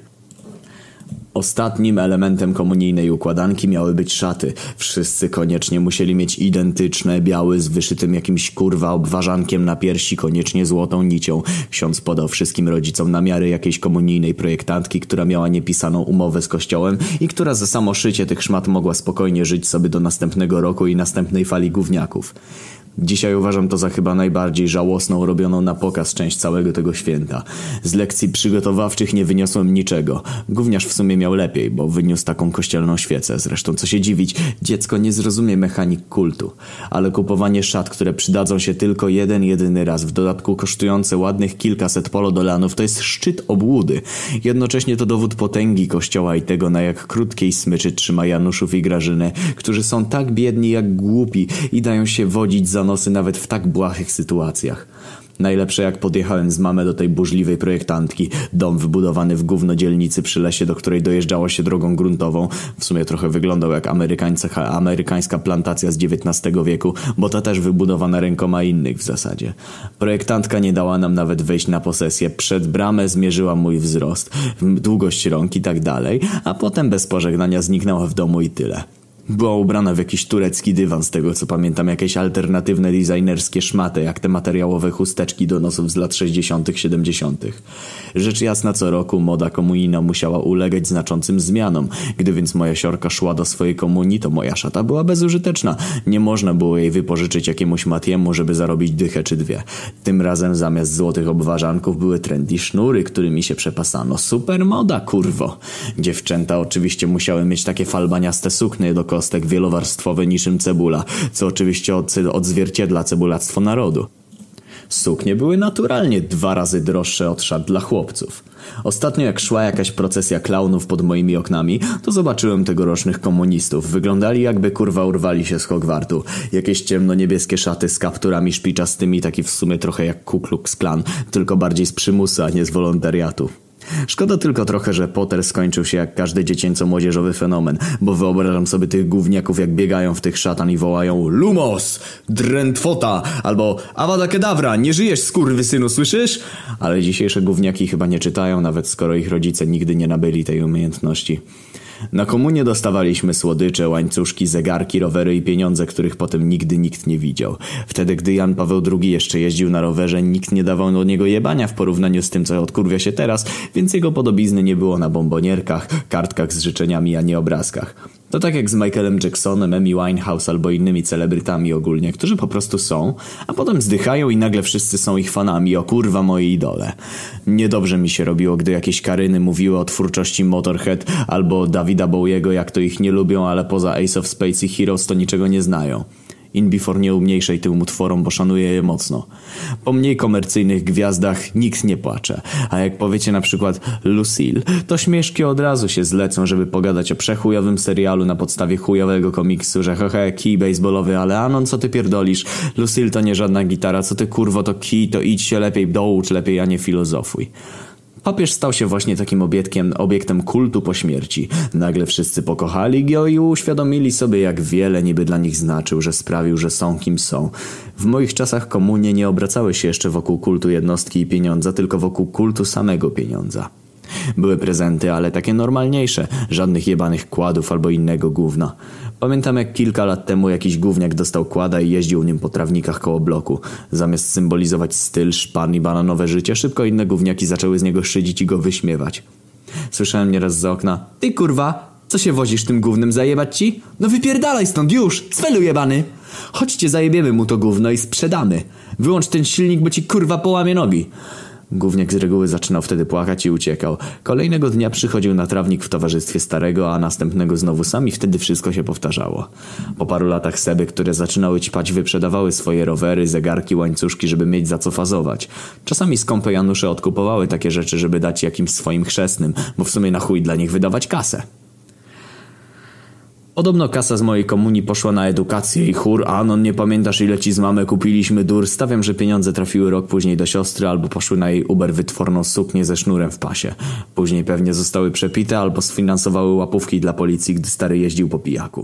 Ostatnim elementem komunijnej układanki miały być szaty. Wszyscy koniecznie musieli mieć identyczne, biały, z wyszytym jakimś kurwa obwarzankiem na piersi, koniecznie złotą nicią. Ksiądz podał wszystkim rodzicom namiary jakiejś komunijnej projektantki, która miała niepisaną umowę z kościołem i która za samo szycie tych szmat mogła spokojnie żyć sobie do następnego roku i następnej fali gówniaków. Dzisiaj uważam to za chyba najbardziej żałosną, robioną na pokaz część całego tego święta. Z lekcji przygotowawczych nie wyniosłem niczego. Gówniarz w sumie miał lepiej, bo wyniósł taką kościelną świecę. Zresztą co się dziwić, dziecko nie zrozumie mechanik kultu. Ale kupowanie szat, które przydadzą się tylko jedyny raz, w dodatku kosztujące ładnych kilkaset $, to jest szczyt obłudy. Jednocześnie to dowód potęgi kościoła i tego, na jak krótkiej smyczy trzyma Januszów i Grażynę, którzy są tak biedni jak głupi i dają się wodzić za nosy nawet w tak błahych sytuacjach. Najlepsze jak podjechałem z mamą do tej burzliwej projektantki. Dom wybudowany w gówno dzielnicy przy lesie, do której dojeżdżało się drogą gruntową. W sumie trochę wyglądał jak amerykańska plantacja z XIX wieku, bo ta też wybudowana rękoma innych w zasadzie. Projektantka nie dała nam nawet wejść na posesję. Przed bramę zmierzyła mój wzrost, długość rąk i tak dalej, a potem bez pożegnania zniknęła w domu i tyle. Była ubrana w jakiś turecki dywan, z tego co pamiętam, jakieś alternatywne designerskie szmaty, jak te materiałowe chusteczki do nosów z lat 60., 70. Rzecz jasna, co roku moda komunijna musiała ulegać znaczącym zmianom. Gdy więc moja siorka szła do swojej komunii, to moja szata była bezużyteczna. Nie można było jej wypożyczyć jakiemuś Matiemu, żeby zarobić dychę czy dwie. Tym razem zamiast złotych obwarzanków były trendy sznury, którymi się przepasano. Super moda, kurwo! Dziewczęta oczywiście musiały mieć takie falbaniaste suknie do kostek wielowarstwowe niczym cebula, co oczywiście odzwierciedla cebulactwo narodu. Suknie były naturalnie 2 razy droższe od szat dla chłopców. Ostatnio jak szła jakaś procesja klaunów pod moimi oknami, to zobaczyłem tegorocznych komunistów. Wyglądali jakby kurwa urwali się z Hogwartu. Jakieś ciemno-niebieskie szaty z kapturami szpiczastymi, taki w sumie trochę jak Ku Klux Klan, tylko bardziej z przymusu, a nie z wolontariatu. Szkoda tylko trochę, że Potter skończył się jak każdy dziecięco-młodzieżowy fenomen, bo wyobrażam sobie tych gówniaków jak biegają w tych szatan i wołają Lumos! Drętwota! Albo Avada Kedavra! Nie żyjesz, skurwysynu, słyszysz? Ale dzisiejsze gówniaki chyba nie czytają, nawet skoro ich rodzice nigdy nie nabyli tej umiejętności. Na komunie dostawaliśmy słodycze, łańcuszki, zegarki, rowery i pieniądze, których potem nigdy nikt nie widział. Wtedy, gdy Jan Paweł II jeszcze jeździł na rowerze, nikt nie dawał do niego jebania w porównaniu z tym, co odkurwia się teraz, więc jego podobizny nie było na bombonierkach, kartkach z życzeniami, ani obrazkach. To tak jak z Michaelem Jacksonem, Amy Winehouse albo innymi celebrytami ogólnie, którzy po prostu są, a potem zdychają i nagle wszyscy są ich fanami, o kurwa moi idole. Niedobrze mi się robiło, gdy jakieś Karyny mówiły o twórczości Motorhead albo Davida Bowiego, jak to ich nie lubią, ale poza Ace of Spades i Heroes to niczego nie znają. In Before nie umniejszej tym utworom, bo szanuję je mocno. Po mniej komercyjnych gwiazdach nikt nie płacze. A jak powiecie na przykład Lucille, to śmieszki od razu się zlecą, żeby pogadać o przechujowym serialu na podstawie chujowego komiksu, że hehe, kij baseballowy, ale Anon, co ty pierdolisz? Lucille to nie żadna gitara, co ty kurwo, to kij, to idź się lepiej, doucz lepiej, a nie filozofuj. Papież stał się właśnie takim obiektem kultu po śmierci. Nagle wszyscy pokochali go i uświadomili sobie, jak wiele niby dla nich znaczył, że sprawił, że są kim są. W moich czasach komunie nie obracały się jeszcze wokół kultu jednostki i pieniądza, tylko wokół kultu samego pieniądza. Były prezenty, ale takie normalniejsze, żadnych jebanych kładów albo innego gówna. Pamiętam jak kilka lat temu jakiś gówniak dostał kłada i jeździł nim po trawnikach koło bloku. Zamiast symbolizować styl, szpan i bananowe życie, szybko inne gówniaki zaczęły z niego szydzić i go wyśmiewać. Słyszałem nieraz za okna: ty kurwa, co się wozisz tym gównem, zajebać ci? No wypierdalaj stąd już, cwelu jebany! Chodźcie, zajebiemy mu to gówno i sprzedamy. Wyłącz ten silnik, bo ci kurwa połamie nogi. Gówniak z reguły zaczynał wtedy płakać i uciekał. Kolejnego dnia przychodził na trawnik w towarzystwie starego, a następnego znowu sam i wtedy wszystko się powtarzało. Po paru latach Seby, które zaczynały ćpać, wyprzedawały swoje rowery, zegarki, łańcuszki, żeby mieć za co fazować. Czasami skąpe Janusze odkupowały takie rzeczy, żeby dać jakimś swoim chrzestnym, bo w sumie na chuj dla nich wydawać kasę. Podobno kasa z mojej komunii poszła na edukację i chór, a Anon, nie pamiętasz ile ci z mamy kupiliśmy dur? Stawiam, że pieniądze trafiły rok później do siostry albo poszły na jej Uber wytworną suknię ze sznurem w pasie. Później pewnie zostały przepite albo sfinansowały łapówki dla policji, gdy stary jeździł po pijaku.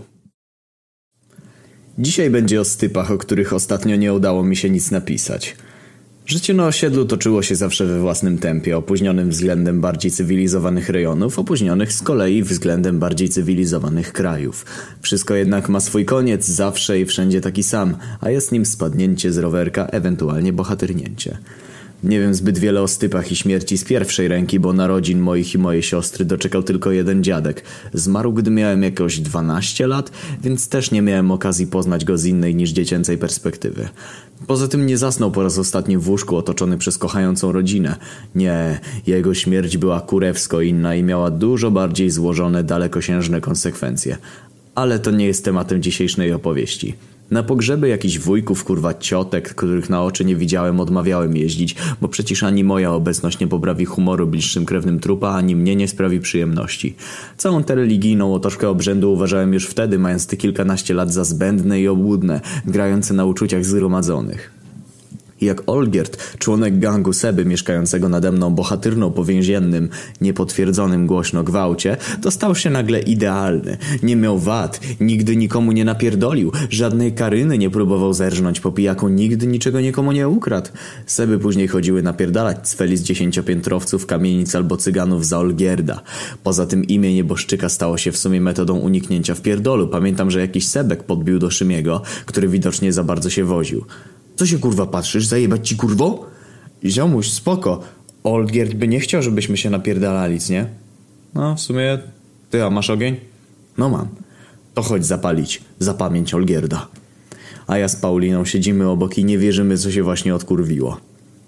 Dzisiaj będzie o stypach, o których ostatnio nie udało mi się nic napisać. Życie na osiedlu toczyło się zawsze we własnym tempie, opóźnionym względem bardziej cywilizowanych rejonów, opóźnionych z kolei względem bardziej cywilizowanych krajów. Wszystko jednak ma swój koniec, zawsze i wszędzie taki sam, a jest nim spadnięcie z rowerka, ewentualnie bohatyrnięcie. Nie wiem zbyt wiele o stypach i śmierci z pierwszej ręki, bo narodzin moich i mojej siostry doczekał tylko jeden dziadek. Zmarł, gdy miałem jakoś 12 lat, więc też nie miałem okazji poznać go z innej niż dziecięcej perspektywy. Poza tym nie zasnął po raz ostatni w łóżku otoczony przez kochającą rodzinę. Nie, jego śmierć była kurewsko inna i miała dużo bardziej złożone, dalekosiężne konsekwencje. Ale to nie jest tematem dzisiejszej opowieści. Na pogrzeby jakichś wujków, kurwa ciotek, których na oczy nie widziałem, odmawiałem jeździć, bo przecież ani moja obecność nie poprawi humoru bliższym krewnym trupa, ani mnie nie sprawi przyjemności. Całą tę religijną otoczkę obrzędu uważałem już wtedy, mając te kilkanaście lat, za zbędne i obłudne, grające na uczuciach zgromadzonych. Jak Olgierd, członek gangu Seby mieszkającego nade mną bohatyrną po więziennym, niepotwierdzonym głośno gwałcie, to stał się nagle idealny. Nie miał wad, nigdy nikomu nie napierdolił, żadnej karyny nie próbował zerżnąć po pijaku, nigdy niczego nikomu nie ukradł. Seby później chodziły napierdalać cweli z 10-piętrowców, kamienic albo cyganów za Olgierda. Poza tym imię nieboszczyka stało się w sumie metodą uniknięcia wpierdolu. Pamiętam, że jakiś Sebek podbił do Szymiego, który widocznie za bardzo się woził. Co się kurwa patrzysz? Zajebać ci kurwo? Ziomuś, spoko. Olgierd by nie chciał, żebyśmy się napierdalali, nie? No, w sumie... Ty, a masz ogień? No mam. To chodź zapalić. Za pamięć Olgierda. A ja z Pauliną siedzimy obok i nie wierzymy, co się właśnie odkurwiło.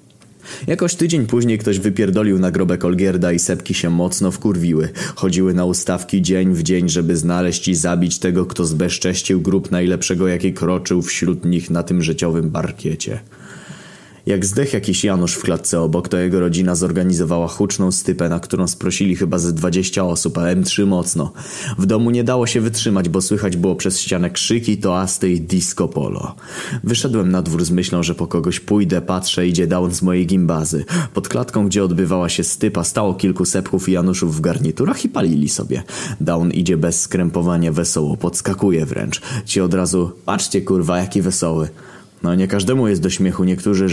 Jakoś tydzień później ktoś wypierdolił nagrobek Olgierda i Sebki się mocno wkurwiły. Chodziły na ustawki dzień w dzień, żeby znaleźć i zabić tego, kto zbezcześcił grób najlepszego, jaki kroczył wśród nich na tym życiowym parkiecie. Jak zdech jakiś Janusz w klatce obok, to jego rodzina zorganizowała huczną stypę, na którą sprosili chyba ze 20 osób, a M3 mocno. W domu nie dało się wytrzymać, bo słychać było przez ścianę krzyki, toasty i disco polo. Wyszedłem na dwór z myślą, że po kogoś pójdę, patrzę, idzie Down z mojej gimbazy. Pod klatką, gdzie odbywała się stypa, stało kilku Sepków i Januszów w garniturach i palili sobie. Down idzie bez skrępowania wesoło, podskakuje wręcz. Ci od razu, patrzcie kurwa, jaki wesoły. No nie każdemu jest do śmiechu, niektórzy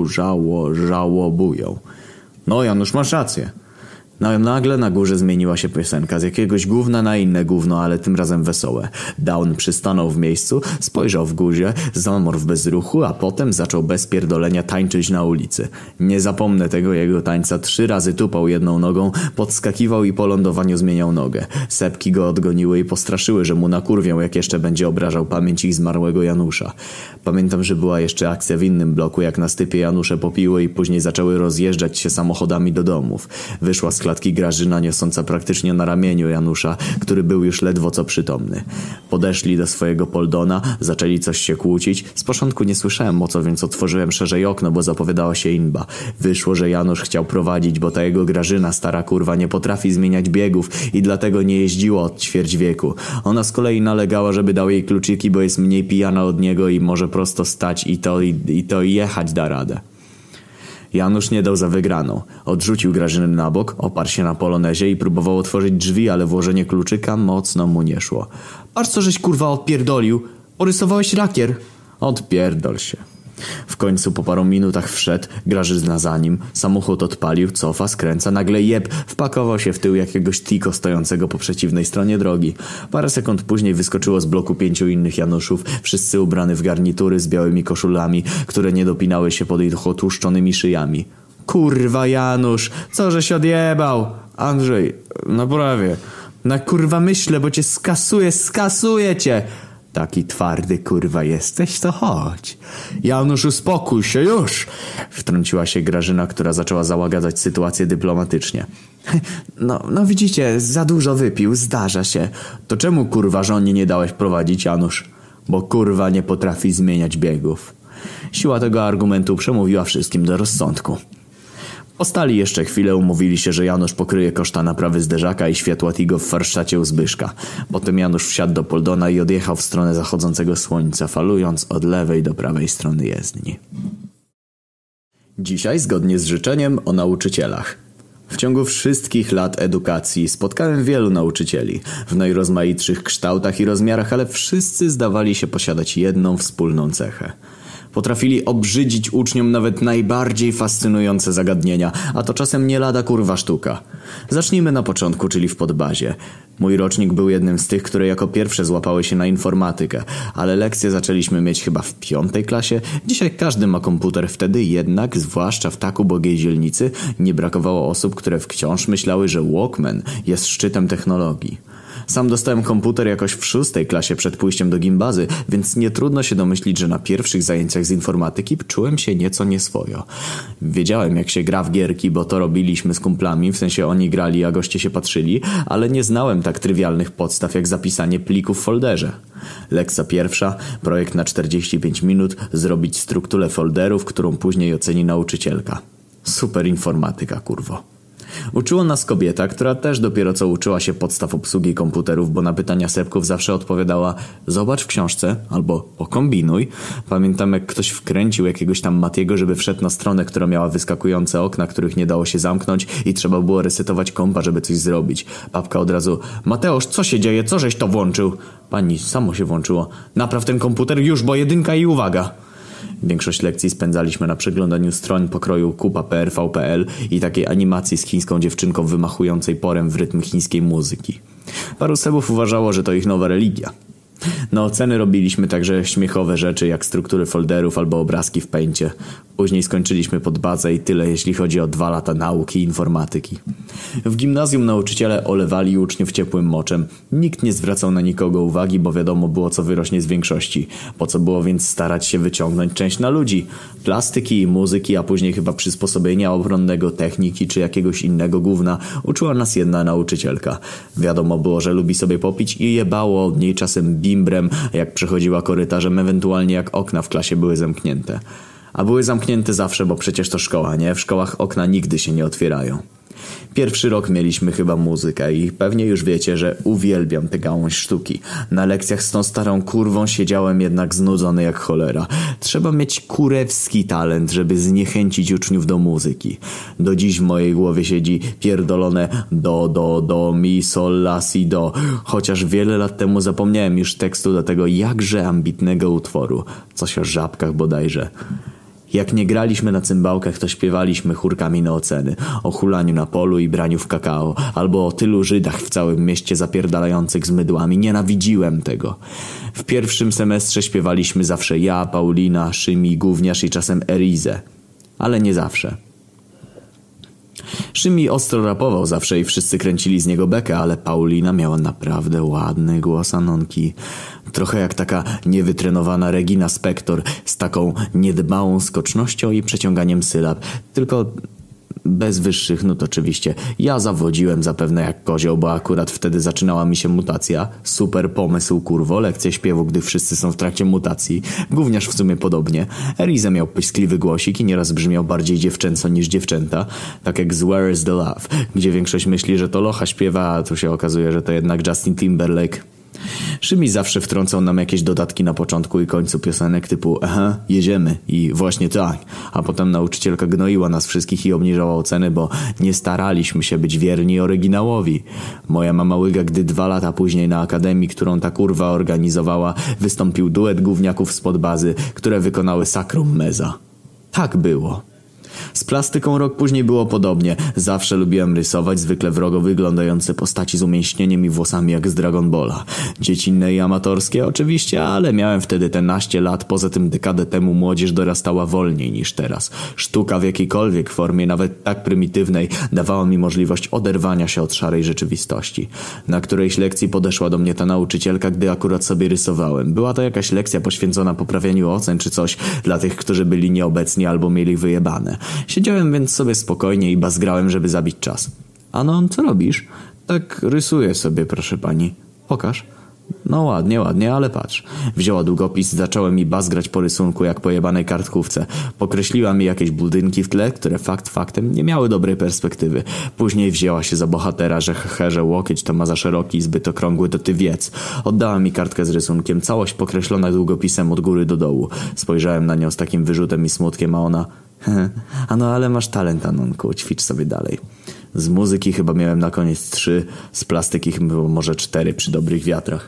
żałobują. No Janusz, masz rację. No nagle na górze zmieniła się piosenka z jakiegoś gówna na inne gówno, ale tym razem wesołe. Down przystanął w miejscu, spojrzał w górze, zamarł w bezruchu, a potem zaczął bez pierdolenia tańczyć na ulicy. Nie zapomnę tego jego tańca, 3 razy tupał jedną nogą, podskakiwał i po lądowaniu zmieniał nogę. Sepki go odgoniły i postraszyły, że mu nakurwią, jak jeszcze będzie obrażał pamięć ich zmarłego Janusza. Pamiętam, że była jeszcze akcja w innym bloku, jak na stypie Janusze popiły i później zaczęły rozjeżdżać się samochodami do domów. Wyszła z klatki Grażyna, niosąca praktycznie na ramieniu Janusza, który był już ledwo co przytomny. Podeszli do swojego Poldona, zaczęli coś się kłócić. Z początku nie słyszałem o co, więc otworzyłem szerzej okno, bo zapowiadała się inba. Wyszło, że Janusz chciał prowadzić, bo ta jego Grażyna, stara kurwa, nie potrafi zmieniać biegów i dlatego nie jeździła od ćwierć wieku. Ona z kolei nalegała, żeby dał jej kluczyki, bo jest mniej pijana od niego i może prosto stać i jechać da radę. Janusz nie dał za wygraną. Odrzucił Grażynę na bok, oparł się na polonezie i próbował otworzyć drzwi, ale włożenie kluczyka mocno mu nie szło. Patrz co żeś kurwa odpierdolił. Porysowałeś lakier. Odpierdol się. W końcu po paru minutach wszedł, Grażyna za nim, samochód odpalił, cofa, skręca, nagle jeb, wpakował się w tył jakiegoś tiko stojącego po przeciwnej stronie drogi. Parę sekund później wyskoczyło z bloku 5 innych Januszów, wszyscy ubrani w garnitury z białymi koszulami, które nie dopinały się pod ich otłuszczonymi szyjami. Kurwa Janusz, co żeś odjebał? Andrzej, no prawie. Na kurwa myślę, bo cię skasuję cię. Taki twardy kurwa jesteś, to chodź. Janusz, uspokój się już! Wtrąciła się Grażyna, która zaczęła załagadzać sytuację dyplomatycznie. No widzicie, za dużo wypił, zdarza się. To czemu kurwa żonie nie dałeś prowadzić, Janusz? Bo kurwa nie potrafi zmieniać biegów. Siła tego argumentu przemówiła wszystkim do rozsądku. Postali jeszcze chwilę, umówili się, że Janusz pokryje koszta naprawy zderzaka i światła Tigo w warsztacie u Zbyszka. Potem Janusz wsiadł do Poldona i odjechał w stronę zachodzącego słońca, falując od lewej do prawej strony jezdni. Dzisiaj, zgodnie z życzeniem, o nauczycielach. W ciągu wszystkich lat edukacji spotkałem wielu nauczycieli w najrozmaitszych kształtach i rozmiarach, ale wszyscy zdawali się posiadać jedną wspólną cechę. Potrafili obrzydzić uczniom nawet najbardziej fascynujące zagadnienia, a to czasem nie lada kurwa sztuka. Zacznijmy na początku, czyli w podbazie. Mój rocznik był jednym z tych, które jako pierwsze złapały się na informatykę, ale lekcje zaczęliśmy mieć chyba w 5. klasie. Dzisiaj każdy ma komputer, wtedy jednak, zwłaszcza w tak ubogiej dzielnicy, nie brakowało osób, które wciąż myślały, że Walkman jest szczytem technologii. Sam dostałem komputer jakoś w 6. klasie przed pójściem do gimbazy, więc nie trudno się domyślić, że na pierwszych zajęciach z informatyki czułem się nieco nieswojo. Wiedziałem, jak się gra w gierki, bo to robiliśmy z kumplami, w sensie oni grali, a goście się patrzyli, ale nie znałem tak trywialnych podstaw jak zapisanie plików w folderze. Lekcja pierwsza, projekt na 45 minut, zrobić strukturę folderów, którą później oceni nauczycielka. Super informatyka, kurwo. Uczyła nas kobieta, która też dopiero co uczyła się podstaw obsługi komputerów, bo na pytania sepków zawsze odpowiadała: zobacz w książce albo pokombinuj. Pamiętam, jak ktoś wkręcił jakiegoś tam Matiego, żeby wszedł na stronę, która miała wyskakujące okna, których nie dało się zamknąć i trzeba było resetować kompa, żeby coś zrobić. Babka od razu: Mateusz, co się dzieje? Co żeś to włączył? Pani, samo się włączyło. Napraw ten komputer już, bo 1 i uwaga. Większość lekcji spędzaliśmy na przeglądaniu stron pokroju kupa.pr.pl i takiej animacji z chińską dziewczynką wymachującej porem w rytm chińskiej muzyki. Paru sebów uważało, że to ich nowa religia. Na oceny robiliśmy także śmiechowe rzeczy jak struktury folderów albo obrazki w Paincie. Później skończyliśmy pod bazę i tyle, jeśli chodzi o 2 lata nauki i informatyki. W gimnazjum nauczyciele olewali uczniów ciepłym moczem. Nikt nie zwracał na nikogo uwagi, bo wiadomo było, co wyrośnie z większości. Po co było więc starać się wyciągnąć część na ludzi? Plastyki i muzyki, a później chyba przysposobienia obronnego, techniki czy jakiegoś innego gówna uczyła nas jedna nauczycielka. Wiadomo było, że lubi sobie popić i jebało od niej czasem bimbrem, jak przechodziła korytarzem, ewentualnie jak okna w klasie były zamknięte. A były zamknięte zawsze, bo przecież to szkoła, nie? W szkołach okna nigdy się nie otwierają. Pierwszy rok mieliśmy chyba muzykę i pewnie już wiecie, że uwielbiam tę gałąź sztuki. Na lekcjach z tą starą kurwą siedziałem jednak znudzony jak cholera. Trzeba mieć kurewski talent, żeby zniechęcić uczniów do muzyki. Do dziś w mojej głowie siedzi pierdolone do, mi, sol, la, si, do. Chociaż wiele lat temu zapomniałem już tekstu do tego jakże ambitnego utworu. Coś o żabkach bodajże. Jak nie graliśmy na cymbałkach, to śpiewaliśmy chórkami na oceny. O hulaniu na polu i braniu w kakao. Albo o tylu Żydach w całym mieście zapierdalających z mydłami. Nienawidziłem tego. W pierwszym semestrze śpiewaliśmy zawsze ja, Paulina, Szymi, Gówniarz i czasem Erizę. Ale nie zawsze. Szymi ostro rapował zawsze i wszyscy kręcili z niego bekę, ale Paulina miała naprawdę ładny głos Anonki. Trochę jak taka niewytrenowana Regina Spektor z taką niedbałą skocznością i przeciąganiem sylab. Tylko bez wyższych nut oczywiście. Ja zawodziłem zapewne jak kozioł, bo akurat wtedy zaczynała mi się mutacja. Super pomysł, kurwo, lekcja śpiewu, gdy wszyscy są w trakcie mutacji. Gówniarz w sumie podobnie. Eriza miał pyskliwy głosik i nieraz brzmiał bardziej dziewczęco niż dziewczęta. Tak jak z Where is the Love, gdzie większość myśli, że to Locha śpiewa, a tu się okazuje, że to jednak Justin Timberlake. Szymi zawsze wtrącał nam jakieś dodatki na początku i końcu piosenek typu aha, jedziemy i właśnie tak, a potem nauczycielka gnoiła nas wszystkich i obniżała oceny, bo nie staraliśmy się być wierni oryginałowi. Moja mama łyga, gdy 2 lata później na akademii, którą ta kurwa organizowała, wystąpił duet gówniaków spod bazy, które wykonały Sacrum Meza. Tak było. Z plastyką rok później było podobnie. Zawsze lubiłem rysować zwykle wrogo wyglądające postaci z umięśnieniem i włosami jak z Dragon Balla. Dziecinne i amatorskie oczywiście, ale miałem wtedy te naście lat. Poza tym dekadę temu młodzież dorastała wolniej niż teraz. Sztuka w jakiejkolwiek formie, nawet tak prymitywnej, dawała mi możliwość oderwania się od szarej rzeczywistości. Na którejś lekcji podeszła do mnie ta nauczycielka, gdy akurat sobie rysowałem. Była to jakaś lekcja poświęcona poprawianiu ocen czy coś dla tych, którzy byli nieobecni albo mieli wyjebane. Siedziałem więc sobie spokojnie i bazgrałem, żeby zabić czas. Anon, co robisz? Tak rysuję sobie, proszę pani. Pokaż. No ładnie, ale patrz. Wzięła długopis, zacząłem mi bazgrać po rysunku jak po jebanej kartkówce. Pokreśliła mi jakieś budynki w tle, które faktem nie miały dobrej perspektywy. Później wzięła się za bohatera, że łokieć to ma za szeroki i zbyt okrągły, to ty wiedz. Oddała mi kartkę z rysunkiem, całość pokreślona długopisem od góry do dołu. Spojrzałem na nią z takim wyrzutem i smutkiem, a ona... no ale masz talent, Anonku, ćwicz sobie dalej. Z muzyki chyba miałem na koniec 3, z plastyki chyba było może 4 przy dobrych wiatrach.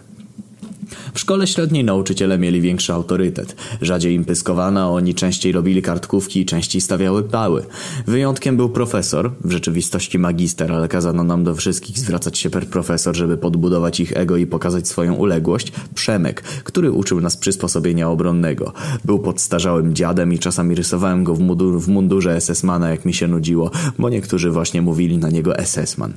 W szkole średniej nauczyciele mieli większy autorytet. Rzadziej im pyskowano, a oni częściej robili kartkówki i częściej stawiały pały. Wyjątkiem był profesor, w rzeczywistości magister, ale kazano nam do wszystkich zwracać się per profesor, żeby podbudować ich ego i pokazać swoją uległość. Przemek, który uczył nas przysposobienia obronnego. Był podstarzałym dziadem i czasami rysowałem go w mundurze SS-mana, jak mi się nudziło, bo niektórzy właśnie mówili na niego SS-man.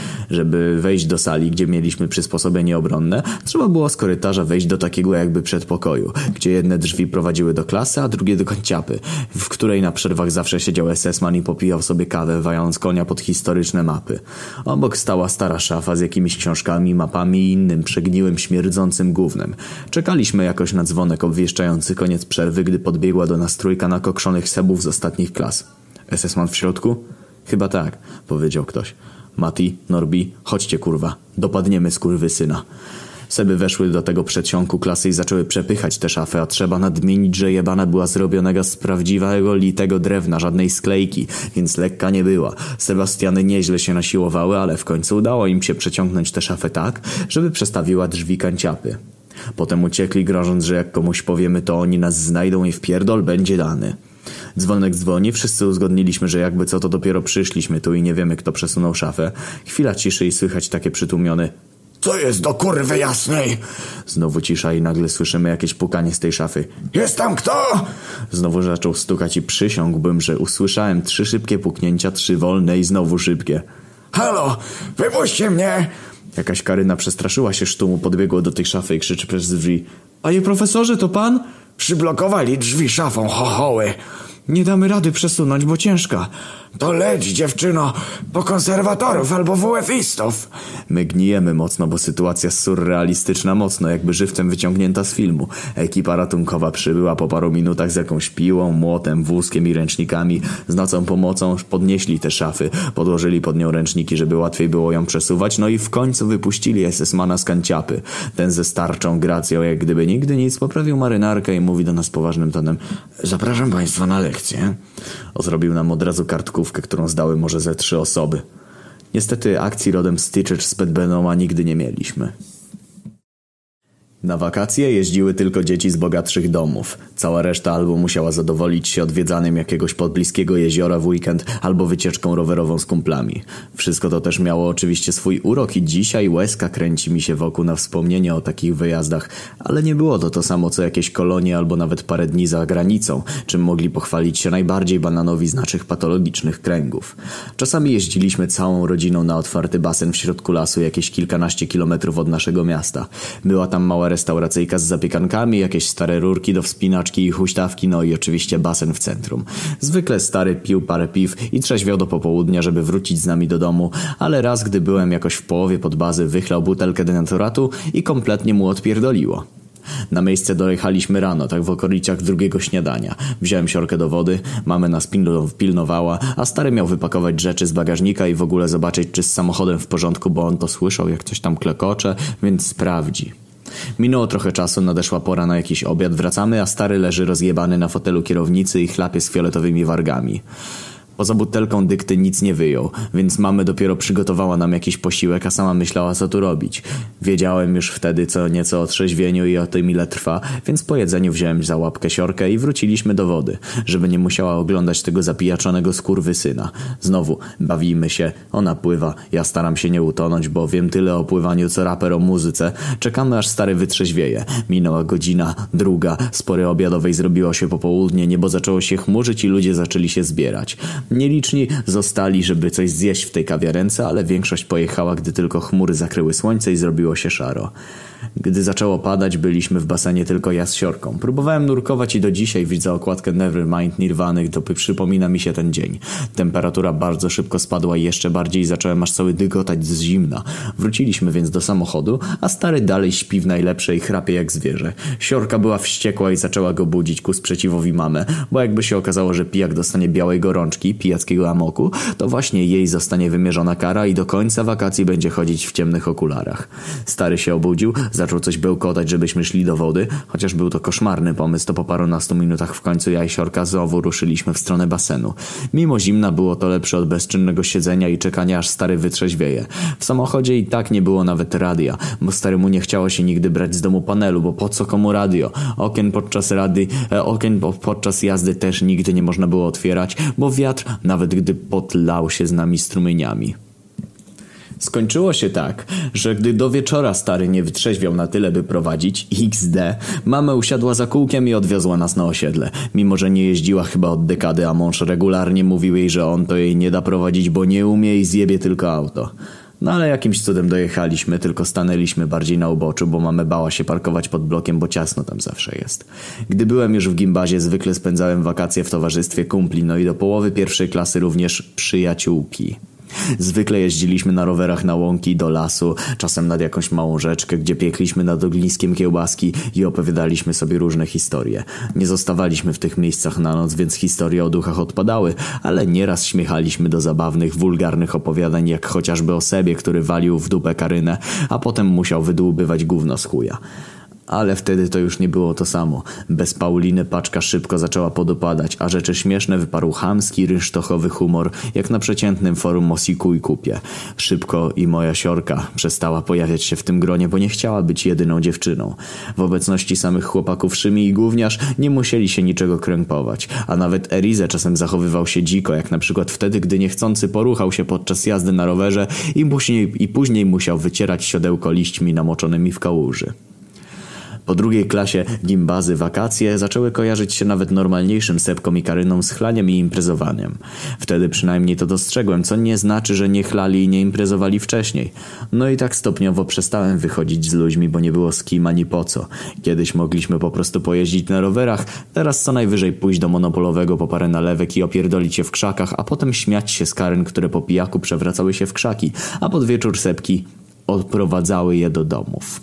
Żeby wejść do sali, gdzie mieliśmy przysposobienie obronne, trzeba było z korytarza wejść do takiego jakby przedpokoju, gdzie jedne drzwi prowadziły do klasy, a drugie do kanciapy, w której na przerwach zawsze siedział SS-man i popijał sobie kawę, wając konia pod historyczne mapy. Obok stała stara szafa z jakimiś książkami, mapami i innym przegniłym, śmierdzącym gównem. Czekaliśmy jakoś na dzwonek obwieszczający koniec przerwy, gdy podbiegła do nas trójka nakokszonych sebów z ostatnich klas. SS-man w środku? Chyba tak, powiedział ktoś. Mati, Norbi, chodźcie kurwa, dopadniemy skurwysyna. Seby weszły do tego przedsionku klasy i zaczęły przepychać te szafy, a trzeba nadmienić, że jebana była zrobionego z prawdziwego litego drewna, żadnej sklejki, więc lekka nie była. Sebastiany nieźle się nasiłowały, ale w końcu udało im się przeciągnąć tę szafę tak, żeby przestawiła drzwi kanciapy. Potem uciekli, grożąc, że jak komuś powiemy, to oni nas znajdą i wpierdol będzie dany. Dzwonek dzwoni, wszyscy uzgodniliśmy, że jakby co to dopiero przyszliśmy tu i nie wiemy, kto przesunął szafę. Chwila ciszy i słychać takie przytłumione: Co jest do kurwy jasnej? Znowu cisza i nagle słyszymy jakieś pukanie z tej szafy. Jest tam kto? Znowu zaczął stukać i przysiągłbym, że usłyszałem 3 szybkie puknięcia, 3 wolne i znowu szybkie. Halo, wypuśćcie mnie! Jakaś Karyna przestraszyła się sztumu, podbiegła do tej szafy i krzyczy przez drzwi: Panie profesorze, to pan? Przyblokowali drzwi szafą, chochoły. Nie damy rady przesunąć, bo ciężka. To leć, dziewczyno, po konserwatorów albo WF-istów. My gnijemy mocno, bo sytuacja surrealistyczna mocno, jakby żywcem wyciągnięta z filmu. Ekipa ratunkowa przybyła po paru minutach z jakąś piłą, młotem, wózkiem i ręcznikami. Z nocą pomocą podnieśli te szafy, podłożyli pod nią ręczniki, żeby łatwiej było ją przesuwać, no i w końcu wypuścili SS-mana z kanciapy. Ten ze starczą gracją, jak gdyby nigdy nic, poprawił marynarkę i mówi do nas poważnym tonem: Zapraszam państwa na lekcję. Zrobił nam od razu kartkówkę, którą zdały może ze 3 osoby. Niestety akcji rodem Stitcher z Pet Benoma nigdy nie mieliśmy. Na wakacje jeździły tylko dzieci z bogatszych domów. Cała reszta albo musiała zadowolić się odwiedzanym jakiegoś podbliskiego jeziora w weekend, albo wycieczką rowerową z kumplami. Wszystko to też miało oczywiście swój urok i dzisiaj łezka kręci mi się wokół na wspomnienie o takich wyjazdach, ale nie było to samo co jakieś kolonie albo nawet parę dni za granicą, czym mogli pochwalić się najbardziej bananowi z naszych patologicznych kręgów. Czasami jeździliśmy całą rodziną na otwarty basen w środku lasu, jakieś kilkanaście kilometrów od naszego miasta. Była tam mała restauracyjka z zapiekankami, jakieś stare rurki do wspinaczki i huśtawki, no i oczywiście basen w centrum. Zwykle stary pił parę piw i trzeźwiał do popołudnia, żeby wrócić z nami do domu, ale raz, gdy byłem jakoś w połowie pod bazy, wychlał butelkę denaturatu i kompletnie mu odpierdoliło. Na miejsce dojechaliśmy rano, tak w okolicach 2. śniadania. Wziąłem siorkę do wody, mamy nas pilnowała, a stary miał wypakować rzeczy z bagażnika i w ogóle zobaczyć, czy z samochodem w porządku, bo on to słyszał, jak coś tam klekocze, więc sprawdzi. Minęło trochę czasu, nadeszła pora na jakiś obiad, wracamy, a stary leży rozjebany na fotelu kierownicy i chlapie z fioletowymi wargami. Poza butelką dykty nic nie wyjął, więc mamy dopiero przygotowała nam jakiś posiłek, a sama myślała co tu robić. Wiedziałem już wtedy co nieco o trzeźwieniu i o tym ile trwa, więc po jedzeniu wziąłem za łapkę siorkę i wróciliśmy do wody, żeby nie musiała oglądać tego zapijaczonego skurwysyna. Znowu, bawimy się, ona pływa, ja staram się nie utonąć, bo wiem tyle o pływaniu co raper o muzyce. Czekamy aż stary wytrzeźwieje. Minęła godzina, druga, z pory obiadowej zrobiło się popołudnie, niebo zaczęło się chmurzyć i ludzie zaczęli się zbierać. Nieliczni zostali, żeby coś zjeść w tej kawiarence, ale większość pojechała, gdy tylko chmury zakryły słońce i zrobiło się szaro. Gdy zaczęło padać, byliśmy w basenie tylko ja z siorką. Próbowałem nurkować i do dzisiaj widzę okładkę Nevermind Nirwany, to przypomina mi się ten dzień. Temperatura bardzo szybko spadła i jeszcze bardziej zacząłem aż cały dygotać z zimna. Wróciliśmy więc do samochodu, a stary dalej śpi w najlepszej, chrapie jak zwierzę. Siorka była wściekła i zaczęła go budzić ku sprzeciwowi mamy, bo jakby się okazało, że pijak dostanie białej gorączki, pijackiego amoku, to właśnie jej zostanie wymierzona kara i do końca wakacji będzie chodzić w ciemnych okularach. Stary się obudził, zaczął coś bełkotać, żebyśmy szli do wody, chociaż był to koszmarny pomysł, to po parunastu minutach w końcu ja i siorka znowu ruszyliśmy w stronę basenu. Mimo zimna było to lepsze od bezczynnego siedzenia i czekania aż stary wytrzeźwieje. W samochodzie i tak nie było nawet radia, bo staremu nie chciało się nigdy brać z domu panelu, bo po co komu radio? Okien podczas jazdy też nigdy nie można było otwierać, bo wiatr, nawet gdy podlał się z nami strumieniami. Skończyło się tak, że gdy do wieczora stary nie wytrzeźwiał na tyle, by prowadzić XD, mama usiadła za kółkiem i odwiozła nas na osiedle. Mimo że nie jeździła chyba od dekady, a mąż regularnie mówił jej, że on to jej nie da prowadzić, bo nie umie i zjebie tylko auto. No ale jakimś cudem dojechaliśmy, tylko stanęliśmy bardziej na uboczu, bo mama bała się parkować pod blokiem, bo ciasno tam zawsze jest. Gdy byłem już w gimbazie, zwykle spędzałem wakacje w towarzystwie kumpli, no i do połowy pierwszej klasy również przyjaciółki. Zwykle jeździliśmy na rowerach na łąki, do lasu, czasem nad jakąś małą rzeczkę, gdzie piekliśmy nad ogniskiem kiełbaski i opowiadaliśmy sobie różne historie. Nie zostawaliśmy w tych miejscach na noc, więc historie o duchach odpadały, ale nieraz śmiechaliśmy do zabawnych, wulgarnych opowiadań, jak chociażby o Sebie, który walił w dupę Karynę, a potem musiał wydłubywać gówno z chuja. Ale wtedy to już nie było to samo. Bez Pauliny paczka szybko zaczęła podopadać, a rzeczy śmieszne wyparł chamski, rynsztochowy humor, jak na przeciętnym forum o siku i kupie. Szybko i moja siorka przestała pojawiać się w tym gronie, bo nie chciała być jedyną dziewczyną. W obecności samych chłopaków Szymi i Gówniarz nie musieli się niczego krępować, a nawet Erize czasem zachowywał się dziko, jak na przykład wtedy, gdy niechcący poruchał się podczas jazdy na rowerze i później musiał wycierać siodełko liśćmi namoczonymi w kałuży. Po drugiej klasie gimbazy wakacje zaczęły kojarzyć się nawet normalniejszym Sebkom i Karyną z chlaniem i imprezowaniem. Wtedy przynajmniej to dostrzegłem, co nie znaczy, że nie chlali i nie imprezowali wcześniej. No i tak stopniowo przestałem wychodzić z ludźmi, bo nie było z kim ani po co. Kiedyś mogliśmy po prostu pojeździć na rowerach, teraz co najwyżej pójść do monopolowego po parę nalewek i opierdolić się w krzakach, a potem śmiać się z Karyn, które po pijaku przewracały się w krzaki, a pod wieczór Sebki odprowadzały je do domów.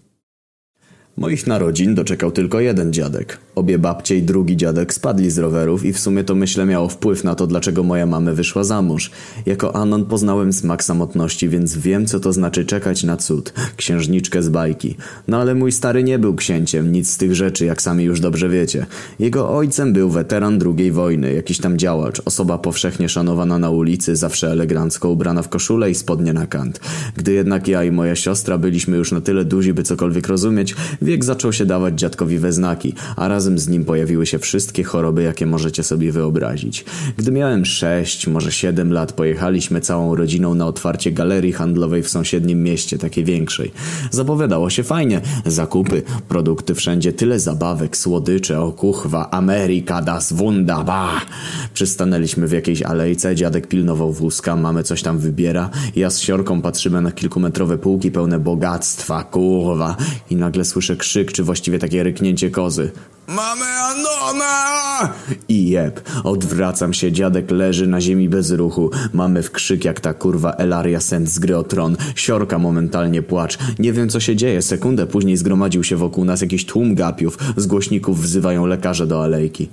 Moich narodzin doczekał tylko jeden dziadek. Obie babcie i drugi dziadek spadli z rowerów i w sumie to myślę miało wpływ na to, dlaczego moja mama wyszła za mąż. Jako anon poznałem smak samotności, więc wiem, co to znaczy czekać na cud. Księżniczkę z bajki. No ale mój stary nie był księciem, nic z tych rzeczy, jak sami już dobrze wiecie. Jego ojcem był weteran II wojny, jakiś tam działacz, osoba powszechnie szanowana na ulicy, zawsze elegancko ubrana w koszulę i spodnie na kant. Gdy jednak ja i moja siostra byliśmy już na tyle duzi, by cokolwiek rozumieć, wiek zaczął się dawać dziadkowi we znaki, a razem z nim pojawiły się wszystkie choroby, jakie możecie sobie wyobrazić. Gdy miałem 6, może 7 lat, pojechaliśmy całą rodziną na otwarcie galerii handlowej w sąsiednim mieście, takiej większej. Zapowiadało się fajnie. Zakupy, produkty wszędzie, tyle zabawek, słodycze, o kuchwa, Ameryka, das wunderbar. Przystanęliśmy w jakiejś alejce, dziadek pilnował wózka, mamy coś tam wybiera. Ja z siorką patrzymy na kilkumetrowe półki pełne bogactwa, kurwa. I nagle słyszę krzyk, czy właściwie takie ryknięcie kozy. Mamy Anona! I jeb. Odwracam się, dziadek leży na ziemi bez ruchu. Mamy w krzyk jak ta kurwa Elaria Sent z gry o Tron. Siorka momentalnie płacz. Nie wiem co się dzieje. Sekundę później zgromadził się wokół nas jakiś tłum gapiów. Z głośników wzywają lekarze do alejki.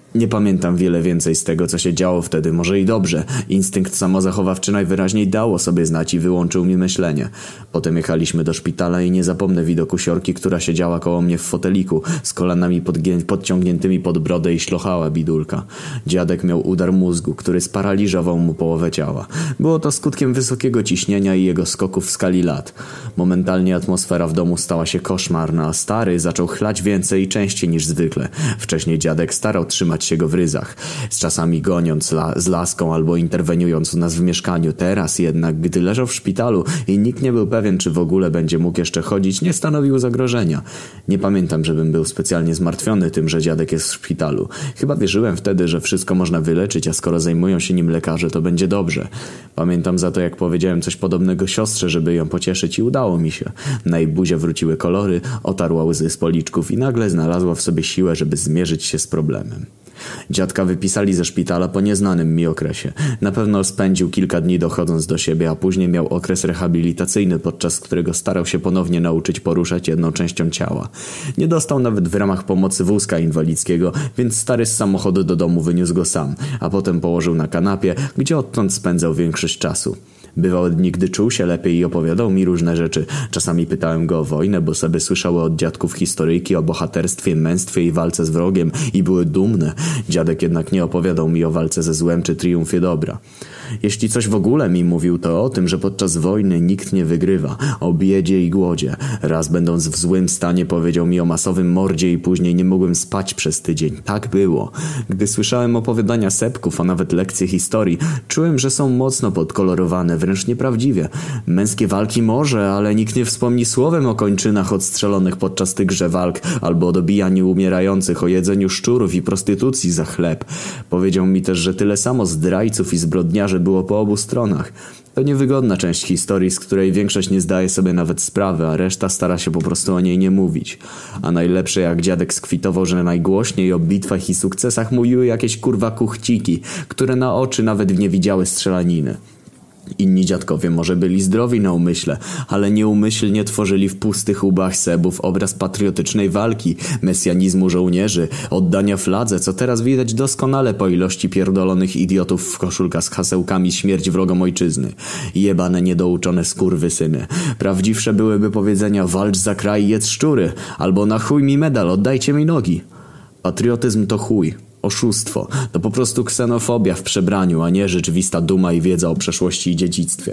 Nie pamiętam wiele więcej z tego, co się działo wtedy, może i dobrze. Instynkt samozachowawczy najwyraźniej dało sobie znać i wyłączył mi myślenie. Potem jechaliśmy do szpitala i nie zapomnę widoku siorki, która siedziała koło mnie w foteliku, z kolanami podciągniętymi pod brodę i szlochała bidulka. Dziadek miał udar mózgu, który sparaliżował mu połowę ciała. Było to skutkiem wysokiego ciśnienia i jego skoków w skali lat. Momentalnie atmosfera w domu stała się koszmarna, a stary zaczął chlać więcej i częściej niż zwykle. Wcześniej dziadek starał trzymać się go w ryzach, z czasami goniąc z laską albo interweniując u nas w mieszkaniu. Teraz jednak, gdy leżał w szpitalu i nikt nie był pewien, czy w ogóle będzie mógł jeszcze chodzić, nie stanowił zagrożenia. Nie pamiętam, żebym był specjalnie zmartwiony tym, że dziadek jest w szpitalu. Chyba wierzyłem wtedy, że wszystko można wyleczyć, a skoro zajmują się nim lekarze, to będzie dobrze. Pamiętam za to, jak powiedziałem coś podobnego siostrze, żeby ją pocieszyć, i udało mi się. Na jej buzie wróciły kolory, otarła łzy z policzków i nagle znalazła w sobie siłę, żeby zmierzyć się z problemem. Dziadka wypisali ze szpitala po nieznanym mi okresie. Na pewno spędził kilka dni dochodząc do siebie, a później miał okres rehabilitacyjny, podczas którego starał się ponownie nauczyć poruszać jedną częścią ciała. Nie dostał nawet w ramach pomocy wózka inwalidzkiego, więc stary z samochodu do domu wyniósł go sam, a potem położył na kanapie, gdzie odtąd spędzał większość czasu. Bywały dni, gdy czuł się lepiej i opowiadał mi różne rzeczy. Czasami pytałem go o wojnę, bo sobie słyszały od dziadków historyjki o bohaterstwie, męstwie i walce z wrogiem i były dumne. Dziadek jednak nie opowiadał mi o walce ze złem czy triumfie dobra. Jeśli coś w ogóle mi mówił, to o tym, że podczas wojny nikt nie wygrywa, o biedzie i głodzie. Raz będąc w złym stanie powiedział mi o masowym mordzie i później nie mogłem spać przez tydzień. Tak było. Gdy słyszałem opowiadania sepków, a nawet lekcje historii, czułem, że są mocno podkolorowane, wręcz nieprawdziwie. Męskie walki może, ale nikt nie wspomni słowem o kończynach odstrzelonych podczas tychże walk, albo o dobijaniu umierających, o jedzeniu szczurów i prostytucji za chleb. Powiedział mi też, że tyle samo zdrajców i zbrodniarzy było po obu stronach. To niewygodna część historii, z której większość nie zdaje sobie nawet sprawy, a reszta stara się po prostu o niej nie mówić. A najlepsze, jak dziadek skwitował, że najgłośniej o bitwach i sukcesach mówiły jakieś kurwa kuchciki, które na oczy nawet nie widziały strzelaniny. Inni dziadkowie może byli zdrowi na umyśle, ale nieumyślnie tworzyli w pustych łbach Sebów obraz patriotycznej walki, mesjanizmu żołnierzy, oddania fladze, co teraz widać doskonale po ilości pierdolonych idiotów w koszulkach z hasełkami śmierć wrogom ojczyzny. Jebane niedouczone skurwysyny. Prawdziwsze byłyby powiedzenia walcz za kraj, jedz szczury, albo na chuj mi medal, oddajcie mi nogi. Patriotyzm to chuj. Oszustwo. To po prostu ksenofobia w przebraniu, a nie rzeczywista duma i wiedza o przeszłości i dziedzictwie.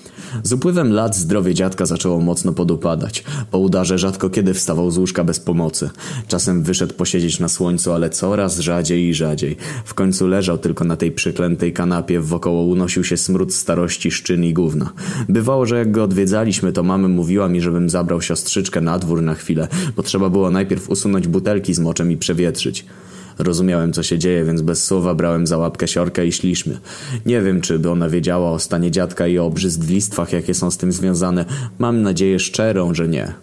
Z upływem lat zdrowie dziadka zaczęło mocno podupadać. Po udarze rzadko kiedy wstawał z łóżka bez pomocy. Czasem wyszedł posiedzieć na słońcu, ale coraz rzadziej i rzadziej. W końcu leżał tylko na tej przyklętej kanapie, wokoło unosił się smród starości, szczyn i gówna. Bywało, że jak go odwiedzaliśmy, to mama mówiła mi, żebym zabrał siostrzyczkę na dwór na chwilę, bo trzeba było najpierw usunąć butelki z moczem i przewietrzyć. Rozumiałem, co się dzieje, więc bez słowa brałem za łapkę siorkę i szliśmy. Nie wiem, czy by ona wiedziała o stanie dziadka i o obrzydlistwach, jakie są z tym związane. Mam nadzieję szczerą, że nie.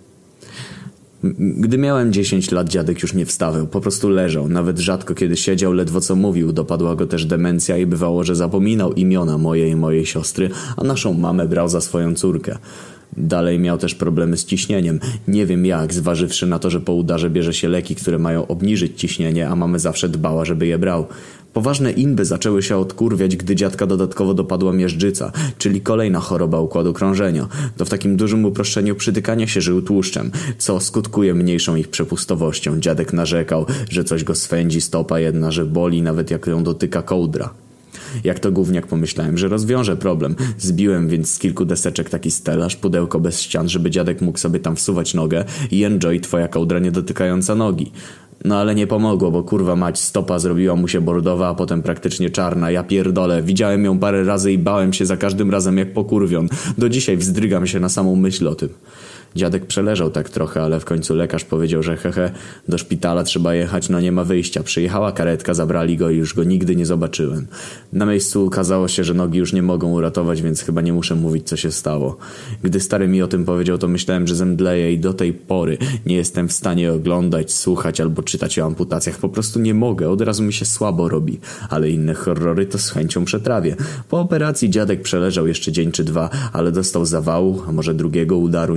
Gdy miałem 10 lat, dziadek już nie wstawał, po prostu leżał. Nawet rzadko kiedy siedział, ledwo co mówił. Dopadła go też demencja i bywało, że zapominał imiona mojej i mojej siostry, a naszą mamę brał za swoją córkę. Dalej miał też problemy z ciśnieniem. Nie wiem jak, zważywszy na to, że po udarze bierze się leki, które mają obniżyć ciśnienie, a mama zawsze dbała, żeby je brał. Poważne inby zaczęły się odkurwiać, gdy dziadka dodatkowo dopadła miażdżyca, czyli kolejna choroba układu krążenia. To w takim dużym uproszczeniu przytykania się żył tłuszczem, co skutkuje mniejszą ich przepustowością. Dziadek narzekał, że coś go swędzi stopa jedna, że boli nawet jak ją dotyka kołdra. Jak to gówniak pomyślałem, że rozwiążę problem. Zbiłem więc z kilku deseczek taki stelaż, pudełko bez ścian, żeby dziadek mógł sobie tam wsuwać nogę i enjoy, twoja kołdra nie dotykająca nogi. No ale nie pomogło, bo kurwa mać, stopa zrobiła mu się bordowa, a potem praktycznie czarna. Ja pierdolę, widziałem ją parę razy i bałem się za każdym razem jak pokurwion. Do dzisiaj wzdrygam się na samą myśl o tym. Dziadek przeleżał tak trochę, ale w końcu lekarz powiedział, że do szpitala trzeba jechać, no nie ma wyjścia. Przyjechała karetka, zabrali go i już go nigdy nie zobaczyłem. Na miejscu okazało się, że nogi już nie mogą uratować, więc chyba nie muszę mówić, co się stało. Gdy stary mi o tym powiedział, to myślałem, że zemdleję i do tej pory nie jestem w stanie oglądać, słuchać albo czytać o amputacjach. Po prostu nie mogę, od razu mi się słabo robi. Ale inne horrory to z chęcią przetrawię. Po operacji dziadek przeleżał jeszcze dzień czy dwa, ale dostał zawału, a może drugiego udaru, nie wiem.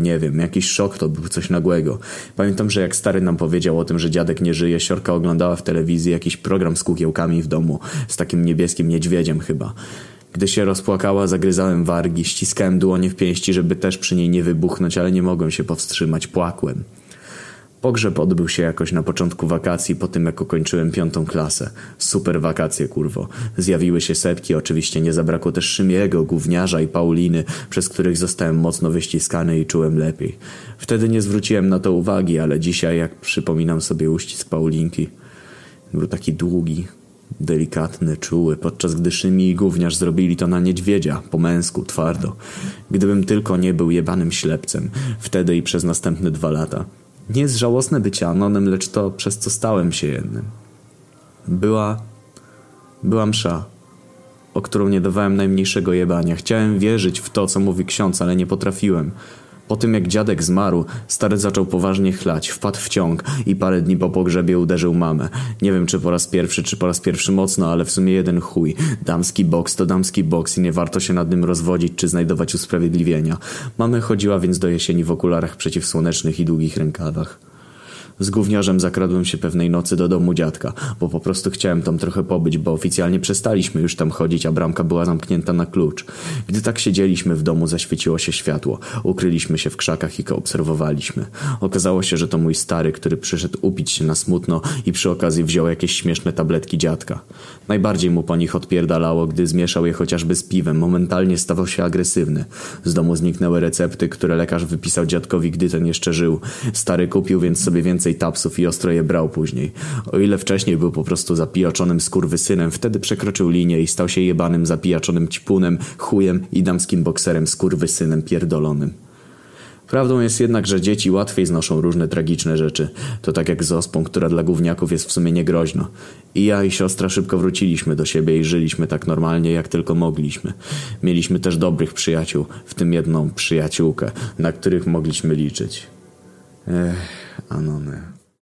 jakiś szok to był, coś nagłego. Pamiętam, że jak stary nam powiedział o tym, że dziadek nie żyje, siorka oglądała w telewizji jakiś program z kukiełkami w domu, z takim niebieskim niedźwiedziem chyba. Gdy się rozpłakała, zagryzałem wargi, ściskałem dłonie w pięści, żeby też przy niej nie wybuchnąć, ale nie mogłem się powstrzymać, płakłem. Pogrzeb odbył się jakoś na początku wakacji, po tym jak ukończyłem 5. klasę. Super wakacje, kurwo. Zjawiły się setki, oczywiście nie zabrakło też Szymiego, Gówniarza i Pauliny, przez których zostałem mocno wyściskany i czułem lepiej. Wtedy nie zwróciłem na to uwagi, ale dzisiaj, jak przypominam sobie uścisk Paulinki, był taki długi, delikatny, czuły, podczas gdy Szymi i Gówniarz zrobili to na niedźwiedzia, po męsku, twardo. Gdybym tylko nie był jebanym ślepcem, wtedy i przez następne 2 lata. Nie jest żałosne bycie Anonem, lecz to, przez co stałem się jednym. Była msza, o którą nie dawałem najmniejszego jebania. Chciałem wierzyć w to, co mówi ksiądz, ale nie potrafiłem. Po tym jak dziadek zmarł, stary zaczął poważnie chlać, wpadł w ciąg i parę dni po pogrzebie uderzył mamę. Nie wiem, czy po raz pierwszy mocno, ale w sumie jeden chuj. Damski boks to damski boks i nie warto się nad nim rozwodzić czy znajdować usprawiedliwienia. Mama chodziła więc do jesieni w okularach przeciwsłonecznych i długich rękawach. Z Gówniarzem zakradłem się pewnej nocy do domu dziadka, bo po prostu chciałem tam trochę pobyć, bo oficjalnie przestaliśmy już tam chodzić, a bramka była zamknięta na klucz. Gdy tak siedzieliśmy w domu, zaświeciło się światło. Ukryliśmy się w krzakach i go obserwowaliśmy. Okazało się, że to mój stary, który przyszedł upić się na smutno i przy okazji wziął jakieś śmieszne tabletki dziadka. Najbardziej mu po nich odpierdalało, gdy zmieszał je chociażby z piwem. Momentalnie stawał się agresywny. Z domu zniknęły recepty, które lekarz wypisał dziadkowi, gdy ten jeszcze żył. Stary kupił więc sobie więcej tapsów i ostro je brał później. O ile wcześniej był po prostu zapijaczonym skurwysynem, wtedy przekroczył linię i stał się jebanym zapijaczonym ćpunem, chujem i damskim bokserem skurwysynem pierdolonym. Prawdą jest jednak, że dzieci łatwiej znoszą różne tragiczne rzeczy. To tak jak z ospą, która dla gówniaków jest w sumie niegroźna. I ja i siostra szybko wróciliśmy do siebie i żyliśmy tak normalnie, jak tylko mogliśmy. Mieliśmy też dobrych przyjaciół, w tym jedną przyjaciółkę, na których mogliśmy liczyć. Anony.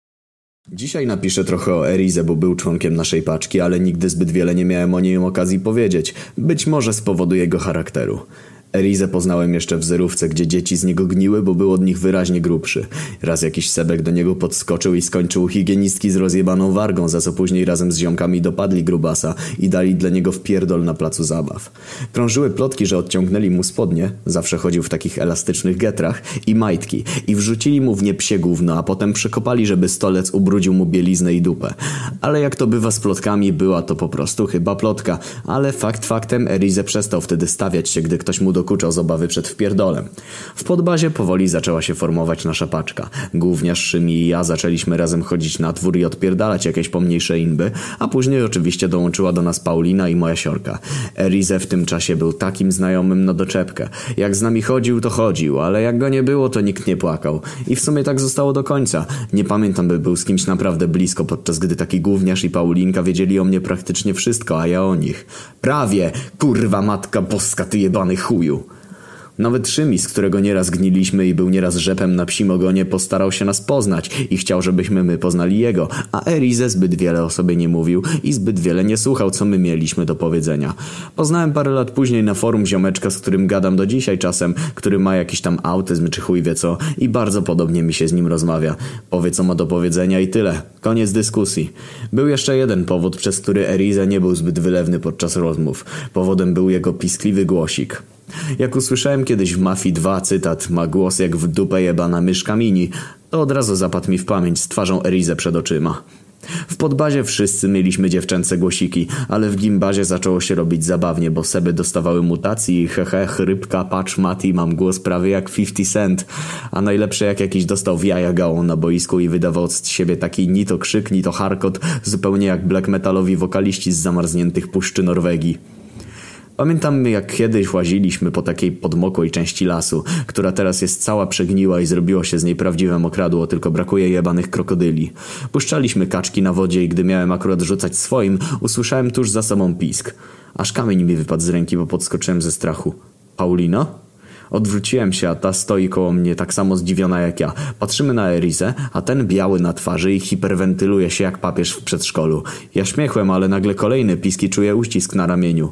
Dzisiaj napiszę trochę o Erize, bo był członkiem naszej paczki, ale nigdy zbyt wiele nie miałem o niej okazji powiedzieć. Być może z powodu jego charakteru. Erizę poznałem jeszcze w zerówce, gdzie dzieci z niego gniły, bo był od nich wyraźnie grubszy. Raz jakiś sebek do niego podskoczył i skończył u higienistki z rozjebaną wargą, za co później razem z ziomkami dopadli grubasa i dali dla niego wpierdol na placu zabaw. Krążyły plotki, że odciągnęli mu spodnie, zawsze chodził w takich elastycznych getrach, i majtki i wrzucili mu w nie psie gówno, a potem przekopali, żeby stolec ubrudził mu bieliznę i dupę. Ale jak to bywa z plotkami, była to po prostu chyba plotka, ale fakt faktem Erizę przestał wtedy stawiać się, gdy ktoś mu dokuczał z obawy przed wpierdolem. W podbazie powoli zaczęła się formować nasza paczka. Gówniarz, Szymi i ja zaczęliśmy razem chodzić na dwór i odpierdalać jakieś pomniejsze inby, a później oczywiście dołączyła do nas Paulina i moja siorka. Erize w tym czasie był takim znajomym na doczepkę. Jak z nami chodził, to chodził, ale jak go nie było, to nikt nie płakał. I w sumie tak zostało do końca. Nie pamiętam, by był z kimś naprawdę blisko, podczas gdy taki Gówniarz i Paulinka wiedzieli o mnie praktycznie wszystko, a ja o nich. Prawie! Kurwa matka boska, ty jebany chuju! Nawet Szymi, z którego nieraz gniliśmy i był nieraz rzepem na psim ogonie, postarał się nas poznać i chciał, żebyśmy my poznali jego, a Erize zbyt wiele o sobie nie mówił i zbyt wiele nie słuchał, co my mieliśmy do powiedzenia. Poznałem parę lat później na forum ziomeczka, z którym gadam do dzisiaj czasem, który ma jakiś tam autyzm czy chuj wie co i bardzo podobnie mi się z nim rozmawia. Powie, co ma do powiedzenia i tyle. Koniec dyskusji. Był jeszcze jeden powód, przez który Erize nie był zbyt wylewny podczas rozmów. Powodem był jego piskliwy głosik. Jak usłyszałem kiedyś w Mafii 2 cytat "ma głos jak w dupę jebana myszka mini", to od razu zapadł mi w pamięć z twarzą Erizę przed oczyma. W podbazie wszyscy mieliśmy dziewczęce głosiki, ale w gimbazie zaczęło się robić zabawnie, bo seby dostawały mutacji i hehe, chrypka, patrz Mati, mam głos prawie jak 50 Cent. A najlepsze jak jakiś dostał w jaja gałą na boisku i wydawał z siebie taki ni to krzyk, ni to harkot, zupełnie jak black metalowi wokaliści z zamarzniętych puszczy Norwegii. Pamiętam, jak kiedyś łaziliśmy po takiej podmokłej części lasu, która teraz jest cała przegniła i zrobiło się z niej prawdziwe mokradło, tylko brakuje jebanych krokodyli. Puszczaliśmy kaczki na wodzie i gdy miałem akurat rzucać swoim, usłyszałem tuż za sobą pisk. Aż kamień mi wypadł z ręki, bo podskoczyłem ze strachu. Paulino? Odwróciłem się, a ta stoi koło mnie tak samo zdziwiona jak ja. Patrzymy na Erizę, a ten biały na twarzy i hiperwentyluje się jak papież w przedszkolu. Ja śmiechłem, ale nagle kolejny pisk i czuję uścisk na ramieniu.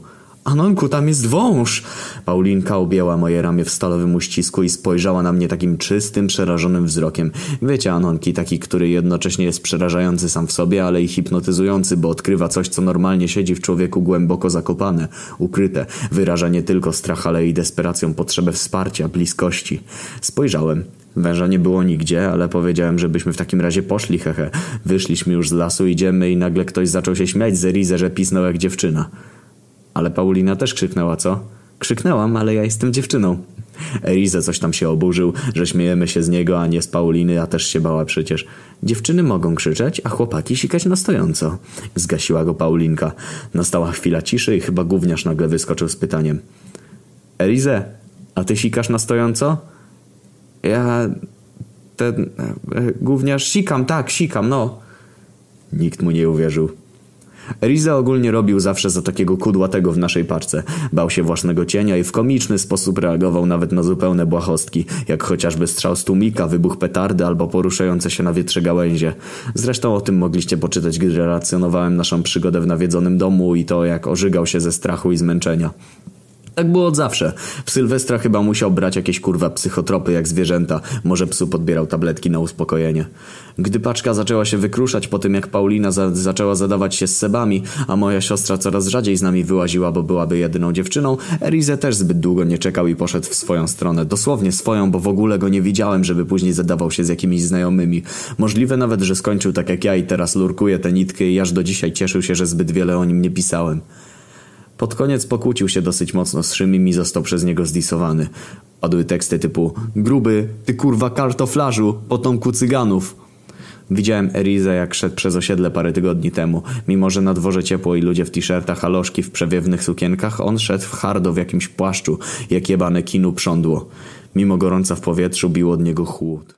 Anonku, tam jest wąż! Paulinka objęła moje ramię w stalowym uścisku i spojrzała na mnie takim czystym, przerażonym wzrokiem. Wiecie, Anonki, taki, który jednocześnie jest przerażający sam w sobie, ale i hipnotyzujący, bo odkrywa coś, co normalnie siedzi w człowieku głęboko zakopane, ukryte. Wyraża nie tylko strach, ale i desperacją potrzebę wsparcia, bliskości. Spojrzałem. Węża nie było nigdzie, ale powiedziałem, żebyśmy w takim razie poszli, hehe. Wyszliśmy już z lasu, idziemy i nagle ktoś zaczął się śmiać z Erizę, że pisnął jak dziewczyna. Ale Paulina też krzyknęła, co? Krzyknęłam, ale ja jestem dziewczyną. Erize coś tam się oburzył, że śmiejemy się z niego, a nie z Pauliny, a też się bała przecież. Dziewczyny mogą krzyczeć, a chłopaki sikać na stojąco. Zgasiła go Paulinka. Nastała chwila ciszy i chyba gówniarz nagle wyskoczył z pytaniem. Erize, a ty sikasz na stojąco? Ja... gówniarz sikam, tak, sikam, no. Nikt mu nie uwierzył. Eriza ogólnie robił zawsze za takiego kudłatego w naszej parce. Bał się własnego cienia i w komiczny sposób reagował nawet na zupełne błahostki, jak chociażby strzał z tłumika, wybuch petardy albo poruszające się na wietrze gałęzie. Zresztą o tym mogliście poczytać, gdy relacjonowałem naszą przygodę w nawiedzonym domu i to, jak ożygał się ze strachu i zmęczenia. Tak było od zawsze. W Sylwestra chyba musiał brać jakieś kurwa psychotropy jak zwierzęta. Może psu podbierał tabletki na uspokojenie. Gdy paczka zaczęła się wykruszać po tym, jak Paulina zaczęła zadawać się z Sebami, a moja siostra coraz rzadziej z nami wyłaziła, bo byłaby jedyną dziewczyną, Erize też zbyt długo nie czekał i poszedł w swoją stronę. Dosłownie swoją, bo w ogóle go nie widziałem, żeby później zadawał się z jakimiś znajomymi. Możliwe nawet, że skończył tak jak ja i teraz lurkuje tę nitkę i aż do dzisiaj cieszył się, że zbyt wiele o nim nie pisałem. Pod koniec pokłócił się dosyć mocno z Szymim i został przez niego zdisowany. Padły teksty typu: gruby, ty kurwa kartoflarzu, potomku cyganów. Widziałem Erizę, jak szedł przez osiedle parę tygodni temu. Mimo że na dworze ciepło i ludzie w t-shirtach, a lożki w przewiewnych sukienkach, on szedł w hardo w jakimś płaszczu, jak jebane kinu prządło. Mimo gorąca w powietrzu bił od niego chłód.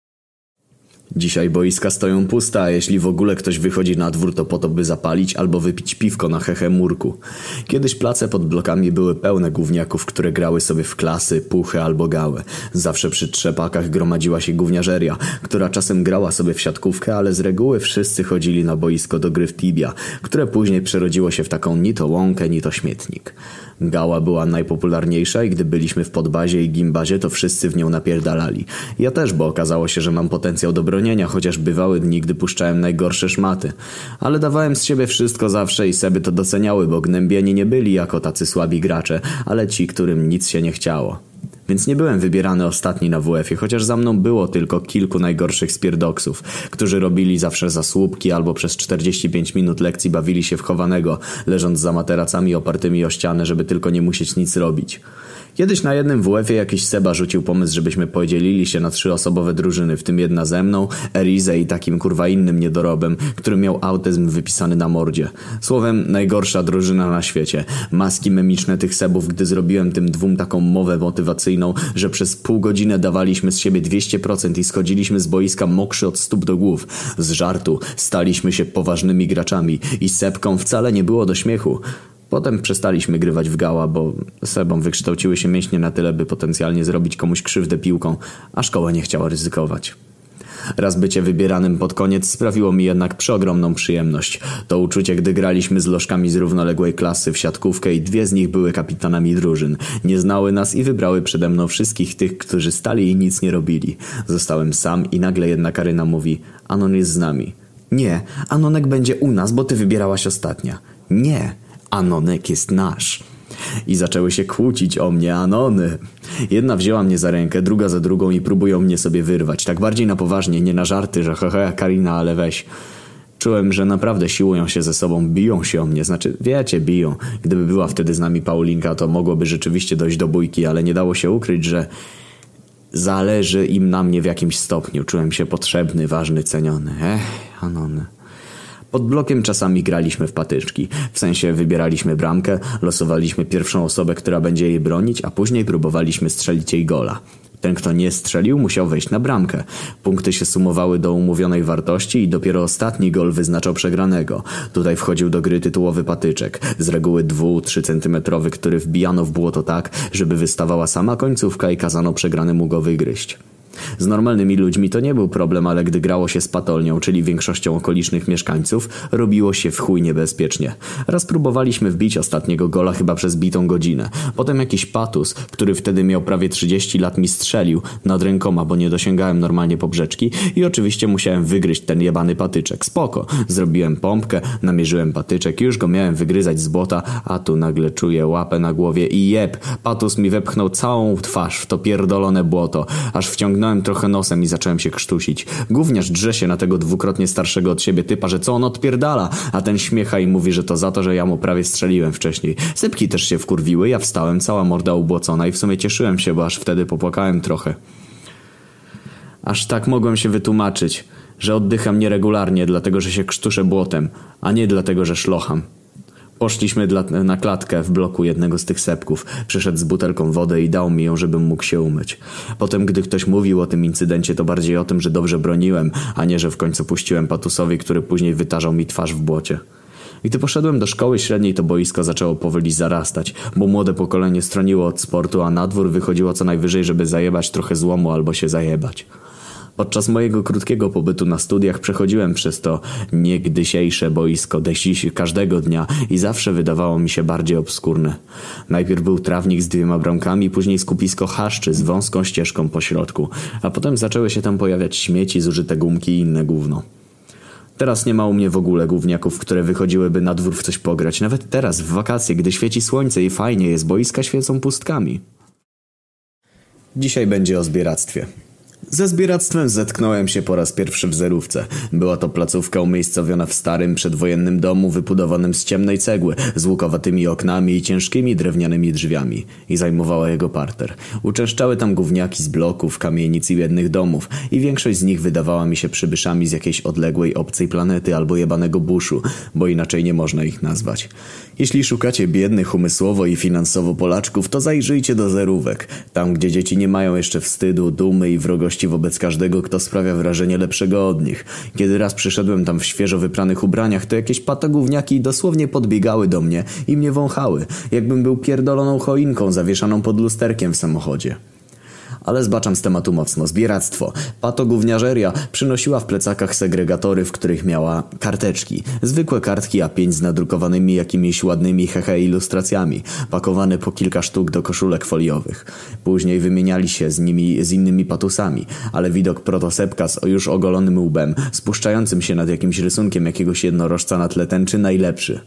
Dzisiaj boiska stoją puste, a jeśli w ogóle ktoś wychodzi na dwór, to po to, by zapalić albo wypić piwko na hehemurku. Kiedyś place pod blokami były pełne gówniaków, które grały sobie w klasy, puchy albo gałę. Zawsze przy trzepakach gromadziła się gówniarzeria, która czasem grała sobie w siatkówkę, ale z reguły wszyscy chodzili na boisko do gry w tibia, które później przerodziło się w taką ni to łąkę, ni to śmietnik. Gała była najpopularniejsza i gdy byliśmy w podbazie i gimbazie, to wszyscy w nią napierdalali. Ja też, bo okazało się, że mam potencjał do bronienia, chociaż bywały dni, gdy puszczałem najgorsze szmaty. Ale dawałem z siebie wszystko zawsze i Seby to doceniały, bo gnębieni nie byli jako tacy słabi gracze, ale ci, którym nic się nie chciało. Więc nie byłem wybierany ostatni na WF-ie, chociaż za mną było tylko kilku najgorszych spierdoksów, którzy robili zawsze zasłupki albo przez 45 minut lekcji bawili się w chowanego, leżąc za materacami opartymi o ścianę, żeby tylko nie musieć nic robić. Kiedyś na jednym WF-ie jakiś Seba rzucił pomysł, żebyśmy podzielili się na 3-osobowe drużyny, w tym jedna ze mną, Erizę i takim kurwa innym niedorobem, który miał autyzm wypisany na mordzie. Słowem, najgorsza drużyna na świecie. Maski memiczne tych Sebów, gdy zrobiłem tym dwóm taką mowę motywacyjną, że przez pół godziny dawaliśmy z siebie 200% i schodziliśmy z boiska mokrzy od stóp do głów. Z żartu staliśmy się poważnymi graczami i Sebkom wcale nie było do śmiechu. Potem przestaliśmy grywać w gała, bo Sebom wykształciły się mięśnie na tyle, by potencjalnie zrobić komuś krzywdę piłką, a szkoła nie chciała ryzykować. Raz bycie wybieranym pod koniec sprawiło mi jednak przeogromną przyjemność. To uczucie, gdy graliśmy z lożkami z równoległej klasy w siatkówkę i dwie z nich były kapitanami drużyn. Nie znały nas i wybrały przede mną wszystkich tych, którzy stali i nic nie robili. Zostałem sam i nagle jedna Karyna mówi: Anon jest z nami. Nie, Anonek będzie u nas, bo ty wybierałaś ostatnia. Nie, Anonek jest nasz. I zaczęły się kłócić o mnie Anony. Jedna wzięła mnie za rękę, druga za drugą i próbują mnie sobie wyrwać. Tak bardziej na poważnie, nie na żarty, że haha, Karina, ale weź. Czułem, że naprawdę siłują się ze sobą, biją się o mnie. Znaczy, wiecie, biją. Gdyby była wtedy z nami Paulinka, to mogłoby rzeczywiście dojść do bójki, ale nie dało się ukryć, że zależy im na mnie w jakimś stopniu. Czułem się potrzebny, ważny, ceniony. Anony. Pod blokiem czasami graliśmy w patyczki. W sensie wybieraliśmy bramkę, losowaliśmy pierwszą osobę, która będzie jej bronić, a później próbowaliśmy strzelić jej gola. Ten, kto nie strzelił, musiał wejść na bramkę. Punkty się sumowały do umówionej wartości i dopiero ostatni gol wyznaczał przegranego. Tutaj wchodził do gry tytułowy patyczek, z reguły 2-3 centymetrowy, który wbijano w błoto tak, żeby wystawała sama końcówka i kazano przegranemu go wygryźć. Z normalnymi ludźmi to nie był problem, ale gdy grało się z Patolnią, czyli większością okolicznych mieszkańców, robiło się w chuj niebezpiecznie. Raz próbowaliśmy wbić ostatniego gola chyba przez bitą godzinę. Potem jakiś patus, który wtedy miał prawie 30 lat, mi strzelił nad rękoma, bo nie dosięgałem normalnie poprzeczki i oczywiście musiałem wygryźć ten jebany patyczek. Spoko. Zrobiłem pompkę, namierzyłem patyczek, już go miałem wygryzać z błota, a tu nagle czuję łapę na głowie i jeb, patus mi wepchnął całą twarz w to pierdolone błoto, aż wciągnąłem trochę nosem i zacząłem się krztusić. Gówniarz drze się na tego dwukrotnie starszego od siebie typa, że co on odpierdala, a ten śmiecha i mówi, że to za to, że ja mu prawie strzeliłem wcześniej. Sypki też się wkurwiły, ja wstałem, cała morda ubłocona i w sumie cieszyłem się, bo aż wtedy popłakałem trochę. Aż tak mogłem się wytłumaczyć, że oddycham nieregularnie, dlatego że się krztuszę błotem, a nie dlatego, że szlocham. Poszliśmy na klatkę w bloku jednego z tych sepków. Przyszedł z butelką wody i dał mi ją, żebym mógł się umyć. Potem, gdy ktoś mówił o tym incydencie, to bardziej o tym, że dobrze broniłem, a nie, że w końcu puściłem patusowi, który później wytarzał mi twarz w błocie. Gdy poszedłem do szkoły średniej, to boisko zaczęło powoli zarastać, bo młode pokolenie stroniło od sportu, a na dwór wychodziło co najwyżej, żeby zajebać trochę złomu albo się zajebać. Podczas mojego krótkiego pobytu na studiach przechodziłem przez to niegdysiejsze boisko każdego dnia i zawsze wydawało mi się bardziej obskurne. Najpierw był trawnik z 2 bramkami, później skupisko chaszczy z wąską ścieżką po środku, a potem zaczęły się tam pojawiać śmieci, zużyte gumki i inne gówno. Teraz nie ma u mnie w ogóle gówniaków, które wychodziłyby na dwór w coś pograć. Nawet teraz, w wakacje, gdy świeci słońce i fajnie jest, boiska świecą pustkami. Dzisiaj będzie o zbieractwie. Ze zbieractwem zetknąłem się po raz pierwszy w zerówce. Była to placówka umiejscowiona w starym, przedwojennym domu wybudowanym z ciemnej cegły, z łukowatymi oknami i ciężkimi drewnianymi drzwiami. I zajmowała jego parter. Uczęszczały tam gówniaki z bloków, kamienic i biednych domów. I większość z nich wydawała mi się przybyszami z jakiejś odległej, obcej planety albo jebanego buszu, bo inaczej nie można ich nazwać. Jeśli szukacie biednych umysłowo i finansowo Polaczków, to zajrzyjcie do zerówek. Tam, gdzie dzieci nie mają jeszcze wstydu, dumy i wrogości wobec każdego, kto sprawia wrażenie lepszego od nich. Kiedy raz przyszedłem tam w świeżo wypranych ubraniach, to jakieś patogówniaki dosłownie podbiegały do mnie i mnie wąchały, jakbym był pierdoloną choinką zawieszaną pod lusterkiem w samochodzie. Ale zbaczam z tematu mocno. Zbieractwo. Patogówniarzeria przynosiła w plecakach segregatory, w których miała karteczki. Zwykłe kartki A5 z nadrukowanymi jakimiś ładnymi ilustracjami, pakowane po kilka sztuk do koszulek foliowych. Później wymieniali się z innymi patusami, ale widok protosepka z już ogolonym łbem, spuszczającym się nad jakimś rysunkiem jakiegoś jednorożca na tle tęczy najlepszy.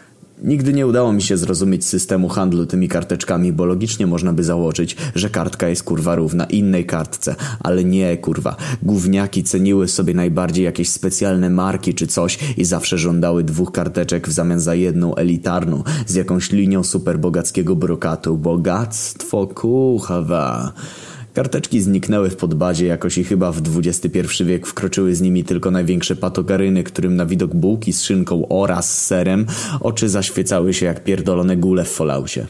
Nigdy nie udało mi się zrozumieć systemu handlu tymi karteczkami, bo logicznie można by założyć, że kartka jest kurwa równa innej kartce, ale nie kurwa. Gówniaki ceniły sobie najbardziej jakieś specjalne marki czy coś i zawsze żądały 2 karteczek w zamian za jedną elitarną z jakąś linią superbogackiego brokatu. Bogactwo kuchawa. Karteczki zniknęły w podbadzie jakoś i chyba w XXI wiek wkroczyły z nimi tylko największe patogaryny, którym na widok bułki z szynką oraz z serem oczy zaświecały się jak pierdolone gule w Falloutie.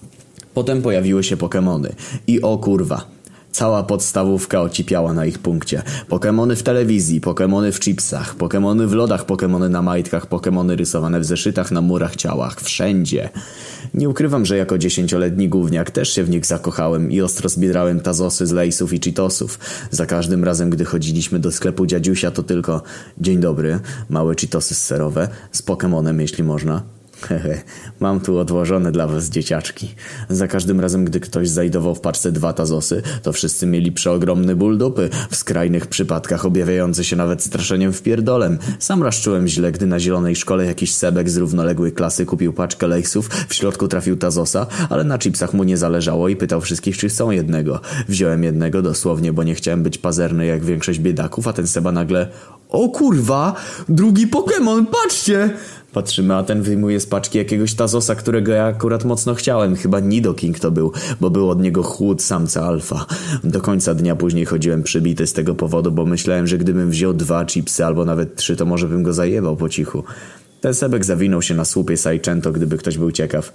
Potem pojawiły się Pokemony. I o kurwa, cała podstawówka ocipiała na ich punkcie. Pokemony w telewizji, Pokemony w chipsach, Pokemony w lodach, Pokemony na majtkach, Pokemony rysowane w zeszytach na murach ciałach. Wszędzie. Nie ukrywam, że jako 10-letni gówniak też się w nich zakochałem i ostro zbierałem tazosy z lejsów i cheetosów. Za każdym razem, gdy chodziliśmy do sklepu dziadziusia, to tylko dzień dobry, małe cheetosy serowe, z Pokemonem, jeśli można. Hehe, mam tu odłożone dla was dzieciaczki. Za każdym razem, gdy ktoś znajdował w paczce 2 tazosy, to wszyscy mieli przeogromny ból dupy, w skrajnych przypadkach objawiający się nawet straszeniem wpierdolem. Sam raz czułem źle, gdy na zielonej szkole jakiś sebek z równoległej klasy kupił paczkę lejsów, w środku trafił tazosa, ale na chipsach mu nie zależało i pytał wszystkich, czy chcą jednego. Wziąłem jednego dosłownie, bo nie chciałem być pazerny jak większość biedaków, a ten seba nagle: o kurwa, drugi Pokemon, patrzcie! Patrzymy, a ten wyjmuje z paczki jakiegoś tazosa, którego ja akurat mocno chciałem. Chyba Nidoking to był, bo był od niego chłód samca alfa. Do końca dnia później chodziłem przybity z tego powodu, bo myślałem, że gdybym wziął 2 chipsy albo nawet 3, to może bym go zajebał po cichu. Ten sebek zawinął się na słupie Saicento, gdyby ktoś był ciekaw.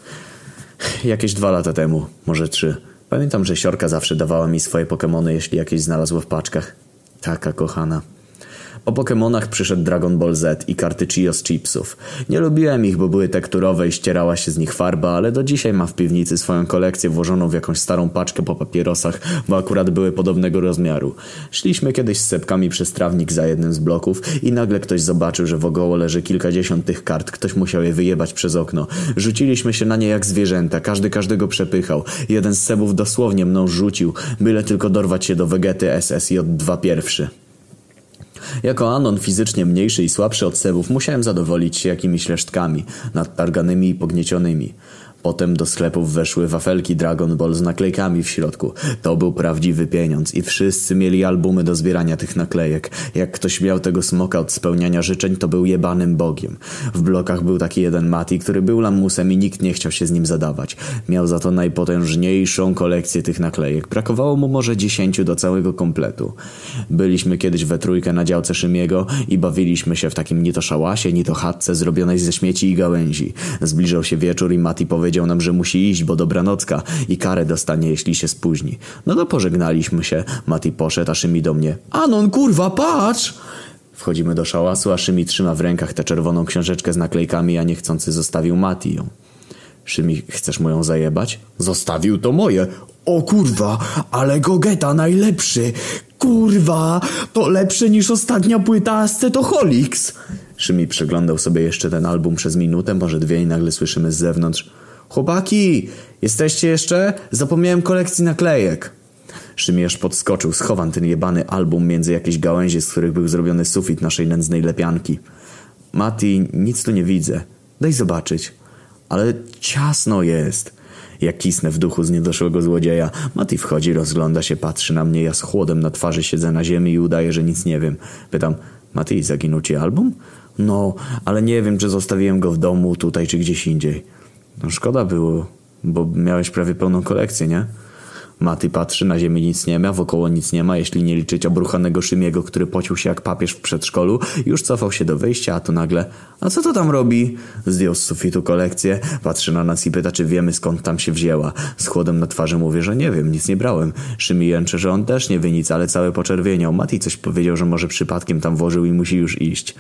Jakieś 2 lata temu, może 3. Pamiętam, że Siorka zawsze dawała mi swoje Pokemony, jeśli jakieś znalazło w paczkach. Taka kochana. Po Pokemonach przyszedł Dragon Ball Z i karty Chio z chipsów. Nie lubiłem ich, bo były tekturowe i ścierała się z nich farba, ale do dzisiaj mam w piwnicy swoją kolekcję włożoną w jakąś starą paczkę po papierosach, bo akurat były podobnego rozmiaru. Szliśmy kiedyś z sepkami przez trawnik za jednym z bloków i nagle ktoś zobaczył, że wokoło leży kilkadziesiąt tych kart. Ktoś musiał je wyjebać przez okno. Rzuciliśmy się na nie jak zwierzęta. Każdy każdego przepychał. Jeden z sebów dosłownie mną rzucił, byle tylko dorwać się do Vegety SSJ2 pierwszy. Jako Anon fizycznie mniejszy i słabszy od sebów musiałem zadowolić się jakimiś resztkami, nadtarganymi i pogniecionymi. Potem do sklepów weszły wafelki Dragon Ball z naklejkami w środku. To był prawdziwy pieniądz i wszyscy mieli albumy do zbierania tych naklejek. Jak ktoś miał tego smoka od spełniania życzeń, to był jebanym bogiem. W blokach był taki jeden Mati, który był lamusem i nikt nie chciał się z nim zadawać. Miał za to najpotężniejszą kolekcję tych naklejek. Brakowało mu może 10 do całego kompletu. Byliśmy kiedyś we trójkę na działce Szymiego i bawiliśmy się w takim ni to szałasie, ni to chatce zrobionej ze śmieci i gałęzi. Zbliżał się wieczór i Mati powiedział nam, że musi iść, bo dobranocka i karę dostanie, jeśli się spóźni. No to pożegnaliśmy się. Mati poszedł, a Szymi do mnie: Anon, kurwa, patrz! Wchodzimy do szałasu, a Szymi trzyma w rękach tę czerwoną książeczkę z naklejkami, a niechcący zostawił Mati ją. Szymi, chcesz mu ją zajebać? Zostawił to moje. O kurwa, ale Gogeta najlepszy. Kurwa, to lepsze niż ostatnia płyta Ascetoholics. Szymi przeglądał sobie jeszcze ten album przez minutę, może dwie i nagle słyszymy z zewnątrz: chłopaki, jesteście jeszcze? Zapomniałem kolekcji naklejek. Szymi aż podskoczył. Schowam ten jebany album między jakieś gałęzie, z których był zrobiony sufit naszej nędznej lepianki. Mati, nic tu nie widzę. Daj zobaczyć. Ale ciasno jest. Jak kisnę w duchu z niedoszłego złodzieja. Mati wchodzi, rozgląda się, patrzy na mnie. Ja z chłodem na twarzy siedzę na ziemi i udaję, że nic nie wiem. Pytam: Mati, zaginął ci album? No, ale nie wiem, czy zostawiłem go w domu, tutaj czy gdzieś indziej. No szkoda było, bo miałeś prawie pełną kolekcję, nie? Mati patrzy, na ziemi nic nie ma, wokoło nic nie ma, jeśli nie liczyć obruchanego Szymiego, który pocił się jak papież w przedszkolu. Już cofał się do wyjścia, a tu nagle: a co to tam robi? Zdjął z sufitu kolekcję, patrzy na nas i pyta, czy wiemy, skąd tam się wzięła. Z chłodem na twarzy mówię, że nie wiem, nic nie brałem. Szymi jęczy, że on też nie wie nic, ale cały poczerwieniał. Mati coś powiedział, że może przypadkiem tam włożył i musi już iść.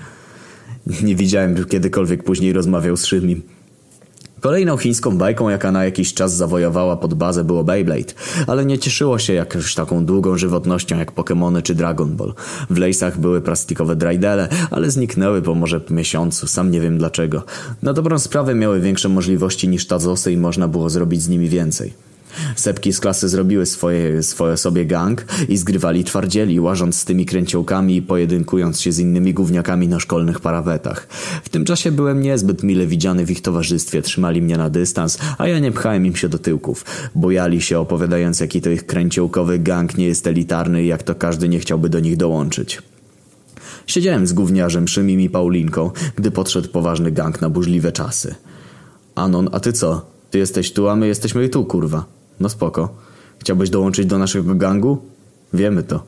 Nie widziałem, by kiedykolwiek później rozmawiał z Szymim. Kolejną chińską bajką, jaka na jakiś czas zawojowała pod bazę, było Beyblade, ale nie cieszyło się jakąś taką długą żywotnością jak Pokemony czy Dragon Ball. W lejsach były plastikowe drajdele, ale zniknęły po może miesiącu, sam nie wiem dlaczego. Na dobrą sprawę miały większe możliwości niż Tazosy i można było zrobić z nimi więcej. Sepki z klasy zrobiły swoje sobie gang i zgrywali twardzieli, łażąc z tymi kręciołkami i pojedynkując się z innymi gówniakami na szkolnych parapetach. W tym czasie byłem niezbyt mile widziany w ich towarzystwie, trzymali mnie na dystans, a ja nie pchałem im się do tyłków. Bojali się, opowiadając, jaki to ich kręciołkowy gang nie jest elitarny i jak to każdy nie chciałby do nich dołączyć. Siedziałem z gówniarzem Szymim i Paulinką, gdy podszedł poważny gang na burzliwe czasy. Anon, a ty co? Ty jesteś tu, a my jesteśmy i tu, kurwa. No spoko. Chciałbyś dołączyć do naszego gangu? Wiemy to.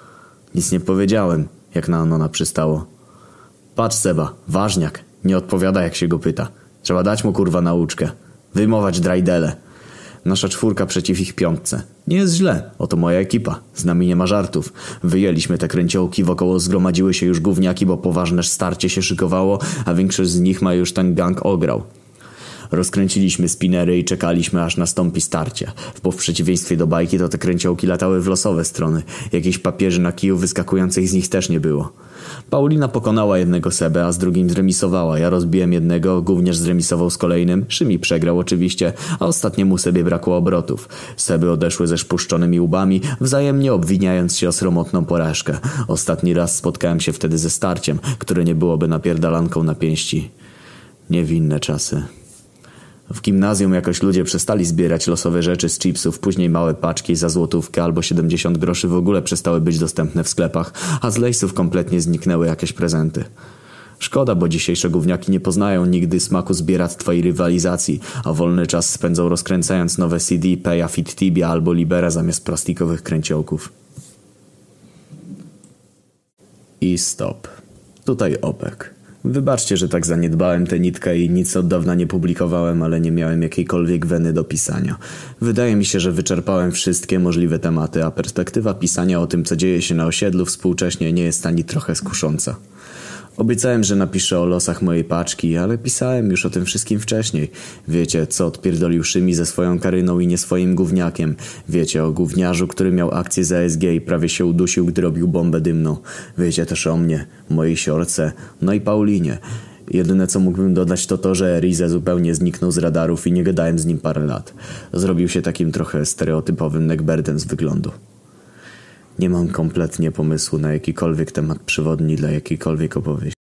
Nic nie powiedziałem, jak na Anona przystało. Patrz, Seba, ważniak. Nie odpowiada, jak się go pyta. Trzeba dać mu, kurwa, nauczkę. Wyjmować drajdele. Nasza 4 przeciw ich 5. Nie jest źle. Oto moja ekipa. Z nami nie ma żartów. Wyjęliśmy te kręciołki, wokoło zgromadziły się już gówniaki, bo poważne starcie się szykowało, a większość z nich ma już ten gang ograł. Rozkręciliśmy spinery i czekaliśmy, aż nastąpi starcie. Bo w przeciwieństwie do bajki, to te kręciołki latały w losowe strony. Jakichś papieży na kiju wyskakujących z nich też nie było. Paulina pokonała jednego Sebę, a z drugim zremisowała. Ja rozbiłem jednego, gówniarz zremisował z kolejnym. Szymi przegrał oczywiście, a ostatniemu Sebie brakło obrotów. Seby odeszły ze spuszczonymi łbami, wzajemnie obwiniając się o sromotną porażkę. Ostatni raz spotkałem się wtedy ze starciem, które nie byłoby napierdalanką na pięści. Niewinne czasy. W gimnazjum jakoś ludzie przestali zbierać losowe rzeczy z chipsów, później małe paczki za złotówkę albo 70 groszy w ogóle przestały być dostępne w sklepach, a z lejsów kompletnie zniknęły jakieś prezenty. Szkoda, bo dzisiejsze gówniaki nie poznają nigdy smaku zbieractwa i rywalizacji, a wolny czas spędzą rozkręcając nowe CD, Peja, Fit Tibia albo Libera zamiast plastikowych kręciołków. I stop. Tutaj Opek. Wybaczcie, że tak zaniedbałem tę nitkę i nic od dawna nie publikowałem, ale nie miałem jakiejkolwiek weny do pisania. Wydaje mi się, że wyczerpałem wszystkie możliwe tematy, a perspektywa pisania o tym, co dzieje się na osiedlu współcześnie, nie jest ani trochę skusząca. Obiecałem, że napiszę o losach mojej paczki, ale pisałem już o tym wszystkim wcześniej. Wiecie, co odpierdolił Szymi ze swoją Karyną i nie swoim gówniakiem. Wiecie o gówniarzu, który miał akcję za SG i prawie się udusił, gdy robił bombę dymną. Wiecie też o mnie, mojej siorce, no i Paulinie. Jedyne co mógłbym dodać to to, że Rize zupełnie zniknął z radarów i nie gadałem z nim parę lat. Zrobił się takim trochę stereotypowym neckbeardem z wyglądu. Nie mam kompletnie pomysłu na jakikolwiek temat przewodni dla jakiejkolwiek opowieści.